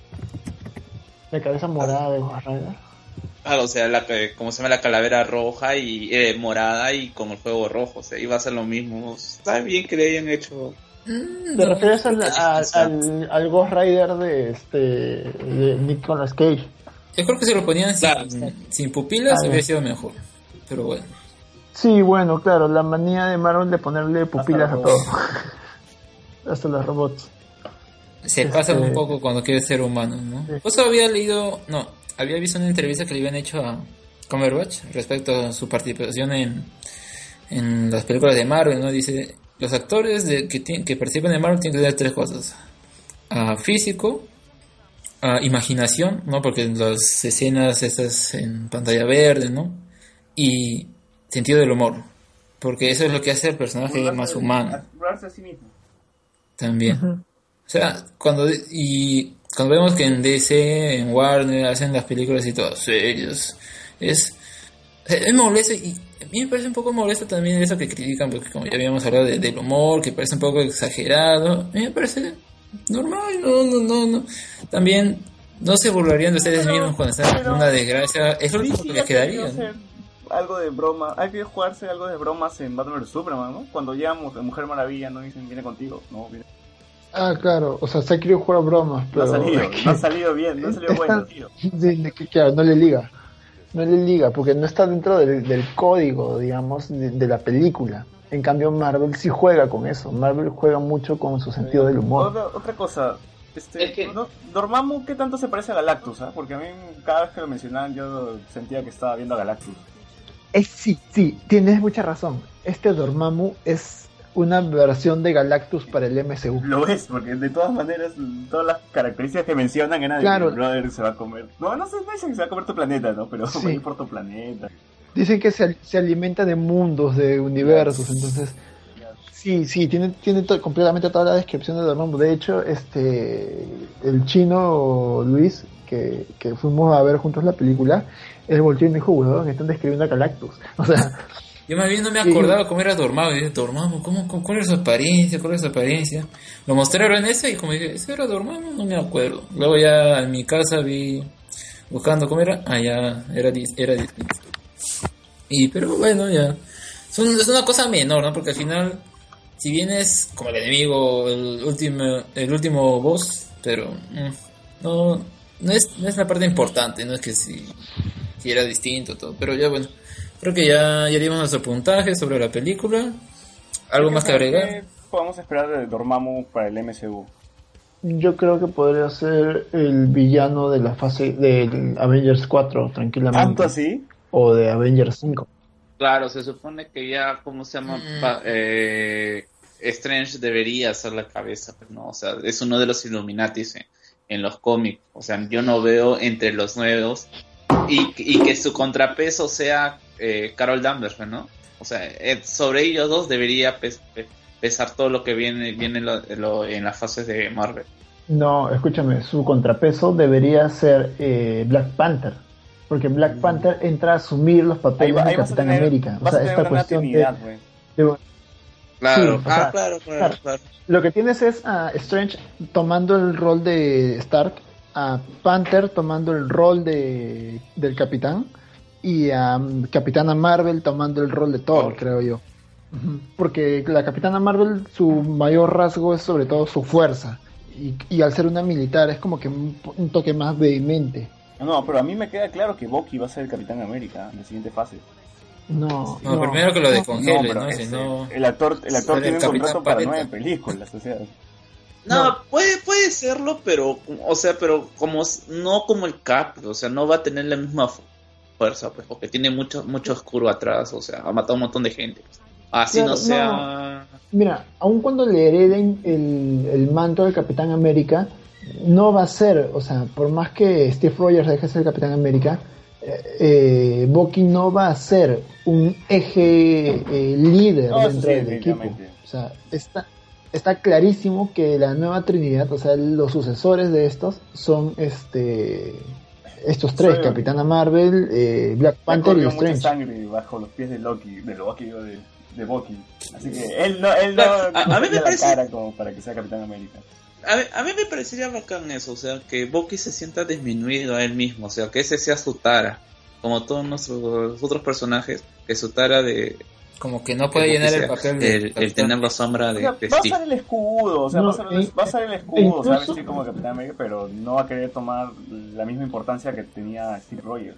La cabeza morada de Ghost Rider. Ah, o sea, la, que- ¿cómo se llama? La calavera roja y eh, morada y con el fuego rojo. O sea, iba a ser lo mismo. Está bien que le hayan hecho. ¿Te refieres al, al, al, al Ghost Rider de, este, de Nicolas Cage? Yo creo que si lo ponían sin, Claro. sin pupilas Ah, hubiera bien. sido mejor. Pero bueno. Sí, bueno, claro, la manía de Marvel de ponerle pupilas a los todo. robots. Hasta los robots. Se Este- pasa un poco cuando quiere ser humano, ¿no? Sí. Pues había leído, no, había visto una entrevista que le habían hecho a Cumberbatch respecto a su participación en, en las películas de Marvel, ¿no? Dice, los actores de, que, tien- que participan en Marvel tienen que tener tres cosas. Ah, físico, ah, imaginación, ¿no? Porque las escenas estas en pantalla verde, ¿no? Y sentido del humor. porque eso es lo que hace al personaje Burlarse más de- humano. burlarse a sí mismo. También. Ujú. O sea, cuando y cuando vemos que en D C, en Warner hacen las películas y todo serios, es es molesto y a mí me parece un poco molesto también eso que critican, porque como ya habíamos hablado de- del humor, que parece un poco exagerado. A mí me parece normal, no, no, no, no. También no se burlarían de ustedes Pero- mismos cuando están en pero- una desgracia. Es lo Sí, único sí, que les ha querido quedaría, ¿no? hacer algo de broma, hay que jugarse algo de bromas en Batman versus. Superman, ¿no? Cuando ya Mu- Mujer Maravilla no dicen viene contigo, no, viene. Ah, claro, o sea, se ha querido jugar bromas, No pero... ha salido, es que- no ha salido bien, no ha salido bueno, tío. Sí, de que, claro, no le liga. No le liga, porque no está dentro del, del código, digamos, de, de la película. En cambio, Marvel sí juega con eso. Marvel juega mucho con su sentido del humor. Otra, otra cosa, este, Es que- ¿no? Dormammu, ¿qué tanto se parece a Galactus? Ah? Porque a mí cada vez que lo mencionaban yo sentía que estaba viendo a Galactus. Es, sí, sí, tienes mucha razón. Este Dormammu es una versión de Galactus para el M C U. Lo es, porque de todas maneras, todas las características que mencionan eran de Claro. que el brother se va a comer. No, no sé, no dicen que se va a comer tu planeta, ¿no? Pero Sí. va a ir por tu planeta. Dicen que se, se alimenta de mundos, de universos, entonces... Sí, sí, tiene, tiene to- completamente toda la descripción de Dormammu. De hecho, este el chino Luis, que, que fuimos a ver juntos la película, él volteó y me dijo, weón, están describiendo a Galactus. O sea, Yo más bien no me Sí. acordaba cómo era Dormammu. Y dije, Dormammu, ¿cómo, cómo, ¿cuál era su apariencia? ¿Cuál era su apariencia? Lo mostraron eso y como dije, ¿ese era Dormammu? No me acuerdo. Luego ya en mi casa vi, buscando cómo era, ah, ya, era, dis- era distinto. Y, pero bueno, ya. Es, un- es una cosa menor, ¿no? Porque al final, si bien es como el enemigo, el último, el último boss, pero mm, no, no es, no es la parte importante, no es que si, si era distinto todo, pero ya bueno. Creo que ya, ya dimos nuestro puntaje sobre la película. ¿Algo más que agregar? ¿Qué podemos esperar de Dormammu para el M C U? yo creo que podría ser el villano de la fase del Avengers cuatro, tranquilamente. ¿Tanto así? O de Avengers cinco. Claro, se supone que ya, ¿cómo se llama? Mm. Pa- eh, Strange debería ser la cabeza, pues, ¿no? O sea, es uno de los Illuminatis en, en los cómics. O sea, yo no veo entre los nuevos y, y que su contrapeso sea eh, Carol Danvers, pues, ¿no? O sea, eh, sobre ellos dos debería pes- pe- pesar todo lo que viene, viene lo- lo- en las fases de Marvel. No, escúchame, su contrapeso debería ser eh, Black Panther. Porque Black Panther entra a asumir los Ahí, papeles va- ahí de vas a Capitán tener, América. O vas a sea, tener esta una cuestión de, Trinidad, güey. de- Claro, Sí, o ah, sea, claro, claro, claro. claro. Lo que tienes es a Strange tomando el rol de Stark, a Panther tomando el rol de del Capitán y a um, Capitana Marvel tomando el rol de Thor, Thor. creo yo. Ujú. Porque la Capitana Marvel, su mayor rasgo es sobre todo su fuerza. Y, y al ser una militar es como que un, un toque más vehemente. No, pero a mí me queda claro que Bucky va a ser el Capitán América en la siguiente fase. No, No, primero que lo descongele, pero ¿no? Si ese- no... el actor, el actor Sale tiene el un Capitán contrato para Paleta. nueve películas, o sea. No, No. puede puede serlo, pero o sea, pero como s- no como el Cap, o sea, no va a tener la misma fu- fuerza, pues, porque tiene mucho mucho oscuro atrás, o sea, ha matado a un montón de gente. Pues. Así Claro, no sea. Mira, aun cuando le hereden el, el manto del Capitán América, no va a ser, o sea, por más que Steve Rogers deje de ser el Capitán América, eh, eh, Bucky no va a ser un eje eh, líder No, eso dentro sí, del equipo. definitivamente. O sea, está, está clarísimo que la nueva Trinidad, o sea, los sucesores de estos son este estos tres, Sí. Capitana Marvel, eh, Black Le Panther y corrió mucha Strange. sangre bajo los pies de Loki, de Loki, digo, de, de Bucky. Así que él no, él no, A- a no mí me tiene la parece- cara como para que sea Capitán América. A mí, a mí me parecería bacán eso, o sea, que Bucky se sienta disminuido a él mismo, o sea, que ese sea su tara, como todos nuestros otros personajes, que su tara de Como que no puede de llenar Bucky el sea papel de el, el Capitán. tener la sombra O de, sea, de va a Steve. usar el escudo, o sea, No, va, a usar, e- va a usar el e escudo, o sea, incluso- vestir como Capitán América, pero no va a querer tomar la misma importancia que tenía Steve Rogers.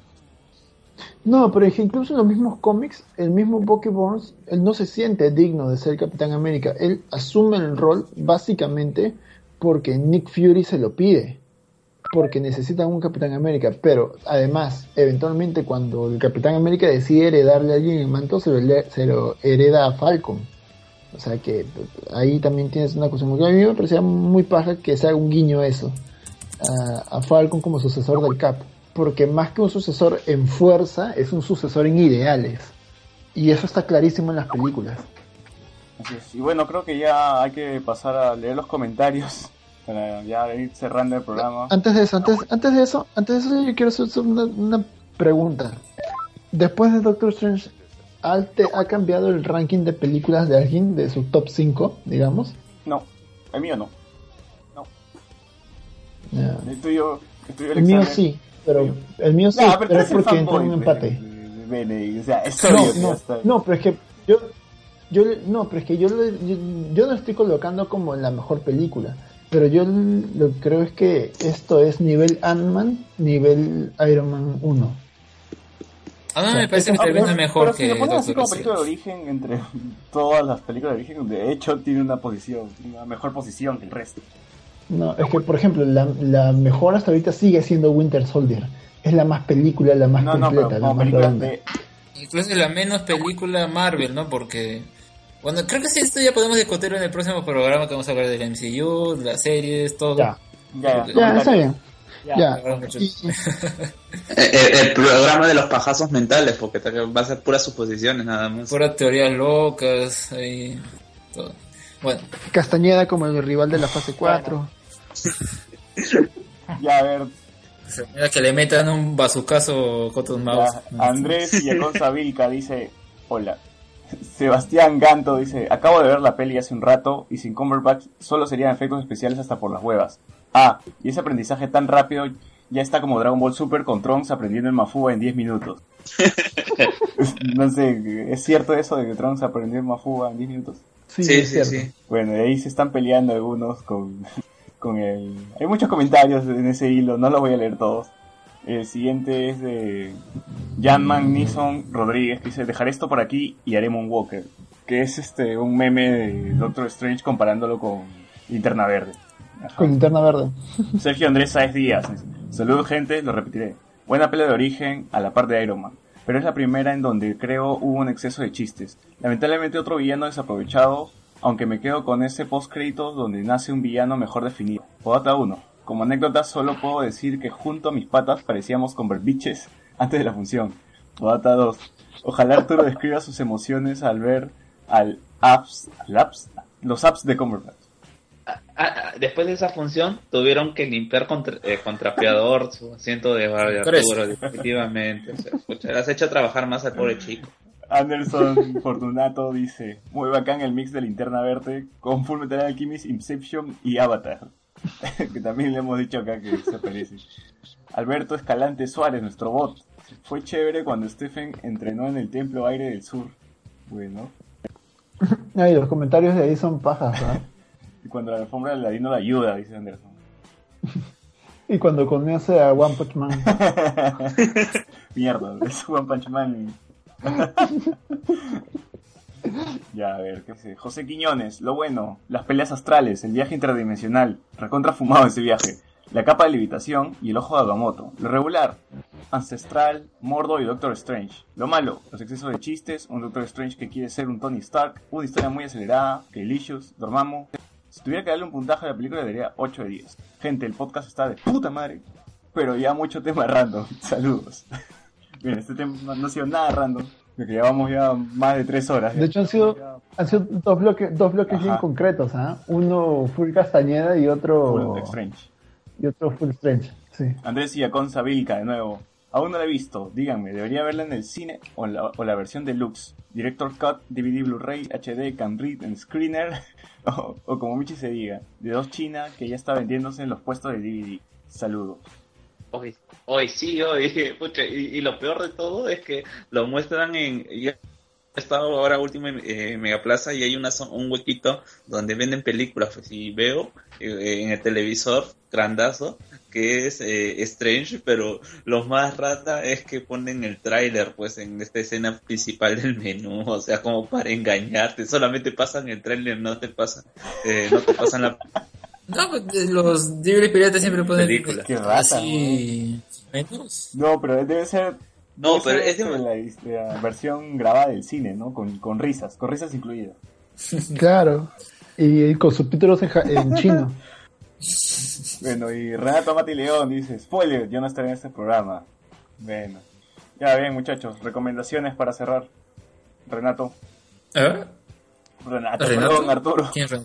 No, pero es que incluso en los mismos cómics, el mismo Bucky Barnes, él no se siente digno de ser Capitán América. Él asume el rol básicamente porque Nick Fury se lo pide, porque necesita un Capitán América. Pero además, eventualmente cuando el Capitán América decide heredarle a alguien el manto, se lo, hele- se lo hereda a Falcon. O sea que ahí también tienes una cosa muy... A mí me parecía muy paja que se haga un guiño a eso, a, a Falcon como sucesor del Cap. Porque más que un sucesor en fuerza, es un sucesor en ideales. Y eso está clarísimo en las películas. Así es. Y bueno, creo que ya hay que pasar a leer los comentarios para ya ir cerrando el programa. Antes de eso, antes, antes de eso, antes de eso yo quiero hacer una, una pregunta. Después de Doctor Strange, ¿ha, te- ¿ha cambiado el ranking de películas de alguien, de su top cinco, digamos? No, el mío no. No. Ya. El tuyo, el tuyo El mío Alexander. sí, pero el mío sí, No, pero tú pero eres es el porque entró fanboy en un de- empate. de- de Benedict, o sea, es No, obvio que ya no, está. no, pero es que yo, yo, no, pero es que yo, le- yo, yo no estoy colocando como en la mejor película, pero yo lo que creo es que esto es nivel Ant-Man, nivel Iron Man uno. A mí me parece que Ah, termina pero- mejor pero si que lo pones así Doctor como película de Strange. origen, entre todas las películas de origen, de hecho tiene una posición, una mejor posición que el resto. No, es que por ejemplo, la, la mejor hasta ahorita sigue siendo Winter Soldier. Es la más película, la más No, no, completa, pero la como más película redonda. de... Incluso la menos película Marvel, ¿no? Porque, bueno, creo que sí, esto ya podemos discutir en el próximo programa que vamos a hablar del M C U, de las series, todo. Ya, Ya, ya, ya, está bien. Ya. Ya. Ya. Y- El, el- el programa de los pajazos mentales, porque te- va a ser puras suposiciones nada más. Puras teorías locas y todo. Bueno, Castañeda como el rival de la fase cuatro. ya, a ver, mira que le metan un bazucazo Cotton Mouse. ya, Andrés Villaconza Vilca dice, hola. Sebastián Ganto dice, acabo de ver la peli hace un rato y sin Cumberbatch solo serían efectos especiales hasta por las huevas. Ah, y ese aprendizaje tan rápido ya está como Dragon Ball Super con Trunks aprendiendo el Mafuba en diez minutos. No sé, ¿es cierto eso de que Trunks aprendió el Mafuba en diez minutos? Sí, Sí, es sí, cierto. sí. Bueno, y ahí se están peleando algunos con, con el... Hay muchos comentarios en ese hilo, no los voy a leer todos. El siguiente es de Janman Nison Rodríguez, que dice, dejaré esto por aquí y haré Moonwalker, que es este un meme de Doctor Strange comparándolo con Linterna Verde. Ajá. Con linterna verde. Sergio Andrés Sáez Díaz, saludos gente, lo repetiré. Buena pelea de origen a la par de Iron Man, pero es la primera en donde creo hubo un exceso de chistes. Lamentablemente otro villano desaprovechado, aunque me quedo con ese post créditos donde nace un villano mejor definido. Podata uno. Como anécdota solo puedo decir que junto a mis patas parecíamos Converbiches antes de la función. Podata dos. Ojalá Arturo describa sus emociones al ver al apps, al apps, los apps de Cumberbatch. Ah, ah, después de esa función tuvieron que limpiar con, tra- eh, con trapeador su asiento de Barbie Tres. Arturo, definitivamente. O sea, escucha, le has hecho trabajar más al pobre chico. Anderson Fortunato dice, muy bacán el mix de Linterna Verde con Full Metal Alchemist, Inception y Avatar. Que también le hemos dicho acá que se parece. Alberto Escalante Suárez, nuestro bot. Fue chévere cuando Stephen entrenó en el Templo Aire del Sur. Bueno. Ay, los comentarios de ahí son pajas, ¿verdad? Y cuando la alfombra de ladino la ayuda, dice Anderson. Y cuando conoce a One Punch Man. Mierda, es One Punch Man. Ya, a ver, ¿qué sé? José Quiñones, lo bueno, las peleas astrales, el viaje interdimensional, recontra fumado ese viaje, la capa de levitación y el ojo de Agamotto. Lo regular, Ancestral, Mordo y Doctor Strange. Lo malo, los excesos de chistes, un Doctor Strange que quiere ser un Tony Stark, una historia muy acelerada, que Delicious, Dormammu. Si tuviera que darle un puntaje a la película, le daría ocho de diez. Gente, el podcast está de puta madre, pero ya mucho tema random. Saludos. Bien, este tema no, no ha sido nada random, porque llevamos ya más de tres horas. De hecho han sido, han sido dos bloques, dos bloques Ajá. bien concretos, ¿ah? Uno full Castañeda y otro Full Strange. y otro full Strange, sí. Andrés Villaconza Vilca, de nuevo. Aún no la he visto, díganme, ¿debería verla en el cine o la, o la versión deluxe? Director Cut, D V D Blu-ray, H D, Can Read en Screener, o, o como Michi se diga, de dos China que ya está vendiéndose en los puestos de D V D. Saludos. Hoy, hoy sí, hoy. Pucha, y, y lo peor de todo es que lo muestran en... Yo he estado ahora último en eh, Megaplaza y hay una zo- un huequito donde venden películas. Pues, y veo eh, en el televisor grandazo que es eh, Strange, pero lo más rata es que ponen el tráiler pues en esta escena principal del menú, o sea, como para engañarte. Solamente pasan el tráiler, no te pasan, eh, no te pasan la No, pues, los D V D piratas siempre ponen Película. Qué rata, así menús. No, pero debe ser... No, debe pero ser, es de- este, la, la versión grabada del cine, ¿no? Con, con risas, con risas incluidas. Claro. Y, y con subtítulos en, ja- en chino. Bueno, y Renato Mati León dice, spoiler, yo no estaré en este programa. Bueno, ya bien muchachos, recomendaciones para cerrar. Renato. ¿Eh? Renato, ¿Renato? perdón, Arturo. ¿Quién es Renato?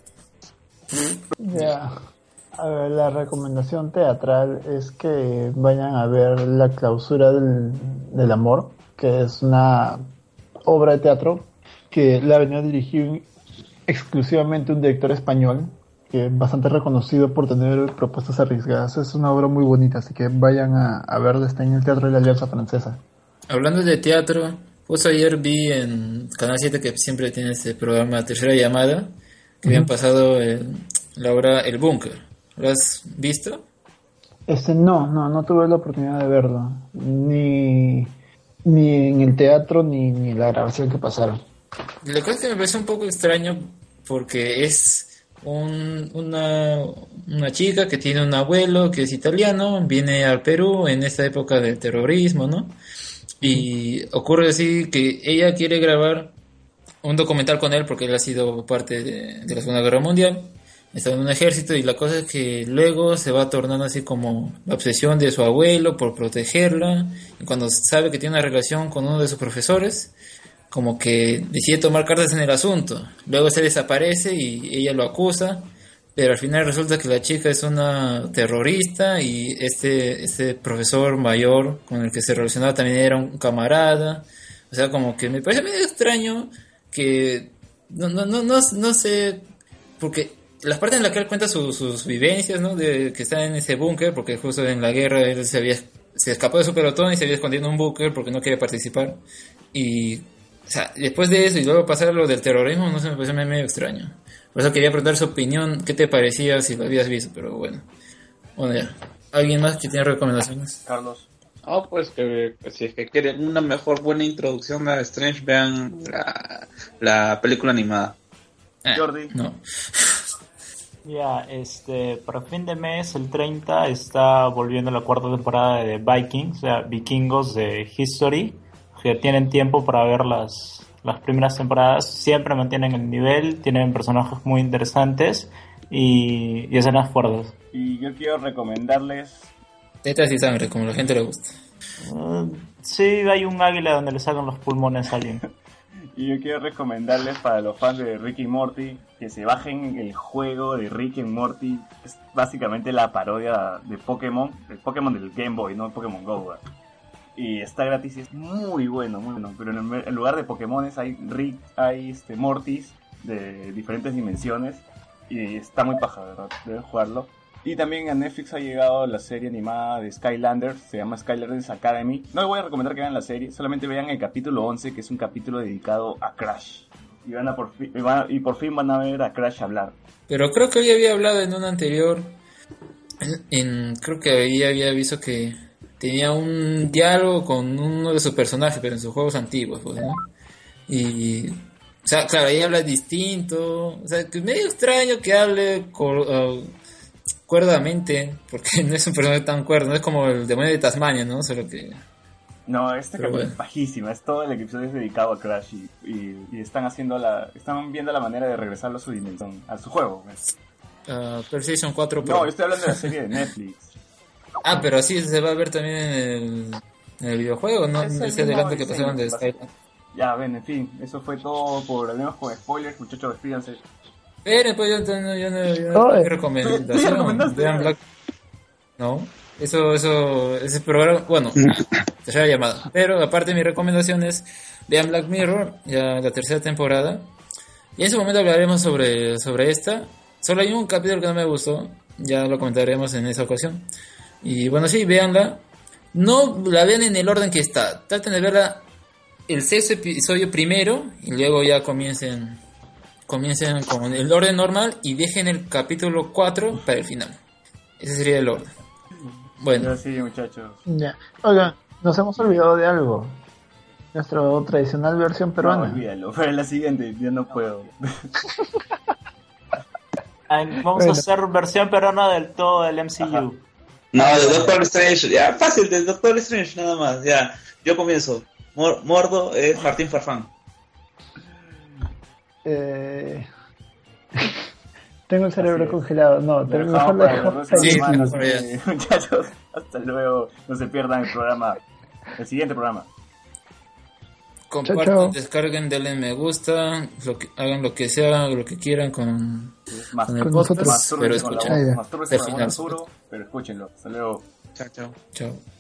Ya. A ver, la recomendación teatral es que vayan a ver La clausura del, del amor, que es una obra de teatro que la venía a dirigir exclusivamente un director español, que es bastante reconocido por tener propuestas arriesgadas. Es una obra muy bonita, así que vayan a, a verla, está en el Teatro de la Alianza Francesa. Hablando de teatro, justo ayer vi en Canal siete, que siempre tiene este programa Tercera Llamada, que habían pasado el- la obra El Búnker. ¿Lo has visto? Este, no, no, no tuve la oportunidad de verlo, ni, ni en el teatro, ni, ni en la grabación que pasaron. La cosa es que me parece un poco extraño porque es un- una, una chica que tiene un abuelo que es italiano, viene al Perú en esta época del terrorismo, ¿no? Y ocurre así que ella quiere grabar un documental con él porque él ha sido parte de, de la Segunda Guerra Mundial, está en un ejército, y la cosa es que luego se va tornando así como la obsesión de su abuelo por protegerla, y cuando sabe que tiene una relación con uno de sus profesores, como que decide tomar cartas en el asunto. Luego se desaparece y ella lo acusa, pero al final resulta que la chica es una terrorista y este, este profesor mayor con el que se relacionaba también era un camarada. O sea, como que me parece medio extraño que no, no, no, no, no sé, porque las partes en las que él cuenta su- sus vivencias, ¿no? De que está en ese búnker, porque justo en la guerra él se había se escapó de su pelotón y se había escondido en un búnker porque no quería participar. Y, o sea, después de eso y luego pasar lo del terrorismo, no sé, me parece medio extraño. Por eso quería preguntar su opinión, qué te parecía si lo habías visto, pero bueno. Bueno, ya. ¿Alguien más que tiene recomendaciones? Carlos. Ah, pues que, que si es que quieren una mejor buena introducción a Strange, vean la, la película animada. Ah, Jordi. No. Ya, este, para fin de mes, el treinta, está volviendo la cuarta temporada de Vikings, o sea, Vikingos de History, que tienen tiempo para ver las, las primeras temporadas, siempre mantienen el nivel, tienen personajes muy interesantes y, y escenas fuertes. Y yo quiero recomendarles... Tetas y sangre, como a la gente le gusta. Uh, sí, hay un águila donde le sacan los pulmones a alguien. Y yo quiero recomendarles para los fans de Rick y Morty que se bajen el juego de Rick y Morty. Es básicamente la parodia de Pokémon, el Pokémon del Game Boy, no Pokémon Go. ¿verdad? Y está gratis y es muy bueno, muy bueno. Pero en, en lugar de Pokémones hay Rick, hay este Mortys de diferentes dimensiones. Y está muy paja, ¿verdad? Deben jugarlo. Y también a Netflix ha llegado la serie animada de Skylanders, se llama Skylanders Academy. No les voy a recomendar que vean la serie, solamente vean el capítulo once, que es un capítulo dedicado a Crash. Y, van a por, fin, y, van a, y por fin van a ver a Crash hablar. Pero creo que ya había hablado en un anterior, en, en- creo que ahí había visto que tenía un diálogo con uno de sus personajes, pero en sus juegos antiguos, pues, ¿no? Y, o sea, claro, ahí habla distinto, o sea, que es medio extraño que hable co- uh, cuerdamente, porque no es un personaje tan cuerdo, no es como el demonio de Tasmania, ¿no? Solo que... No, este Pero capítulo bueno. es bajísimo, es todo el episodio es dedicado a Crash y, y, y están haciendo la, están viendo la manera de regresarlo a su dimensión, a su juego. pues. Uh, PlayStation cuatro Pro. No, yo estoy hablando de la serie de Netflix. Ah, pero así se va a ver también en el, en el videojuego, ¿no? Es el Ese mismo adelanto que diseño, pasaron de básicamente. Skyland. Ya, ven, en fin, eso fue todo por hablemos con spoilers, muchachos, despídanse. Pero pues yo, yo, no- yo no, yo no Oye. tengo recomendación. ¿Tú ya recomendaste? Vean Black... No, eso, eso, ese programa, bueno, tercera llamada. Pero aparte mi recomendación es vean Black Mirror, ya la tercera temporada. Y en su momento hablaremos sobre, sobre esta. Solo hay un capítulo que no me gustó, ya lo comentaremos en esa ocasión. Y bueno, sí, véanla. No la vean en el orden que está. Traten de verla el sexto episodio primero y luego ya comiencen comiencen con el orden normal y dejen el capítulo cuatro para el final. Ese sería el orden. Bueno, Ya sí, muchachos. Ya. Oigan, nos hemos olvidado de algo. Nuestra tradicional versión No, peruana. olvídalo, pero la siguiente, ya no puedo. Ay, Vamos Bueno. a hacer versión peruana del todo del M C U. Ajá. No, de Doctor Strange, ya, fácil, de Doctor Strange nada más, ya. Yo comienzo. Mor- Mordo es Martín Farfán. Eh... Tengo el cerebro Así es. congelado. No, Lo tengo dejamos mejor la para la dejamos próxima Sí, ahí. semana, mejor así que, muchachos, hasta luego, no se pierdan el programa, el siguiente programa. compartan, Chao, chao. descarguen, denle me gusta, lo que, hagan lo que sea, lo que quieran con, Más, con el con podcast, nosotros. pero Mastúrbense con la escuchen. voz, Ah, ya. mastúrbense con la voz Al final. de Arturo, pero escúchenlo. Hasta luego. Chao, chao. Chao.